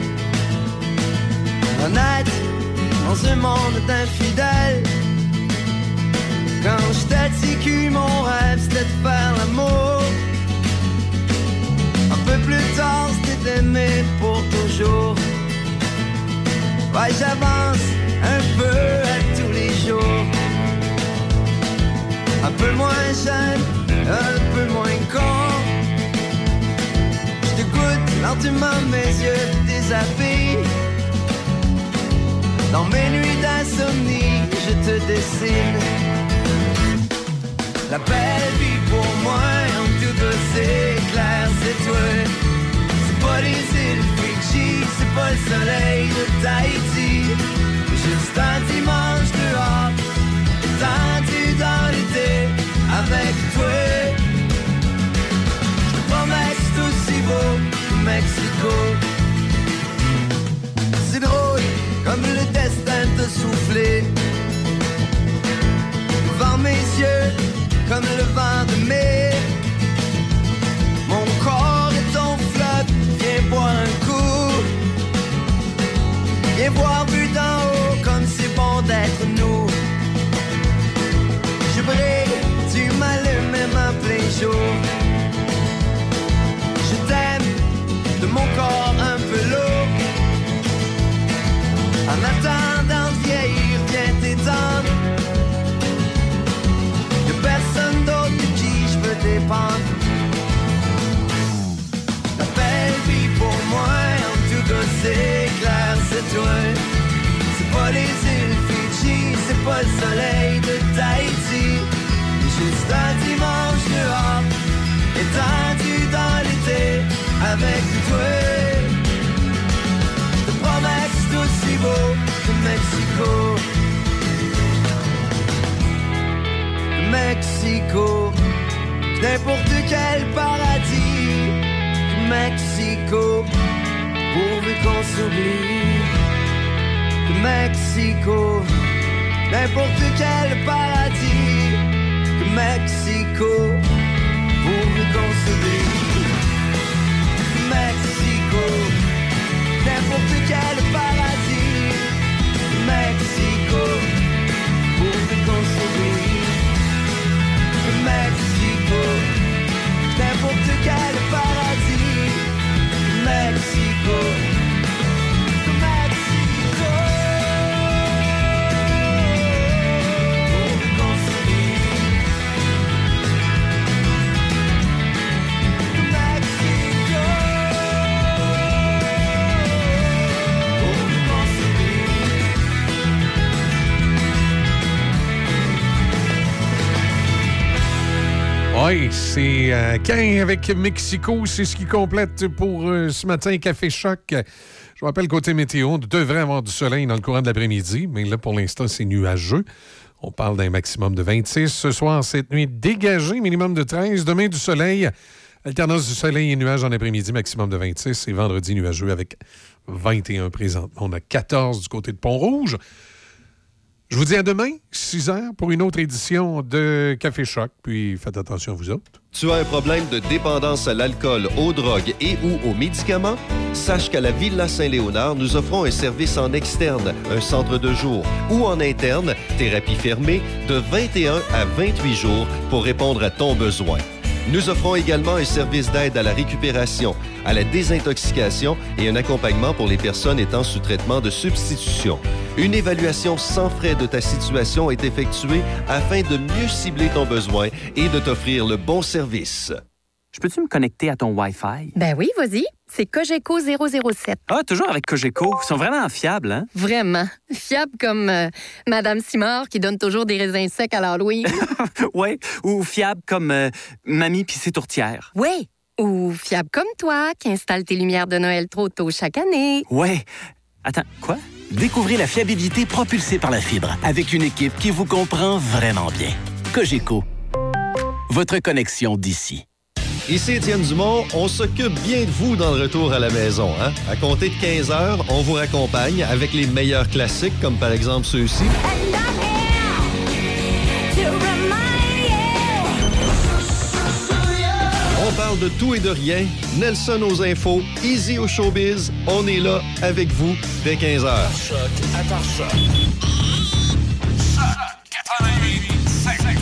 Honnête dans un monde d'infidèles. Quand je t'ai dit que mon rêve c'était de faire l'amour. Un peu plus tard c'était d'aimer pour toujours. Ouais, j'avance un peu à tous les jours. Un peu moins jeune, un peu moins con. Je te goûte lentement, mes yeux déshabillent. Dans mes nuits d'insomnie, je te dessine. La belle vie pour moi, en tout c'est clair, c'est toi. C'est pas les îles Fidji, c'est pas le soleil de Tahiti. Juste un dimanche dehors, étendu dans l'été, avec toi. Je te promets, c'est aussi beau que Mexico. C'est drôle, comme le destin t'a soufflé. Devant mes yeux, comme le vent de mai. Mon corps est en flotte, viens boire un coup. Viens voir vu d'en haut, comme c'est bon d'être nous. Je brille, tu m'allumes même en plein jour. Je t'aime, de mon corps un peu lourd. En attendant de vieillir, viens t'étendre. Y'a personne d'autre de qui je veux dépendre. La belle vie pour moi, en tout cas c'est clair, c'est toi. C'est pas les îles Fidji, c'est pas le soleil de Tahiti. Juste un dimanche dehors, étendu dans l'été, avec toi. Je te promets que c'est Mexico, n'importe quel paradis. Mexico, pourvu qu'on s'oublie. Mexico, n'importe quel paradis. Mexico, pourvu qu'on s'oublie. Mexico, n'importe quel paradis. Mexico, pourvu qu'on s'oublie. Mexico, n'importe quel paradis. Mexico, Mexico, pourvu qu'on s'oublie. Mexico, pourvu qu'on s'oublie. Oui, c'est Cain avec Mexico. C'est ce qui complète pour ce matin Café Choc. Je vous rappelle, côté météo, on devrait avoir du soleil dans le courant de l'après-midi, mais là, pour l'instant, c'est nuageux. On parle d'un maximum de 26. Ce soir, cette nuit, dégagé, minimum de 13. Demain, du soleil. Alternance du soleil et nuages en après-midi, maximum de 26. Et vendredi, nuageux avec 21 présentement. On a 14 du côté de Pont-Rouge. Je vous dis à demain, 6 h, pour une autre édition de Café Choc. Puis faites attention à vous autres. Tu as un problème de dépendance à l'alcool, aux drogues et ou aux médicaments? Sache qu'à la Villa Saint-Léonard, nous offrons un service en externe, un centre de jour, ou en interne, thérapie fermée, de 21 à 28 jours pour répondre à ton besoin. Nous offrons également un service d'aide à la récupération, à la désintoxication et un accompagnement pour les personnes étant sous traitement de substitution. Une évaluation sans frais de ta situation est effectuée afin de mieux cibler ton besoin et de t'offrir le bon service. Je peux-tu me connecter à ton Wi-Fi? Ben oui, vas-y. C'est Cogeco 007. Ah, toujours avec Cogeco. Ils sont vraiment fiables, hein? Vraiment. Fiable comme Madame Simard qui donne toujours des raisins secs à l'Halloween. Oui, ou fiable comme Mamie pis ses tourtières. Oui, ou fiable comme toi qui installe tes lumières de Noël trop tôt chaque année. Ouais. Attends, quoi? Découvrez la fiabilité propulsée par la fibre avec une équipe qui vous comprend vraiment bien. Cogeco. Votre connexion d'ici. Ici Étienne Dumont, on s'occupe bien de vous dans le retour à la maison. Hein? À compter de 15 h, on vous raccompagne avec les meilleurs classiques, comme par exemple ceux-ci. On parle de tout et de rien. Nelson aux infos, Easy au showbiz. On est là avec vous dès 15 h. Choc à Pare-Choc. Choc 88.5.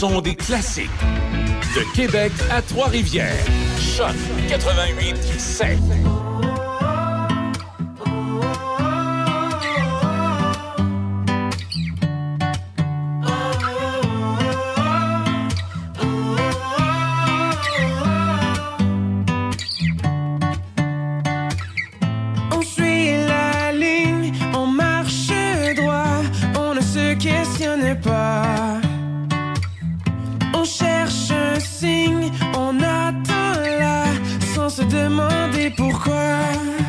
son des classiques. De Québec à Trois-Rivières. Choc 88.7. On suit la ligne, on marche droit, on ne se questionne pas. On cherche un signe, on attend là, sans se demander pourquoi.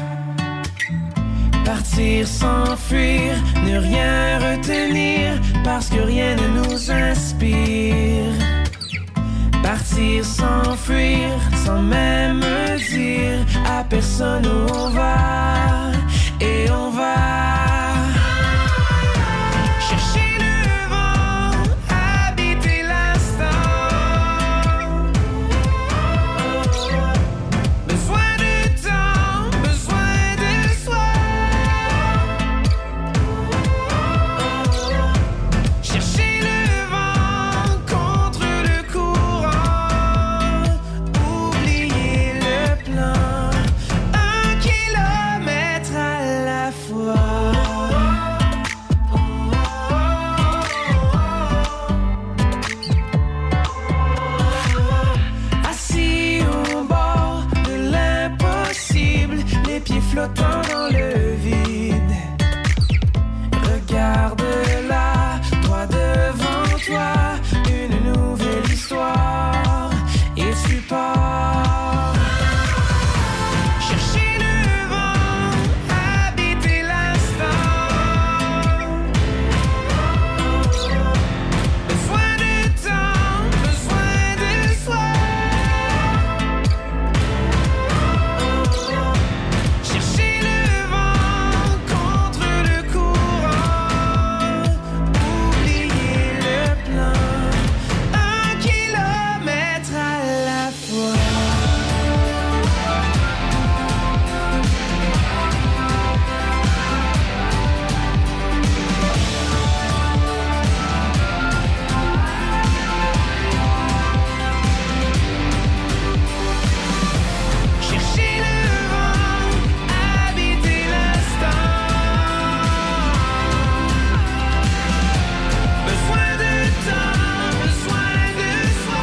Partir, s'enfuir, ne rien retenir, parce que rien ne nous inspire. Partir, s'enfuir, sans même dire à personne où on va. Et on va chercher le vent, habiter l'instant. Besoin de temps, besoin de soi. Chercher le vent contre le courant. Oublier le plan, 1 kilomètre à la fois. Assis au bord de l'impossible, les pieds flottants dans le vide. Regarde là, droit devant toi, une nouvelle histoire. Et tu pars. Chercher le vent, habiter l'instant. Besoin de temps, besoin de soi. Chercher le vent contre le courant. Oublier le plan, 1 kilomètre à la fois. Chercher le vent, habiter l'instant. Besoin de temps, besoin de soi.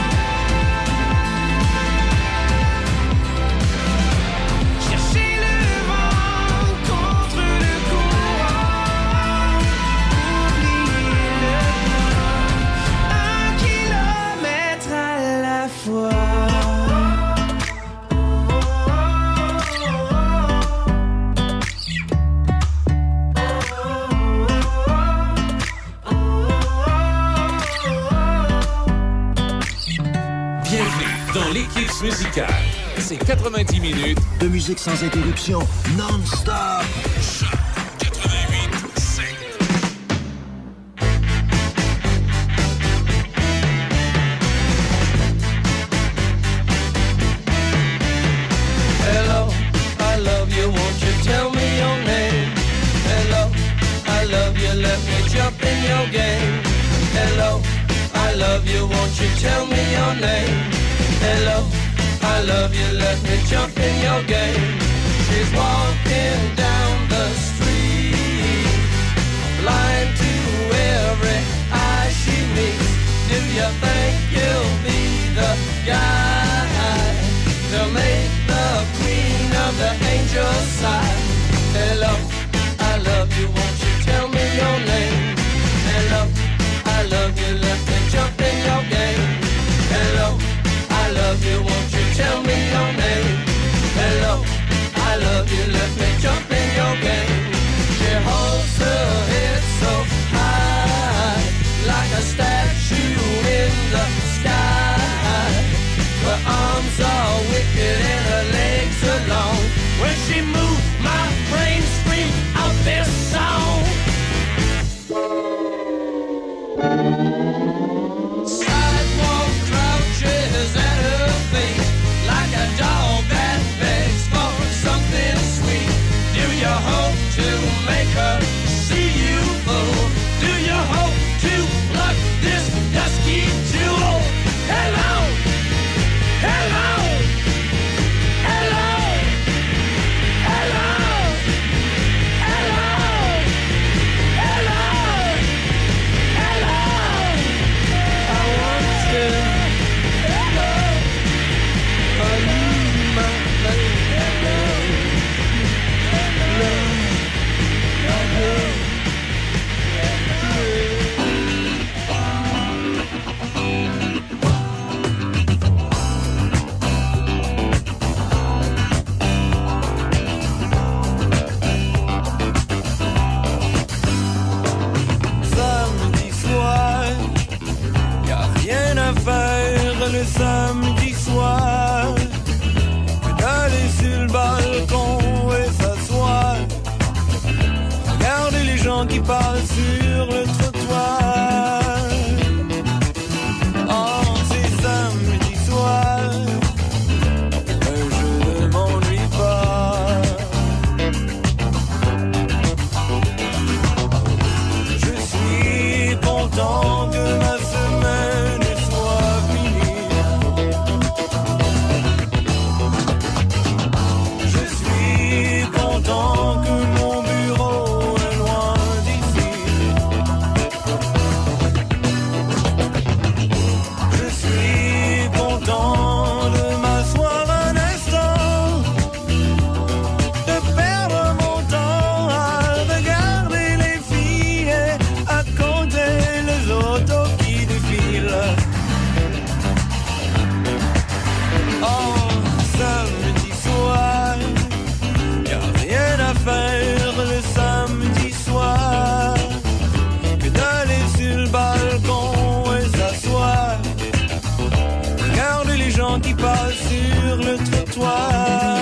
Chercher le vent contre le courant. Oublier le plan, 1 kilomètre à la fois. Bienvenue dans l'équipe musicale. C'est 90 minutes De musique sans interruption, non-stop. Choc 88.7. Hello, I love you, won't you tell me your name? Hello, I love you, let me jump in your game. Hello, I love you, won't you tell me your name? Hello, I love you, let me jump in your game. She's walking down the street, blind to every eye she meets. Do you think you'll be the guy to make the queen of the angels sigh? Hello, I love you, won't you tell me your name? Hello, I love you, let me jump in your game. Hello, I love you, won't you tell me your name? Hello, I love you, let me jump in qui passe sur le trottoir.